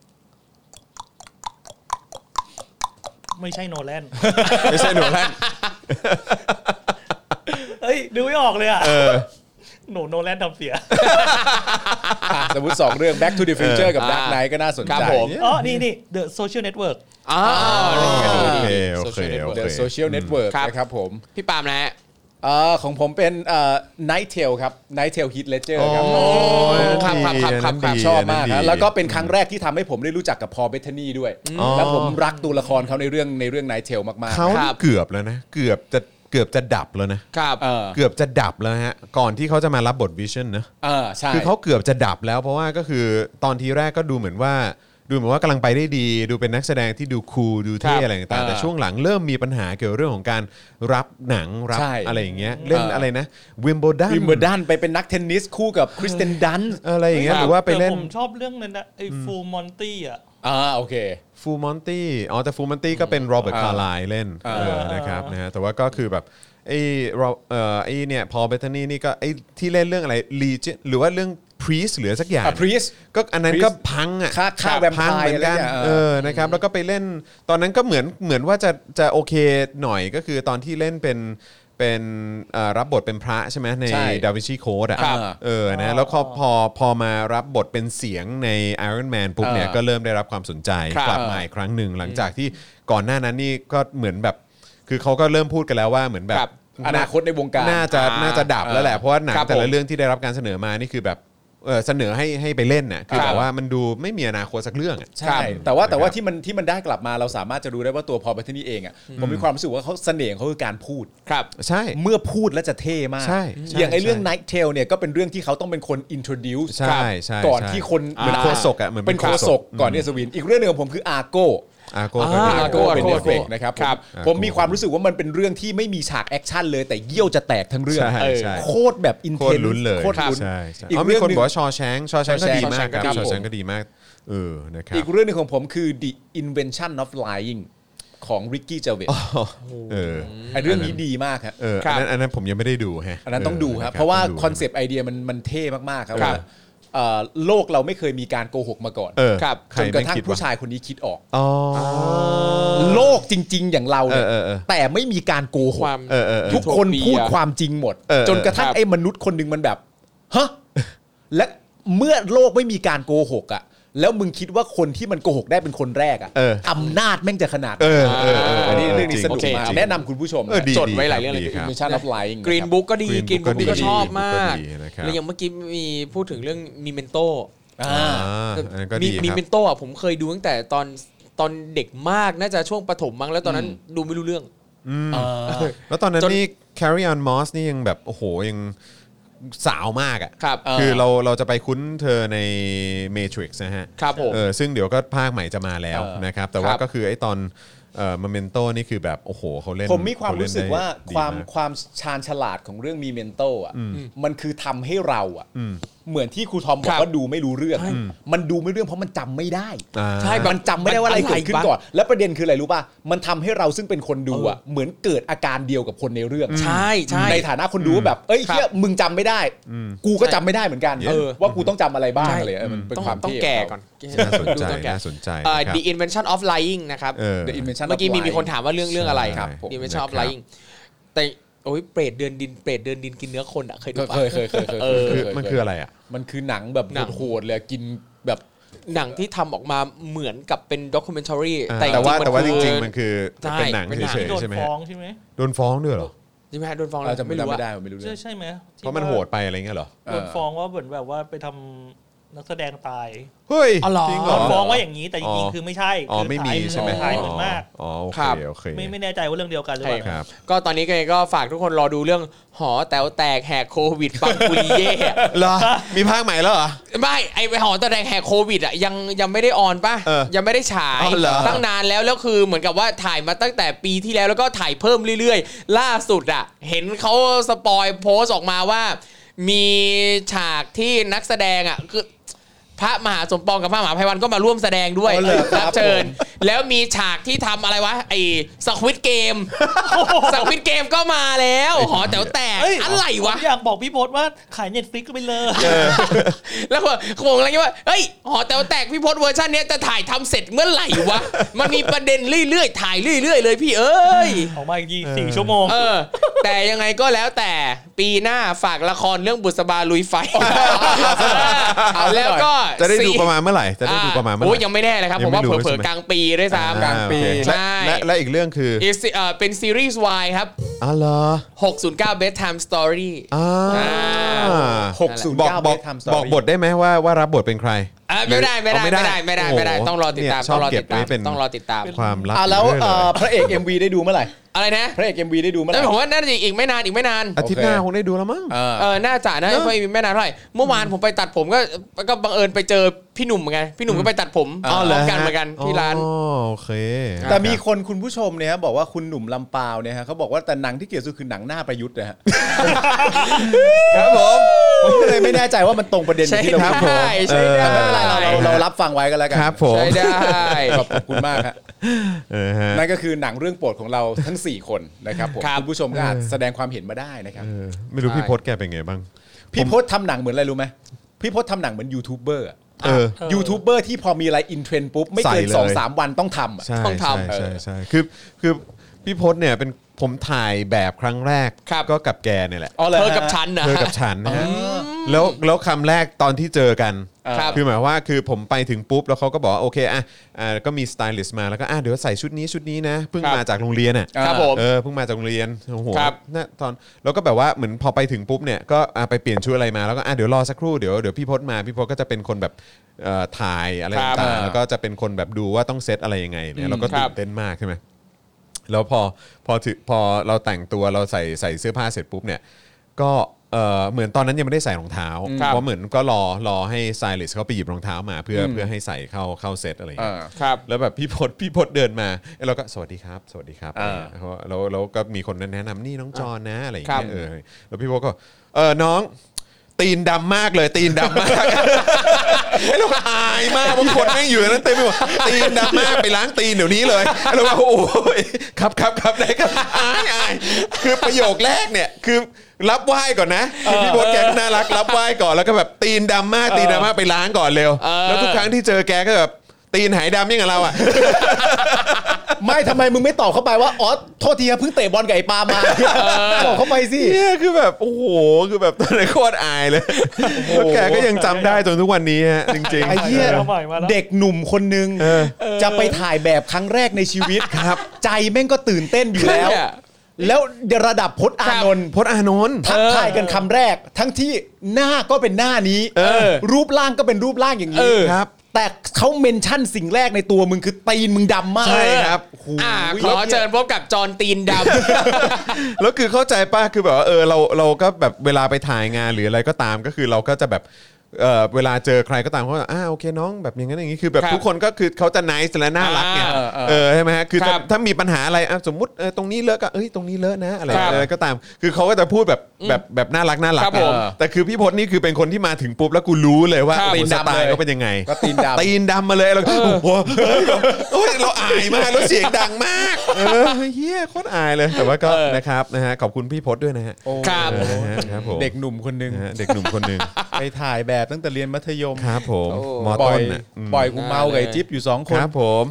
ไม่ใช่โนแลนไม่ใช่โนแลนเฮ้ยดูไม่ออกเลยอ่ะโนโนแลนทำเสียสมมุติสองเรื่อง Back to the Future กับ Dark Knight ก็น่าสนใจอ๋อนี่นี่ The Social Network อ๋อโอเคโอเค The Social Network นะครับผมพี่ปาล์มนะฮะเอ่อของผมเป็นเอ่อ Night Tale ครับ Night Tale Heath Ledger ครับครับครับครับครับชอบมากนะแล้วก็เป็นครั้งแรกที่ทำให้ผมได้รู้จักกับ Paul Bettany ด้วยแล้วผมรักตัวละครเขาในเรื่องในเรื่อง Night Tale มากๆเขาเกือบแล้วนะเกือบจะเกือบจะดับแล้วนะครับเกือบจะดับแล้วฮะก่อนที่เขาจะมารับบท Vision นะเออใช่คือเขาเกือบจะดับแล้วเพราะว่าก็คือตอนทีแรกก็ดูเหมือนว่าดูเหมือนว่ากำลังไปได้ดีดูเป็นนักแสดงที่ดูคูลดูเท่อะไรต่างๆแต่ช่วงหลังเริ่มมีปัญหาเกี่ยวกับเรื่องของการรับหนังรับอะไรอย่างเงี้ยเล่นอะไรนะวิมเบิลดันวิมเบิลดันไปเป็นนักเทนนิสคู่กับคริสเตนดันอะไรอย่างเงี้ยหรือว่าไปเล่นผมชอบเรื่องนั้นนะไอ้ฟูลมอนตี้อ่ะอ่าโอเคฟูลมอนตี้อ๋อแต่ฟูลมอนตี้ก็เป็นโรเบิร์ตคาร์ไลน์เล่นนะครับนะฮะแต่ว่าก็คือแบบไอ้เราเอ่อไอ้เนี่ยพอลเบตเทนี่นี่ก็ไอ้ที่เล่นเรื่องอะไรลีจิหรือว่าเรื่องPriest หรือสักอย่าง Priest ก็อันนั้นก็พังอ่ะฆ่าแวมไพร์เหมือนกันเออนะครับแล้วก็ไปเล่นตอนนั้นก็เหมือนเหมือนว่าจะจะโอเคหน่อยก็คือตอนที่เล่นเป็นเป็นรับบทเป็นพระใช่ไหมใน Da Vinci Code อ่ะเออนะแล้วพอพอพอมารับบทเป็นเสียงใน Iron Man ปุ๊บเนี่ยก็เริ่มได้รับความสนใจกลับมาอีกครั้งหนึ่งหลังจากที่ก่อนหน้านั้นนี่ก็เหมือนแบบคือเขาก็เริ่มพูดกันแล้วว่าเหมือนแบบอนาคตในวงการน่าจะน่าจะดับแล้วแหละเพราะว่าหนังแต่ละเรื่องที่ได้รับการเสนอมานี่คือแบบเสนอให้ให้ไปเล่นน่ะคือแบบว่ามันดูไม่มีอนาคตสักเรื่องอ่ะใช่แต่ว่าแต่ว่าที่มันที่มันได้กลับมาเราสามารถจะรู้ได้ว่าตัวพอล เบตเทนี่เองอ่ะผมมีความรู้สึกว่าเขาเสน่ห์เขาคือการพูดครับใช่เมื่อพูดแล้วจะเท่มากใช่อย่างไอ้เรื่อง Night Tale เนี่ยก็เป็นเรื่องที่เขาต้องเป็นคน introduce ใช่ใช่ก่อนที่คนเหมือนโคศกอ่ะเหมือนเป็นโคศกก่อนที่จะสวินอีกเรื่องนึงของผมคือ Argo อาโก้อาโก้เป็นเอฟเฟกต์นะครับผมมีความรู้สึกว่ามันเป็นเรื่องที่ไม่มีฉากแอคชั่นเลยแต่เยี่ยวจะแตกทั้งเรื่องโคตรแบบอินเทนส์โคตรลุ้นอีกมีคนบอกว่าชอแชงชอแชงก็ดีมากครับชอแชงก็ดีมากเออนะครับอีกเรื่องนึงของผมคือ The Invention of Lying ของริกกี้เจเวตเออไอเรื่องนี้ดีมากครับเอออันนั้นอันนั้นผมยังไม่ได้ดูฮะอันนั้นต้องดูครับเพราะว่าคอนเซปต์ไอเดียมันมันเท่มากๆครับว่าโลกเราไม่เคยมีการโกหกมาก่อนจนกระทั่งผู้ชายคนนี้คิดออกโลกจริงๆอย่างเราเนี่ยแต่ไม่มีการโกหกทุกคนพูดความจริงหมดจนกระทั่งไอ้มนุษย์คนหนึ่งมันแบบฮะและเมื่อโลกไม่มีการโกหกอ่ะแล้วมึงคิดว่าคนที่มันโกหกได้เป็นคนแรกอ่ะอำนาจแม่งจะขนาดอันนี้เรื่องนี้สนุกมากแนะนำคุณผู้ชมจดไว้หลายเรื่องเลย Invention of Lying Green Book ก็ดี Green Book ก็ชอบมากแล้วอย่างเมื่อกี้มีพูดถึงเรื่อง Memento อ่าอันนั้นก็มีดีมีครับเมนโต้อะผมเคยดูตั้งแต่ตอนตอนเด็กมากน่าจะช่วงประถมมั้งแล้วตอนนั้นดูไม่รู้เรื่องแล้วตอนนั้นจนนี่ Carrie Ann Moss นี่ยังแบบโอ้โหยังสาวมากอ่ะครับคือเราเราจะไปคุ้นเธอใน Matrix นะฮะครับผมเออซึ่งเดี๋ยวก็ภาคใหม่จะมาแล้วเออนะครับแต่ว่าครับก็คือไอ้ตอนเอ่อ Memento นี่คือแบบโอ้โหเขาเล่นผมมีความเขเล่รู้นสึกได้ว่าดีความกความชาญฉลาดของเรื่องมีเมนโตอ่ะมันคือทำให้เราอ่ะเหมือนที่ครูทอมบอครักบว่าดูไม่รู้เรื่อง มันดูไม่รู้เรื่องเพราะมันจำไม่ได้อ่าใช่มันจำไม่ได้ว่าอะไรมันอะไรเกิดขึ้นวะก่อน แล้วประเด็นคืออะไรรู้ป่ะมันทำให้เราซึ่งเป็นคนดูอ่ะเหมือนเกิดอาการเดียวกับคนในเรื่องใช่ใช่ในฐานะคนดูว่าแบบเอ้ยครับเฮียมึงจำไม่ได้ กูก็จำไม่ได้เหมือนกันเออว่ากูต้องจำอะไรบ้างใช่อะไรเออมันเป็นต้องความต้องเท่แก่ขงก่อนเขาน่าสนใจดูต้องแก่น่าสนใจเอ่อนะครับ The Invention of Lying นะครับเออ The Invention เมื่อกี้ of มี Lying มีคนถามว่าเรื่องเรื่องอะไรครับผม The Invention of นะครับ Lying แต่โอ้ยเปรตเดินดินเปรตเดินดินกินเนื้อคนอ่ะเคยดูปะเคยเคยเคยเคยเออเคยคือเคยมันคืออะไรอ่ะมันคือหนังแบบหนังโหดๆเลยกินแบบหนังที่ทำออกมาเหมือนกับเป็นด็อกิเมนทารีอ่าแต่แต่ว่าจริงๆแต่ว่าจมันริงคือๆมันคือใช่เป็นหนังเป็นหนังเฉยโดๆนใช่ไหมฟ้ฮะองใช่ไหมโดนฟ้องด้วยเหรอใช่ไหมฮะโดนฟ้องเราจะไม่ไม่รู้รู้ว่าไม่ได้ผมไม่รู้เรื่ใช่องใช่ไหมที่เพราะมันว่โหดไปอะไรเงี้ยเหรอโดนฟ้องว่าเหมือนแบบว่าไปทำนักแสดงตายเฮ้ยอ๋อเหรอจริงเหโดรอนฟ้องว่าอย่างนี้แต่จอ๋ริงอๆคือไม่ใช่อ๋อคือไม่มีถ่ายใช่ไหมถ่ายเหมือนมากอ๋อโอครัเคบโอเคไม่ไม่แน่ใจว่าเรื่องเดียวกันหรือเปล่าครับก็ตอนนี้ก็ฝากทุกคนรอดูเรื่องหอแต๋วแตกแหกโควิดปังปุริเย่เหรอมีภาคใหม่แล้วเหรอไม่ไอไปหอแต๋วแตกแหกโควิดอ่ะยังยังไม่ได้ออนป่ะเออยังไม่ได้ฉายอ๋อเหรอตั้งนานแล้วแล้วคือเหมือนกับว่าถ่ายมาตั้งแต่ปีที่แล้วแล้วก็ถ่ายเพิ่มเรื่อยๆ ล่าสุดอ่ะเห็นเขาสปอยโพสต์ออกมาว่ามีฉากที่นักแสดงอ่ะคือพระมหาสมปองกับพระมหาไพวันก็มาร่วมแสดงด้วยอ๋อเหรอครับรับเชิญ แล้วมีฉากที่ทำอะไรวะไอ้สควิดเกมสควิดเกมก็มาแล้วหอแต๋วแตกเอ้ยอะไรวะผมอยากบอกพี่พศว่าขายเน็ตฟลิกไปเลยแล้วผมผมอะไรเงี้ยว่าเฮ้ยหอแต๋วแตกพี่พศเวอร์ชันเนี้ยจะถ่ายทำเสร็จเมื่อไหร่วะ มันมีประเด็นเรื่อยๆถ่ายเรื่อยๆเลยพี่เอ้ยออกมาอีกทีสี่ชั่วโมงเออ แต่ยังไงก็แล้วแต่ปีหน้าฝากละครเรื่องบุษบาลุยไฟเอาซะหน่อยแล้วก็จะได้ดูสี่ประมาณเมื่อไหร่จะได้ดูประมาณเมื่อไหโอ้ยร่ยังไม่แน่เลยครับยัผงมไม่ว่ารู้เผลใช่อไหมๆกลางปีด้วยซ้ำกลางปีอ่โอเคใช่และและอีกเรื่องคืออีซีเอ่อเป็นซีรีส์ Y ครับอ๋อเหรอหกศูนย์เก้า Bedtime Story อ่าอ่าหกศูนย์บอกเก้าบอก Bedtime บอก Story บทได้ไหมว่าว่ารับบทเป็นใครอ่ะไม่ได้ไม่ได้เอาไม่ไม่ได้ได้ไม่ได้ไม่ได้โอ้โหต้องรอติดตามเนี่ยชต้ออบ งรอเก็ติบดตาไว้มเป็นต้องรอติดตามความลับอ่ะแล้วรื่ยๆเอ่อพระเอก เอ็ม วี ได้ดูเมื่อไหร่อะไรนะพระเอก เอ็ม วี ได้ดูเมื่อไหแต่ร่ผมว่าน่าจะอีกไม่นานอีกไม่นานอาทิตย์หน้าโอเคคงได้ดูแล้วมั้งเออเออน่าจะนะไม่ไม่นานเท่าไหร่เมื่อวานผมไปตัดผมก็ก็บังเอิญไปเจอพี่หนุ่มเหมือนกันพี่หนุ่มก็ไปตัดผมอ๋อพเหรร้ออมฮะกันเหมือนกันที่ร้านอ๋อโอเคแต่มีคนคุณผู้ชมเนี่ยบอกว่าคุณหนุ่มลำปาวเนี่ยฮะเขาบอกว่าแต่หนังที่เกี่ยวสุดคือหนังหน้าประยุทธ์นะฮะครับผมผมก็เลยไม่แน่ใจว่ามันตรงประเด็นที่เราใช่พูดได้ใช่ได้แต่ไม่เป็นไรเราเราเรารับฟังไว้ก็แล้วกันครับผมใช่ได้ขอบคุณมากครับเออฮะนั่นก็คือหนังเรื่องโปรดของเราทั้งสี่คนนะครับผมครับคุณผู้ชมก็อาจแสดงความเห็นมาได้นะครับเออไม่รู้พี่พศแกเป็นไงบ้างพี่พศทำหนังเหมือนอะไรรู้ไหมพี่พศทำหนังเหมือนยูทูบเบอร์อะเออยูทูบเบอร์ที่พอมีอะไรอินเทรนด์ปุ๊บไม่เกินใส่เลยสองสามวันต้องทำอะใช่ต้องทำใช่เออใช่ใช่คือคือพี่พศเนี่ยเป็นผมถ่ายแบบครั้งแรกครับก็กับแกเนี่ยแหละอ๋อหรเธอฮะกับฉันนะเธอกับฉันนะฮะแล้วแล้วคำแรกตอนที่เจอกันครับคือหมายว่าคือผมไปถึงปุ๊บแล้วเขาก็บอกว่าโอเคอ่ะอ่าก็มีสไตลิสต์มาแล้วก็อ่ะเดี๋ยวใส่ชุดนี้ชุดนี้นะเพิ่งครับมาจากโรงเรียนอ่ะครับผมเออเพิ่งมาจากโรงเรียนโอ้โหครับน่าตอนแล้วก็แบบว่าเหมือนพอไปถึงปุ๊บเนี่ยก็อ่ะไปเปลี่ยนชุดอะไรมาแล้วก็อ่ะเดี๋ยวรอสักครู่เดี๋ยวเดี๋ยวพี่พศมาพี่พศก็จะเป็นคนแบบเอ่อถ่ายอะไรครับต่างๆแล้วก็จะเป็นคนแบบดูว่าต้องเซตอะไรยังไงเนี่ยเราก็ครัตื่บนเต้นมากใช่ไหมแล้วพอพอถึงพอเราแต่งตัวเราใส่ใส่เสื้อผ้าเสร็จปุ๊บเนี่ยก็เออเหมือนตอนนั้นยังไม่ได้ใส่รองเท้าครับเพราะเหมือนก็รอรอให้สไตลิสต์เขาไปหยิบรองเท้ามาเพื่อเพื่อให้ใส่เข้าเข้าเซตอะไรอย่างเงี้ยอ่าครับแล้วแบบพี่พศพี่พศเดินมาแล้วเราก็สวัสดีครับ สวัสดีครับอ่าเพราะแล้วแล้วก็มีคนแนะนำนี่น้องจอนนะอะไรอย่างครัเงี้บยเออแล้วพี่พศก็เออน้องตีนดำมากเลยตีนดำมากไอ้เราก็อายมากบางคนแม่งอยู่นั้นเต็มไปหมดตีนดำมากไปล้างตีนเดี๋ยวนี้เลยแล้วเราก็โอ้ยครับครับครับได้ครับอายอายคือประโยคแรกเนี่ยคือรับไหว้ก่อนนะพี่พศแกก็น่ารักรับไหว้ก่อนแล้วก็แบบตีนดำมากตีนดำมากไปล้างก่อนเร็วเออแล้วทุกครั้งที่เจอแกก็แบบตีนหายดำยังกับเราอ่ะไม่ทำไมมึงไม่ตอบเข้าไปว่าอ๋อโทษทีครับเพิ่งเตะบอลกับไอ้ปามาบอกเข้าไปสิเนี่ยคือแบบโอ้โหคือแบบตอนนั้นโคตรอายเลยแล้วแกก็ยังจำได้จนทุกวันนี้ฮะจริงไอ้เหี้ยมาใหม่มาแล้วเด็กหนุ่มคนนึงจะไปถ่ายแบบครั้งแรกในชีวิตครับ ใจแม่งก็ตื่นเต้นอยู่แล้วเนี่ยแล้วระดับพจน์อานนท์พจน์อานนท์ทักทายกันคำแรกทั้งที่หน้าก็เป็นหน้านี้รูปร่างก็เป็นรูปร่างอย่างนี้ครับแต่เขาเมนชั่นสิ่งแรกในตัวมึงคือตีนมึงดำมากใช่ครับอ่าขอเชิญพบกับจอนตีนดำแล้วคือเข้าใจป่ะคือแบบว่าเออเราเราก็แบบเวลาไปถ่ายงานหรืออะไรก็ตามก็คือเราก็จะแบบเอ่อเวลาเจอใครก็ตามเขาอ่าโอเคน้องแบบอย่างนั้นอย่างนี้คือแบบทุกคนก็คือเขาจะ nice และน่ารักไงเออใช่ไหมฮะคือถ้ามีปัญหาอะไรสมมุติตรงนี้เลอะก็เอ้ยตรงนี้เลอะนะอะไรอะไรก็ตามคือเขาก็จะพูดแบบแบบแบบน่ารักน่ารักแต่คือพี่พจน์นี่คือเป็นคนที่มาถึงปุ๊บแล้วกูรู้เลยว่าตีนดำเขาเป็นยังไงก็ตีนดำตีนดำมาเลยแล้วโอ้โหเราอายมากแล้วเสียงดังมากเออเฮียโคตรอายเลยแต่ว่าก็นะครับนะฮะขอบคุณพี่พจน์ด้วยนะฮะครับเด็กหนุ่มคนนึงเด็กหนุ่มคนนึงไปถ่ายแบบตั้งแต่เรียนมัธยมครับผมมอต้นน่ะปล่อยกูเมาไก่จิ๊บอยู่สองคนครับผม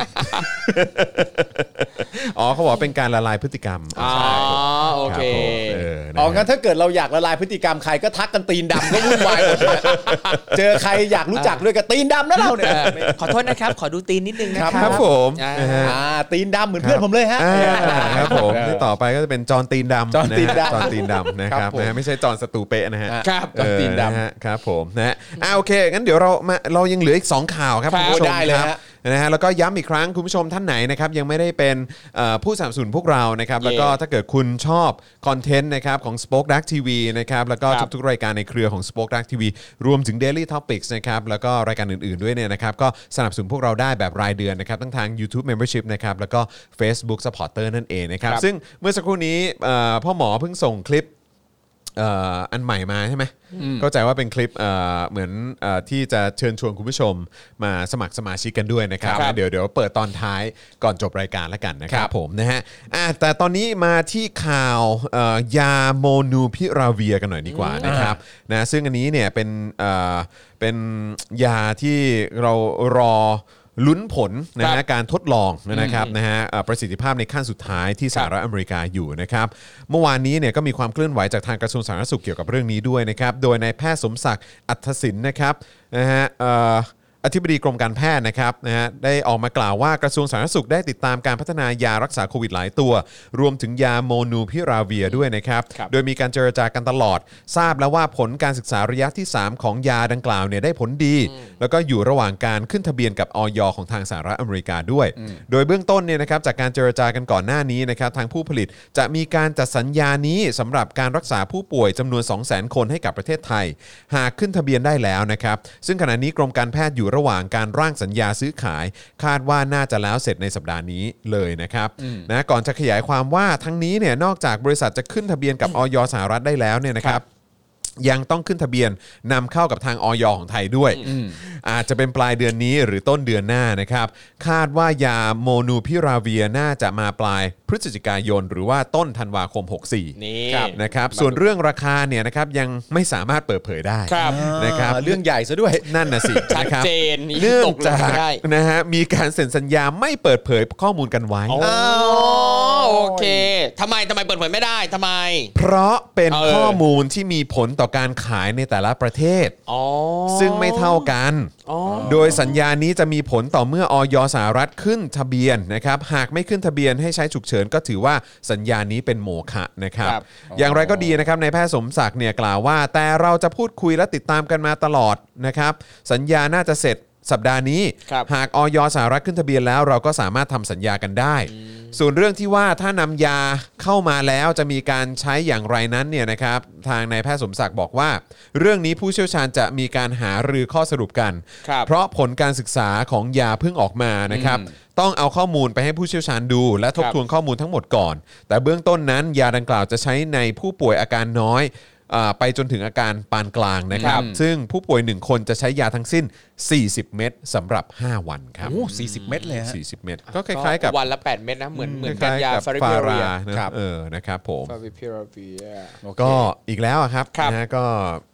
อ๋อเขาบอกเป็นการละลายพฤติกรรมอ๋อโอเคอ๋องั้นถ้าเกิดเราอยากละลายพฤติกรรมใครก็ทักกันตีนดำก็วุ่นวายหมดเจอใครอยากรู้จักด้วยกับตีนดำนะเราเนี่ยขอโทษนะครับขอดูตีนนิดนึงนะครับครับผมอ่าตีนดำเหมือนเพื่อนผมเลยฮะครับผมที่ต่อไปก็จะเป็นจอนตีนดำจอนตีนดำจอนตีนดำนะครับนะไม่ใช่จอนสตูเปะนะฮะครับจอนตีนดำครับผมนะอ่าโอเคงั้นเดี๋ยวเรามาเรายังเหลืออีกสองข่าวครับคุณผู้ชมได้เลยฮะนะฮะแล้วก็ย้ำอีกครั้งคุณผู้ชมท่านไหนนะครับยังไม่ได้เป็นผู้สนับสนุนพวกเรานะครับแล้วก็ถ้าเกิดคุณชอบคอนเทนต์นะครับของ Spoke Dark ที วี นะครับแล้วก็ทุกๆรายการในเครือของ Spoke Dark ที วี รวมถึง Daily Topics นะครับแล้วก็รายการอื่นๆด้วยเนี่ยนะครับก็สนับสนุนพวกเราได้แบบรายเดือนนะครับทั้งทาง YouTube Membership นะครับแล้วก็ Facebook Supporter นั่นเองนะครับซึ่งเมื่อสักครู่นี้พ่อหมอเพิ่งส่งคลิปอันใหม่มาใช่ไหมเข้าใจว่าเป็นคลิปเหมือนที่จะเชิญชวนคุณผู้ชมมาสมัครสมาชิกกันด้วยนะครับเดี๋ยวเดี๋ยวเปิดตอนท้ายก่อนจบรายการแล้วกันนะครับผมนะฮะแต่ตอนนี้มาที่ข่าวยาโมนูพิราเวียกันหน่อยดีกว่านะครับนะซึ่งอันนี้เนี่ยเป็นเป็นยาที่เรารอลุ้นผลนะฮะการทดลองนะครับนะฮะประสิทธิภาพในขั้นสุดท้ายที่สหรัฐอเมริกาอยู่นะครับเมื่อวานนี้เนี่ยก็มีความเคลื่อนไหวจากทางกระทรวงสาธารณสุขเกี่ยวกับเรื่องนี้ด้วยนะครับโดยนายแพทย์สมศักดิ์อัธศินนะครับนะฮะอธิบดีกรมการแพทย์นะครับนะฮะได้ออกมากล่าวว่ากระทรวงสาธารณสุขได้ติดตามการพัฒนายารักษาโควิดหลายตัวรวมถึงยาโมนูพิราเวียด้วยนะครับโดยมีการเจรจากันตลอดทราบแล้วว่าผลการศึกษาระยะที่สามของยาดังกล่าวเนี่ยได้ผลดีแล้วก็อยู่ระหว่างการขึ้นทะเบียนกับอย.ของทางสหรัฐอเมริกาด้วยโดยเบื้องต้นเนี่ยนะครับจากการเจรจากันก่อนหน้านี้นะครับทางผู้ผลิตจะมีการจัดสัญญานี้สำหรับการรักษาผู้ป่วยจำนวน สองแสน คนให้กับประเทศไทยหากขึ้นทะเบียนได้แล้วนะครับซึ่งขณะนี้กรมการแพทย์อยู่ระหว่างการร่างสัญญาซื้อขายคาดว่าน่าจะแล้วเสร็จในสัปดาห์นี้เลยนะครับนะก่อนจะขยายความว่าทั้งนี้เนี่ยนอกจากบริษัทจะขึ้นทะเบียนกับอย.สหรัฐได้แล้วเนี่ยนะครับยังต้องขึ้นทะเบียนนำเข้ากับทางอย.ของไทยด้วยอาจจะเป็นปลายเดือนนี้หรือต้นเดือนหน้านะครับคาดว่ายาโมนูพิราเวียน่าจะมาปลายพฤศจิกายนหรือว่าต้นธันวาคมหกสี่นี่นะครับส่วนเรื่องราคาเนี่ยนะครับยังไม่สามารถเปิดเผยได้นะครับเรื่องใหญ่ซะด้วยนั่นน่ะสิชัดเจนเนื่องจากนะฮะมีการเซ็นสัญญาไม่เปิดเผยข้อมูลกันไว้อ๋อโอเคทำไมทำไมเปิดเผยไม่ได้ทำไมเพราะเป็นข้อมูลที่มีผลต่อการขายในแต่ละประเทศซึ่งไม่เท่ากันโดยสัญญานี้จะมีผลต่อเมื่ออย.สหรัฐขึ้นทะเบียนนะครับหากไม่ขึ้นทะเบียนให้ใช้ฉุกเฉินก็ถือว่าสัญญานี้เป็นโมฆะนะครับอย่างไรก็ดีนะครับนายแพทย์สมศักดิ์เนี่ยกล่าวว่าแต่เราจะพูดคุยและติดตามกันมาตลอดนะครับสัญญาน่าจะเสร็จสัปดาห์นี้หากอย.สหรัฐขึ้นทะเบียนแล้วเราก็สามารถทำสัญญากันได้ส่วนเรื่องที่ว่าถ้านำยาเข้ามาแล้วจะมีการใช้อย่างไรนั้นเนี่ยนะครับทางนายแพทย์สมศักดิ์บอกว่าเรื่องนี้ผู้เชี่ยวชาญจะมีการหารือข้อสรุปกันเพราะผลการศึกษาของยาเพิ่งออกมานะครับต้องเอาข้อมูลไปให้ผู้เชี่ยวชาญดูและทบทวนข้อมูลทั้งหมดก่อนแต่เบื้องต้นนั้นยาดังกล่าวจะใช้ในผู้ป่วยอาการน้อยไปจนถึงอาการปานกลางนะครับซึ่งผู้ป่วยหนึ่งคนจะใช้ยาทั้งสิ้นสี่สิบเม็ดสำหรับห้าวันครับโอ้สี่สิบเม็ดเลยฮะสี่สิบเม็ดก็คล้ายๆกับวันละแปดเม็ดนะเหมือนเหมือนกันยาฟาริพิราเออนะครับผมฟาริพิราเวียก็อีกแล้วครับนะก็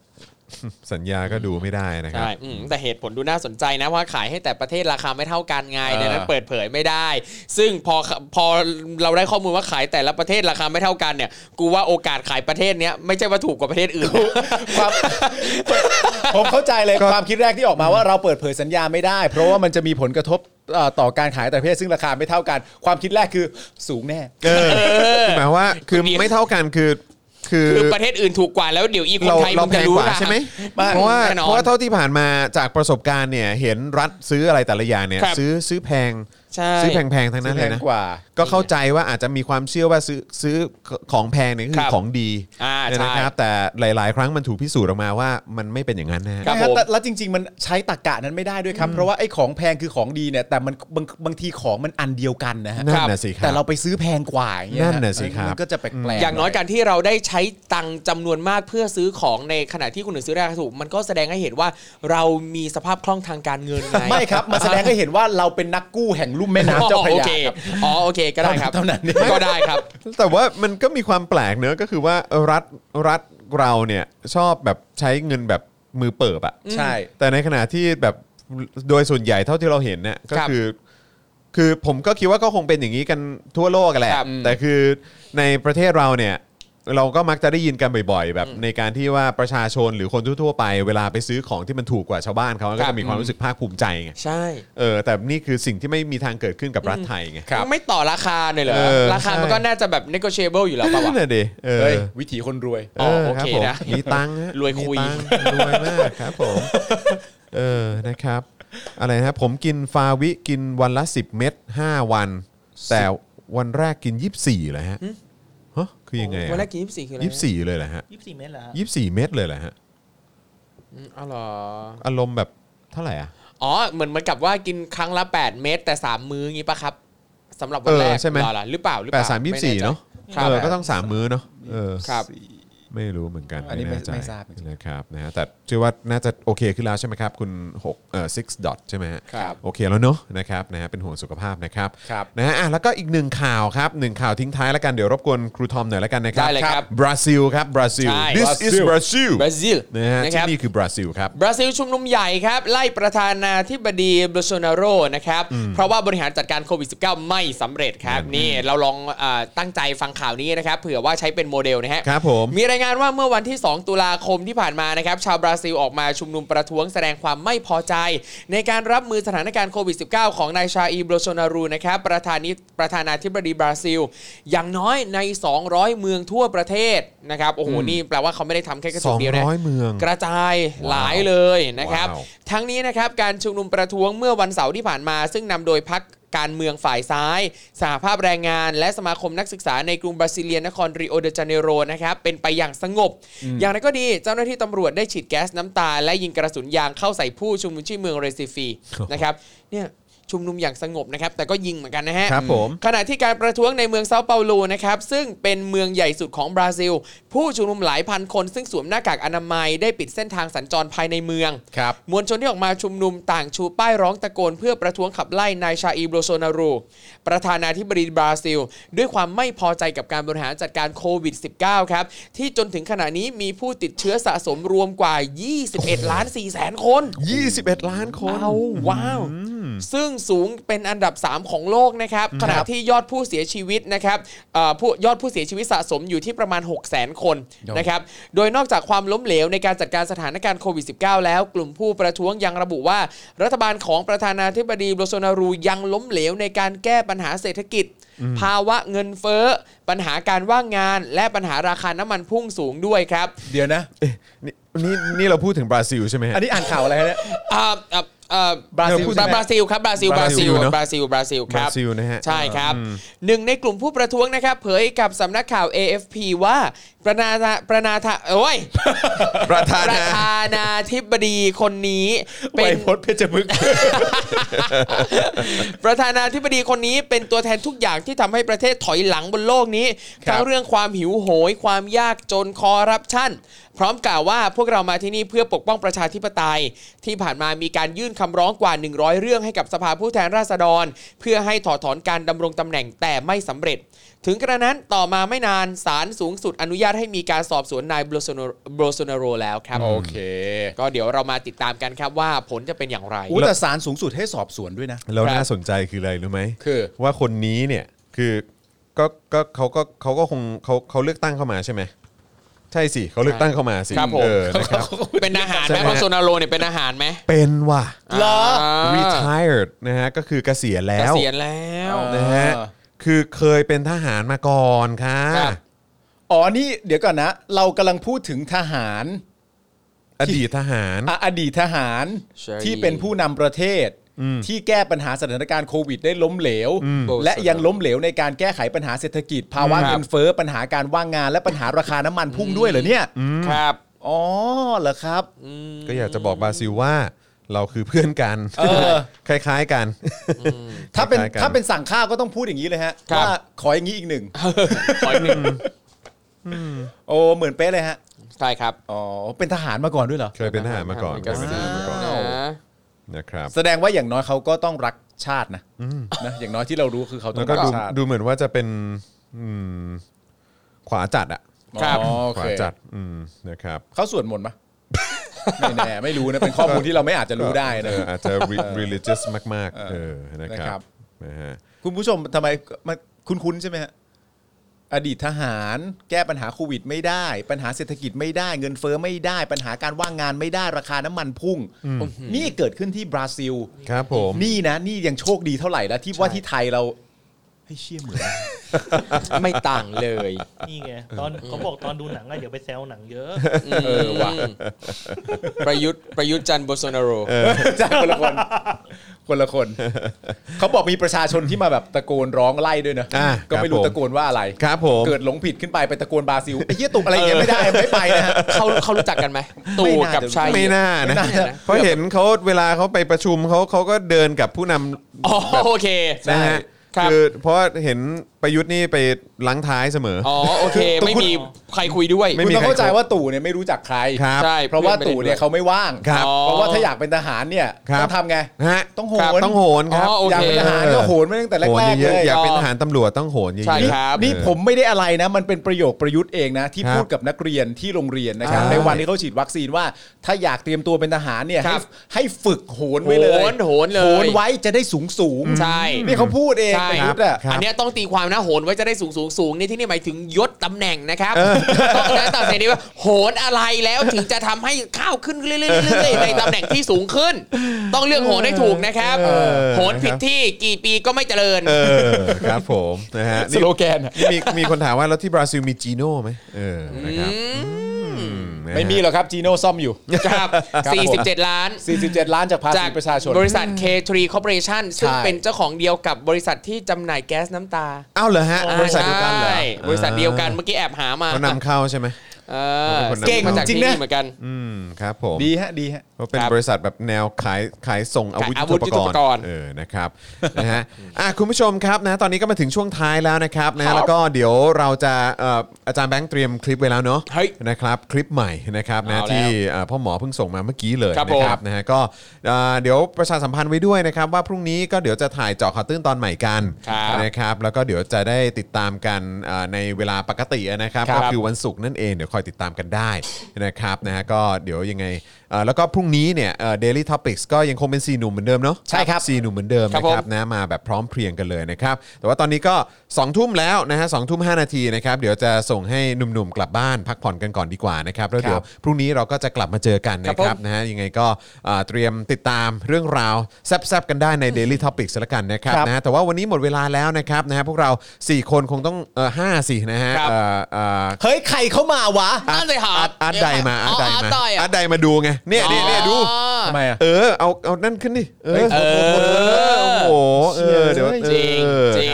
สัญญาก็ดูไม่ได้นะครับใช่แต่เหตุผลดูน่าสนใจนะว่าขายให้แต่ประเทศราคาไม่เท่ากันไงดังนั้นเปิดเผยไม่ได้ซึ่งพอพอเราได้ข้อมูลว่าขายแต่ละประเทศราคาไม่เท่ากันเนี่ยกูว่าโอกาสขายประเทศเนี้ยไม่ใช่ว่าถูกกว่าประเทศอื่นผมเข้าใจเลยความคิดแรกที่ออกมาว่าเราเปิดเผยสัญญาไม่ได้เพราะว่ามันจะมีผลกระทบต่อการขายแต่ประเทศซึ่งราคาไม่เท่ากันความคิดแรกคือสูงแน่หมายว่าคือไม่เท่ากันคือคือประเทศอื่นถูกกว่าแล้วเดี๋ยวอีคนไทยมันจะรู้ใช่ไหมเพราะว่าเพราะว่าเท่าที่ผ่านมาจากประสบการณ์เนี่ยเห็นรัฐซื้ออะไรแต่ละอย่างเนี่ยซื้อซื้อแพงซื้อแพงๆทั้งนั้นเลยนะก็เข้าใจว่าอาจจะมีความเชื่อว่าซื้อซื้อของแพงเนี่ยคือของดีนะครับแต่หลายๆครั้งมันถูกพิสูจน์ออกมาว่ามันไม่เป็นอย่างนั้นนะแล้วจริงๆมันใช้ตรรกะนั้นไม่ได้ด้วยครับเพราะว่าไอ้ของแพงคือของดีเนี่ยแต่มันบางบางทีของมันอันเดียวกันนะฮะแต่เราไปซื้อแพงกว่าอย่างเงี้ยนั่นน่ะสิครับมันก็จะแปลกๆอย่างน้อยการที่เราได้ใช้ตังค์จำนวนมากเพื่อซื้อของในขณะที่คนอื่นซื้อราคาถูกมันก็แสดงให้เห็นว่าเรามีสภาพคล่องทางการเงินไงไม่ครับมันแสดงให้เห็นว่าเราเป็นนักกู้แห่งลุ่มแม่น้ำเจ้าพระยาอ๋อโอเคก็ได้ครับเท่านั้นก็ได้ครับแต่ว่ามันก็มีความแปลกเนอะก็คือว่ารัฐรัฐเราเนี่ยชอบแบบใช้เงินแบบมือเปิบอ่ะใช่แต่ในขณะที่แบบโดยส่วนใหญ่เท่าที่เราเห็นเนี่ยก็คือคือผมก็คิดว่าก็คงเป็นอย่างนี้กันทั่วโลกกันแหละแต่คือในประเทศเราเนี่ยเราก็มักจะได้ยินกันบ่อยๆแบบในการที่ว่าประชาชนหรือคนทั่วๆไปเวลาไปซื้อของที่มันถูกกว่าชาวบ้านเขาก็จะมีความรู้สึกภาคภูมิใจไงใช่เออแต่นี่คือสิ่งที่ไม่มีทางเกิดขึ้นกับรัฐไทยไงไม่ต่อราคาเลยเหรอราคามันก็น่าจะแบบ negotiable อยู่แล้วป่ะวะนั่นดิเออวิถีคนรวยอ๋อโอเคนะมีตังค์รวยคุยรวยมากครับผมเออนะครับอะไรนะผมกินฟาวิกินวันละสิบเม็ดห้าวันแต่วันแรกกินยี่สิบสี่เลยฮะฮะคือยังไงวันแรกกินยี่สิบสี่คืออะไรยี่สิบสี่เลยเหรอฮะยี่สิบสี่เม็ดเหรอฮะยี่สิบสี่เม็ดเลยเหรอฮะอ๋อเหรออารมณ์แบบเท่าไหร่อ่ะอ๋อเหมือนเหมือนกับว่ากินครั้งละแปดเม็ดแต่สามมื้องี้ป่ะครับสำหรับวันแรกใช่ไหมหรือเปล่าหรือเปล่าแปดสาม ยี่สิบสี่เนาะเออก็ต้องสามมื้อเนาะเออครับไม่รู้เหมือนกันอันนี้ไม่ไม่ทราบนะครับนะฮะแต่เชื่อว่าน่าจะโอเคขึ้นแล้วใช่ไหมครับคุณหกเอ่อซิกซ์ดอทใช่ไหมฮะโอเคแล้วเนาะนะครับนะฮะเป็นห่วงสุขภาพนะครับนะฮะแล้วก็อีกหนึ่งข่าวครับหนึ่งข่าวทิ้งท้ายแล้วกันเดี๋ยวรบกวนครูทอมหน่อยแล้วกันนะครับได้เลยครับบราซิลครับบราซิล this is Brazil บราซิลนะฮะที่นี่คือบราซิลครับบราซิลชุมนุมใหญ่ครับไล่ประธานาธิบดีโบลโซนาโรนะครับเพราะว่าบริหารจัดการโควิด สิบเก้า ไม่สำเร็จครับนี่เราลองตั้งใจฟังข่าวนี้นะครับเผื่อว่าใช้เป็นโมเดลนะฮะครับผมมีรายงานว่าเมื่อวันที่สองตุลาคมที่ผ่านมานะครับชาวบราซิลออกมาชุมนุมประท้วงแสดงความไม่พอใจในการรับมือสถานการณ์โควิด สิบเก้า ของนายชาอีโบลโซนารูนะครับประธานาประธานาธิบดีบราซิลอย่างน้อยในสองร้อยเมืองทั่วประเทศนะครับโอ้โหนี่แปลว่าเขาไม่ได้ทำแค่กระจุกเดียวนะสองร้อยเมืองกระจายหลายเลยนะครับทั้งนี้นะครับการชุมนุมประท้วงเมื่อวันเสาร์ที่ผ่านมาซึ่งนำโดยพรรคการเมืองฝ่ายซ้ายสหภาพแรงงานและสมาคมนักศึกษาในกรุงบราซิเลียนครริโอเดจาเนโรนะครับเป็นไปอย่างสงบอย่างไรก็ดีเจ้าหน้าที่ตำรวจได้ฉีดแก๊สน้ำตาและยิงกระสุนยางเข้าใส่ผู้ชุมนุมที่เมืองเรซิฟีนะครับเนี่ยชุมนุมอย่างสงบนะครับแต่ก็ยิงเหมือนกันนะฮะครับผมขณะที่การประท้วงในเมืองเซาเปาโลนะครับซึ่งเป็นเมืองใหญ่สุดของบราซิลผู้ชุมนุมหลายพันคนซึ่งสวมหน้ากากอนามัยได้ปิดเส้นทางสัญจรภายในเมืองมวลชนที่ออกมาชุมนุมต่างชูป้ายร้องตะโกนเพื่อประท้วงขับไล่นายชาอีโบลโซนารูประธานาธิบดีบราซิลด้วยความไม่พอใจกับการบริหารจัดการโควิด สิบเก้า ครับที่จนถึงขณะนี้มีผู้ติดเชื้อสะสมรวมกว่ายี่สิบเอ็ดล้านสี่แสนคนยี่สิบเอ็ดล้านคนว้าวซึ่งสูงเป็นอันดับสามของโลกนะครับขณะที่ยอดผู้เสียชีวิตนะครับผู้ยอดผู้เสียชีวิตสะสมอยู่ที่ประมาณ หกแสน คนนะครับโดยนอกจากความล้มเหลวในการจัดการสถานการณ์โควิด สิบเก้า แล้วกลุ่มผู้ประท้วงยังระบุว่ารัฐบาลของประธานาธิบดีโบลโซนารูยังล้มเหลวในการแก้ปัญหาเศรษฐกิจภาวะเงินเฟ้อปัญหาการว่างงานและปัญหาราคาน้ำมันพุ่งสูงด้วยครับเดี๋ยวนะนี่นี่เราพูดถึงบราซิลใช่ไหมฮะอันนี้อ่านข่าวอะไรเนี่ยอ่าบราซิลบราซิลครับบราซิลบราซิลบราซิลบราซิลครับใช่ครับหนึ่งในกลุ่มผู้ประท้วงนะครับเผยกับสำนักข่าว เอ เอฟ พี ว่าประธานาประธานาโอ้ยประธานาธิบดีคนนี้เป็นพจน์เพชรพฤกษ์ประธานาธิบดีคนนี้เป็นตัวแทนทุกอย่างที่ทำให้ประเทศถอยหลังบนโลกนี้ทั้งเรื่องความหิวโหยความยากจนคอร์รัปชันพร้อมกล่าวว่าพวกเรามาที่นี่เพื่อปกป้องประชาธิปไตยที่ผ่านมามีการยื่นคำร้องกว่าหนึ่งร้อยเรื่องให้กับสภาผู้แทนราษฎรเพื่อให้ถอดถอนการดำรงตำแหน่งแต่ไม่สำเร็จถึงกระนั้นต่อมาไม่นานศาลสูงสุดอนุญาตให้มีการสอบสวนนายโบลโซนาโรแล้วครับโอเคก็เดี๋ยวเรามาติดตามกันครับว่าผลจะเป็นอย่างไรอู้แต่ศาลสูงสุดให้สอบสวนด้วยนะแล้วน่าสนใจคืออะไรรู้ไหมคือว่าคนนี้เนี่ยคือก็ก็เขาก็เขาก็คงเขาเขาเลือกตั้งเข้ามาใช่ไหมใช่สิเขาเลือกตั้งเข้ามาสิครับผมเออนะครับเป็นทหารไหมโบลโซนาโรเนี่ยเป็นทหารไหมเป็นว่ะเหรอ retired นะฮะก็คือเกษียณแล้วเกษียณแล้วนะฮะคือเคยเป็นทหารมาก่อนค่ะอ๋อนี่เดี๋ยวก่อนนะเรากำลังพูดถึงทหารอดีตทหารอดีตทหารที่เป็นผู้นำประเทศที่แก้ปัญหาสถานการณ์โควิดได้ล้มเหลวและยังล้มเหลวในการแก้ไขปัญหาเศรษฐกิจภาวะเงินเฟ้อปัญหาการว่างงานและปัญหาราคาน้ำมันพุ่งด้วยเหรอเนี่ยครับอ๋อเหรอครับก็อยากจะบอกบราซิลว่าเราคือเพื่อนกันคล้ายๆกันถ้าเป็นถ้าเป็นสั่งข้าวก็ต้องพูดอย่างนี้เลยฮะว่าขออย่างนี้อีกหนึ่งขออีกหนึ่งโอ้เหมือนเป๊ะเลยฮะใช่ครับอ๋อเป็นทหารมาก่อนด้วยเหรอเคยเป็นทหารมาก่อนเคยเป็นทหารมาก่อนนะครับแสดงว่าอย่างน้อยเขาก็ต้องรักชาตินะนะอย่างน้อยที่เรารู้คือเขาต้องรักชาติดูเหมือนว่าจะเป็นขวาจัดอ่ะขวาจัดนะครับเขาสวดมนต์ปะไม่แน่ไม่รู้นะเป็นข้อมูลที่เราไม่อาจจะรู้ได้นะอาจจะ religious มากๆเออนะครับนะฮะคุณผู้ชมทำไมคุ้นๆใช่ไหมฮะอดีตทหารแก้ปัญหาโควิดไม่ได้ปัญหาเศรษฐกิจไม่ได้เงินเฟ้อไม่ได้ปัญหาการว่างงานไม่ได้ราคาน้ำมันพุ่งนี่เกิดขึ้นที่บราซิลครับผมนี่นะนี่ยังโชคดีเท่าไหร่แล้วที่ว่าที่ไทยเราให้เชี่ยเหมือนไม่ต่างเลยนี่ไงตอนเขาบอกตอนดูหนังอะเดี๋ยวไปแซวหนังเยอะเออว่ะประยุทธ์ประยุทธ์จันทร์โบลโซนาโรจันคนละคนคนละคนเขาบอกมีประชาชนที่มาแบบตะโกนร้องไล่ด้วยนะก็ไม่รู้ตะโกนว่าอะไรครับผมเกิดหลงผิดขึ้นไปไปตะโกนบราซิลไอ้เหี้ยตุกอะไรอย่างเงี้ยไม่ได้ไม่ไปนะฮะเขาเขารู้จักกันไหมตู่กับชัยไม่น่านะเพราะเห็นเขาเวลาเขาไปประชุมเขาเขาก็เดินกับผู้นำอ๋อโอเคนะฮะคือเพราะเห็นประยุทธ์นี่ไปลังท้ายเสมออ๋อโอเคไม่มีใครคุยด้วยคุณต้องเข้าใจว่าตู่เนี่ยไม่รู้จักใครใช่เพราะว่าตู่เนี่ยเขาไม่ว่างเพราะว่าถ้าอยากเป็นทหารเนี่ยต้องทำไงต้องโหนต้องโหนครับอยากเป็นทหารก็โหนมาตั้งแต่แรกๆเลยอยากเป็นทหารตำรวจต้องโหนอย่างนี้นี่ผมไม่ได้อะไรนะมันเป็นประโยคประยุทธ์เองนะที่พูดกับนักเรียนที่โรงเรียนนะครับในวันที่เขาฉีดวัคซีนว่าถ้าอยากเตรียมตัวเป็นทหารเนี่ยให้ให้ฝึกโหนไว้เลยโหนเลยโหนไว้จะได้สูงสูงใช่นี่เขาพูดเองประยุทธ์อ่ะอันนี้ต้องตีความนะโหนไว้จะได้สูงสูงสูงนี่ที่นี่หมายถึงยศตำแหน่งนะครับต้องนะตัดสินว่าโหนอะไรแล้วถึงจะทำให้ข้าวขึ้นเรื่อยๆในตำแหน่งที่สูงขึ้นต้องเลือกโหนให้ถูกนะครับโหนผิดที่กี่ปีก็ไม่เจริญครับผมนะฮะสโลแกนมีมีคนถามว่าแล้วที่บราซิลมีจีโน่ไหมเออนะครับไม่มีหรอกครับจีโน่ซ่อมอยู่ครับสี่สิบเจ็ดล้านสี่สิบเจ็ดล้านจากภาษีประชาชนบริษัท เค ทรี Corporation ซึ่งเป็นเจ้าของเดียวกับบริษัทที่จำหน่ายแก๊สน้ำตาอ้าวเหรอฮะบริษัทเดียวกันเหรอบริษัทเดียวกันเมื่อกี้แอบหามาเขานำเข้าใช่ไหมเก่งจริงนะเหมือนกันอืมครับผมดีฮะดีฮะเพราะเป็นบริษัทแบบแนวขายขายส่งอาวุธยุทโธปกรณ์เออนะครับนะฮะอ่ะคุณผู้ชมครับนะตอนนี้ก็มาถึงช่วงท้ายแล้วนะครับนะแล้วก็เดี๋ยวเราจะอาจารย์แบงค์เตรียมคลิปไว้แล้วเนาะนะครับคลิปใหม่นะครับนะที่พ่อหมอเพิ่งส่งมาเมื่อกี้เลยนะครับนะฮะก็เดี๋ยวประชาสัมพันธ์ไว้ด้วยนะครับว่าพรุ่งนี้ก็เดี๋ยวจะถ่ายเจาะข่าวตื้นตอนใหม่กันนะครับแล้วก็เดี๋ยวจะได้ติดตามกันในเวลาปกตินะครับก็คือวันศุกร์นั่นเองเดี๋ยวคอยติดตามกันได้นะครับนะฮะก็เดี๋ยวยังไงแล้วก็พรุ่งนี้เนี่ย Daily Topics ก็ยังคงเป็นสี่หนุ่มเหมือนเดิมเนาะใช่ครับสี่หนุ่มเหมือนเดิมนะครับนะมาแบบพร้อมเพรียงกันเลยนะครับแต่ว่าตอนนี้ก็สองทุ่มแล้วนะฮะสองทุ่มห้านาทีนะครับเดี๋ยวจะส่งให้หนุ่มๆกลับบ้านพักผ่อนกันก่อนดีกว่านะครับแล้วเดี๋ยวพรุ่งนี้เราก็จะกลับมาเจอกันนะครับนะฮะยังไงก็เตรียมติดตามเรื่องราวแซ่บๆกันได้ใน Daily Topics ละกันนะครับนะฮะแต่ว่าวันนี้หมดเวลาแล้วนะครับนะฮะพวกเราสี่คนคงต้องเอ่อห้าสินะฮะเฮ้ยใครเข้ามาวะอาร์ตหาอาร์ตไดมาอาร์ตไดมาอาร์ตไดมาดูไงเนี่ยเนี่ยดูทำไมอ่ะเออเอาเอานั่นขึ้นดิเออโอ้โหเออเดี๋ยวจริงจริงครับผม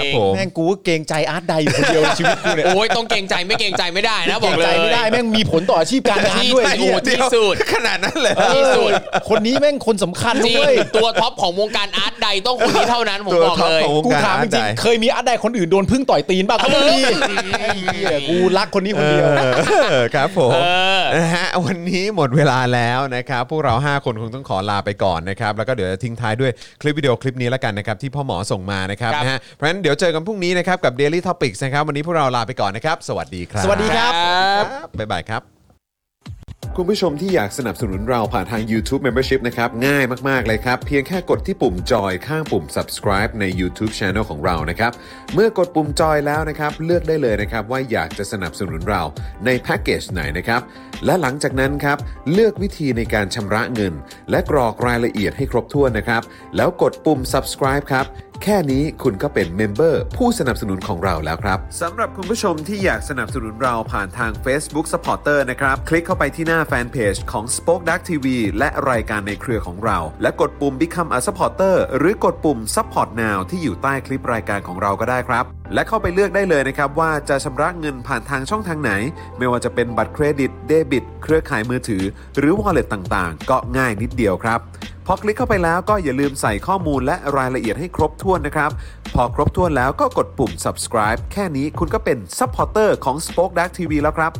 ม่งกูก็เกรงใจอาร์ตไดอยู่คนเดียวในชีวิตกูเนี่ยโอ้ยต้องเกรงใจไม่เกรงใจไม่ได้นะบอกเลยไม่ได้แม่งมีผลต่ออาชีพการงานด้วยโอ้ที่สุดขนาดนั้นเลยที่สุดคนนี้แม่งคนสำคัญด้วยตัวท็อปของวงการอาร์ตไดต้องคนนี้เท่านั้นผมบอกเลยกูถามจริงๆเคยมีอาร์ตไดคนอื่นโดนพึ่งต่อยตีนป่ะก็ไม่มีกูรักคนนี้คนเดียวครับผมนะฮะวันนี้หมดเวลาแล้วนะครับพวกเราห้าคนคงต้องขอลาไปก่อนนะครับแล้วก็เดี๋ยวจะทิ้งท้ายด้วยคลิปวิดีโอคลิปนี้แล้วกันนะครับที่พ่อหมอส่งมานะครับนะฮะเพราะฉะนั้นเดี๋ยวเจอกันพรุ่งนี้นะครับกับ Daily Topics นะครับวันนี้พวกเราลาไปก่อนนะครับสวัสดีครับสวัสดีครับบ๊ายบายครับคุณผู้ชมที่อยากสนับสนุนเราผ่านทาง YouTube Membership นะครับง่ายมากๆเลยครับเพียงแค่กดที่ปุ่มจอยข้างปุ่ม Subscribe ใน YouTube Channel ของเรานะครับเมื่อกดปุ่มจอยแล้วนะครับเลือกได้เลยนะครับว่าอยากจะสนับสนุนเราในแพ็กเกจไหนนะครับและหลังจากนั้นครับเลือกวิธีในการชำระเงินและกรอกรายละเอียดให้ครบถ้วนนะครับแล้วกดปุ่ม Subscribe ครับแค่นี้คุณก็เป็นเมมเบอร์ผู้สนับสนุนของเราแล้วครับสำหรับคุณผู้ชมที่อยากสนับสนุนเราผ่านทาง Facebook Supporter นะครับคลิกเข้าไปที่หน้าแฟนเพจของ Spoke Dark ที วี และรายการในเครือของเราและกดปุ่ม Become a Supporter หรือกดปุ่ม Support Now ที่อยู่ใต้คลิปรายการของเราก็ได้ครับและเข้าไปเลือกได้เลยนะครับว่าจะชำระเงินผ่านทางช่องทางไหนไม่ว่าจะเป็นบัตรเครดิตเดบิตเครือข่ายมือถือหรือ Wallet ต่างๆก็ง่ายนิดเดียวครับพอคลิกเข้าไปแล้วก็อย่าลืมใส่ข้อมูลและรายละเอียดให้ครบถ้วนนะครับพอครบถ้วนแล้วก็กดปุ่ม Subscribe แค่นี้คุณก็เป็น Supporter ของ Spoke Dark ที วี แล้วครับ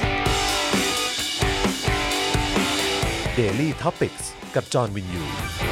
Daily Topics กับจอห์นวินยู